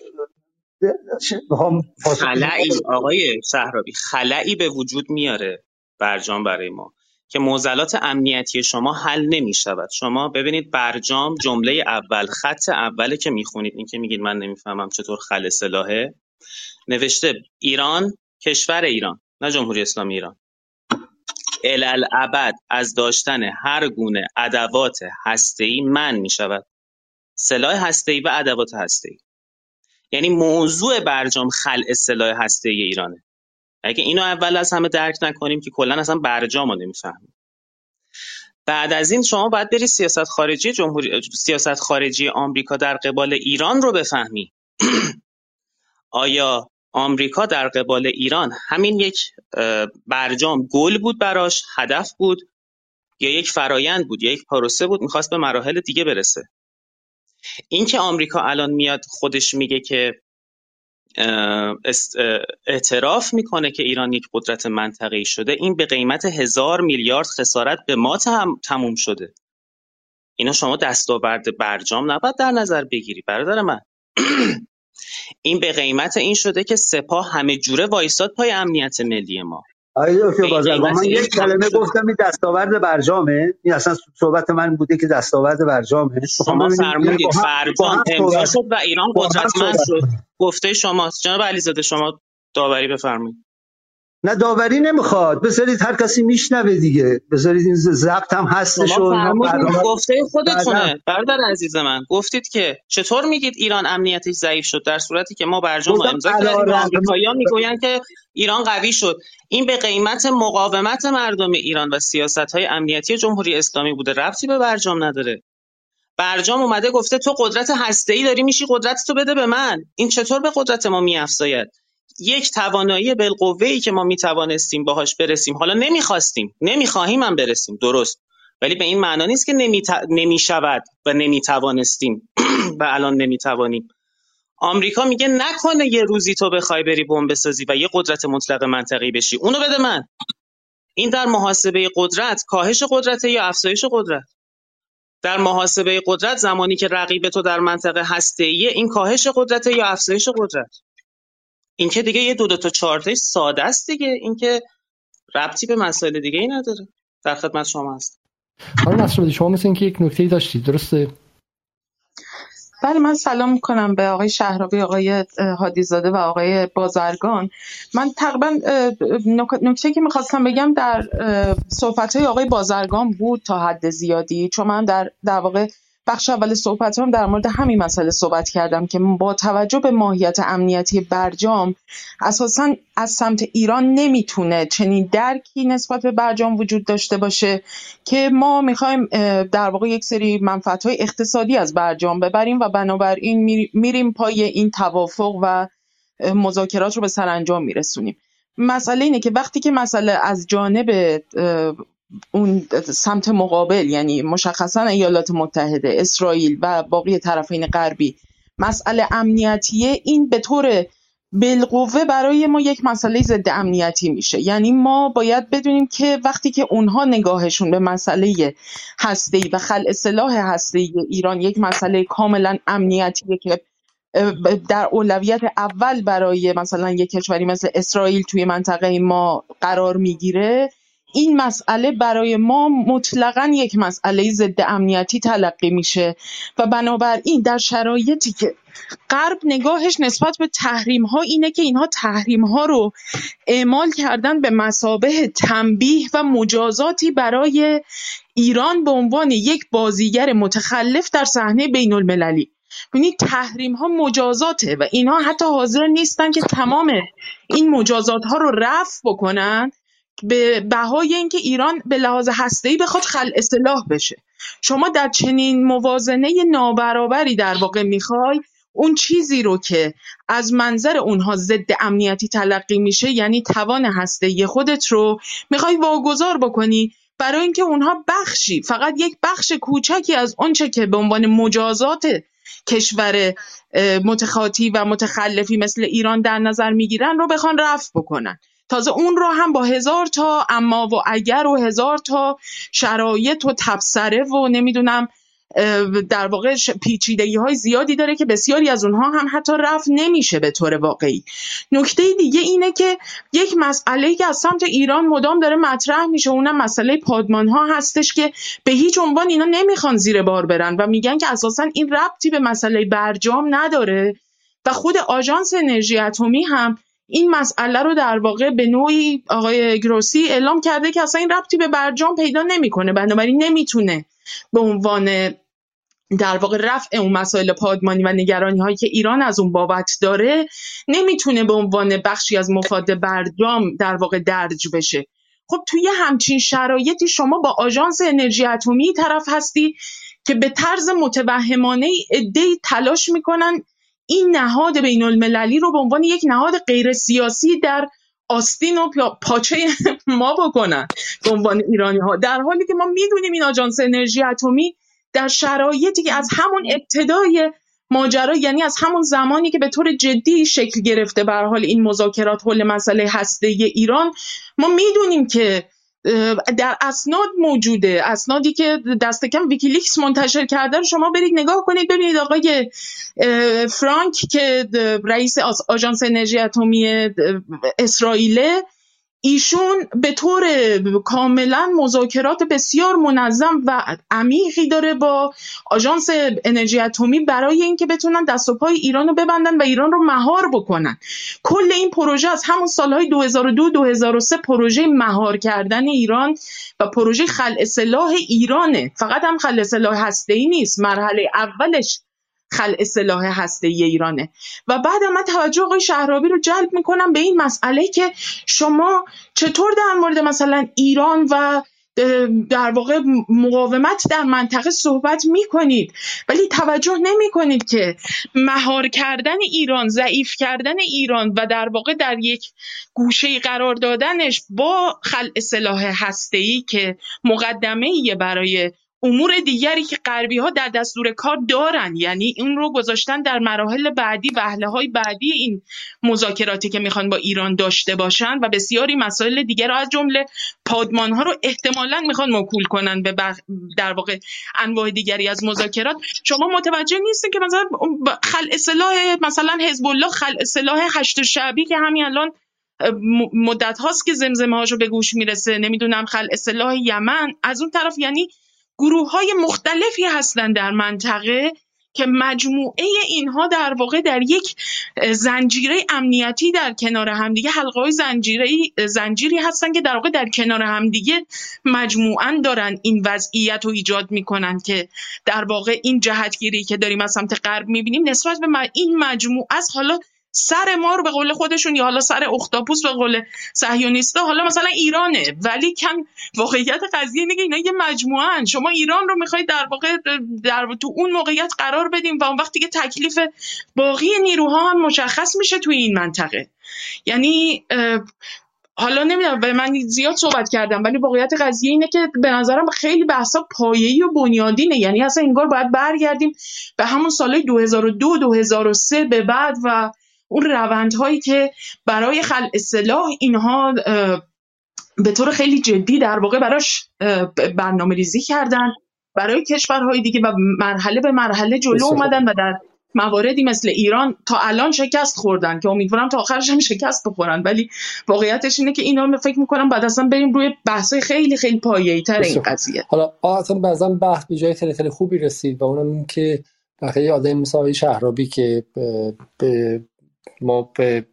خلایی آقای صحرابی خلایی به وجود میاره برجام برای ما که معضلات امنیتی شما حل نمیشود. شما ببینید برجام جمله اول خط اوله که میخونید، این که میگید من نمیفهمم چطور خل سلاحه، نوشته ایران، کشور ایران، نه جمهوری اسلامی ایران، الالعبد از داشتن هر گونه ادوات هسته‌ای منع میشود. سلاح هسته‌ای و ادوات هسته‌ای، یعنی موضوع برجام خلع سلاح هسته‌ای ایرانه. اگه اینو اول از همه درک نکنیم که کلا اصلا برجامو نمیفهمیم. بعد از این شما باید بری سیاست خارجی آمریکا در قبال ایران رو بفهمی. آیا آمریکا در قبال ایران همین یک برجام گل بود براش، هدف بود، یا یک فرایند بود یا یک پروسه بود میخواست به مراحل دیگه برسه؟ این که آمریکا الان میاد خودش میگه که اعتراف میکنه که ایران یک قدرت منطقه‌ای شده، این به قیمت 1000 میلیارد خسارت به ما تموم شده. اینا شما دستاورد برجام نباید در نظر بگیری برادر من. این به قیمت این شده که سپاه همه جوره وایساد پای امنیت ملی ما. آقای دکتر بازرگان، من یک کلمه گفتم این دستاورد برجامه، این اصلا صحبت من بوده که دستاورد برجامه. شما فرمودید برجام امضا شد و ایران قدرتمند شد، گفته شماست. جناب علیزاده شما داوری بفرمایید. نه داوری نمیخواد، بذارید هر کسی میشنوه دیگه، بذارید این ضبط هم هستش. گفته خودتونه برادر عزیز من، گفتید که چطور میگید ایران امنیتش ضعیف شد در صورتی که ما برجام رو امضا کردیم، آمریکایی‌ها میگویند که ایران قوی شد. این به قیمت مقاومت مردم ایران و سیاست‌های امنیتی جمهوری اسلامی بوده، ربطی به برجام نداره. برجام اومده گفته تو قدرت هسته‌ای داری میشی، قدرتتو بده به من. این چطور به قدرت ما میافزاید؟ یک توانایی بالقوه‌ای که ما میتوانستیم باهاش برسیم، حالا نمیخواستیم، نمیخواهیم هم برسیم، درست، ولی به این معنا نیست که نمیشود و نمیتوانستیم و الان نمیتوانیم. آمریکا میگه نکنه یه روزی تو بخوای بری بمب بسازی و یه قدرت مطلق منطقه‌ای بشی، اونو بده من. این در محاسبه قدرت کاهش قدرت یا افزایش قدرت؟ در محاسبه قدرت زمانی که رقیب تو در منطقه هسته‌ای، این کاهش قدرت یا افزایش قدرت؟ این که دیگه یه 2 تا 4 تا ساده است دیگه، این که ربطی به مسائل دیگه ای نداره. در خدمت شما هست. خانم نصرآبادی، شما مثل اینکه یک نکته‌ای داشتید، درسته؟ بله، من سلام میکنم به آقای شهرابی، آقای هادیزاده و آقای بازرگان. من تقریبا نکته که میخواستم بگم در صحبت‌های آقای بازرگان بود تا حد زیادی، چون من در واقع بخش اول صحبتام در مورد همین مسئله صحبت کردم که با توجه به ماهیت امنیتی برجام اساساً از سمت ایران نمیتونه چنین درکی نسبت به برجام وجود داشته باشه که ما میخوایم در واقع یک سری منفعت‌های اقتصادی از برجام ببریم و بنابراین میریم پای این توافق و مذاکرات رو به سرانجام میرسونیم. مسئله اینه که وقتی که مسئله از جانب اون سمت مقابل، یعنی مشخصا ایالات متحده، اسرائیل و باقی طرفین غربی، مسئله امنیتیه، این به طور بالقوه برای ما یک مسئله ضد امنیتی میشه. یعنی ما باید بدونیم که وقتی که اونها نگاهشون به مسئله هسته‌ای و خلع سلاح هسته‌ای ایران یک مسئله کاملا امنیتیه که در اولویت اول برای مثلا یک کشوری مثل اسرائیل توی منطقه ما قرار میگیره، این مسئله برای ما مطلقاً یک مسئله ضد امنیتی تلقی میشه و بنابراین در شرایطی که غرب نگاهش نسبت به تحریم‌ها اینه که اینها تحریم‌ها رو اعمال کردن به مثابه تنبیه و مجازاتی برای ایران به عنوان یک بازیگر متخلف در صحنه بین‌المللی. یعنی تحریم‌ها مجازاته و اینها حتی حاضر نیستن که تمام این مجازات‌ها رو رفع بکنن به بهای اینکه ایران به لحاظ هسته‌ای بخواد خلع سلاح بشه. شما در چنین موازنه نابرابری در واقع میخوای اون چیزی رو که از منظر اونها ضد امنیتی تلقی میشه، یعنی توان هسته‌ای خودت رو میخوای واگذار بکنی برای اینکه اونها بخشی، فقط یک بخش کوچکی از اونچه که به عنوان مجازات کشور متخاطی و متخلفی مثل ایران در نظر میگیرن رو بخوان رفع بکنن. تازه اون رو هم با 1000 تا اما و اگر و 1000 تا شرایط و تبصره و نمیدونم در واقع پیچیدگی‌های زیادی داره که بسیاری از اونها هم حتی رفع نمیشه به طور واقعی. نکته دیگه اینه که یک مسئله‌ای که از سمت ایران مدام داره مطرح میشه، اونم مسئله پادمان‌ها هستش که به هیچ عنوان اینا نمیخوان زیر بار برن و میگن که اساساً این ربطی به مسئله برجام نداره و خود آژانس انرژی اتمی هم این مسئله رو در واقع به نوعی آقای گروسی اعلام کرده که اصلا این ربطی به برجام پیدا نمیکنه، بنابراین نمیتونه به عنوان در واقع رفع اون مسائل پادمانی و نگرانی هایی که ایران از اون بابت داره نمیتونه به عنوان بخشی از مفاد برجام در واقع درج بشه. خب توی همچین شرایطی شما با آژانس انرژی اتمی طرف هستی که به طرز متوهمانه عده‌ای تلاش میکنن این نهاد بین المللی رو به عنوان یک نهاد غیر سیاسی در آستین و پاچه ما بکنن به عنوان ایرانی ها، در حالی که ما میدونیم این آژانس انرژی اتمی در شرایطی که از همون ابتدای ماجرا، یعنی از همون زمانی که به طور جدی شکل گرفته به هر حال این مذاکرات حول مسئله هسته‌ای ایران، ما میدونیم که در اسناد موجوده، اسنادی که دست کم ویکیلیکس منتشر کرده رو شما برید نگاه کنید ببینید آقای فرانک که رئیس آژانس انرژی اتمی اسرائیل، ایشون به طور کاملا مذاکرات بسیار منظم و عمیقی داره با آژانس انرژی اتمی برای اینکه بتونن دست و پای ایران رو ببندن و ایران رو مهار بکنن. کل این پروژه از همون سالهای 2002-2003 پروژه مهار کردن ایران و پروژه خلع سلاح ایرانه. فقط هم خلع سلاح هسته‌ای نیست، مرحله اولش خلع سلاح هسته‌ای ایرانه. و بعد من توجه آقای شهرابی رو جلب میکنم به این مسئله که شما چطور در مورد مثلا ایران و در واقع مقاومت در منطقه صحبت میکنید ولی توجه نمیکنید که مهار کردن ایران، ضعیف کردن ایران و در واقع در یک گوشه قرار دادنش با خلع سلاح هسته‌ای که مقدمه‌ای برای امور دیگری که غربی‌ها در دستور کار دارن، یعنی اون رو گذاشتن در مراحل بعدی، وهله‌های بعدی این مذاکراتی که میخوان با ایران داشته باشن و بسیاری مسائل دیگر رو از جمله پادمان‌ها رو احتمالاً میخوان موکول کنن به در واقع انواع دیگری از مذاکرات. شما متوجه نیستین که مثلا خلع سلاح مثلا حزب الله، خلع سلاح هشت شعبی که همین الان مدت هاست که زمزمه هاشو به گوش میرسه، نمیدونم خلع سلاح یمن، از اون طرف یعنی گروه‌های مختلفی هستند در منطقه که مجموعه اینها در واقع در یک زنجیره امنیتی در کنار همدیگه، حلقه‌های زنجیری هستن که در واقع در کنار همدیگه مجموعاً دارن این وضعیت رو ایجاد میکنن که در واقع این جهتگیری که داریم از سمت غرب میبینیم نسبت به این مجموعه از حالا سر ما رو به قول خودشون یا حالا سر اختاپوس به قول صهیونیستا حالا مثلا ایرانه، ولی کن واقعیت قضیه اینه که اینا یه مجموعه‌ان. شما ایران رو میخواید در واقع تو اون موقعیت قرار بدیم و اون وقتی که تکلیف باقی نیروها هم مشخص میشه توی این منطقه. یعنی حالا نمیدونم به من زیاد صحبت کردم ولی واقعیت قضیه اینه که به نظرم خیلی بحثا پایه‌ای و بنیادینه، یعنی اصلا انگار باید برگردیم به همون سالهای 2002-2003 به بعد و اون روندهایی که برای خلع سلاح اینها به طور خیلی جدی در واقع براش برنامه ریزی کردن برای کشورهای دیگه و مرحله به مرحله جلو اومدن و در مواردی مثل ایران تا الان شکست خوردن که امیدوارم تا آخرش هم شکست بخورن، ولی واقعیتش اینه که اینا فکر میکنم بعد اصلا بریم روی بحثای خیلی خیلی پایه‌ای تر این قضیه. حالا اصلا بعضا بحث به جای خیلی خیلی خوبی رسید و اونم این که بخیلی آدم مثل آقای شهرابی که ما به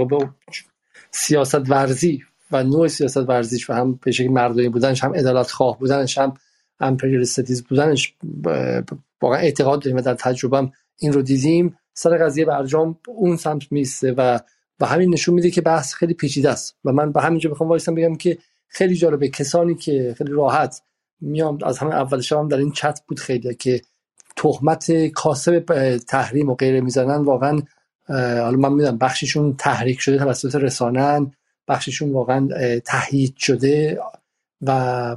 سیاست ورزی و نوع سیاست ورزیش و هم به شکل مردمی بودنش، هم عدالت خواه بودنش، هم امپریالیست ستیز بودنش واقعا اعتقاد داریم و در تجربه این رو دیدیم. سر قضیه برجام اون سمت میسته و همین نشون میده که بحث خیلی پیچیده است و من به همینجا میخوام وایسم بگم که خیلی جالبه کسانی که خیلی راحت میام از همه اول شب هم در این چت بود خیلی که تهمت کاسب تحریم و غیره میزنن، واقعا حالا من میدونم بخششون تحریک شده توسط رسانه‌ان، بخششون واقعا تهیید شده و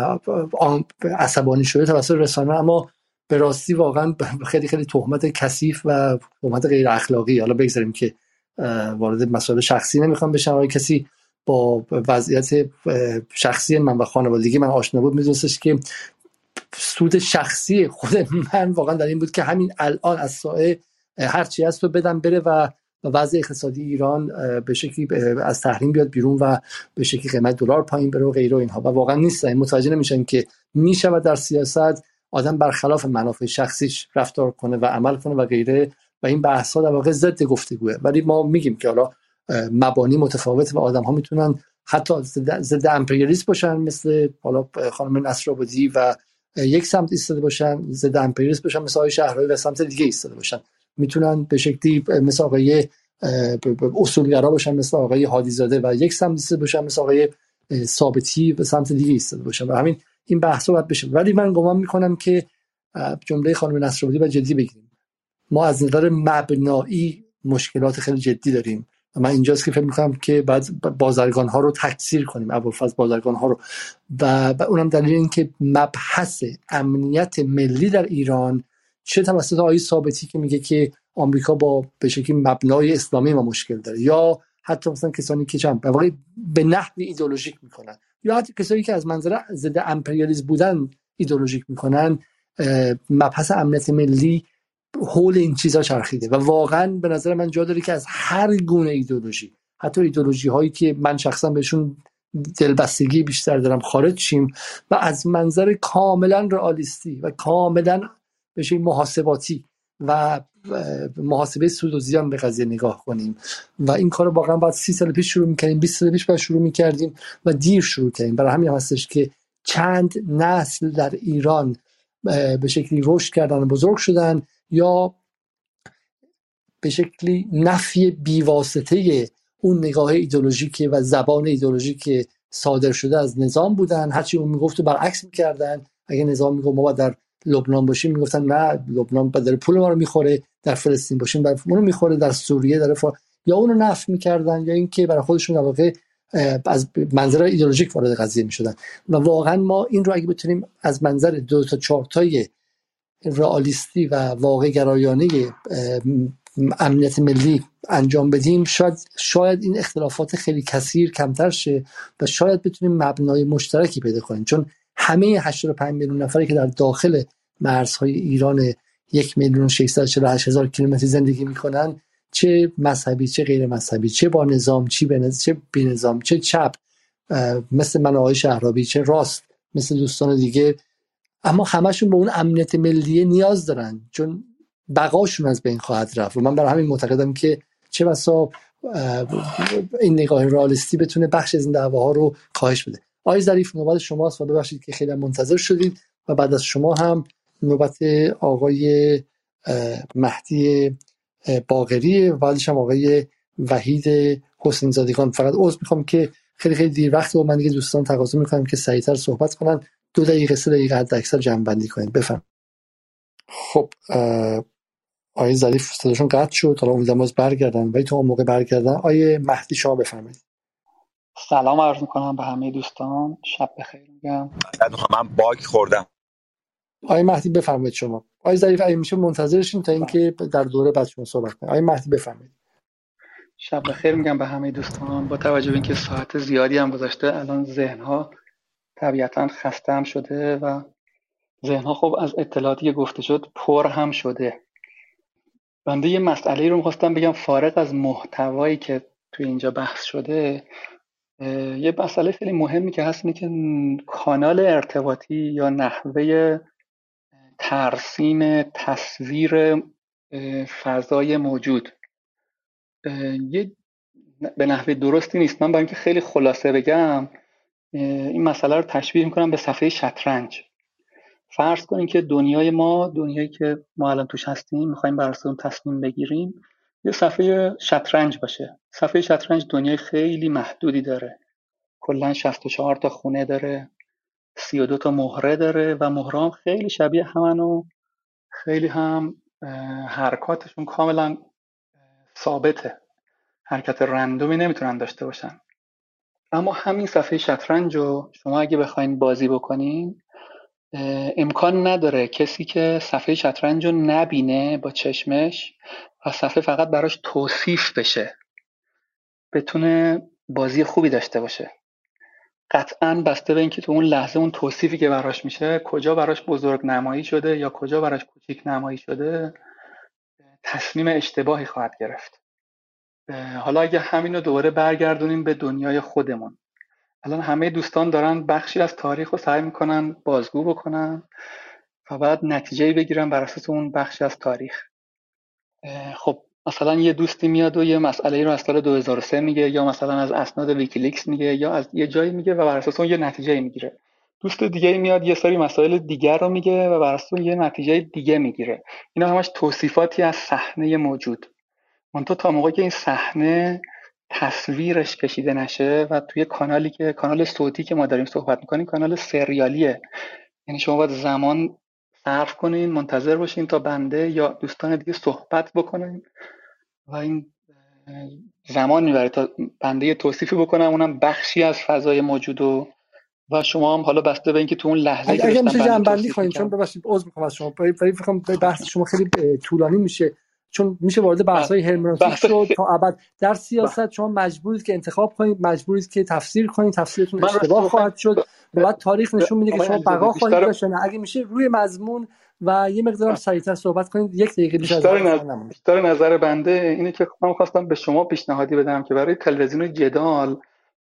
عصبانی شده توسط رسانه، اما به راستی واقعا خیلی خیلی تهمت کثیف و تهمت غیر اخلاقی. حالا بگذاریم که وارد مسائل شخصی نمیخوام بشم، اگه کسی با وضعیت شخصی من و خانوادگی من آشنا بود میدونستش که سود شخصی خود من واقعا در این بود که همین الان از سایه هرچی هست رو بدم بره و وضع اقتصادی ایران به شکلی از تحریم بیاد بیرون و به شکلی قیمت دلار پایین بره و غیره اینها. و واقعا نیستن متوجه نمیشن که میشود در سیاست آدم برخلاف منافع شخصیش رفتار کنه و عمل کنه و غیره و این بحث‌ها در واقع ضد گفتگوه. ولی ما میگیم که حالا مبانی متفاوت و آدم‌ها میتونن حتی ضد امپریالیسم باشن مثل حالا خانم نصرآبادی و یک سمت ایستاده باشن، ضد امپریالیسم باشن مثل آقای شهرایی و سمت دیگه ایستاده باشن، میتونن به شکلی مثل آقای اصولگرا باشن مثل آقای هادیزاده و یک سمت ایستاده باشن مثل آقای ثابتی و سمت دیگه ایستاده باشن و همین این بحثا باید بشه. ولی من گمان میکنم که جمله خانم نصرآبادی باید جدی بگیریم. ما از نظر مبنایی مشکلات خیلی جدی داریم و من اینجاست که فکر میکنم که بعد بازرگان ها رو تکثیر کنیم، ابوالفضل بازرگان ها رو، و اونم دلیل این که مبحث امنیت ملی در ایران چه توسط آقای ثابتی که میگه که آمریکا با به شکلی مبنای اسلامی ما مشکل داره، یا حتی مثلا کسانی که چند به واقع به نحوی ایدئولوژیک میکنن، یا حتی کسانی که از منظر ضد امپریالیسم بودن ایدئولوژیک میکنن، مبحث امنیت ملی حول این چیزا چرخیده و واقعا به نظر من جا داره که از هر گونه ایدئولوژی، حتی ایدئولوژی هایی که من شخصا بهشون دلبستگی بیشتر دارم، خارج شیم و از منظر کاملا رئالیستی و کاملا بشه محاسباتی و محاسبه سود و زیان به قضیه نگاه کنیم. و این کارو واقعا باید 30 سال پیش شروع می‌کردیم، 20 سال پیش باید شروع می‌کردیم و دیر شروع کردیم. برای همین هستش که چند نسل در ایران به شکلی رشد کردن و بزرگ شدن یا به شکلی نفی بیواسطه اون نگاه ایدئولوژیک و زبان ایدئولوژیک صادر شده از نظام بودن. هرچی اون میگفت برعکس میکردن. اگه نظام میگفت ما باید در لبنان باشیم میگفتن نه، لبنان بدل پول ما رو میخوره، در فلسطین باشیم برای اون رو میخوره، در سوریه در یا اون رو نفی میکردن یا اینکه برای خودشون در واقع از منظر ایدئولوژیک وارد قضیه میشدن. و واقعا ما این رو اگه بتونیم از منظر 2 تا 4 تای رئالیستی و واقع گرایانه امنیت ملی انجام بدیم، شاید این اختلافات خیلی کثیر کمتر شه و شاید بتونیم مبنای مشترکی پیدا کنیم. چون همه 85 میلیون نفری که در داخل مرزهای ایران 1,648,000 کیلومتر زندگی میکنن، چه مذهبی چه غیر مذهبی، چه با نظام چه بی نظام، چه چپ مثل من آقای شهرابی، چه راست مثل دوستان دیگه، اما همشون به اون امنیت ملی نیاز دارن چون بقاشون از بین خواهد رفت. و من برای همین معتقدم که چه بسا این نگاه رئالیستی بتونه بخش از این دعواها رو کاهش بده. آقای ظریف نوبت شماست و ببخشید که خیلی منتظر شدید و بعد از شما هم نوبت آقای مهدی باقری و بعدش هم آقای وحید حسین زادگان. فقط عذر میخوام که خیلی خیلی دیر وقت و من دیگه دوستان تقاضا میکنم که سریعتر صحبت کنن، 2 دقیقه 3 دقیقه حد اکثر جمع بندی کنید. بفهم. خب آقای ظریف صداشون قطع شد، حالا امیدوارم باز برگردن، ولی تو اون موقع برگردن. آقای مهدی شما بفرمایید. سلام عرض میکنم به همه دوستان، شب بخیر میگم. من باگ خوردم. آقای مهدی بفرمایید شما. آقای ظریف اگه میشه منتظرشیم تا اینکه در دوره بعد شما صحبت کنید. آقای مهدی بفرمایید. شب بخیر میگم به همه دوستان. با توجه به اینکه ساعت زیادی هم گذشته، الان ذهن‌ها طبیعتاً خسته هم شده و ذهن‌ها خب از اطلاعاتی که گفته شد پر هم شده. بنده یه مسئله رو می‌خواستم بگم فارغ از محتوایی که توی اینجا بحث شده. یه مسئله خیلی مهمی که هست اینه که کانال ارتباطی یا نحوه ترسیم تصویر فضای موجود یه به نحوه درستی نیست. من برای اینکه خیلی خلاصه بگم این مسئله رو تشبیه میکنم به صفحه شطرنج. فرض کنین که دنیای ما، دنیایی که ما الان توش هستیم، میخوایم بر اساس اون تصمیم بگیریم، یه صفحه شطرنج باشه. صفحه شطرنج دنیای خیلی محدودی داره، کلا 64 تا خونه داره، 32 تا مهره داره و مهره هم خیلی شبیه همن و خیلی هم حرکاتشون کاملا ثابته، حرکت رندومی نمیتونن داشته باشن. اما همین صفحه شطرنج رو شما اگه بخواین بازی بکنین، امکان نداره کسی که صفحه شطرنج رو نبینه با چشمش و صفحه فقط براش توصیف بشه بتونه بازی خوبی داشته باشه. قطعاً بسته به اینکه تو اون لحظه اون توصیفی که براش میشه کجا براش بزرگ نمایی شده یا کجا براش کوچیک نمایی شده، تصمیم اشتباهی خواهد گرفت. حالا اگه همین رو دوباره برگردونیم به دنیای خودمون، الان همه دوستان دارن بخشی از تاریخ رو سعی میکنن بازگو بکنن و بعد نتیجه‌ای بگیرن بر اساس اون بخشی از تاریخ. خب مثلا یه دوستی میاد و یه مسئله رو از سال 2003 میگه، یا مثلا از اسناد ویکیلیکس میگه، یا از یه جایی میگه و بر اساس اون یه نتیجه میگیره. دوست دیگه میاد یه سری مسائل دیگر رو میگه و بر اساس اون یه نتیجه دیگه میگیره. اینا همش توصیفاتی از صحنه موجود. منتها تا موقعی که این صحنه تصویرش کشیده نشه و توی کانال صوتی که ما داریم صحبت میکنیم کانال سریالیه، یعنی شما باید زمان صرف کنین، منتظر باشین تا بنده یا دوستان دیگه صحبت بکنین و این زمان میبره تا بنده یه توصیفی بکنم، اونم بخشی از فضای موجود و شما هم حالا بسته به اینکه تو اون لحظه که اگه داشتم میشه بنده جنبندی توصیف کنیم، چون می‌کردم. ببخشید عذر میخوام از شما، ولی فکر کنم بحث شما خیلی طولانی میشه، چون میشه وارد بحث‌های هرمنوتیک بحث شد تا ابد. در سیاست شما مجبورید که انتخاب کنید، مجبورید که تفسیر کنید، تفسیرتون من اشتباه راستش خواهد شد و بعد تاریخ نشون میده که آقای شما علیزاده بقا خواهید بیشتر داشت. اگه میشه روی مضمون و یه مقدارم سریعتر صحبت کنید، 1 دقیقه بیشتر از حرف شما نمونه. بیشتر نظر بنده اینه که من خواستم به شما پیشنهادی بدم که برای تلویزیون جدال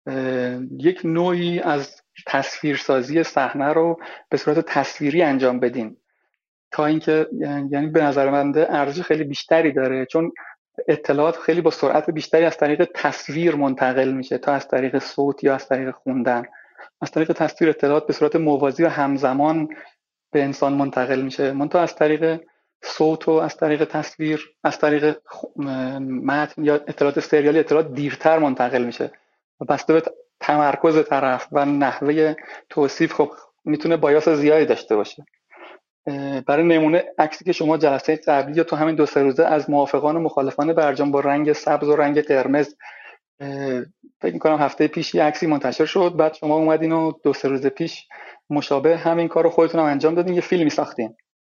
یک نوعی از تصویرسازی صحنه رو به صورت تصویری انجام بدین، تا اینکه یعنی به نظر بنده ارزش خیلی بیشتری داره، چون اطلاعات خیلی با سرعت بیشتری از طریق تصویر منتقل میشه تا از طریق صوت یا از طریق خوندن. از طریق تصویر اطلاعات به صورت موازی و همزمان به انسان منتقل میشه، منتها از طریق صوت و از طریق تصویر، از طریق متن یا اطلاعات سریالی اطلاعات دیرتر منتقل میشه و بسته به تمرکز طرف و نحوه توصیف خب میتونه بایاس زیادی داشته باشه. برای نمونه عکسی که شما جلسه قبلی یا تو همین 2-3 روزه از موافقان و مخالفان برجام با رنگ سبز و رنگ قرمز، فکر می‌کنم هفته پیش یه عکسی منتشر شد، بعد شما اومدین و 2-3 روز پیش مشابه همین کارو خودتون هم انجام دادین، یه فیلمی ساختین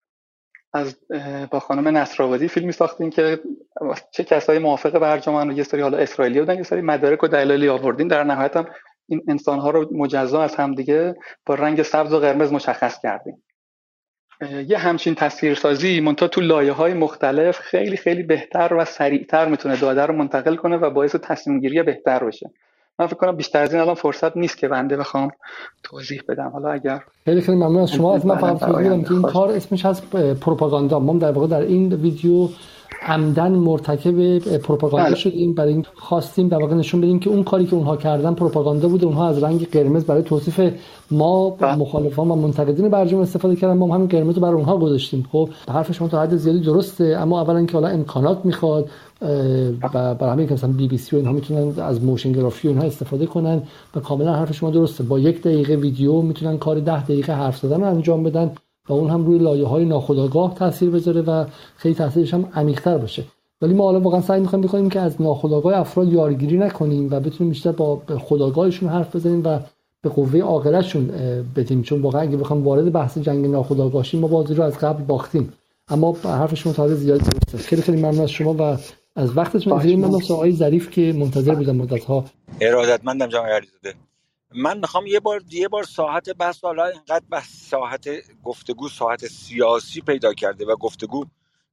با خانم نصرآبادی، فیلمی ساختین که چه کسایی موافق برجامن و یه سری حالا اسرائیلی بودن، یه سری مدارک و دلایلی آوردین، در نهایت هم این انسان‌ها رو مجزا از هم دیگه با رنگ سبز و قرمز مشخص کردین. یه همچین تصویرسازی منتها تو لایه‌های مختلف خیلی خیلی بهتر و سریعتر میتونه داده رو منتقل کنه و باعث تصمیم گیری بهتر بشه. من فکر کنم بیشتر از این الان فرصت نیست که بنده بخوام توضیح بدم. حالا اگر خیلی خیلی ممنون از شما. از من فقط توضیح بدم که این کار اسمش هست پروپاگاندا. ما در واقع در این ویدیو عمدن مرتکب پروپاگاندا شدیم، برای این خواستیم در واقع نشون بدیم که اون کاری که اونها کردن پروپاگاندا بوده. اونها از رنگ قرمز برای توصیف ما مخالفان و منتقدین برجام استفاده کردن، ما هم قرمز رو برای اونها گذاشتیم. خب حرف شما تا حد زیادی درسته، اما اولا که حالا امکانات میخواد و برای همین که مثلا بی بی سی و اینها میتونن از موشن گرافی و اینها استفاده کنن و کاملا حرف شما درسته. با 1 دقیقه ویدیو میتونن کار 10 دقیقه حرف زدن رو انجام بدن و اون هم روی لایه‌های ناخودآگاه تاثیر بذاره و خیلی تاثیرش هم عمیق‌تر باشه. ولی ما حالا واقعا سعی می‌کنیم بکنیم که از ناخودآگاه افراد یارگیری نکنیم و بتونیم بیشتر با خودآگاهشون حرف بزنیم و به قوه عاقله‌شون بدیم، چون واقعا اگه بخوام وارد بحث جنگ ناخودآگاه شیم ما بازی رو از قبل باختیم. اما حرف شما تا زیاد درسته. خیلی خیلی ممنون از شما و از وقتتون. خیلی ممنون از آقای ظریف که منتظر بودن مدت‌ها. ارادتمندم جناب علیزاده. من میخوام یه بار ساحت بحث، حالا اینقدر بحث ساحت گفتگو ساحت سیاسی پیدا کرده و گفتگو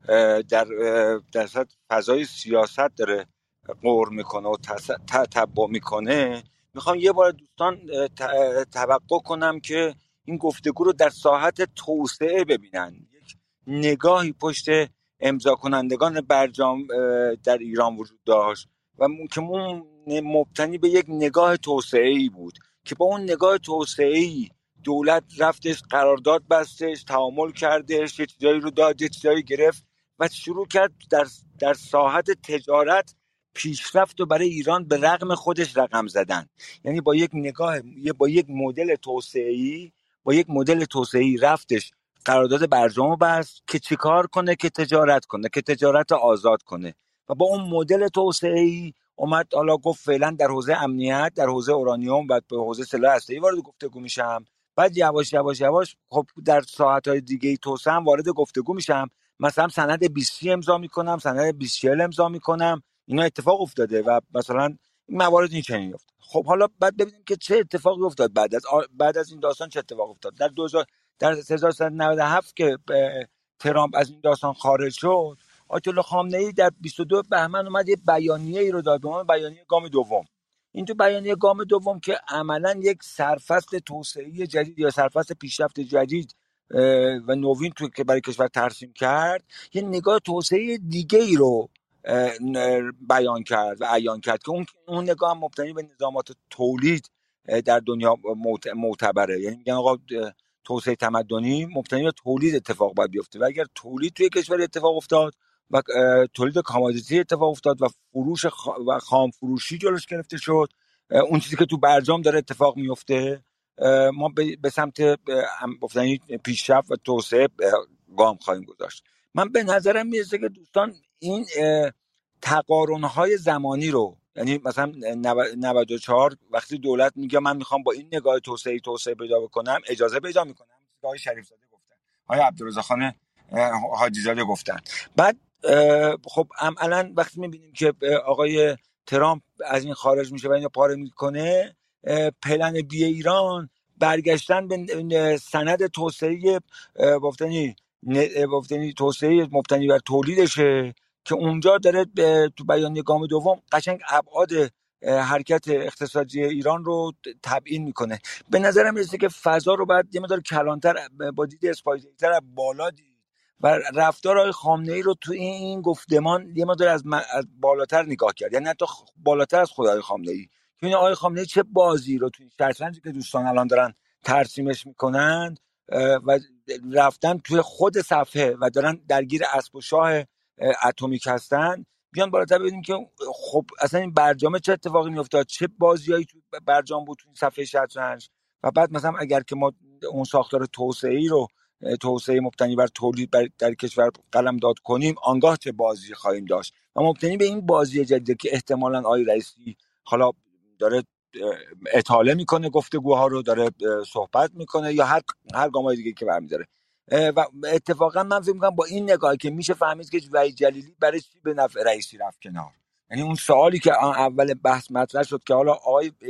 در فضای سیاست داره غور میکنه و تتبع میکنه. میخوام یه بار دوستان توقع کنم که این گفتگو رو در ساحت توسعه ببینن، یک نگاهی پشت امضا کنندگان برجام در ایران وجود داشت و که مبتنی به یک نگاه توسعه‌ای بود که با اون نگاه توسعه‌ای دولت رفتش قرارداد بستش، تعامل کردش، یه چیزایی رو داد، یه چیزایی گرفت و شروع کرد در ساحت تجارت پیشرفت و برای ایران به رغم خودش رقم زدن. یعنی با یک نگاه، با یک مدل توسعه‌ای رفتش قرارداد برجام بست که چیکار کنه، که تجارت کنه، که تجارت آزاد کنه و با اون مدل توسعه‌ای اومد حالا گفت فعلا در حوزه امنیت، در حوزه اورانیوم و به حوزه سلاح هسته‌ای وارد گفتگو میشم. بعد یواش یواش خب در ساعت‌های دیگه توسعه هم وارد گفتگو میشم، مثلا سند 20 امضا میکنم، سند 20 امضا میکنم. اینا اتفاق افتاده و مثلا این موارد این چنین افتاد. خب حالا بعد ببینیم که چه اتفاقی افتاد بعد از این داستان. چه اتفاق افتاد در 1397 که ترامپ از این داستان خارج شد، آیت الله خامنه‌ای در 22 بهمن اومد یه بیانیه ای رو داد به عنوان بیانیه گام دوم. این تو بیانیه گام دوم که عملاً یک سرفصل توسعه‌ای جدید یا سرفصل پیشرفت جدید و نوین تو که برای کشور ترسیم کرد، یه نگاه توسعه دیگه ای رو بیان کرد و عیان کرد که اون نگاه هم مبتنی به نظامات تولید در دنیا معتبره. یعنی میگن آقا توسعه تمدنی مبتنی به تولید اتفاق باید بیفته و اگر تولید توی کشور اتفاق افتاد و تولید کامادیتی اتفاق افتاد و فروش و خام فروشی جلوش گرفته شد، اون چیزی که تو برجام داره اتفاق میفته، ما به سمت گفتنی پیشرفت و توسعه گام خواهیم گذاشت. من به نظرم میرسه که دوستان این تقارن‌های زمانی رو، یعنی مثلا 94 وقتی دولت میگه من میخوام با این نگاه توسعه پیدا بکنم، اجازه پیدا میکنم، آقای شریف زاده گفتن، آقای عبدالرضا خان حاجی زاده گفتن. بعد خب عملاً وقتی میبینیم که آقای ترامپ از این خارج میشه و اینو پاره میکنه، پلن بی ایران برگشتن به سند توسعه گفتنی توسعه مبتنی بر تولیدشه که اونجا داره تو بیانیه گام دوم قشنگ ابعاد حرکت اقتصادی ایران رو تبیین میکنه. به نظرم میرسه که فضا رو باید یه مقدار کلانتر با دید اسپایزیتر بالا دید و رفتار آقای خامنه‌ای رو تو این گفتمان یه مقدار از بالاتر نگاه کرد، یعنی حتی بالاتر از خود آقای خامنه‌ای. ببین آقای خامنه‌ای چه بازی رو تو این شطرنجی که دوستان الان دارن ترسیمش میکنن و رفتن توی خود صفحه و دارن درگیر اسب و شاه اتمیک هستن، بیان بالاتر ببینیم که خب اصلا این برجام چه اتفاقی میافتاد، چه بازیایی تو برجام بود تو این صفحه شطرنج. و بعد مثلا اگر که ما اون ساختار توسعه مبتنی بر تولید در کشور قلم داد کنیم، آنگاه چه بازی خواهیم داشت و مبتنی به این بازی جدید که احتمالاً آقای رئیسی حالا داره اطاله میکنه، گفتگوها رو داره صحبت میکنه یا هر گامای دیگه که برمی‌داره. و اتفاقا من فکر می‌کنم با این نگاهی که میشه فهمید که وحید جلیلی برای چی به نفع رئیسی رفت کنار. یعنی اون سوالی که اول بحث مطرح شد که حالا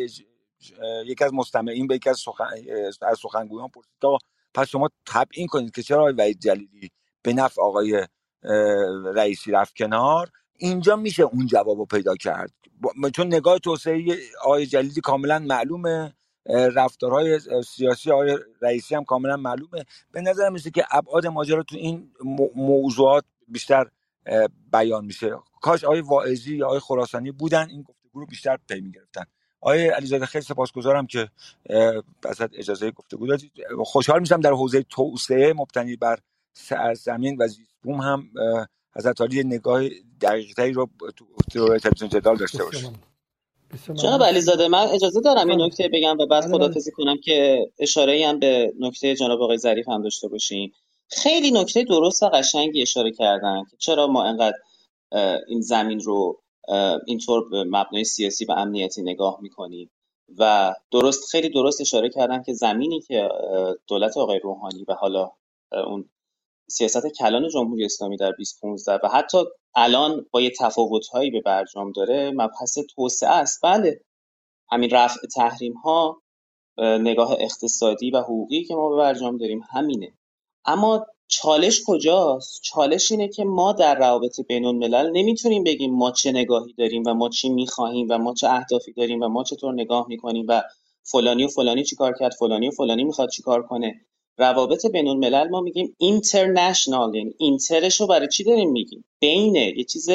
یکی از مستمعین به یکی از سخنگویان پرسید که پس شما تبیین کنید که چرا آقای وحید جلیلی به نفع آقای رئیسی رفت کنار. اینجا میشه اون جوابو پیدا کرد، چون نگاه توسعه آقای جلیلی کاملا معلومه، رفتارهای سیاسی آقای رئیسی هم کاملا معلومه. به نظر میسه که ابعاد ماجرا تو این موضوعات بیشتر بیان میشه. کاش آقای واعظی یا آقای خراسانی بودن این گفتگو رو بیشتر پی میگرفتن. آقای علیزاده خیلی سپاسگزارم که ازت اجازه گفتگو دادید. خوشحال میشم در حوزه توسعه مبتنی بر سرزمین و زیست بوم هم حضرت عالی نگاه دقیق‌تری رو تو تلویزیون جدال داشته باشید. جناب علیزاده من اجازه دارم این نکته بگم و بعد خداحافظی کنم که اشاره‌ای هم به نکته جناب آقای ظریف هم داشته باشیم. خیلی نکته درست و قشنگی اشاره کردن که چرا ما انقدر این زمین رو اینطور به مبنای سیاسی و امنیتی نگاه میکنیم و خیلی درست اشاره کردن که زمینی که دولت آقای روحانی و حالا اون سیاست کلان جمهوری اسلامی در 2015 و حتی الان با یه تفاوت‌هایی به برجام داره مبحث توسعه است. بله همین رفع تحریم ها، نگاه اقتصادی و حقوقی که ما به برجام داریم همینه، اما چالش کجاست؟ چالش اینه که ما در روابط بین الملل نمیتونیم بگیم ما چه نگاهی داریم و ما چی میخواهیم و ما چه اهدافی داریم و ما چطور نگاه میکنیم و فلانی و فلانی چی کار کرد، فلانی و فلانی میخواد چی کار کنه. روابط بین الملل ما میگیم اینترنشنال، یعنی اینترش رو برای چی داریم میگیم؟ بینه، یه چیز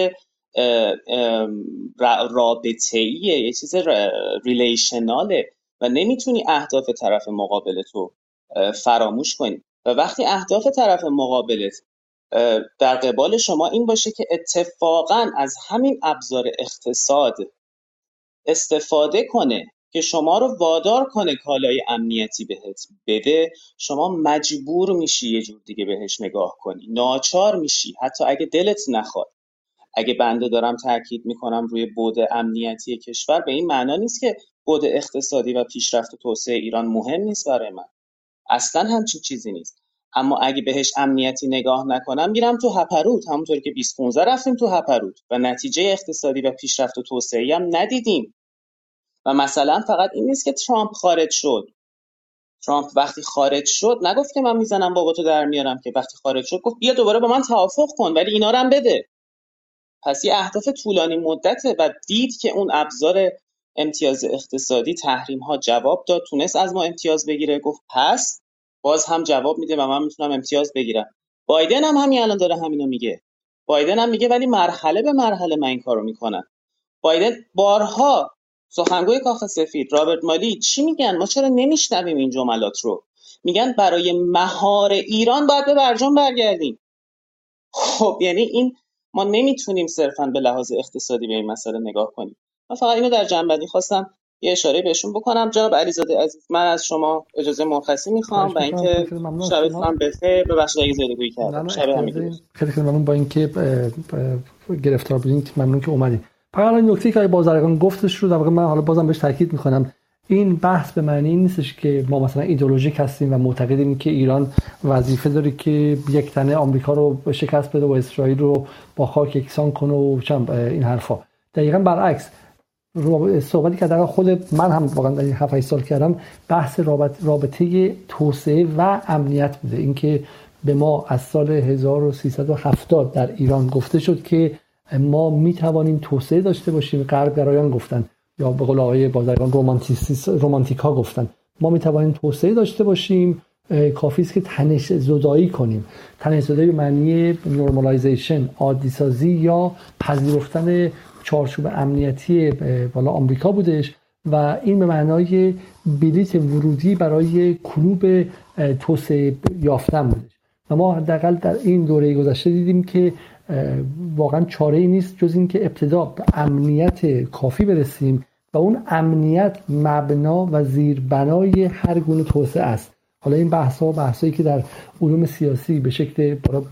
رابطه‌ایه، یه چیز ریلیشناله و نمیتونی اهداف طرف مقابل تو فراموش کنی. و وقتی اهداف طرف مقابلت در قبال شما این باشه که اتفاقا از همین ابزار اقتصاد استفاده کنه که شما رو وادار کنه کالای امنیتی بهت بده، شما مجبور میشی یه جور دیگه بهش نگاه کنی، ناچار میشی، حتی اگه دلت نخواد. اگه بنده دارم تاکید میکنم روی بعد امنیتی کشور، به این معنا نیست که بعد اقتصادی و پیشرفت و توسعه ایران مهم نیست برای من، اصلا همچین چیزی نیست. اما اگه بهش امنیتی نگاه نکنم میرم تو هپروت، همونطوری که 2015 رفتیم تو هپروت و نتیجه اقتصادی و پیشرفت و توسعه‌ای هم ندیدیم. و مثلا فقط این نیست که ترامپ خارج شد. ترامپ وقتی خارج شد نگفت که من میزنم باباتو در میارم، که وقتی خارج شد گفت بیا دوباره با من توافق کن ولی اینا رو هم بده. پس یه اهداف طولانی مدته و دید که اون ابزار امتیاز اقتصادی، تحریم ها جواب داد، تونست از ما امتیاز بگیره، گفت پس باز هم جواب میده و من میتونم امتیاز بگیرم. بایدن هم همین الان داره همینو میگه. بایدن هم میگه ولی مرحله به مرحله من این کارو میکنم. بایدن بارها سخنگوی کاخ سفید رابرت مالی چی میگن؟ ما چرا نمیشنویم این جملات رو؟ میگن برای مهار ایران باید به برجام برگردیم. خب یعنی این ما نمیتونیم صرفاً به لحاظ اقتصادی به این مسئله نگاه کنیم. من فقط اینو در جنبندی خواستم یه اشاره بهشون بکنم. جناب علیزاده عزیز، من از شما اجازه مرخصی میخوام و اینکه شبتون هم بخیر. ببخشید اگه زیادگویی کردم. شب همگی خیلی ممنون. با اینکه گرفتار بودین، ممنون که اومدین. فقط این نکته که بازرگان گفتش رو در واقع من حالا بازم بهش تاکید میکنم، این بحث به معنی این نیستش که ما مثلا ایدئولوژیک هستیم و معتقدیم که ایران وظیفه داره که یک تنه آمریکا رو شکست بده و اسرائیل رو با خاک یکسان کنه و این حرفا. دقیقاً برعکس، صحبتی که در خود من هم واقعا در این 7 سال کردم بحث رابطه توسعه و امنیت بوده. اینکه به ما از سال 1370 در ایران گفته شد که ما میتوانیم توسعه داشته باشیم. غربگرایان گفتن، یا به قول آقای بازرگان رومانتیکا گفتن ما میتوانیم توسعه داشته باشیم، کافی است که تنش زدایی کنیم. تنش زدایی به معنی نورمالایزیشن، عادی سازی یا پذیرفتن چارچوب امنیتی بالا آمریکا بودش و این به معنای بلیت ورودی برای کلوب توسعه یافتن بودش. و ما حداقل در این دوره گذشته دیدیم که واقعا چاره‌ای نیست جز این که ابتدا به امنیت کافی برسیم و اون امنیت مبنا و زیربنای هر گونه توسعه است. حالا این بحثایی که در علوم سیاسی به شکل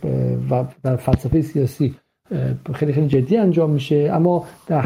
و در فلسفه سیاسی خیلی خیلی جدی انجام میشه، اما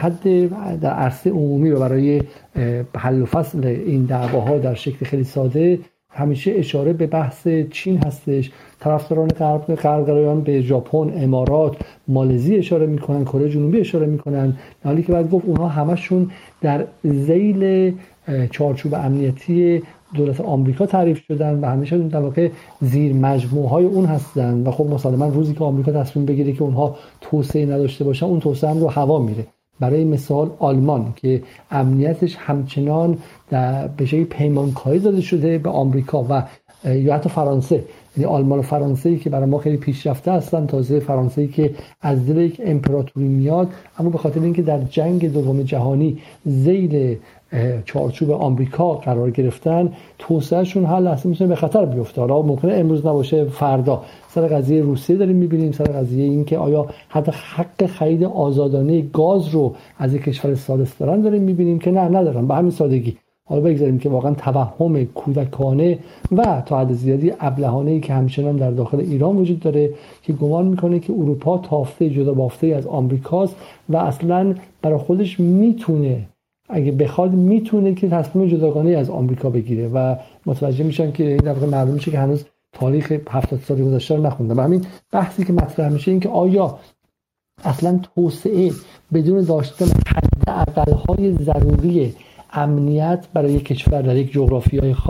در عرصه عمومی و برای حل و فصل این دعواها در شکل خیلی ساده همیشه اشاره به بحث چین هستش. طرفداران غربگرایان به ژاپن، امارات، مالزی اشاره میکنن، کره جنوبی اشاره میکنن، حالی که بعد گفت اونها همشون در ذیل چارچوب امنیتی دولت آمریکا تعریف شدن و همیشه در واقع زیر مجموعه های اون هستن. و خب مسلماً روزی که آمریکا تصمیم بگیره که اونها توسعه نداشته باشن، اون توسعه هم رو هوا میره. برای مثال آلمان که امنیتش همچنان به جای پیمانکاری داده شده به آمریکا و یا حتی فرانسه، یعنی آلمان و فرانسه‌ای که برای ما خیلی پیشرفته هستن، تازه فرانسه‌ای که از دل یک امپراتوری میاد، اما به خاطر اینکه در جنگ دوم جهانی ذیل چارچوب آمریکا قرار گرفتن، توسعهشون هر لحظه میتونه به خطر بیفته. حالا ممکنه امروز نباشه، فردا. سر قضیه روسیه داریم میبینیم، سر قضیه این که آیا حتی حق خرید آزادانه گاز رو از یک کشور ثالث دارن داریم میبینیم که نه، ندارن به همین سادگی. حالا بگذاریم که واقعا توهم کودکانه و تا حد زیادی ابلهانه‌ای که همچنان در داخل ایران وجود داره که گمان میکنه که اروپا تافته جدا بافته از آمریکاست و اصلا برای خودش میتونه، اگه بخواد میتونه که تصمیم جداگانه از آمریکا بگیره و متوجه میشن که این در واقع معلوم میشه که هنوز تاریخ 70 سال گذشته رو نخوندن. و همین بحثی که مطرح میشه این که آیا اصلا توسعه بدون داشتن حداقل‌های ضروری امنیت برای یک کشور در یک جغرافیای خاص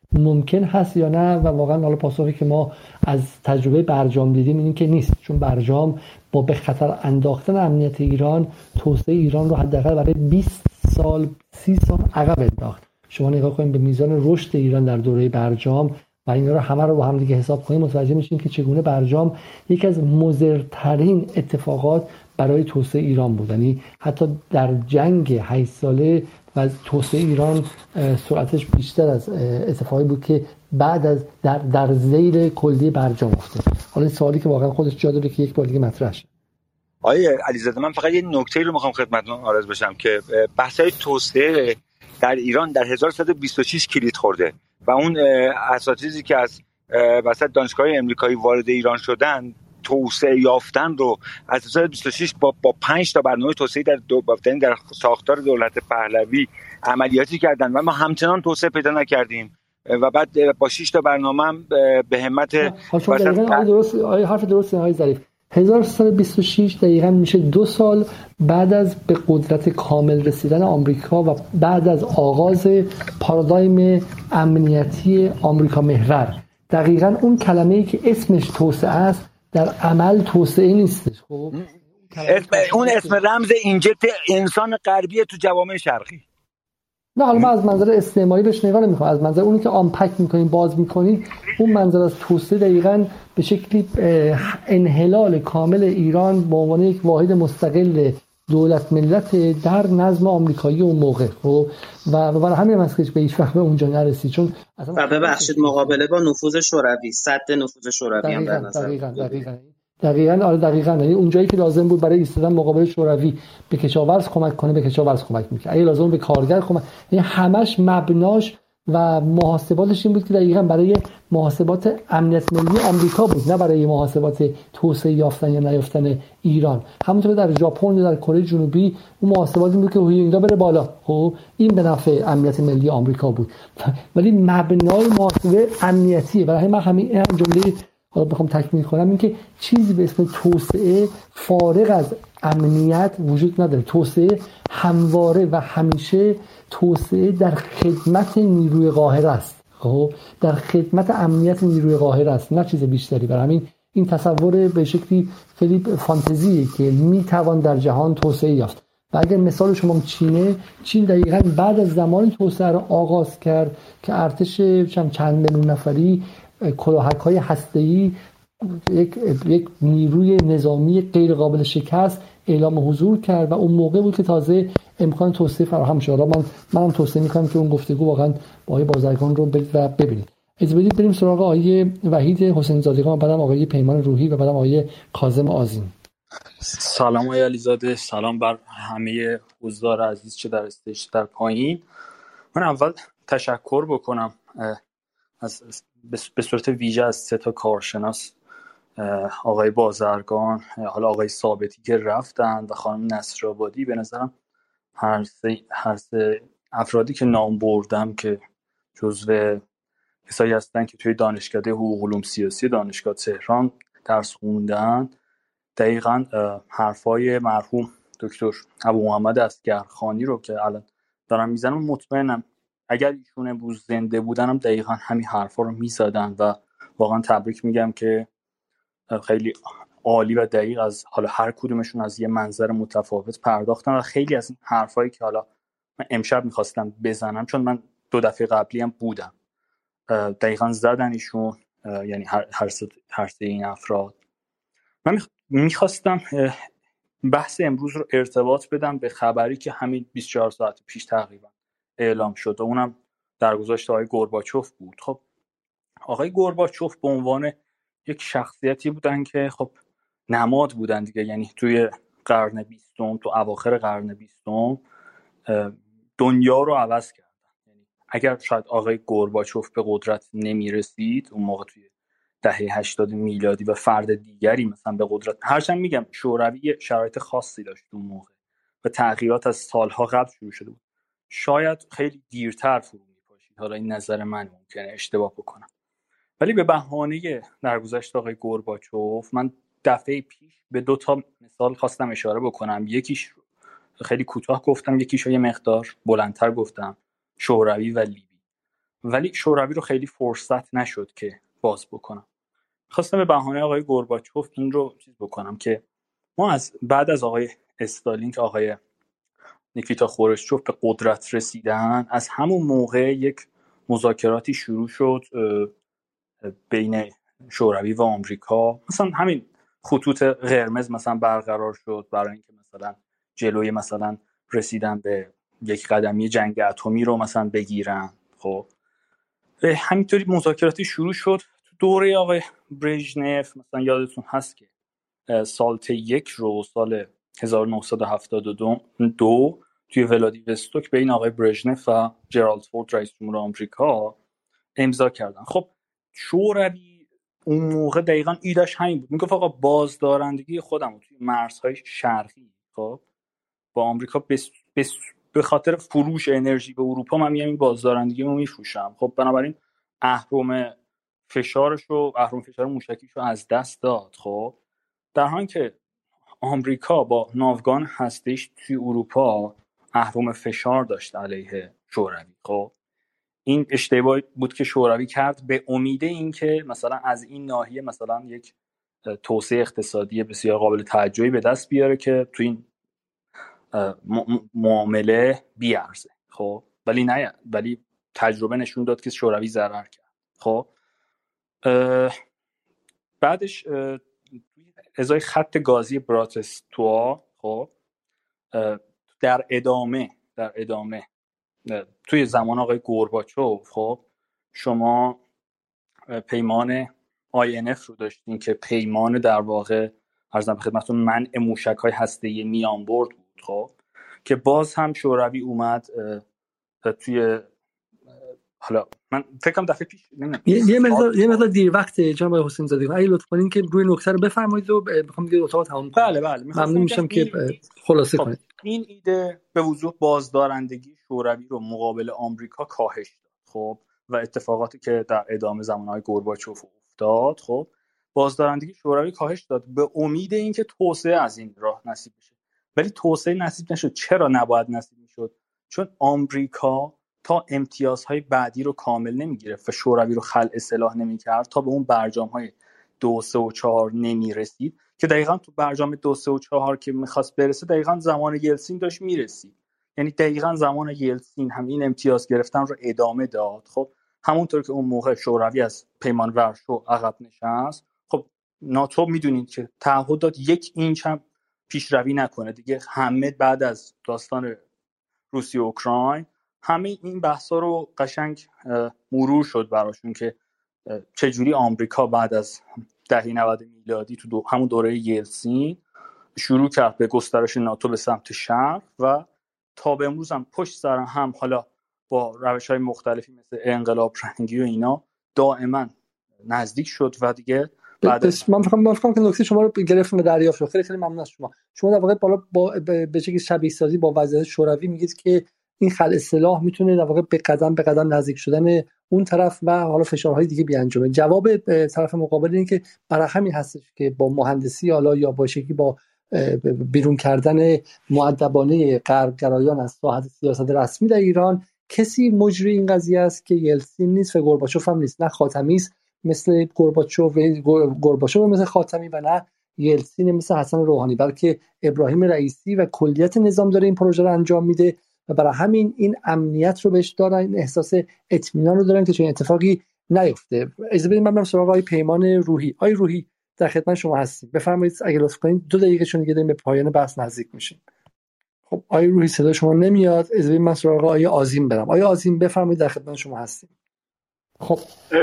ممکن هست یا نه؟ و واقعا حالا پاسخی که ما از تجربه برجام دیدیم این که نیست، چون برجام با به خطر انداختن امنیت ایران توسعه ایران رو حداقل برای 20 سال 30 سال عقب انداخت. شما نگاه کنید به میزان رشد ایران در دوره برجام و اینا رو همه رو با هم دیگه حساب کنیم متوجه میشیم که چگونه برجام یکی از مضرترین اتفاقات برای توسعه ایران بود. یعنی حتی در جنگ 8 ساله و توسعه ایران سرعتش بیشتر از اتفاقی بود که بعد از در ذیل کلیه برجام افتاد. حالا سوالی که واقعا خودش جا داره که یک بار دیگه مطرح شه. آیه علیزاده، من فقط یه نکته رو میخوام خدمتتون عرض بشم که بحث‌های توسعه در ایران در 1126 کلید خورده و اون اساتیدی که از وسط دانشگاه امریکایی وارد ایران شدن توسعه یافتن رو از 2026 با 5 تا برنامه توسعه در ساختار دولت پهلوی عملیاتی کردن و ما همچنان توسعه پیدا نکردیم و بعد با 6 تا برنامه هم به همت حرف درسته آقای ظریف. 1326 دقیقاً میشه 2 سال بعد از به قدرت کامل رسیدن آمریکا و بعد از آغاز پارادایم امنیتی آمریکا محور. دقیقاً اون کلمه‌ای که اسمش توسعه است در عمل توسعه نیستش. خب اون اسم رمز اینجت انسان غربی تو جوامع شرقی. نه حالا من از منظر استعماری بهش نگاه نمی‌کنم، از منظر اونی که آنپک می‌کنین باز می‌کنین اون منظر از توسعه دقیقاً به شکلی انحلال کامل ایران به عنوان یک واحد مستقل دولت ملت در نظم آمریکایی اون موقع. خب و برای همین مسئله به هیچ وقت به اونجا نرسید، چون اصلا ببخشید مقابله با نفوذ شوروی، سد نفوذ شوروی هم در نظر دقیقاً یعنی اونجایی که لازم بود برای ایستادن مقابل شوروی به کشاورز کمک کنه به کشاورز کمک می‌کرد، اگه لازم به کارگر کمک، یعنی همش مبناش و محاسباتش این بود که دقیقاً برای محاسبات امنیت ملی آمریکا بود، نه برای محاسبات توسعه یافتن یا نیافتن ایران. همونطور در ژاپن یا در کره جنوبی اون محاسبات این بود که هویدا بره بالا، خب این به نفع امنیت ملی آمریکا بود، ولی مبنای محاسبه امنیتیه. برای من همین جمله حالا بخوام تکمیل کنم این که چیزی به اسم توسعه فارغ از امنیت وجود نداره. توسعه همواره و همیشه توسعه در خدمت نیروی قاهره است، خب در خدمت امنیت نیروی قاهره است، نه چیز بیشتری. برای همین این تصور به شکلی خیلی فانتزیه که میتوان در جهان توسعه یافت. و اگر مثال شما چین دقیقاً بعد از زمان توسعه را آغاز کرد که ارتش چند میلیون نفری کلاهک‌های هسته‌ای یک نیروی نظامی غیر قابل شکست اعلام حضور کرد و اون موقع بود که تازه امکان توسعه فراهم شد. منم توصیه می‌کنم که اون گفتگو واقعا با آقای بازرگان رو ببینید. اجازه بدید بریم سراغ آقای وحید حسین زادگان، بعدم آقای پیمان روحی و بعدم آقای کاظم آذین. سلام آقای علیزاده، سلام بر همه حضار عزیز چه در استیج در پایین. من اول تشکر بکنم به صورت ویژه از 3 تا کارشناس، آقای بازرگان، حالا آقای ثابتی که رفتن و خانم نصرآبادی. به نظرم هر سه افرادی که نام بردم که جزو کسایی هستن که توی دانشکده حقوق علوم سیاسی دانشگاه تهران درس خوندن، دقیقاً حرفای مرحوم دکتر ابو محمد اصغرخانی رو که الان دارم میزنم، مطمئنم اگر ایشون امروز زنده بودن هم دقیقاً همین حرفا رو میزدن و واقعاً تبریک میگم که خیلی عالی و دقیق از حالا هر کدومشون از یه منظر متفاوت پرداختن و خیلی از این حرفایی که حالا من امشب میخواستم بزنم، چون من 2 دفعه قبلی هم بودم، دقیقاً زدن ایشون، یعنی هر سه این افراد. من میخواستم بحث امروز رو ارتباط بدم به خبری که همین 24 ساعت پیش تقریبا اعلام شد و اونم درگذشت آقای گورباچوف بود. خب آقای گورباچوف به عنوان یک شخصیتی بودن که خب نماد بودن دیگه، یعنی توی قرن 20 تو اواخر قرن 20 دنیا رو عوض کردن. یعنی اگر شاید آقای گورباچوف به قدرت نمیرسید اون موقع توی دهه 80 میلادی و فرد دیگری مثلا به قدرت، هرچند میگم شوروی شرایط خاصی داشت اون موقع و تغییرات از سالها قبل شروع شده بود، شاید خیلی دیرتر فرو میپاشید. حالا این نظر من ممکنه اشتباه بکنم، ولی به بهانه درگذشت آقای گورباچوف من دفعه پیش به 2 تا مثال خواستم اشاره بکنم. یکیش خیلی کوتاه گفتم، یکیش یه مقدار بلندتر گفتم، شوروی و لیبی. ولی شوروی رو خیلی فرصت نشد که باز بکنم. خواستم به بهانه آقای گورباچوف این رو چیز بکنم که ما از بعد از آقای استالین که آقای نیکیتا خروشچوف به قدرت رسیدن، از همون موقع یک مذاکراتی شروع شد بین شوروی و آمریکا. مثلا همین خطوط قرمز مثلا برقرار شد برای اینکه مثلا جلوی مثلا رسیدن به یک قدمی جنگ اتمی رو مثلا بگیرن. خب همینطوری مذاکراتی شروع شد تو دوره آقای برژنف. مثلا یادتون هست که سالت یک رو سال 1972 توی ولادیوستوک بین آقای برژنف و جرالد فورد رئیس جمهور آمریکا امضا کردن. خب شوروی اون موقع دقیقاً ایدهش همین بود، میگفت آقا بازدارندگی خودم رو توی مرزهای شرقی خب با آمریکا به خاطر فروش انرژی به اروپا من میام این بازدارندگی رو میفروشم. خب بنابراین اهرم فشار موشکیش رو از دست داد. خب در حالی که آمریکا با ناوگان هستش توی اروپا اهرم فشار داشت علیه شوروی. خب این اشتباهی بود که شوروی کرد به امید اینکه مثلا از این ناحیه مثلا یک توسعه اقتصادی بسیار قابل توجهی به دست بیاره که تو این معامله بیارزه. خب ولی تجربه نشون داد که شوروی ضرر کرد. خب بعدش ازای خط گازی براتستوا خب در ادامه توی زمان آقای گورباچوف خب شما پیمان INF رو داشتین که پیمان در واقع عرضم به خدمتتون منع موشک‌های هسته‌ای میانبرد بود. خب که باز هم شوروی اومد توی حالا من فکرم دفعه پیش یه مقدار دیر وقت جناب حسین زاده، اگه لطف کنین که روی نکته رو بفرمایید و بخوام دیگه اتاق تموم کنم. بله ممنون میشم که خلاصه کنید. این ایده به وضوح بازدارندگی شوروی رو مقابل آمریکا کاهش داد. خب و اتفاقاتی که در ادامه زمانهای گورباچوف افتاد، خب بازدارندگی شوروی کاهش داد به امید اینکه توسعه از این راه نصیب بشه. ولی توسعه نصیب نشد. چرا نباید نصیب میشد؟ چون آمریکا تا امتیازهای بعدی رو کامل نمیگرفت و شوروی رو خلع سلاح نمیکرد تا به اون برجام‌های 2، 3 و 4 نمیرسید که دقیقاً تو برجام 2، 3 و 4 که میخواست برسه دقیقاً زمان یلتسین داشت میرسید. یعنی دقیقاً زمان یلتسین هم این امتیاز گرفتن رو ادامه داد. خب همونطور که اون موقع شوروی از پیمان ورشو عقب نشست، خب ناتو میدونید که تعهد داد 1 اینچ هم پیشروی نکنه دیگه. همه بعد از داستان روسیه و اوکراین همه این بحثا رو قشنگ مرور شد براشون که چجوری آمریکا بعد از دهه 90 میلادی تو همون دوره یلتسین شروع کرد به گسترش ناتو به سمت شرق و تا به امروز هم پشت سر هم حالا با روش‌های مختلفی مثل انقلاب رنگی و اینا دائما نزدیک شد و دیگه من فکرم که نکته شما رو گرفتم و دریافت شد. خیلی ممنون از شما. شما در واقع بالا به شکلی شبیه سازی با وضعیت شوروی میگید که این خلع سلاح میتونه در واقع به قدم نزدیک شدن اون طرف و حالا فشارهای دیگه بیانجامه. جواب طرف مقابل اینه که برای همین هستش که با مهندسی حالا یا با شکلی با بیرون کردن مؤدبانه غربگرایان از ساحت سیاست رسمی در ایران کسی مجری این قضیه است که یلتسین نیست و گورباچوف هم نیست، نه خاتمی است مثل گورباچوف مثل خاتمی و نه یلتسین مثل حسن روحانی، بلکه ابراهیم رئیسی و کلیت نظام داره این پروژه رو انجام میده و برای همین این امنیت رو بهش دارن، این احساس اطمینان رو دارن که چنین اتفاقی نیفته. اجازه بدید من برم سراغ آقای پیمان روحی. آقای روحی در خدمت شما هستیم، بفرمایید اگه لطف کنید 2 دقیقه چون دیگه داریم به پایان بحث نزدیک میشیم. خب آقای روحی صدا شما نمیاد، اجازه بدید من سراغ آقای آذین برم. آقای آذین بفرمایید در خدمت شما هستیم. خب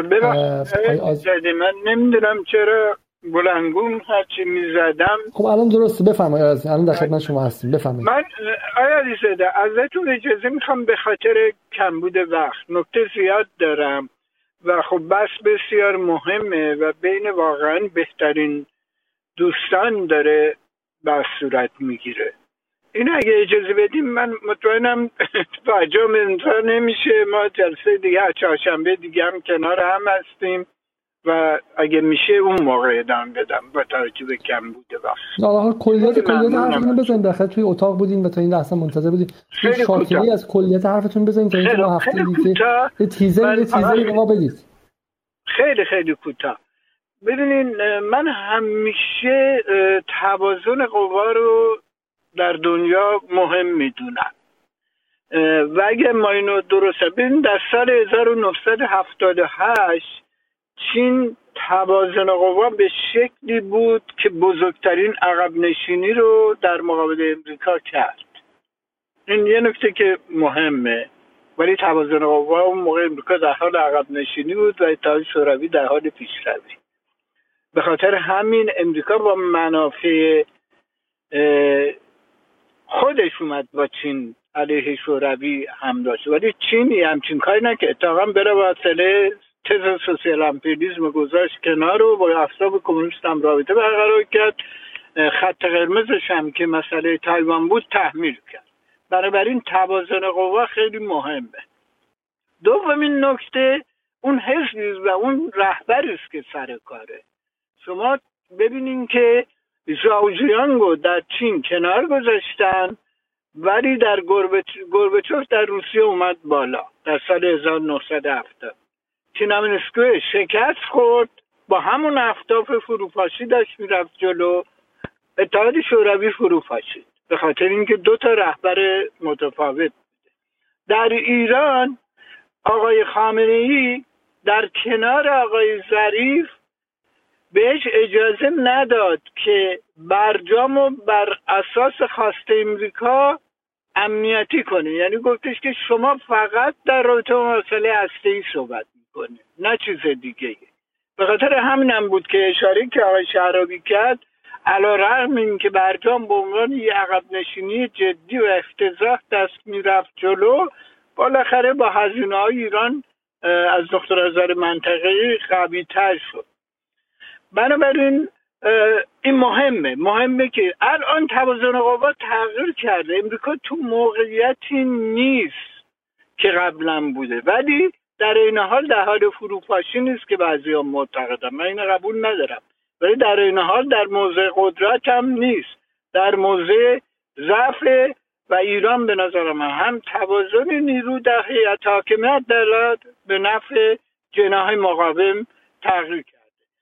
من نمیدونم چرا بلنگون هرچی میزدم. خب الان درسته، بفرمایید. الان در خدمت شما هستیم، بفرمایید. من آیا علیزاده ازتون اجازه میخوام به خاطر کمبود وقت نکته زیاد دارم و خب بس بسیار مهمه و بین واقعا بهترین دوستان داره بحث صورت میگیره. این اگه اجازه بدیم من مطمئنم فرجام انتظار نمیشه، ما جلسه دیگه چهارشنبه دیگه هم کنار هم هستیم و اگه میشه اون موقع ادامه بدم با توجه به کم بوده وقت. حالا کلیت حرفتون رو ممنونم. بزنید. بخاطر توی اتاق بودیم و تا این لحظه منتظر بودیم. خیلی شاکری از کلیت حرفتون بزنید تا اینکه ما هفته دیگه یه تیزری به ما بدید. خیلی کوتاه. ببینین، من همیشه توازن قوا رو در دنیا مهم میدونم و اگه ما اینو درسته ببین، در سال 1978 چین توازن قوا به شکلی بود که بزرگترین عقب نشینی رو در مقابل امریکا کرد. این یه نکته که مهمه. ولی توازن قوا اون موقع امریکا در حال عقب نشینی بود و اتحادیه شوروی در حال پیشروی. به خاطر همین امریکا با منافع خودش اومد با چین علیه شوروی هم داشت، ولی چینی همچین کاری نکرد. اتفاقا بلا واسطه تز سوسیال امپریالیسم گذاشت کنار و با احزاب کمونیست هم رابطه برقرار کرد. خط قرمزش هم که مسئله تایوان بود تحمیل کرد. بنابراین توازن قوا خیلی مهمه. دومین نکته اون حزبی و اون رهبری است که سر کاره. شما ببینین که ژائوژیانگو در چین کنار گذاشتن، ولی در گورباچوف در روسیه اومد بالا در سال 1970. تینامینسکو شکست خورد، با همون اهداف فروپاشی داشت میرفت جلو. اتحاد شوروی فروپاشید به خاطر اینکه دو تا رهبر متفاوت بوده. در ایران آقای خامنه‌ای در کنار آقای ظریف بهش اجازه نداد که برجامو بر اساس خواسته امریکا امنیتی کنه. یعنی گفتش که شما فقط در رابطه با مسئله هسته‌ای صحبت میکنه، نه چیز دیگه. به خاطر همینم بود که اشاره که آقای شعراوی کرد، علی‌رغم اینکه برجام به عنوان یه عقب نشینی جدی و افتضاح دست میرفت جلو، بالاخره با هزینه‌های ایران از نقطه نظر منطقه‌ای قوی‌تر شد. بنابراین این مهمه که الان توازن قوا تغییر کرده. امریکا تو موقعیتی نیست که قبلا بوده، ولی در این حال در حال فروپاشی نیست که بعضیا معتقدن. من این قبول ندارم. ولی در این حال در موضع قدرت هم نیست، در موضع ضعف. و ایران به نظر من هم توازن نیرو در هیئت حاکمیت دارد به نفع جناح مقاوم تغییر کرد.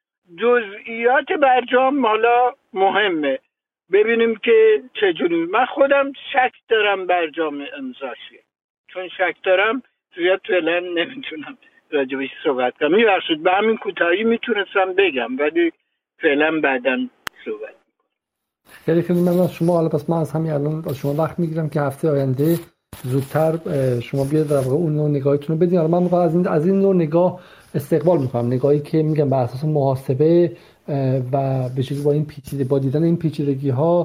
جزئیات برجام حالا مهمه ببینیم که چجوری. من خودم شک دارم برجام امضاشه، چون شک دارم زیاد فعلا نمیتونم راجبش صحبت کنم. میبخشید به همین کوتاهی میتونستم بگم، ولی فعلا بعداً صحبت. خیلی ممنون از شما. حالا پس من از همین الان از شما وقت میگیرم که هفته آینده زودتر شما بیاد در واقع اون نوع نگاهتون رو بدین. حالا من از این نوع نگاه استقبال میکنم، نگاهی که میگم بر اساس محاسبه و به شکلی با این با دیدن این پیچیدگی ها،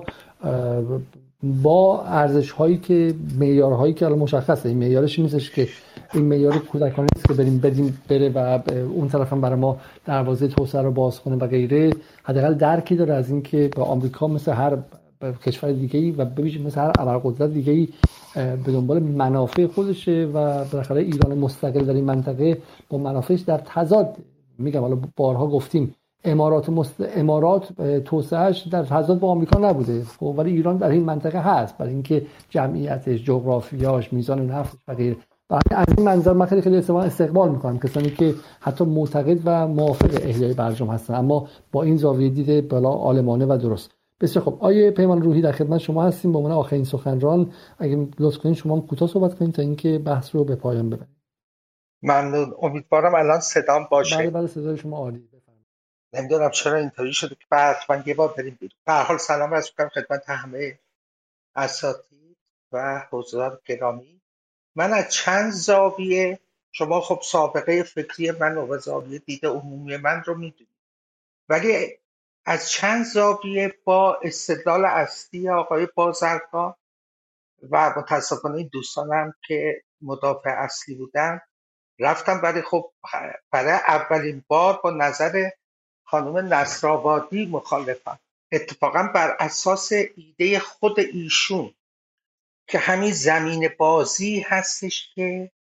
با ارزش هایی که معیارهایی که الان مشخصه. این معیارش نیستش که این معیار کودکانه است که بدیم بره و اون طرف هم برای ما دروازه توسعه رو باز کنه و غیره. حداقل درکی داره از این که با آمریکا مثل هر کشور دیگه‌ای و ببینید مثل هر ابرقدرت دیگه‌ای به دنبال منافع خودشه و بالاخره ایران مستقل در این منطقه با منافعش در تضاد. میگم حالا بارها گفتیم امارات توسعهش در تضاد با آمریکا نبوده، خب ولی ایران در این منطقه هست، برای اینکه جمعیتش، جغرافیاش، میزان نفتش و غیره. از این منظر من خیلی استقبال میکنم کسانی که حتی معتقد و موافق احیای برجام هستن، اما با این زاویه دید بالا عالمانه و درست. بسیار خب، آیه پیمان روحی در خدمت شما هستیم به عنوان آخرین سخنران. اگه لطف کنین شما هم کوتاه صحبت کنین تا اینکه بحث رو به پایان ببریم. ممنون. امیدوارم الان صدام باشه. بله صدای شما عالی. نمیدونم چرا اینطوری شده که بعد من یه بار بریم بیرون. به هر حال سلام عرض می‌کنم خدمت همه اساتید و حضار گرامی. من از چند زاویه، شما خب سابقه فکری من و زاویه دید عمومی من رو میدونید، ولی از چند زاویه با استدلال اصلی آقای بازرگان و متاسفانه این دوستانم که مدافع اصلی بودن رفتم، ولی خب برای اولین بار با نظر خانم نصرآبادی مخالفم، اتفاقا بر اساس ایده خود ایشون که همین زمین بازی هستش که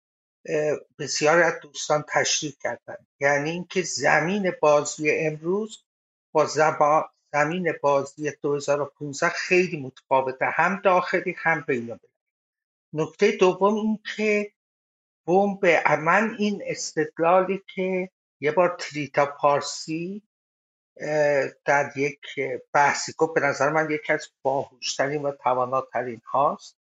بسیاری از دوستان تشریح کردن، یعنی اینکه زمین بازی امروز با زمین بازی 2015 خیلی متفاوته، هم داخلی هم بین‌المللی. نکته دوم این که بمب، من این استدلالی که یه بار تریتا پارسی در یک بحثی گفت، به نظر من یکی از باهوشترین و تواناترین هاست،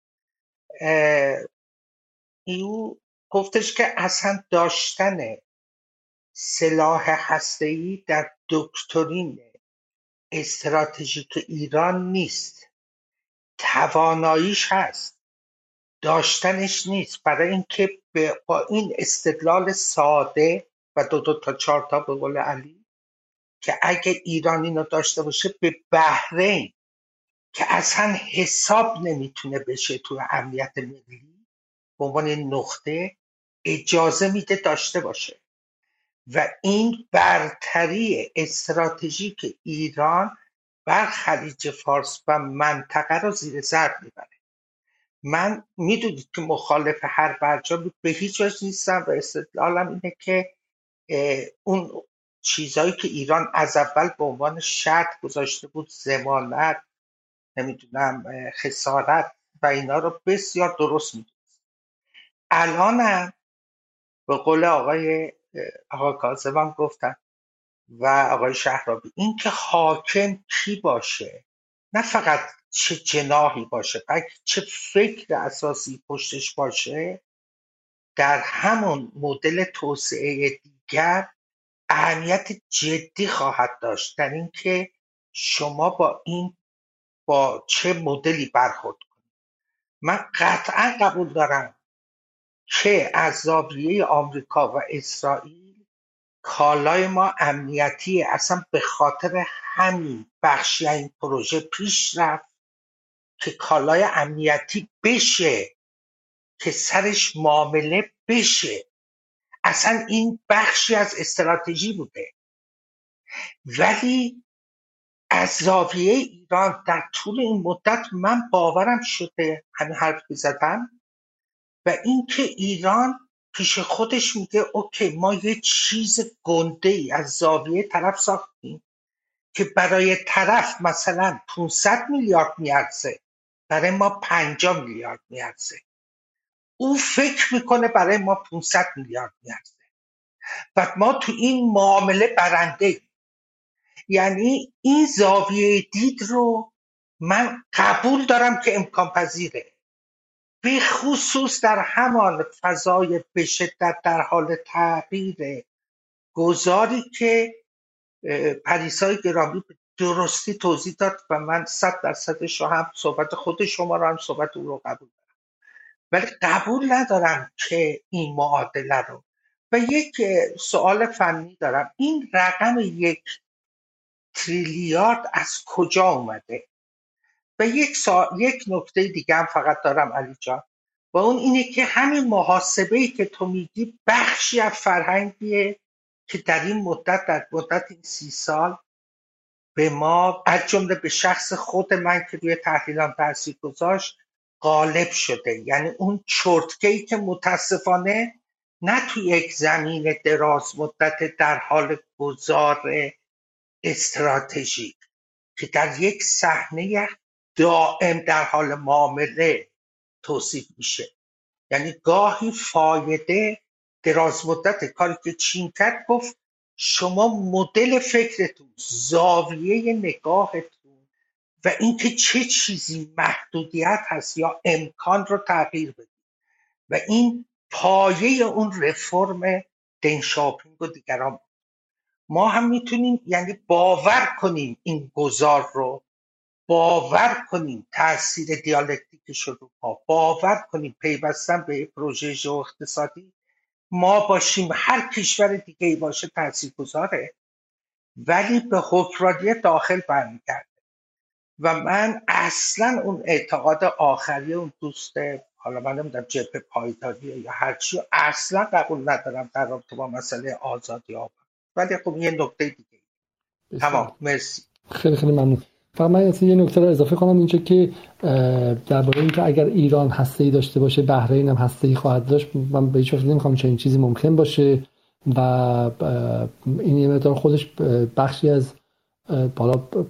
ایو گفتش که اصلا داشتن سلاح هسته‌ای در دکترین استراتژیک ایران نیست، تواناییش هست، داشتنش نیست. برای اینکه با این استدلال ساده و دو تا چهار تا به قول علی، که اگه ایران اینو داشته باشه به بحرین که اصلا حساب نمیتونه بشه تو امنیت ملی به عنوان نقطه، اجازه میده داشته باشه و این برتری استراتژیک ایران بر خلیج فارس و منطقه رو زیر ضرب میبره. من میدونید که مخالف هر برجام به هیچ وجه نیستم و استدلالم اینه که اون چیزایی که ایران از اول به عنوان شرط گذاشته بود، ضمانت، نمیدونم خسارت و اینا رو بسیار درست میدونم. الانم به قول آقا کاظم هم گفتن و آقای شهرابی، این که حاکم کی باشه، نه فقط چه جناحی باشه، بلکه چه فکر اساسی پشتش باشه، در همون مدل توسعه دیگر اهمیت جدی خواهد داشت در اینکه شما با چه مدلی برخورد کنید. من قطعا قبول دارم که از زاویه آمریکا و اسرائیل کالای ما امنیتی، اصلا به خاطر همین بخشی این پروژه پیش رفت که کالای امنیتی بشه، که سرش معامله بشه. اصلا این بخشی از استراتژی بوده. ولی از زاویه ایران در طول این مدت من باورم شده همین حرف زدم و اینکه ایران پیش خودش میگه اوکی، ما یه چیز گنده ای از زاویه طرف ساختیم که برای طرف مثلا 500 میلیارد میارزه، برای ما 50 میلیارد میارزه. او فکر میکنه برای ما 500 میلیارد میارزه و ما تو این معامله برنده ایم. یعنی این زاویه دید رو من قبول دارم که امکان پذیره، به خصوص در همان فضای به شدت در حال تغییر گذاری که پریسای گرامی به درستی توضیح داد و من 100% رو هم صحبت خود شما رو هم صحبت او رو قبول دارم، ولی قبول ندارم که این معادله رو. و یک سوال فنی دارم، این رقم 1 تریلیارد از کجا اومده؟ و یک نکته دیگه هم فقط دارم علی جان، و اون اینه که همین محاسبه‌ای که تو میگی بخشی از فرهنگیه که در این مدت، در مدت این 30 سال به ما، از جمله به شخص خود من که روی تحلیلام تاثیر گذاشت، غالب شده. یعنی اون چرتکه‌ای که متاسفانه نه توی یک زمین دراز مدت در حال گذار استراتژیک، که در یک صحنه دائم در حال معامله توصیف میشه. یعنی گاهی فایده دراز مدت کاری که چین کرد، گفت شما مدل فکرتون، زاویه نگاهتون و اینکه چه چیزی محدودیت هست یا امکان رو تغییر بدید و این پایه اون رفرم دن شاپینگ و دیگران. ما هم میتونیم یعنی باور کنیم این گذار رو، باور کنیم تاثیر دیالکتیکش رو، باور کنیم پیوستن به پروژه ژئواقتصادی ما باشیم، هر کشور دیگه ای باشه تاثیرگذاره، ولی به حکمرانی داخل برمیگرده. و من اصلا اون اعتقاد آخری اون دوست، حالا من نمیدونم جبهه پایداری یا هرچی، اصلا قبول ندارم در رابطه با مسئله آزادی آزاد. ولی خب یه نکته دیگه. بسیار تمام، مرسی. خیلی خیلی ممنون. فقط من یه نکته رو اضافه کنم اینجا که درباره اینکه اگر ایران هسته‌ای داشته باشه بحرین هم هسته‌ای خواهد داشت، من به هیچ وجه نمی‌خوام چنین چیزی ممکن باشه و این یه مقدار خودش بخشی از بالا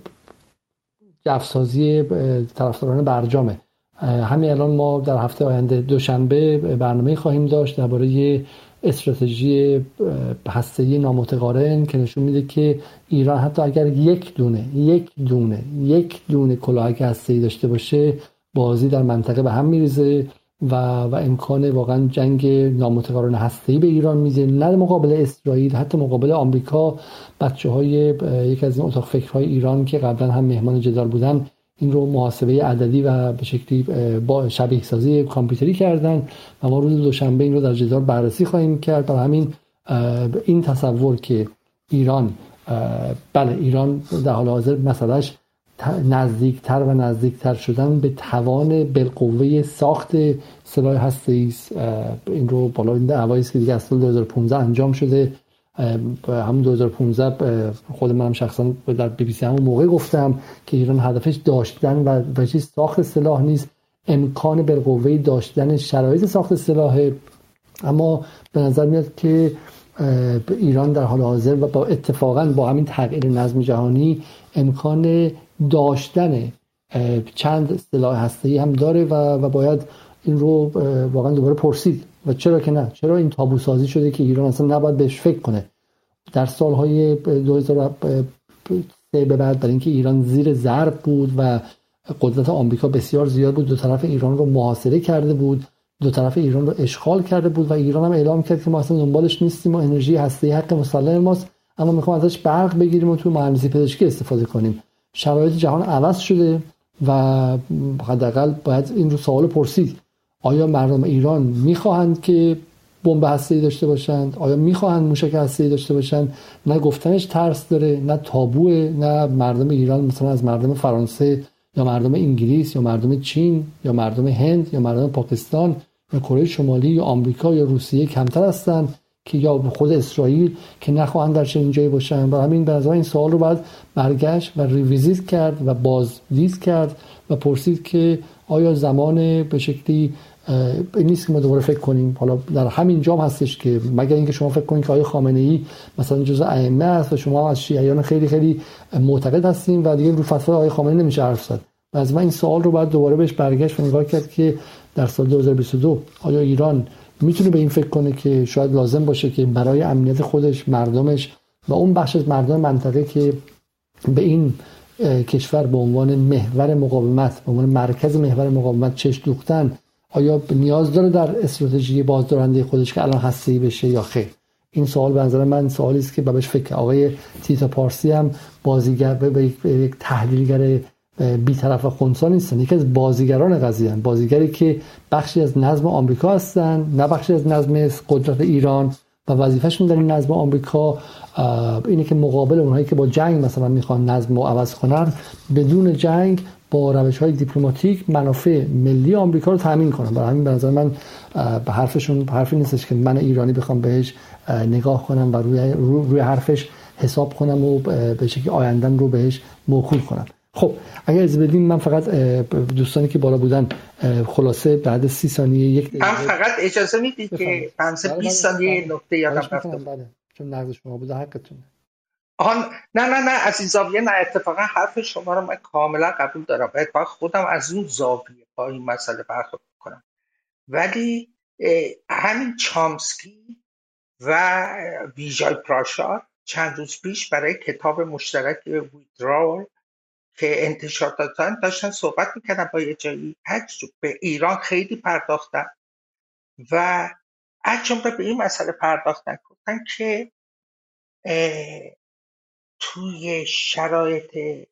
جفسازی طرفداران برجامه. همین الان ما در هفته آینده دوشنبه برنامه خواهیم داشت درباره استراتژی هسته‌ای نامتقارن که نشون میده که ایران حتی اگر یک دونه کلاهک هسته‌ای داشته باشه بازی در منطقه به هم میریزه و امکان واقعا جنگ نامتقارن هسته‌ای به ایران میده، نه مقابل اسرائیل، حتی مقابل آمریکا. بچه‌های یکی از این اتاق فکرهای ایران که قبلا هم مهمان جدال بودن این رو محاسبه عددی و به شکلی با شبیه سازی کامپیوتری کردن و ما روز دوشنبه این رو در جدال بررسی خواهیم کرد. برای همین این تصور که ایران ایران در حال حاضر مسئلهش نزدیکتر و نزدیکتر شدن به توان بالقوه ساخت سلاح هسته‌ای است، این رو بالا این دعوایی است که دیگه از سال 2015 انجام شده. همون 2015 خود منم شخصا در بی بی سی همون موقع گفتم که ایران هدفش داشتن و چیز ساخت سلاح نیست، امکان بالقوه داشتن شرایط ساخت سلاح. اما به نظر میاد که ایران در حال حاضر و اتفاقا با همین تغییر نظم جهانی امکان داشتن چند سلاح هسته‌ای هم داره و باید این رو واقعا دوباره پرسید و چرا که نه، چرا این تابو سازی شده که ایران اصلا نباید بهش فکر کنه. در سالهای 2003 به بعد برای اینکه ایران زیر ضرب بود و قدرت آمریکا بسیار زیاد بود، دو طرف ایران رو محاصره کرده بود، دو طرف ایران رو اشغال کرده بود و ایران هم اعلام کرد که ما اصلا دنبالش نیستیم و انرژی هسته‌ای حق مسلم ماست، اما میخوام ازش برق بگیریم و تو مهندسی پزشکی استفاده کنیم. شرایط جهان عوض شده و حداقل باید این رو سوال پرسید: آیا مردم ایران میخواهند که بمب هسته‌ای داشته باشند؟ آیا میخواهند موشک هسته‌ای داشته باشند؟ نه گفتنش ترس داره، نه تابوه، نه مردم ایران مثلا از مردم فرانسه یا مردم انگلیس یا مردم چین یا مردم هند یا مردم پاکستان یا کره شمالی یا آمریکا یا روسیه کمتر هستند که یا خود اسرائیل که نخواهند در چنین جایی باشن. و همین به نظر این سوال رو باید برگشت و ریویزیت کرد و بازدید کرد و پرسید که آیا زمان به شکلی این نیست که ما دوباره فکر کنیم، حالا در همین جام هستش که مگر اینکه شما فکر کنید که آقای خامنه‌ای مثلا جزء ائمه است و شما از شیعیان خیلی خیلی معتقد هستین و دیگه رو فتوا آقای خامنه‌ای نمیشه حرف زد. و از من این سوال رو باید دوباره بهش برگشت و نگاه کرد که در سال 2022 آیا ایران میتونه به این فکر کنه که شاید لازم باشه که برای امنیت خودش، مردمش و اون بخش از مردم منطقه که به این کشور به عنوان محور مقاومت، به عنوان مرکز محور مقاومت چشم دوختن، آیا نیاز داره در استراتژی بازدارنده خودش که الان هسته‌ای بشه یا خیر؟ این سوال به نظر من سوالی است که بهش فکر. آقای تیتا پارسی هم بازیگر به یک تحلیلگر بی‌طرف و خنثی نیستن، یکی از بازیگران قضیه هستند، بازیگری که بخشی از نظم آمریکا هستن، نه بخشی از نظم قدرت ایران، و وظیفه‌شون در این نظم آمریکا اینه که مقابل اونهایی که با جنگ مثلا میخوان نظم رو عوض کنن، بدون جنگ با روش‌های دیپلماتیک منافع ملی آمریکا رو تامین کنن. برای همین به نظر من به حرفشون حرفی نیستش که من ایرانی بخوام بهش نگاه کنم و روی حرفش حساب کنم و به شکلی آینده‌ام رو بهش موکول کنم. خب اگر از بدیم من فقط دوستانی که بالا بودن خلاصه بعد 30 ثانیه یک من فقط اجازه میدید که 20 ثانیه نکته یادم رفته چون نقد شما بوده حقتونه. نه از این زاویه نه، اتفاقا حرف شما رو من کاملا قبول دارم و اتفاقا خودم از اون زاویه با این مسئله برخورد کنم. ولی همین چامسکی و ویژای پراشار چند روز پیش برای کتاب مشترک ویدرال که انتشار داشتن صحبت میکردن با یه جایی به ایران خیلی پرداختن و از جمله به این مسئله پرداختن، گفتن که توی شرایط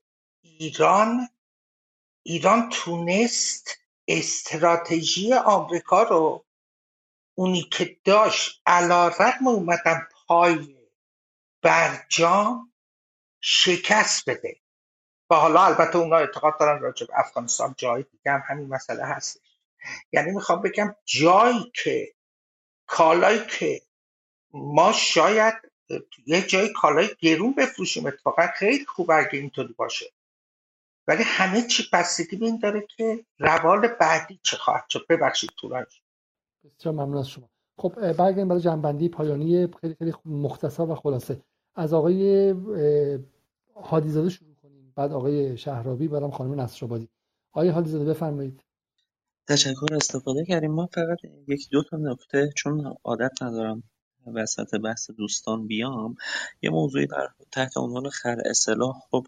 ایران تونست استراتژی آمریکا رو اونی که داشت علی‌رغم اومدن پای برجام شکست بده. و حالا البته اونا اعتقاد دارن راجع به افغانستان جای دیگه هم همین مسئله هست. یعنی میخوام بگم کالایی که ما شاید یه جای کالای گرون بفروشیم، اتفاقا خیلی خوب اگه اینطوری باشه، ولی همه چی بستگی به این داره که روال بعدی چه خواهد شد. ببخشید طولانی شد. بسیار ممنون از شما. خب برگردیم برای جنبندی پایانی خیلی خیلی مختصر و خلاصه از آقای هادیزاده شروع کنیم، بعد آقای شهرابی، بعدم خانم نصرآبادی. آقای هادیزاده بفرمایید. تشکر، استفاده کردیم. ما فقط یکی دو تا نکته، چون عادت ندارم وسط بحث دوستان بیام، یه موضوعی تحت عنوان خلع اصطلاح، خب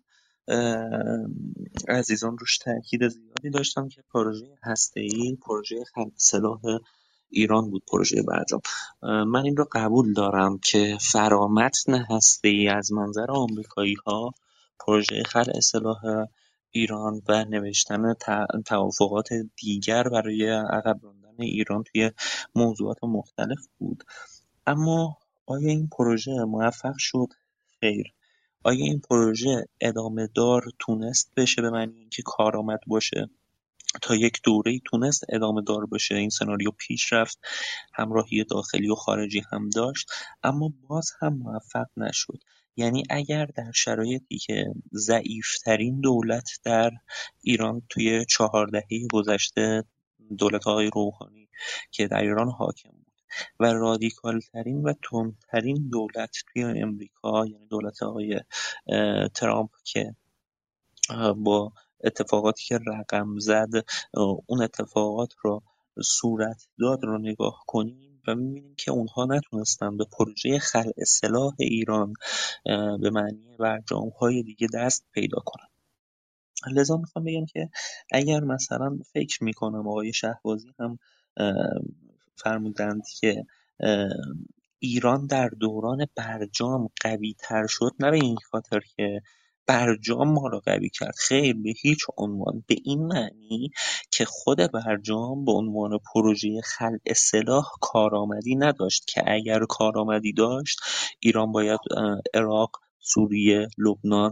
عزیزان روش تاکید زیادی داشتن که پروژه هسته‌ای پروژه خلع اصطلاح ایران بود، پروژه برجام. من این رو قبول دارم که فرامتن هسته‌ای از منظر آمریکایی‌ها پروژه خلع اصطلاح ایران و نوشتن توافقات دیگر برای عقب راندن ایران توی موضوعات مختلف بود. اما آیا این پروژه موفق شد؟ خیر. آیا این پروژه ادامه دار تونست بشه به معنی اینکه کارآمد باشه؟ تا یک دوره‌ای تونست ادامه دار باشه. این سناریو پیش رفت، همراهی داخلی و خارجی هم داشت، اما باز هم موفق نشد. یعنی اگر در شرایطی که ضعیف‌ترین دولت در ایران توی 4 دهه گذشته، دولت‌های روحانی که در ایران حاکم بود، و رادیکال‌ترین و تندترین دولت توی امریکا، یعنی دولت آقای ترامپ که با اتفاقاتی که رقم زد اون اتفاقات رو صورت داد رو نگاه کنیم و می‌بینیم که اونها نتونستن به پروژه خلع اصطلاح ایران به معنی برجام‌های دیگه دست پیدا کنن. لذا میخوام بگم که اگر مثلا فکر میکنم آقای شهبازی هم فرمودند که ایران در دوران برجام قوی تر شد، نه به این خاطر که برجام ما را قوی کرد، خیر، به هیچ عنوان، به این معنی که خود برجام به عنوان پروژه خلع اصطلاح کارآمدی نداشت که اگر کارآمدی داشت ایران باید عراق، سوریه، لبنان،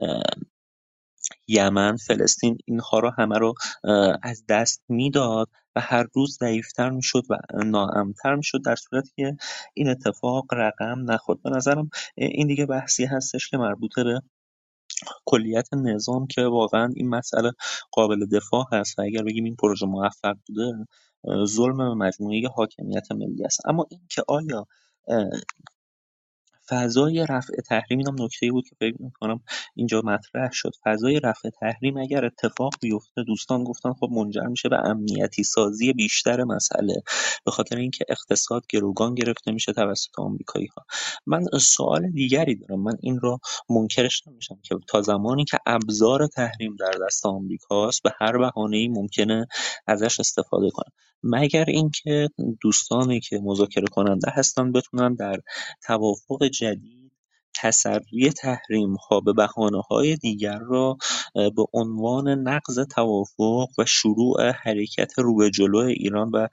یمن، فلسطین، اینها رو همه رو از دست میداد و هر روز ضعیف‌تر میشد و ناامن‌تر میشد، در صورتی که این اتفاق رقم نخورد. به نظرم این دیگه بحثی هستش که مربوط به کلیت نظام که واقعا این مسئله قابل دفاع هست و اگر بگیم این پروژه موفق بوده ظلم به مجموعه حاکمیت ملی است. اما این که آیا فضای رفع تحریم، اینم نکته‌ای بود که فکر می‌کنم اینجا مطرح شد، فضای رفع تحریم اگر اتفاق بیفته، دوستان گفتن خب منجر میشه به امنیتی سازی بیشتر مسئله، به خاطر اینکه اقتصاد گروگان گرفته میشه توسط آمریکایی‌ها. من سوال دیگری دارم، من این رو منکرش نمیشم که تا زمانی که ابزار تحریم در دست آمریکاست به هر بهانه‌ای ممکنه ازش استفاده کنه، مگر اینکه دوستانی که مذاکره کننده هستن بتونن در توافق جدید تسری تحریم‌ها به بهانه‌های دیگر را به عنوان نقض توافق و شروع حرکت رو به جلو ایران و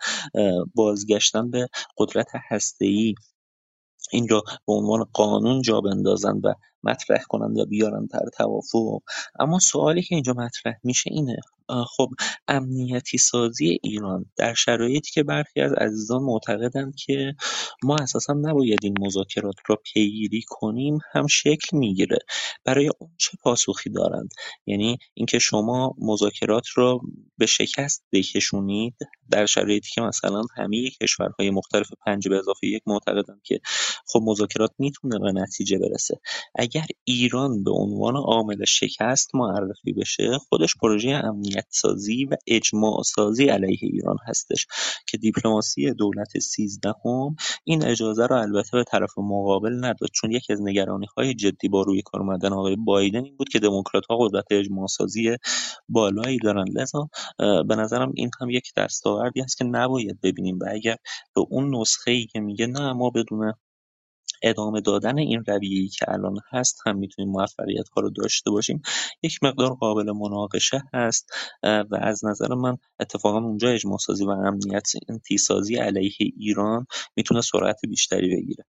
بازگشتن به قدرت هسته‌ای این را به عنوان قانون جا بندازن و مطرح کنند و بیارن در توافق. اما سوالی که اینجا مطرح میشه اینه، خب امنیتی سازی ایران در شرایطی که برخی از عزیزان معتقدند که ما اساسا نباید این مذاکرات را پیگیری کنیم هم شکل میگیره، برای اون چه پاسخی دارند؟ یعنی اینکه شما مذاکرات را به شکست بکشونید در شرایطی که مثلا همه کشورهای مختلف 5+1 معتقدند که خب مذاکرات میتونه به نتیجه برسه. اگر ایران به عنوان عامل شکست معرفی بشه، خودش پروژه امنیت سازی و اجماع سازی علیه ایران هستش که دیپلماسی دولت 13 این اجازه رو البته به طرف مقابل نداد، چون یکی از نگرانی‌های جدی با روی کار اومدن آقای بایدن این بود که دموکرات‌ها قدرت اجماع سازی بالایی دارن. لذا به نظرم این هم یک دستاوردی است که نباید ببینیم و اگر به اون نسخه‌ای که میگه نه ما بدون ادامه دادن این رویه‌ای که الان هست هم میتونیم موفقیت‌ها رو داشته باشیم، یک مقدار قابل مناقشه هست و از نظر من اتفاقا اونجا اجماع سازی و امنیتی سازی علیه ایران میتونه سرعت بیشتری بگیره.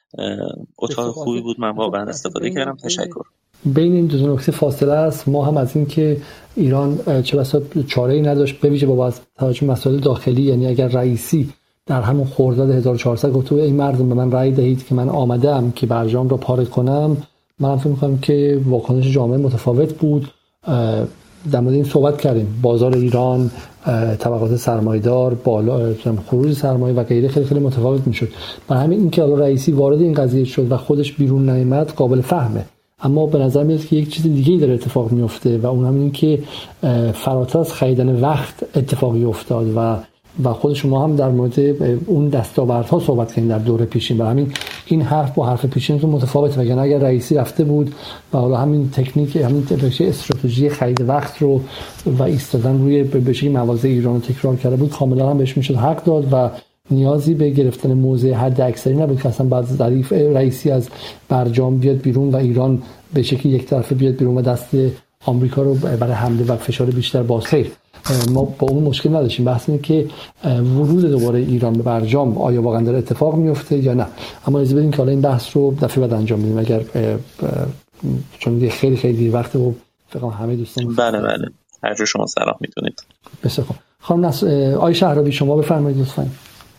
اتاق خوبی بود، من واقعا استفاده کردم، تشکر. بین این دو نکته فاصله است. ما هم از این که ایران چه بسا چاره‌ای نداشت به ویژه با توجه مسائل داخلی، یعنی اگر رئیسی در همون خرداد 1400 گفت این مردم به من رأی دهید که من آمدم که برجام را پاره کنم، من فکر می‌کنم که واکنش جامعه متفاوت بود. در مورد این صحبت کردیم، بازار ایران، طبقات سرمایه‌دار، بالا خروج سرمایه و غیره خیلی خیلی متفاوت میشد. برای همین اینکه حالا رئیسی وارد این قضیه شد و خودش بیرون نیامد قابل فهمه، اما به نظر میاد که یک چیز دیگه‌ای داره اتفاق میفته و اون همین این که فراتر از خریدن وقت اتفاقی افتاد و خود شما هم در مورد اون دستاوردها صحبت کردین در دوره پیشین. برای همین این حرف با حرف پیشینتون متفاوته، وگرنه اگر رئیسی رفته بود و حالا همین تکنیک، همین استراتژی خرید وقت رو و ایستادن روی به شکلی مواضع ایران رو تکرار کرده بود، کاملا هم بهش میشد حق داد و نیازی به گرفتن موضع حد اکثری نبود که اصلا بعد ظریف رئیسی از برجام بیاد بیرون و ایران به شکلی یک طرفه بیاد بیرون و دست آمریکا رو برای حمله و فشار بیشتر باز. خیر، ما با اون مشکل نداشتیم. بحث اینه که ورود دوباره ایران به برجام آیا واقعا داره اتفاق میفته یا نه. اما اجازه بدین که حالا این بحث رو دفعه بعد انجام بدیم، اگر چون خیلی خیلی دیر وقته و فکر همه دوستان. بله هر جور شما سلام میتونید. بسیار خوب. خانم آقای شهرابی شما بفرمایید لطفاً.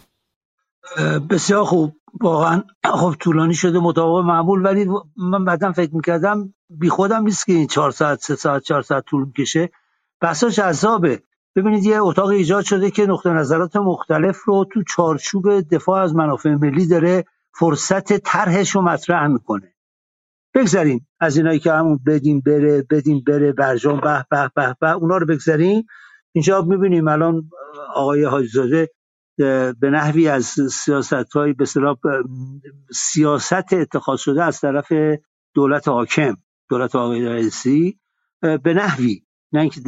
بسیار خوب. واقعا خب طولانی شده مطابق معمول، ولی من بعداً فکر می‌کردم بی خودم نیست که این 4 ساعت 3 ساعت 4 ساعت طول می‌کشه. بحثا جذابه. ببینید یه اتاق ایجاد شده که نقطه نظرات مختلف رو تو چارچوب دفاع از منافع ملی داره فرصت طرحش رو مطرح میکنه. بگذاریم از اینایی که همون بدیم بره برجام به اونا رو بگذاریم. اینجا میبینیم الان آقای حاجی زاده به نحوی از سیاست‌های به اصطلاح سیاست اتخاذ شده از طرف دولت حاکم، دولت آقای رئیسی، به نحوی نه اینکه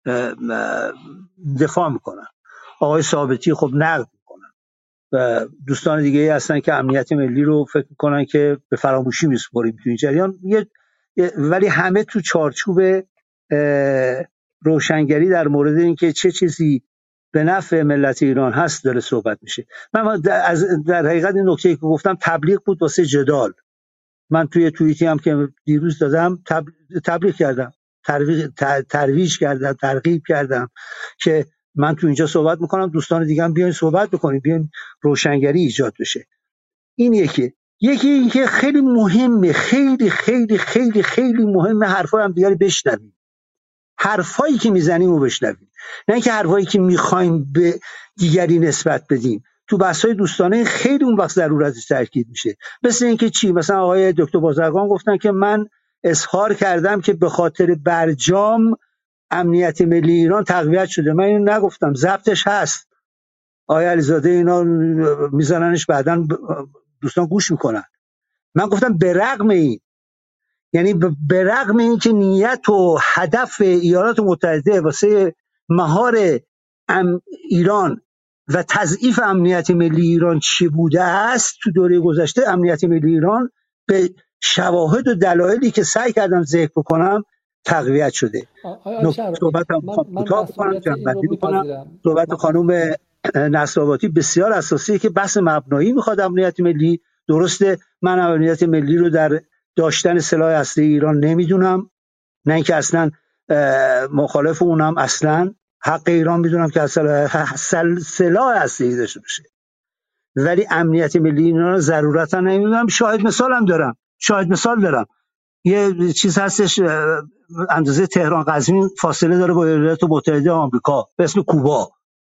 دفاع میکنن. آقای ثابتی خب نقد میکنن و دوستان دیگه هستن که امنیت ملی رو فکر میکنن که به فراموشی میسپاریم تو این جریان، ولی همه تو چارچوب روشنگری در مورد اینکه چه چیزی به نفع ملت ایران هست داره صحبت میشه. من در حقیقت این نکته‌ای که گفتم تبلیغ بود واسه جدال. من توی توییتی هم که دیروز دادم تبلیغ کردم، ترویج کردم، ترغیب کردم که من تو اینجا صحبت میکنم، دوستان دیگه هم بیاین صحبت بکنیم، بیاین روشنگری ایجاد بشه. این یکی این که خیلی مهمه، خیلی خیلی خیلی خیلی مهمه حرفای هم دیگه بشنویم، حرفایی که میزنیم رو بشنویم، نه اینکه حرفایی که میخوایم به دیگری نسبت بدیم. تو بحث‌های دوستانه خیلی اون وقت ضرورتش تاکید میشه. مثل اینکه چی؟ مثلا آقای دکتر بازرگان گفتن که من اظهار کردم که به خاطر برجام امنیت ملی ایران تقویت شده. من اینو نگفتم، ضبطش هست. آقای علیزاده اینا میذارنش بعداً دوستان گوش میکنن. من گفتم به رغم این، یعنی به رغم این که نیت و هدف ایالات متحده واسه مهار ایران و تضعیف امنیت ملی ایران چی بوده است تو دوره گذشته، امنیت ملی ایران به شواهد و دلایلی که سعی کردم ذکر بکنم تقویت شده. صحبتم کوتاه بکنم، جنبندی بکنم. صحبت خانم نصرآبادی بسیار اساسیه که بحث مبنایی میخواد امنیت ملی. درسته من امنیت ملی رو در داشتن سلاح هسته‌ای ایران نمیدونم، نه اینکه اصلا مخالف اونم، اصلا حق ایران میدونم که سلاح هسته‌ای داشته باشه، ولی امنیت ملی ایران ضرورتا نمیدونم. شاهد مثال دارم. یه چیز هستش اندازه تهران قزوین فاصله داره با ایالات متحده آمریکا به اسم کوبا،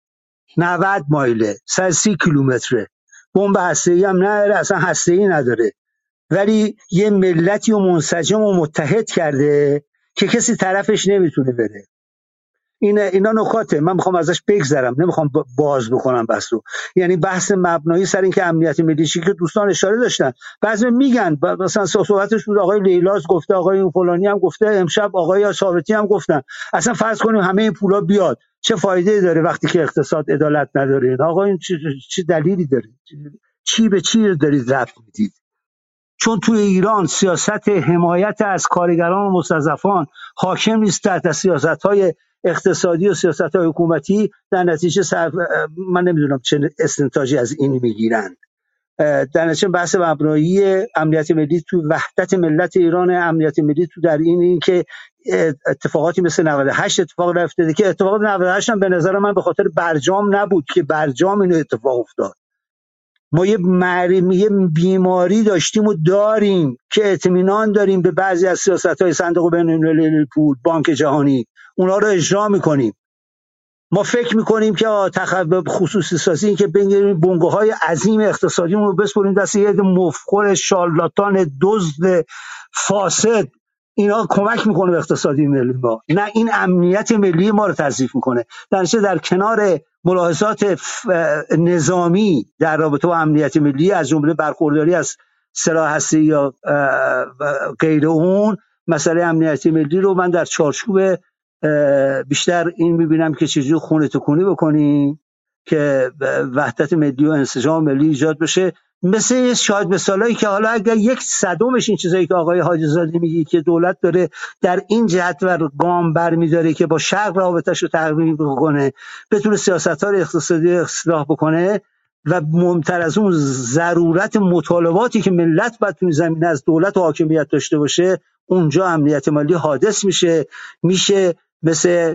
90 مایله، 130 کیلومتره، بمب هسته‌ای هم نداره، اصلا هسته‌ای نداره، ولی یه ملتی رو منسجم و متحد کرده که کسی طرفش نمیتونه بره. اینا نکاته، من میخوام ازش بگذرم، نمیخوام باز بکنم بحث رو. یعنی بحث مبنایی سر این که امنیت ملی چی که دوستان اشاره داشتن، بعضی میگن مثلا صحبتش بود آقای لیلاس گفته، آقای فلانی هم گفته، امشب آقای ثابتی هم گفتن، اصلا فرض کنیم همه این پولا بیاد، چه فایده داره وقتی که اقتصاد عدالت نداره؟ آقا این چه دلیلی داره؟ چی به چی دارید ربط میدید؟ چون توی ایران سیاست حمایت از کارگران و مستضعفان حاکم نیست تحت سیاست‌های اقتصادی و سیاست‌های حکومتی، در نتیجه من نمیدونم چه استنتاجی از این میگیرن. در نتیجه بحث مبنایی امنیت ملی تو وحدت ملت ایران، امنیت ملی تو در این که اتفاقاتی مثل 98 اتفاق افتاده که اتفاقات 98 هم به نظر من به خاطر برجام نبود که برجام اینو اتفاق افتاد. ما یه بیماری داشتیم و داریم که اطمینان داریم به بعضی از سیاست‌های صندوق بین‌المللی پول، بانک جهانی، اونا رو اجرا میکنیم. ما فکر میکنیم که خصوصی سازی این که بگیریم بنگاه‌های عظیم اقتصادیمون رو بسپریم دست یه مفخور شارلاتان دزد فاسد، اینا کمک میکنه به اقتصادی ملی ما؟ نه، این امنیت ملی ما رو تضعیف میکنه. در کنار ملاحظات نظامی در رابطه با امنیت ملی، از جمله برخورداری از سلاح هسته‌ای یا غیر اون، مسئله امنیتی ملی رو من در چارچوب بیشتر این میبینم که چجوری خونه تکونی بکنیم که وحدت ملی و انسجام ملی ایجاد بشه. مثل شاید مثالایی که حالا اگر 1/100 این چیزایی که آقای حاجی زاده میگه که دولت داره در این جهت و گام برمیداره که با شرق رابطه‌شو تقویت بکنه، بتونه سیاست‌ها اقتصادی اصلاح بکنه و مهمتر از اون ضرورت مطالباتی که ملت باید توی زمینه از دولت و حاکمیت داشته باشه، اونجا امنیت ملی حادث میشه مثل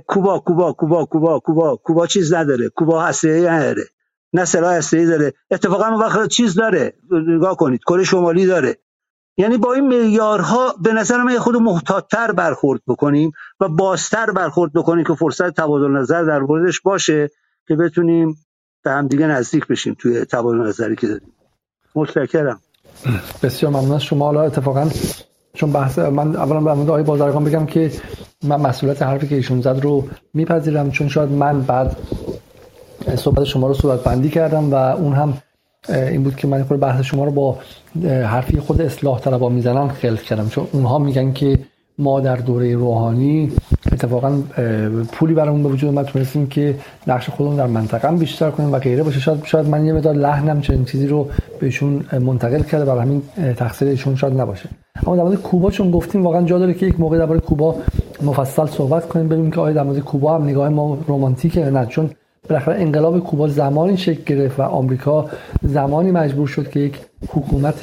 کوبا چیز نداره، کوبا هسته‌ای نداره، نه سلاح هسته‌ای داره، اتفاقا اون وقت چیز داره، نگاه کنید کره شمالی داره. یعنی با این معیارها به نظر من خود محتاط‌تر برخورد بکنیم و بازتر برخورد بکنیم که فرصت تبادل نظر در موردش باشه که بتونیم به هم دیگه نزدیک بشیم توی تبادل نظری که داریم. متشکرم. بسیار ممنون از شما. حالا اتفاقا چون بحث من اولا به آقای بازرگان بگم که من مسئولیت حرفی که ایشون زد رو میپذیرم، چون شاید من بعد صحبت شما رو صورت بندی کردم و اون هم این بود که من خود بحث شما رو با حرفی خود اصلاح طلبا میزنن خلط کردم، چون اونها میگن که ما در دوره روحانی اتفاقا پولی برامون به وجود اومد، تونستیم که نقش خودمون در منطقه هم بیشتر کنیم و غیره باشه. شاید من یه مقدار لحنم چنین چیزی رو بهشون منتقل کرده، برای همین تقصیر ایشون شاید نباشه. اما در مورد کوبا چون گفتیم واقعا جا داره که یک موقع درباره کوبا مفصل صحبت کنیم، ببینیم که آیا در مورد کوبا هم نگاه ما رمانتیکه نه، چون بالاخره انقلاب کوبا زمانی شکل گرفت و آمریکا زمانی مجبور شد که یک حکومت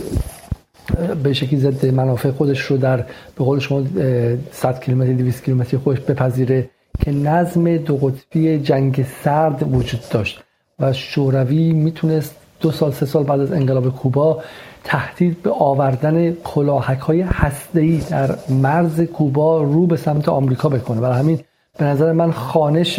به شکلی ضد منافع خودش رو در به قول شما 100 کیلومتر 200 کیلومتری خودش بپذیره که نظم دو قطبی جنگ سرد وجود داشت و شوروی میتونست 2 سال 3 سال بعد از انقلاب کوبا تهدید به آوردن کلاهک‌های هسته‌ای در مرز کوبا رو به سمت آمریکا بکنه. برای همین به نظر من خوانش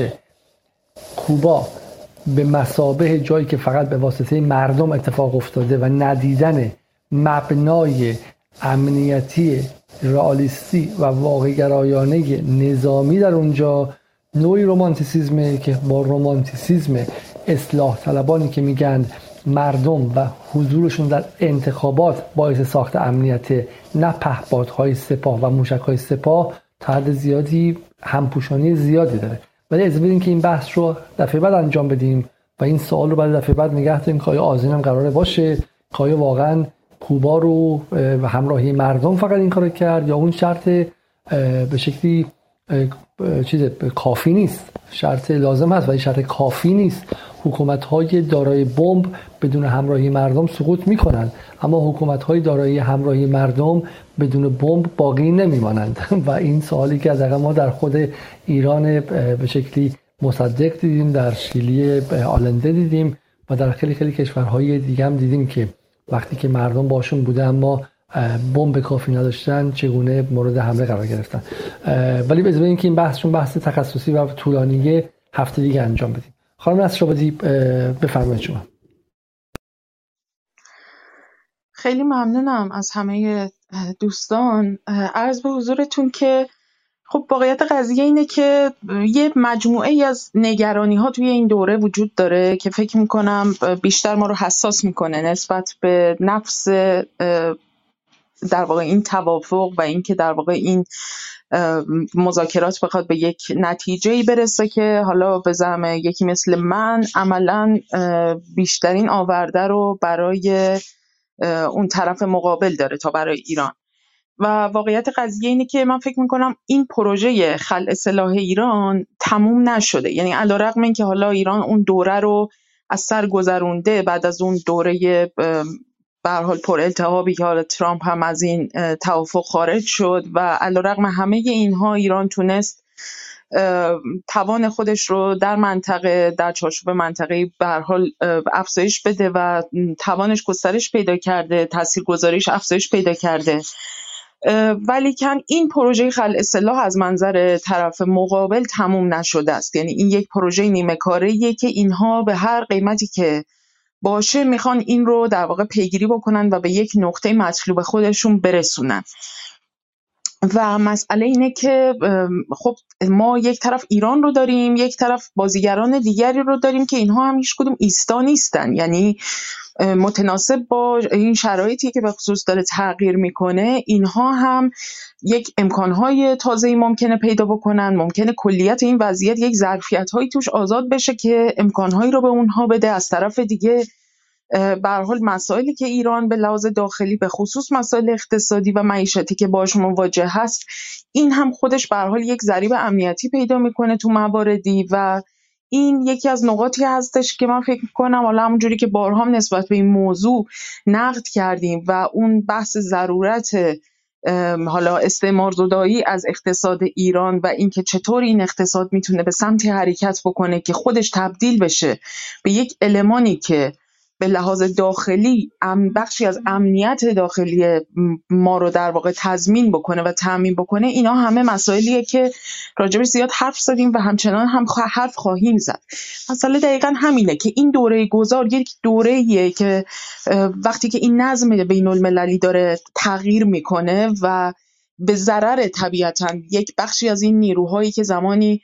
کوبا به مثابه جایی که فقط به واسطه مردم اتفاق افتاده و ندیدن مبنای امنیتی رئالیستی و واقع‌گرایانه نظامی در اونجا، نوعی رومانتیسیزمه که با رومانتیسیزم اصلاح طلبانی که میگن مردم و حضورشون در انتخابات باعث ساخت امنیت، نه پهپادهای سپاه و موشک‌های سپاه، تا حد زیادی همپوشانی زیادی داره. ولی اجازه بدین که این بحث رو دفعه بعد انجام بدیم و این سوال رو بعد دفعه بعد نگه داریم که آیا آذین هم قراره باشه، که آیا واقعا کوبا رو و همراهی مردم فقط این کارو کرد یا اون شرط به شکلی چیز کافی نیست، شرط لازم هست ولی شرط کافی نیست. حکومت‌های دارای بمب بدون همراهی مردم سقوط می‌کنند، اما حکومت‌های دارای همراهی مردم بدون بمب باقی نمی‌مانند و این سوالی که حداقل ما در خود ایران به شکلی مصدق دیدیم، در شیلی آلنده دیدیم و در خیلی خیلی کشورهای دیگه هم دیدیم که وقتی که مردم باشون بوده اما بمب کافی نداشتن چگونه مورد حمله قرار گرفتن. ولی بذارین که این بحثشون بحث تخصصی و طولانیه، هفته دیگه انجام بدیم. خانم نصرآبادی بفرمایید شما. خیلی ممنونم از همه دوستان. عرض به حضورتون که خب واقعیت قضیه اینه که یه مجموعه ای از نگرانی ها توی این دوره وجود داره که فکر میکنم بیشتر ما رو حساس میکنه نسبت به نفس در واقع این توافق و این که در واقع این مذاکرات بخواد به یک نتیجه‌ای برسه که حالا به زعم یکی مثل من عملاً بیشترین آورده رو برای اون طرف مقابل داره تا برای ایران. و واقعیت قضیه اینه که من فکر میکنم این پروژه خلع سلاح ایران تموم نشده. یعنی علیرغم این که حالا ایران اون دوره رو از سر گذرونده، بعد از اون دوره به هر حال پر التهابی که حالا ترامپ هم از این توافق خارج شد و علیرغم همه اینها ایران تونست توان خودش رو در منطقه، در چارچوب منطقه‌ای به هر حال افزایش بده و توانش گسترش پیدا کرده، تاثیرگذاریش افزایش پیدا کرده. ولیکن این پروژه خلع سلاح از منظر طرف مقابل تموم نشده است. یعنی این یک پروژه نیمه کاره‌ایه که اینها به هر قیمتی که باشه میخوان این رو در واقع پیگیری بکنن و به یک نقطه مطلوب خودشون برسونن. و مسئله اینه که خب ما یک طرف ایران رو داریم، یک طرف بازیگران دیگری رو داریم که اینها هم هیچ کدوم ایستا نیستن. یعنی متناسب با این شرایطی که به خصوص داره تغییر میکنه، اینها هم یک امکانهای تازه‌ای ممکنه پیدا بکنن، ممکنه کلیت این وضعیت یک ظرفیت‌هایی توش آزاد بشه که امکانهایی رو به اونها بده. از طرف دیگه به هر حال مسائلی که ایران به لحاظ داخلی به خصوص مسائل اقتصادی و معیشتی که باهاش مواجه هست، این هم خودش به هر حال یک ضریب امنیتی پیدا میکنه تو مواردی و این یکی از نقاطی هستش که من فکر میکنم حالا همونجوری که بارها نسبت به این موضوع نقد کردیم و اون بحث ضرورت حالا استعمارزدایی از اقتصاد ایران و اینکه چطور این اقتصاد میتونه به سمتی حرکت بکنه که خودش تبدیل بشه به یک المانی که به لحاظ داخلی بخشی از امنیت داخلی ما رو در واقع تضمین بکنه و تامین بکنه، اینا همه مسائلیه که راجبش زیاد حرف زدیم و همچنان هم حرف خواهیم زد. مسئله دقیقاً همینه که این دوره گذار یک دوره‌ایه که وقتی که این نظم بین المللی داره تغییر میکنه و به ضرر طبیعتاً یک بخشی از این نیروهایی که زمانی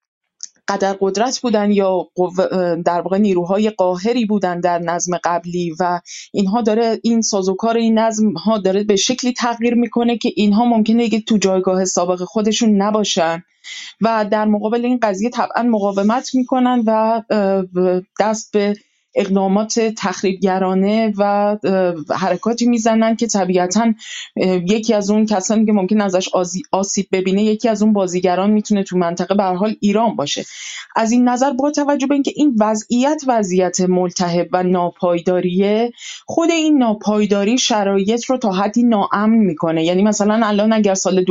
قدر قدرت بودن یا در واقع نیروهای قاهری بودن در نظم قبلی و اینها داره این سازوکار این نظم ها داره به شکلی تغییر میکنه که اینها ممکنه دیگه تو جایگاه سابق خودشون نباشن و در مقابل این قضیه طبعا مقاومت میکنن و دست به اقدامات تخریبگرانه و حرکاتی میزنن که طبیعتاً یکی از اون کسانی که ممکن ازش آسیب ببینه یکی از اون بازیگران میتونه تو منطقه به هر حال ایران باشه. از این نظر با توجه به اینکه این وضعیت ملتهب و ناپایداریه، خود این ناپایداری شرایط رو تا حدی ناامن میکنه. یعنی مثلا الان اگر سال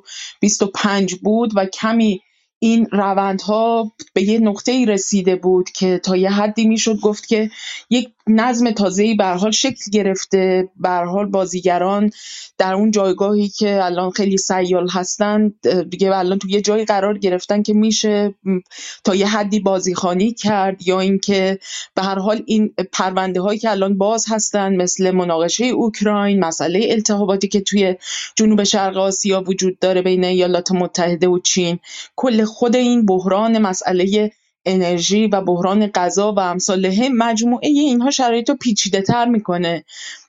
2025 بود و کمی این روندها به یه نقطه‌ای رسیده بود که تا یه حدی میشد گفت که یک نظم تازه‌ای به هر حال شکل گرفته، به هر حال بازیگران در اون جایگاهی که الان خیلی سیال هستن دیگه الان تو یه جایی قرار گرفتن که میشه تا یه حدی بازیخوانی کرد، یا اینکه به هر حال این پرونده هایی که الان باز هستن مثل مناقشه اوکراین، مسئله التهاباتی که توی جنوب شرق آسیا وجود داره بین ایالات متحده و چین، کل خود این بحران مسئله انرژی و بحران غذا و امثاله، مجموعه اینها شرایط رو پیچیده تر میکنه.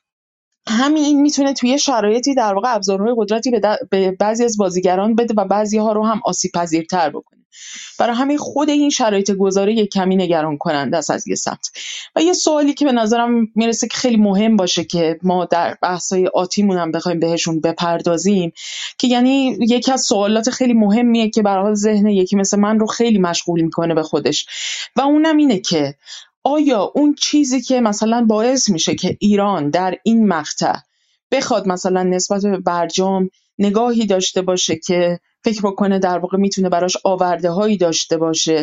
همین این میتونه توی شرایطی در واقع ابزارهای قدرتی به بعضی از بازیگران بده و بعضی ها رو هم آسیب پذیرتر بکنه. برای همین خود این شرایط گذاری یک کمی نگران کننده است از یه سمت. و یه سوالی که به نظرم میرسه که خیلی مهم باشه که ما در بحث‌های آتیمون هم بخوایم بهشون بپردازیم، که یعنی یکی از سوالات خیلی مهمیه که به هر حال ذهن یکی مثل من رو خیلی مشغول میکنه به خودش، و اونم اینه که آیا اون چیزی که مثلا باعث میشه که ایران در این مقطع بخواد مثلا نسبت به برجام نگاهی داشته باشه که فکر بکنه در واقع میتونه براش آورده هایی داشته باشه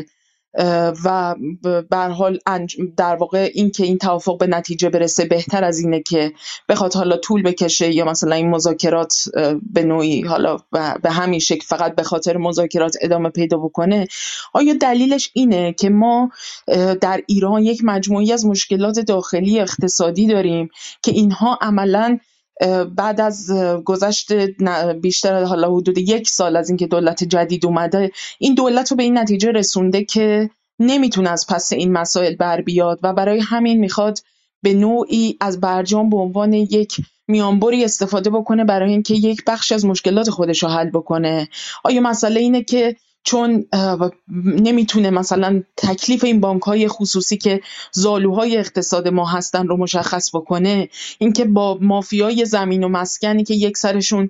و به هر حال در واقع این که این توافق به نتیجه برسه بهتر از اینه که بخواد حالا طول بکشه یا مثلا این مذاکرات به نوعی حالا به همین شکل فقط به خاطر مذاکرات ادامه پیدا بکنه. آیا دلیلش اینه که ما در ایران یک مجموعی از مشکلات داخلی اقتصادی داریم که اینها عملاً بعد از گذشت بیشتر حالا حدود 1 سال از اینکه دولت جدید اومده، این دولت رو به این نتیجه رسونده که نمیتونه از پس این مسائل بر بیاد و برای همین میخواد به نوعی از برجام به عنوان یک میانبری استفاده بکنه برای اینکه یک بخش از مشکلات خودش رو حل بکنه؟ آیا مسئله اینه که چون نمیتونه مثلا تکلیف این بانک‌های خصوصی که زالوهای اقتصاد ما هستن رو مشخص بکنه، اینکه با مافیای زمین و مسکنی که یک سرشون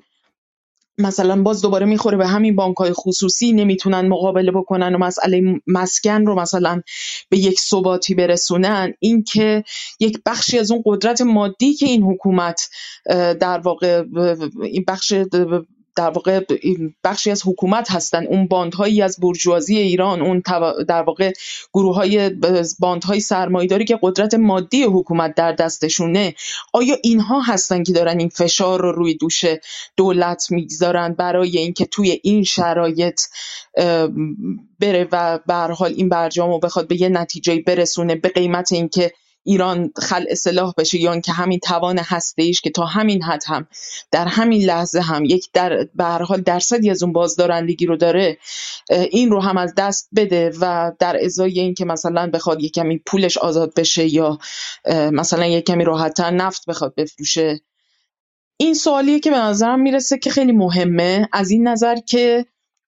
مثلا باز دوباره میخوره به همین بانک‌های خصوصی نمیتونن مقابله بکنن و مسئله مسکن رو مثلا به یک ثباتی برسونن، اینکه یک بخشی از اون قدرت مادی که این حکومت در واقع این بخش در واقع بخشی از حکومت هستن، اون باندهایی از بورژوازی ایران، اون در واقع گروه‌های باندهای سرمایه‌داری که قدرت مادی حکومت در دستشونه، آیا اینها هستن که دارن این فشار رو روی دوش دولت میگذارن برای اینکه توی این شرایط بره و به هر حال این برجامو بخواد به یه نتیجه برسونه به قیمت اینکه ایران خلع سلاح بشه، یا اینکه همین توان هسته‌ایش که تا همین حد هم در همین لحظه هم یک به هر حال درصدی از اون بازدارندگی رو داره، این رو هم از دست بده و در ازای اینکه مثلا بخواد یک کمی پولش آزاد بشه یا مثلا یک کمی راحت‌تر نفت بخواد بفروشه. این سوالیه که به نظرم میرسه که خیلی مهمه، از این نظر که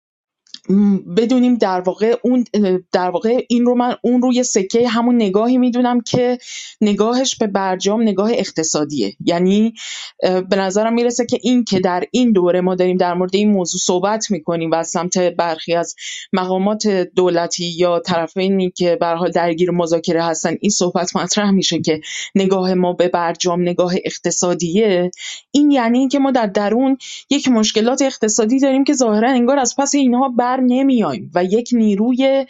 بدونیم در واقع این رو من اون روی سکه همون نگاهی میدونم که نگاهش به برجام نگاه اقتصادیه. یعنی به نظرم میرسه که این که در این دوره ما داریم در مورد این موضوع صحبت میکنیم و از سمت برخی از مقامات دولتی یا طرفینی که به هر حال درگیر مذاکره هستن این صحبت مطرح میشه که نگاه ما به برجام نگاه اقتصادیه، این یعنی این که ما در درون یک مشکلات اقتصادی داریم که ظاهرا انگار از پس اینها بر نمیایم و یک نیروی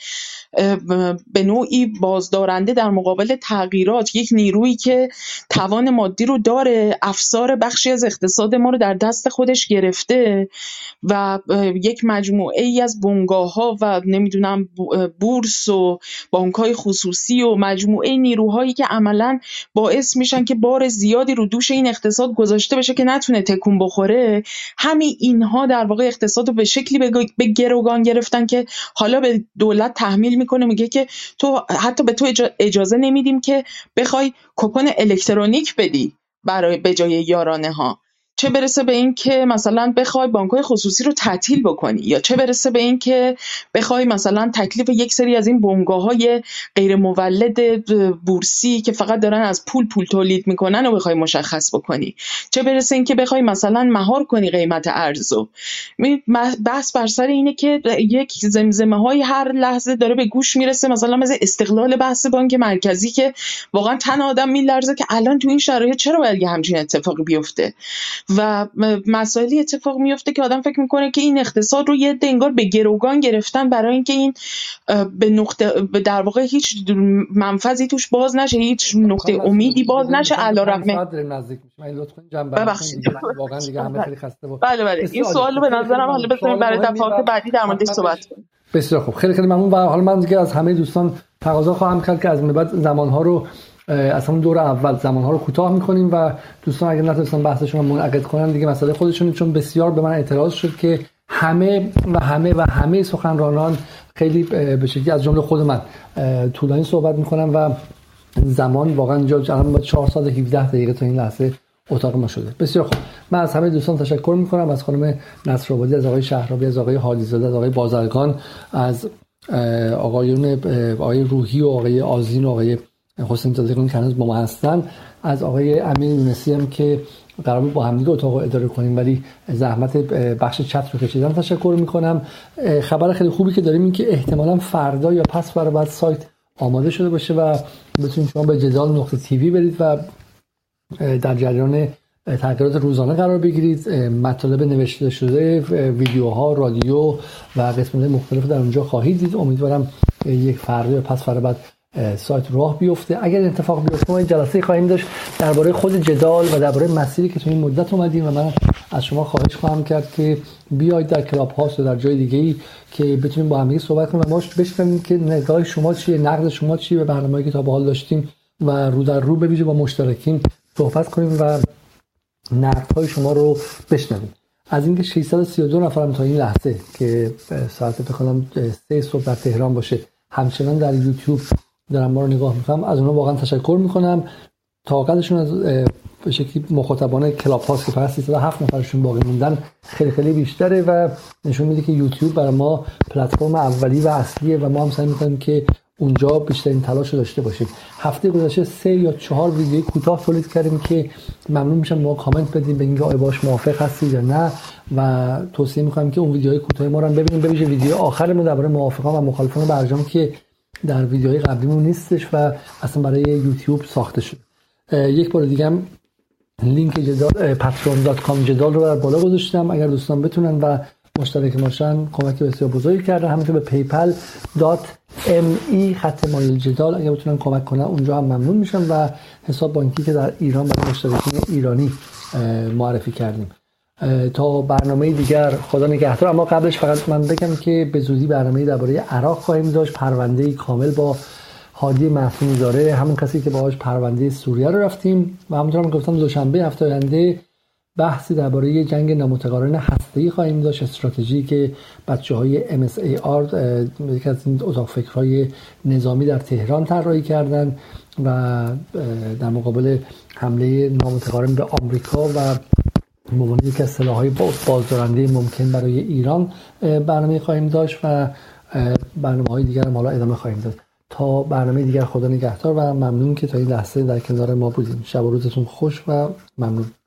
به نوعی بازدارنده در مقابل تغییرات، یک نیرویی که توان مادی رو داره، افسار بخشی از اقتصاد ما رو در دست خودش گرفته و یک مجموعه ای از بنگاه‌ها و نمیدونم بورس و بانک‌های خصوصی و مجموعه نیروهایی که عملاً باعث میشن که بار زیادی رو دوش این اقتصاد گذاشته بشه که نتونه تکون بخوره، همین اینها در واقع اقتصاد رو به شکلی به گروگان گرفتن که حالا به دولت تحمیل میکنه، میگه که تو حتی به تو اجازه نمیدیم که بخوای کوپن الکترونیک بدی برای به جای یارانه ها، چه برسه به این که مثلا بخوای بانک‌های خصوصی رو تعطیل بکنی، یا چه برسه به این که بخوای مثلا تکلیف یک سری از این بنگاه‌های غیر مولد بورسی که فقط دارن از پول تولید میکنن و بخوای مشخص بکنی، چه برسه این که بخوای مثلا مهار کنی قیمت ارزو. بحث بر سر اینه که یک زمزمه‌های هر لحظه داره به گوش میرسه، مثلا استقلال بحث بانک مرکزی که واقعا تن آدم میلرزه که الان تو این شرایط چرا باید همچین اتفاقی بیفته و مسائلی اتفاق میفته که آدم فکر میکنه که این اقتصاد رو یه انگار به گروگان گرفتن برای اینکه این به در واقع هیچ منفذی توش باز نشه، هیچ نقطه امیدی باز نشه. علیرغم واقعا دیگه همه خیلی خسته بود. بله این سوال رو به نظرم حالا بذاریم برای دفعات بعدی در موردش صحبت کنیم. بسیار خوب، خیلی ممنون. و حالا من دیگه از همه دوستان تقاضا خواهم کرد که از این بعد زمان‌ها رو از همون دور اول زمان‌ها رو کوتاه می‌کنیم و دوستان اگر نتونستن بحثشون رو منعقد کنن دیگه مسئله خودشون، چون بسیار به من اعتراض شد که همه سخنرانان خیلی به شکلی از جمله خود من طولانی صحبت می‌کنن و زمان واقعا اینجا الان با 4 ساعت 17 دقیقه تا این لحظه اتاق ما شده. بسیار خوب، من از همه دوستان تشکر می‌کنم، از خانم نصرآبادی، از آقای شهرابی، از آقای حالیزاده، از آقای بازرگان، از آقای روحی و آقای آذین و آقای حسین زاده که هنوز با ما هستن، از آقای امین یونسی هم که قرار بود با هم دیگه اتاق اداره کنیم ولی زحمت بخش چت رو کشیدن تشکر میکنم. خبر خیلی خوبی که داریم این که احتمالاً فردا یا پس فردا بعد سایت آماده شده باشه و بتونید شما به جدال.tv برید و در جریان تغییرات روزانه قرار بگیرید. مطالب نوشته شده، ویدیوها، رادیو و قسمت‌های مختلف در اونجا خواهید دید. امیدوارم یک فردا یا پس فردا بعد سایت راه بیفته. اگر اتفاق بیفته ما جلسه خواهیم داشت درباره خود جدال و درباره مسیری که تو این مدت اومدیم و من از شما خواهش خواهم کرد که بیاید در کلاب هاوس و در جای دیگه‌ای که بتونیم با هم دیگه صحبت کنیم و ما بشنویم که نگاه شما چیه، نقد شما چیه به برنامه‌ای که تا به حال داشتیم و رو در رو ببینیم با مشترکین صحبت کنیم و نقدهای شما رو بشنویم. از اینکه 632 نفرم تا این لحظه که ساعت بخونم 3 صبح در تهران باشه همچنان در یوتیوب دارم ما رو نگاه میکنم، از اونها واقعا تشکر میکنم. طاقتشون از به شکلی مخاطبان کلاب هاوس که فقط 307 نفرشون باقی موندن خیلی خیلی بیشتره و نشون میده که یوتیوب برای ما پلتفرم اولی و اصلیه و ما هم سعی میکنیم که اونجا بیشترین تلاش رو داشته باشیم. هفته گذشته 3 یا 4 ویدیوی کوتاه تولید کردیم که ممنون میشم ما کامنت بدیم به اینکه آیا باهاش موافق هستید یا نه و توصیه میکنم که اون ویدیوهای کوتاه ما رو هم ببینیم، ببینید ویدیو آخرمون درباره موافقان و مخالفان برجام که در ویدیوهای قبلیمون نیستش و اصلا برای یوتیوب ساخته شد. یک بار دیگه هم لینک جدال patreon.com جدال رو بر بالا گذاشتم. اگر دوستان بتونن و مشترک باشن کمک بسیار بزرگی کرده. همینطور به paypal.me/جدال اگر بتونن کمک کنن اونجا هم ممنون میشم و حساب بانکی که در ایران برای مشترکین ایرانی معرفی کردیم. تا برنامه دیگر خدا نگهدار. اما قبلش فقط من بگم که به زودی برنامه درباره عراق خواهیم داشت، پرونده کامل با هادی محفوظی داره، همون کسی که باهاش پرونده سوریه رو رفتیم. و همونطور هم گفتم دوشنبه هفته آینده بحثی درباره جنگ نامتقارن هسته‌ای خواهیم داشت، استراتژی که بچه‌های MSAR یکی از این اتاق فکرهای نظامی در تهران طراحی کردن و در مقابل حمله نامتقارن به آمریکا و به عنوان یکی از سلاح‌های بازدارنده ممکن برای ایران برنامه خواهیم داشت و برنامه‌های دیگر هم حالا ادامه خواهیم داد. تا برنامه دیگر خدا نگهدار و ممنون که تا این لحظه در کنار ما بودیم. شب و روزتون خوش و ممنون.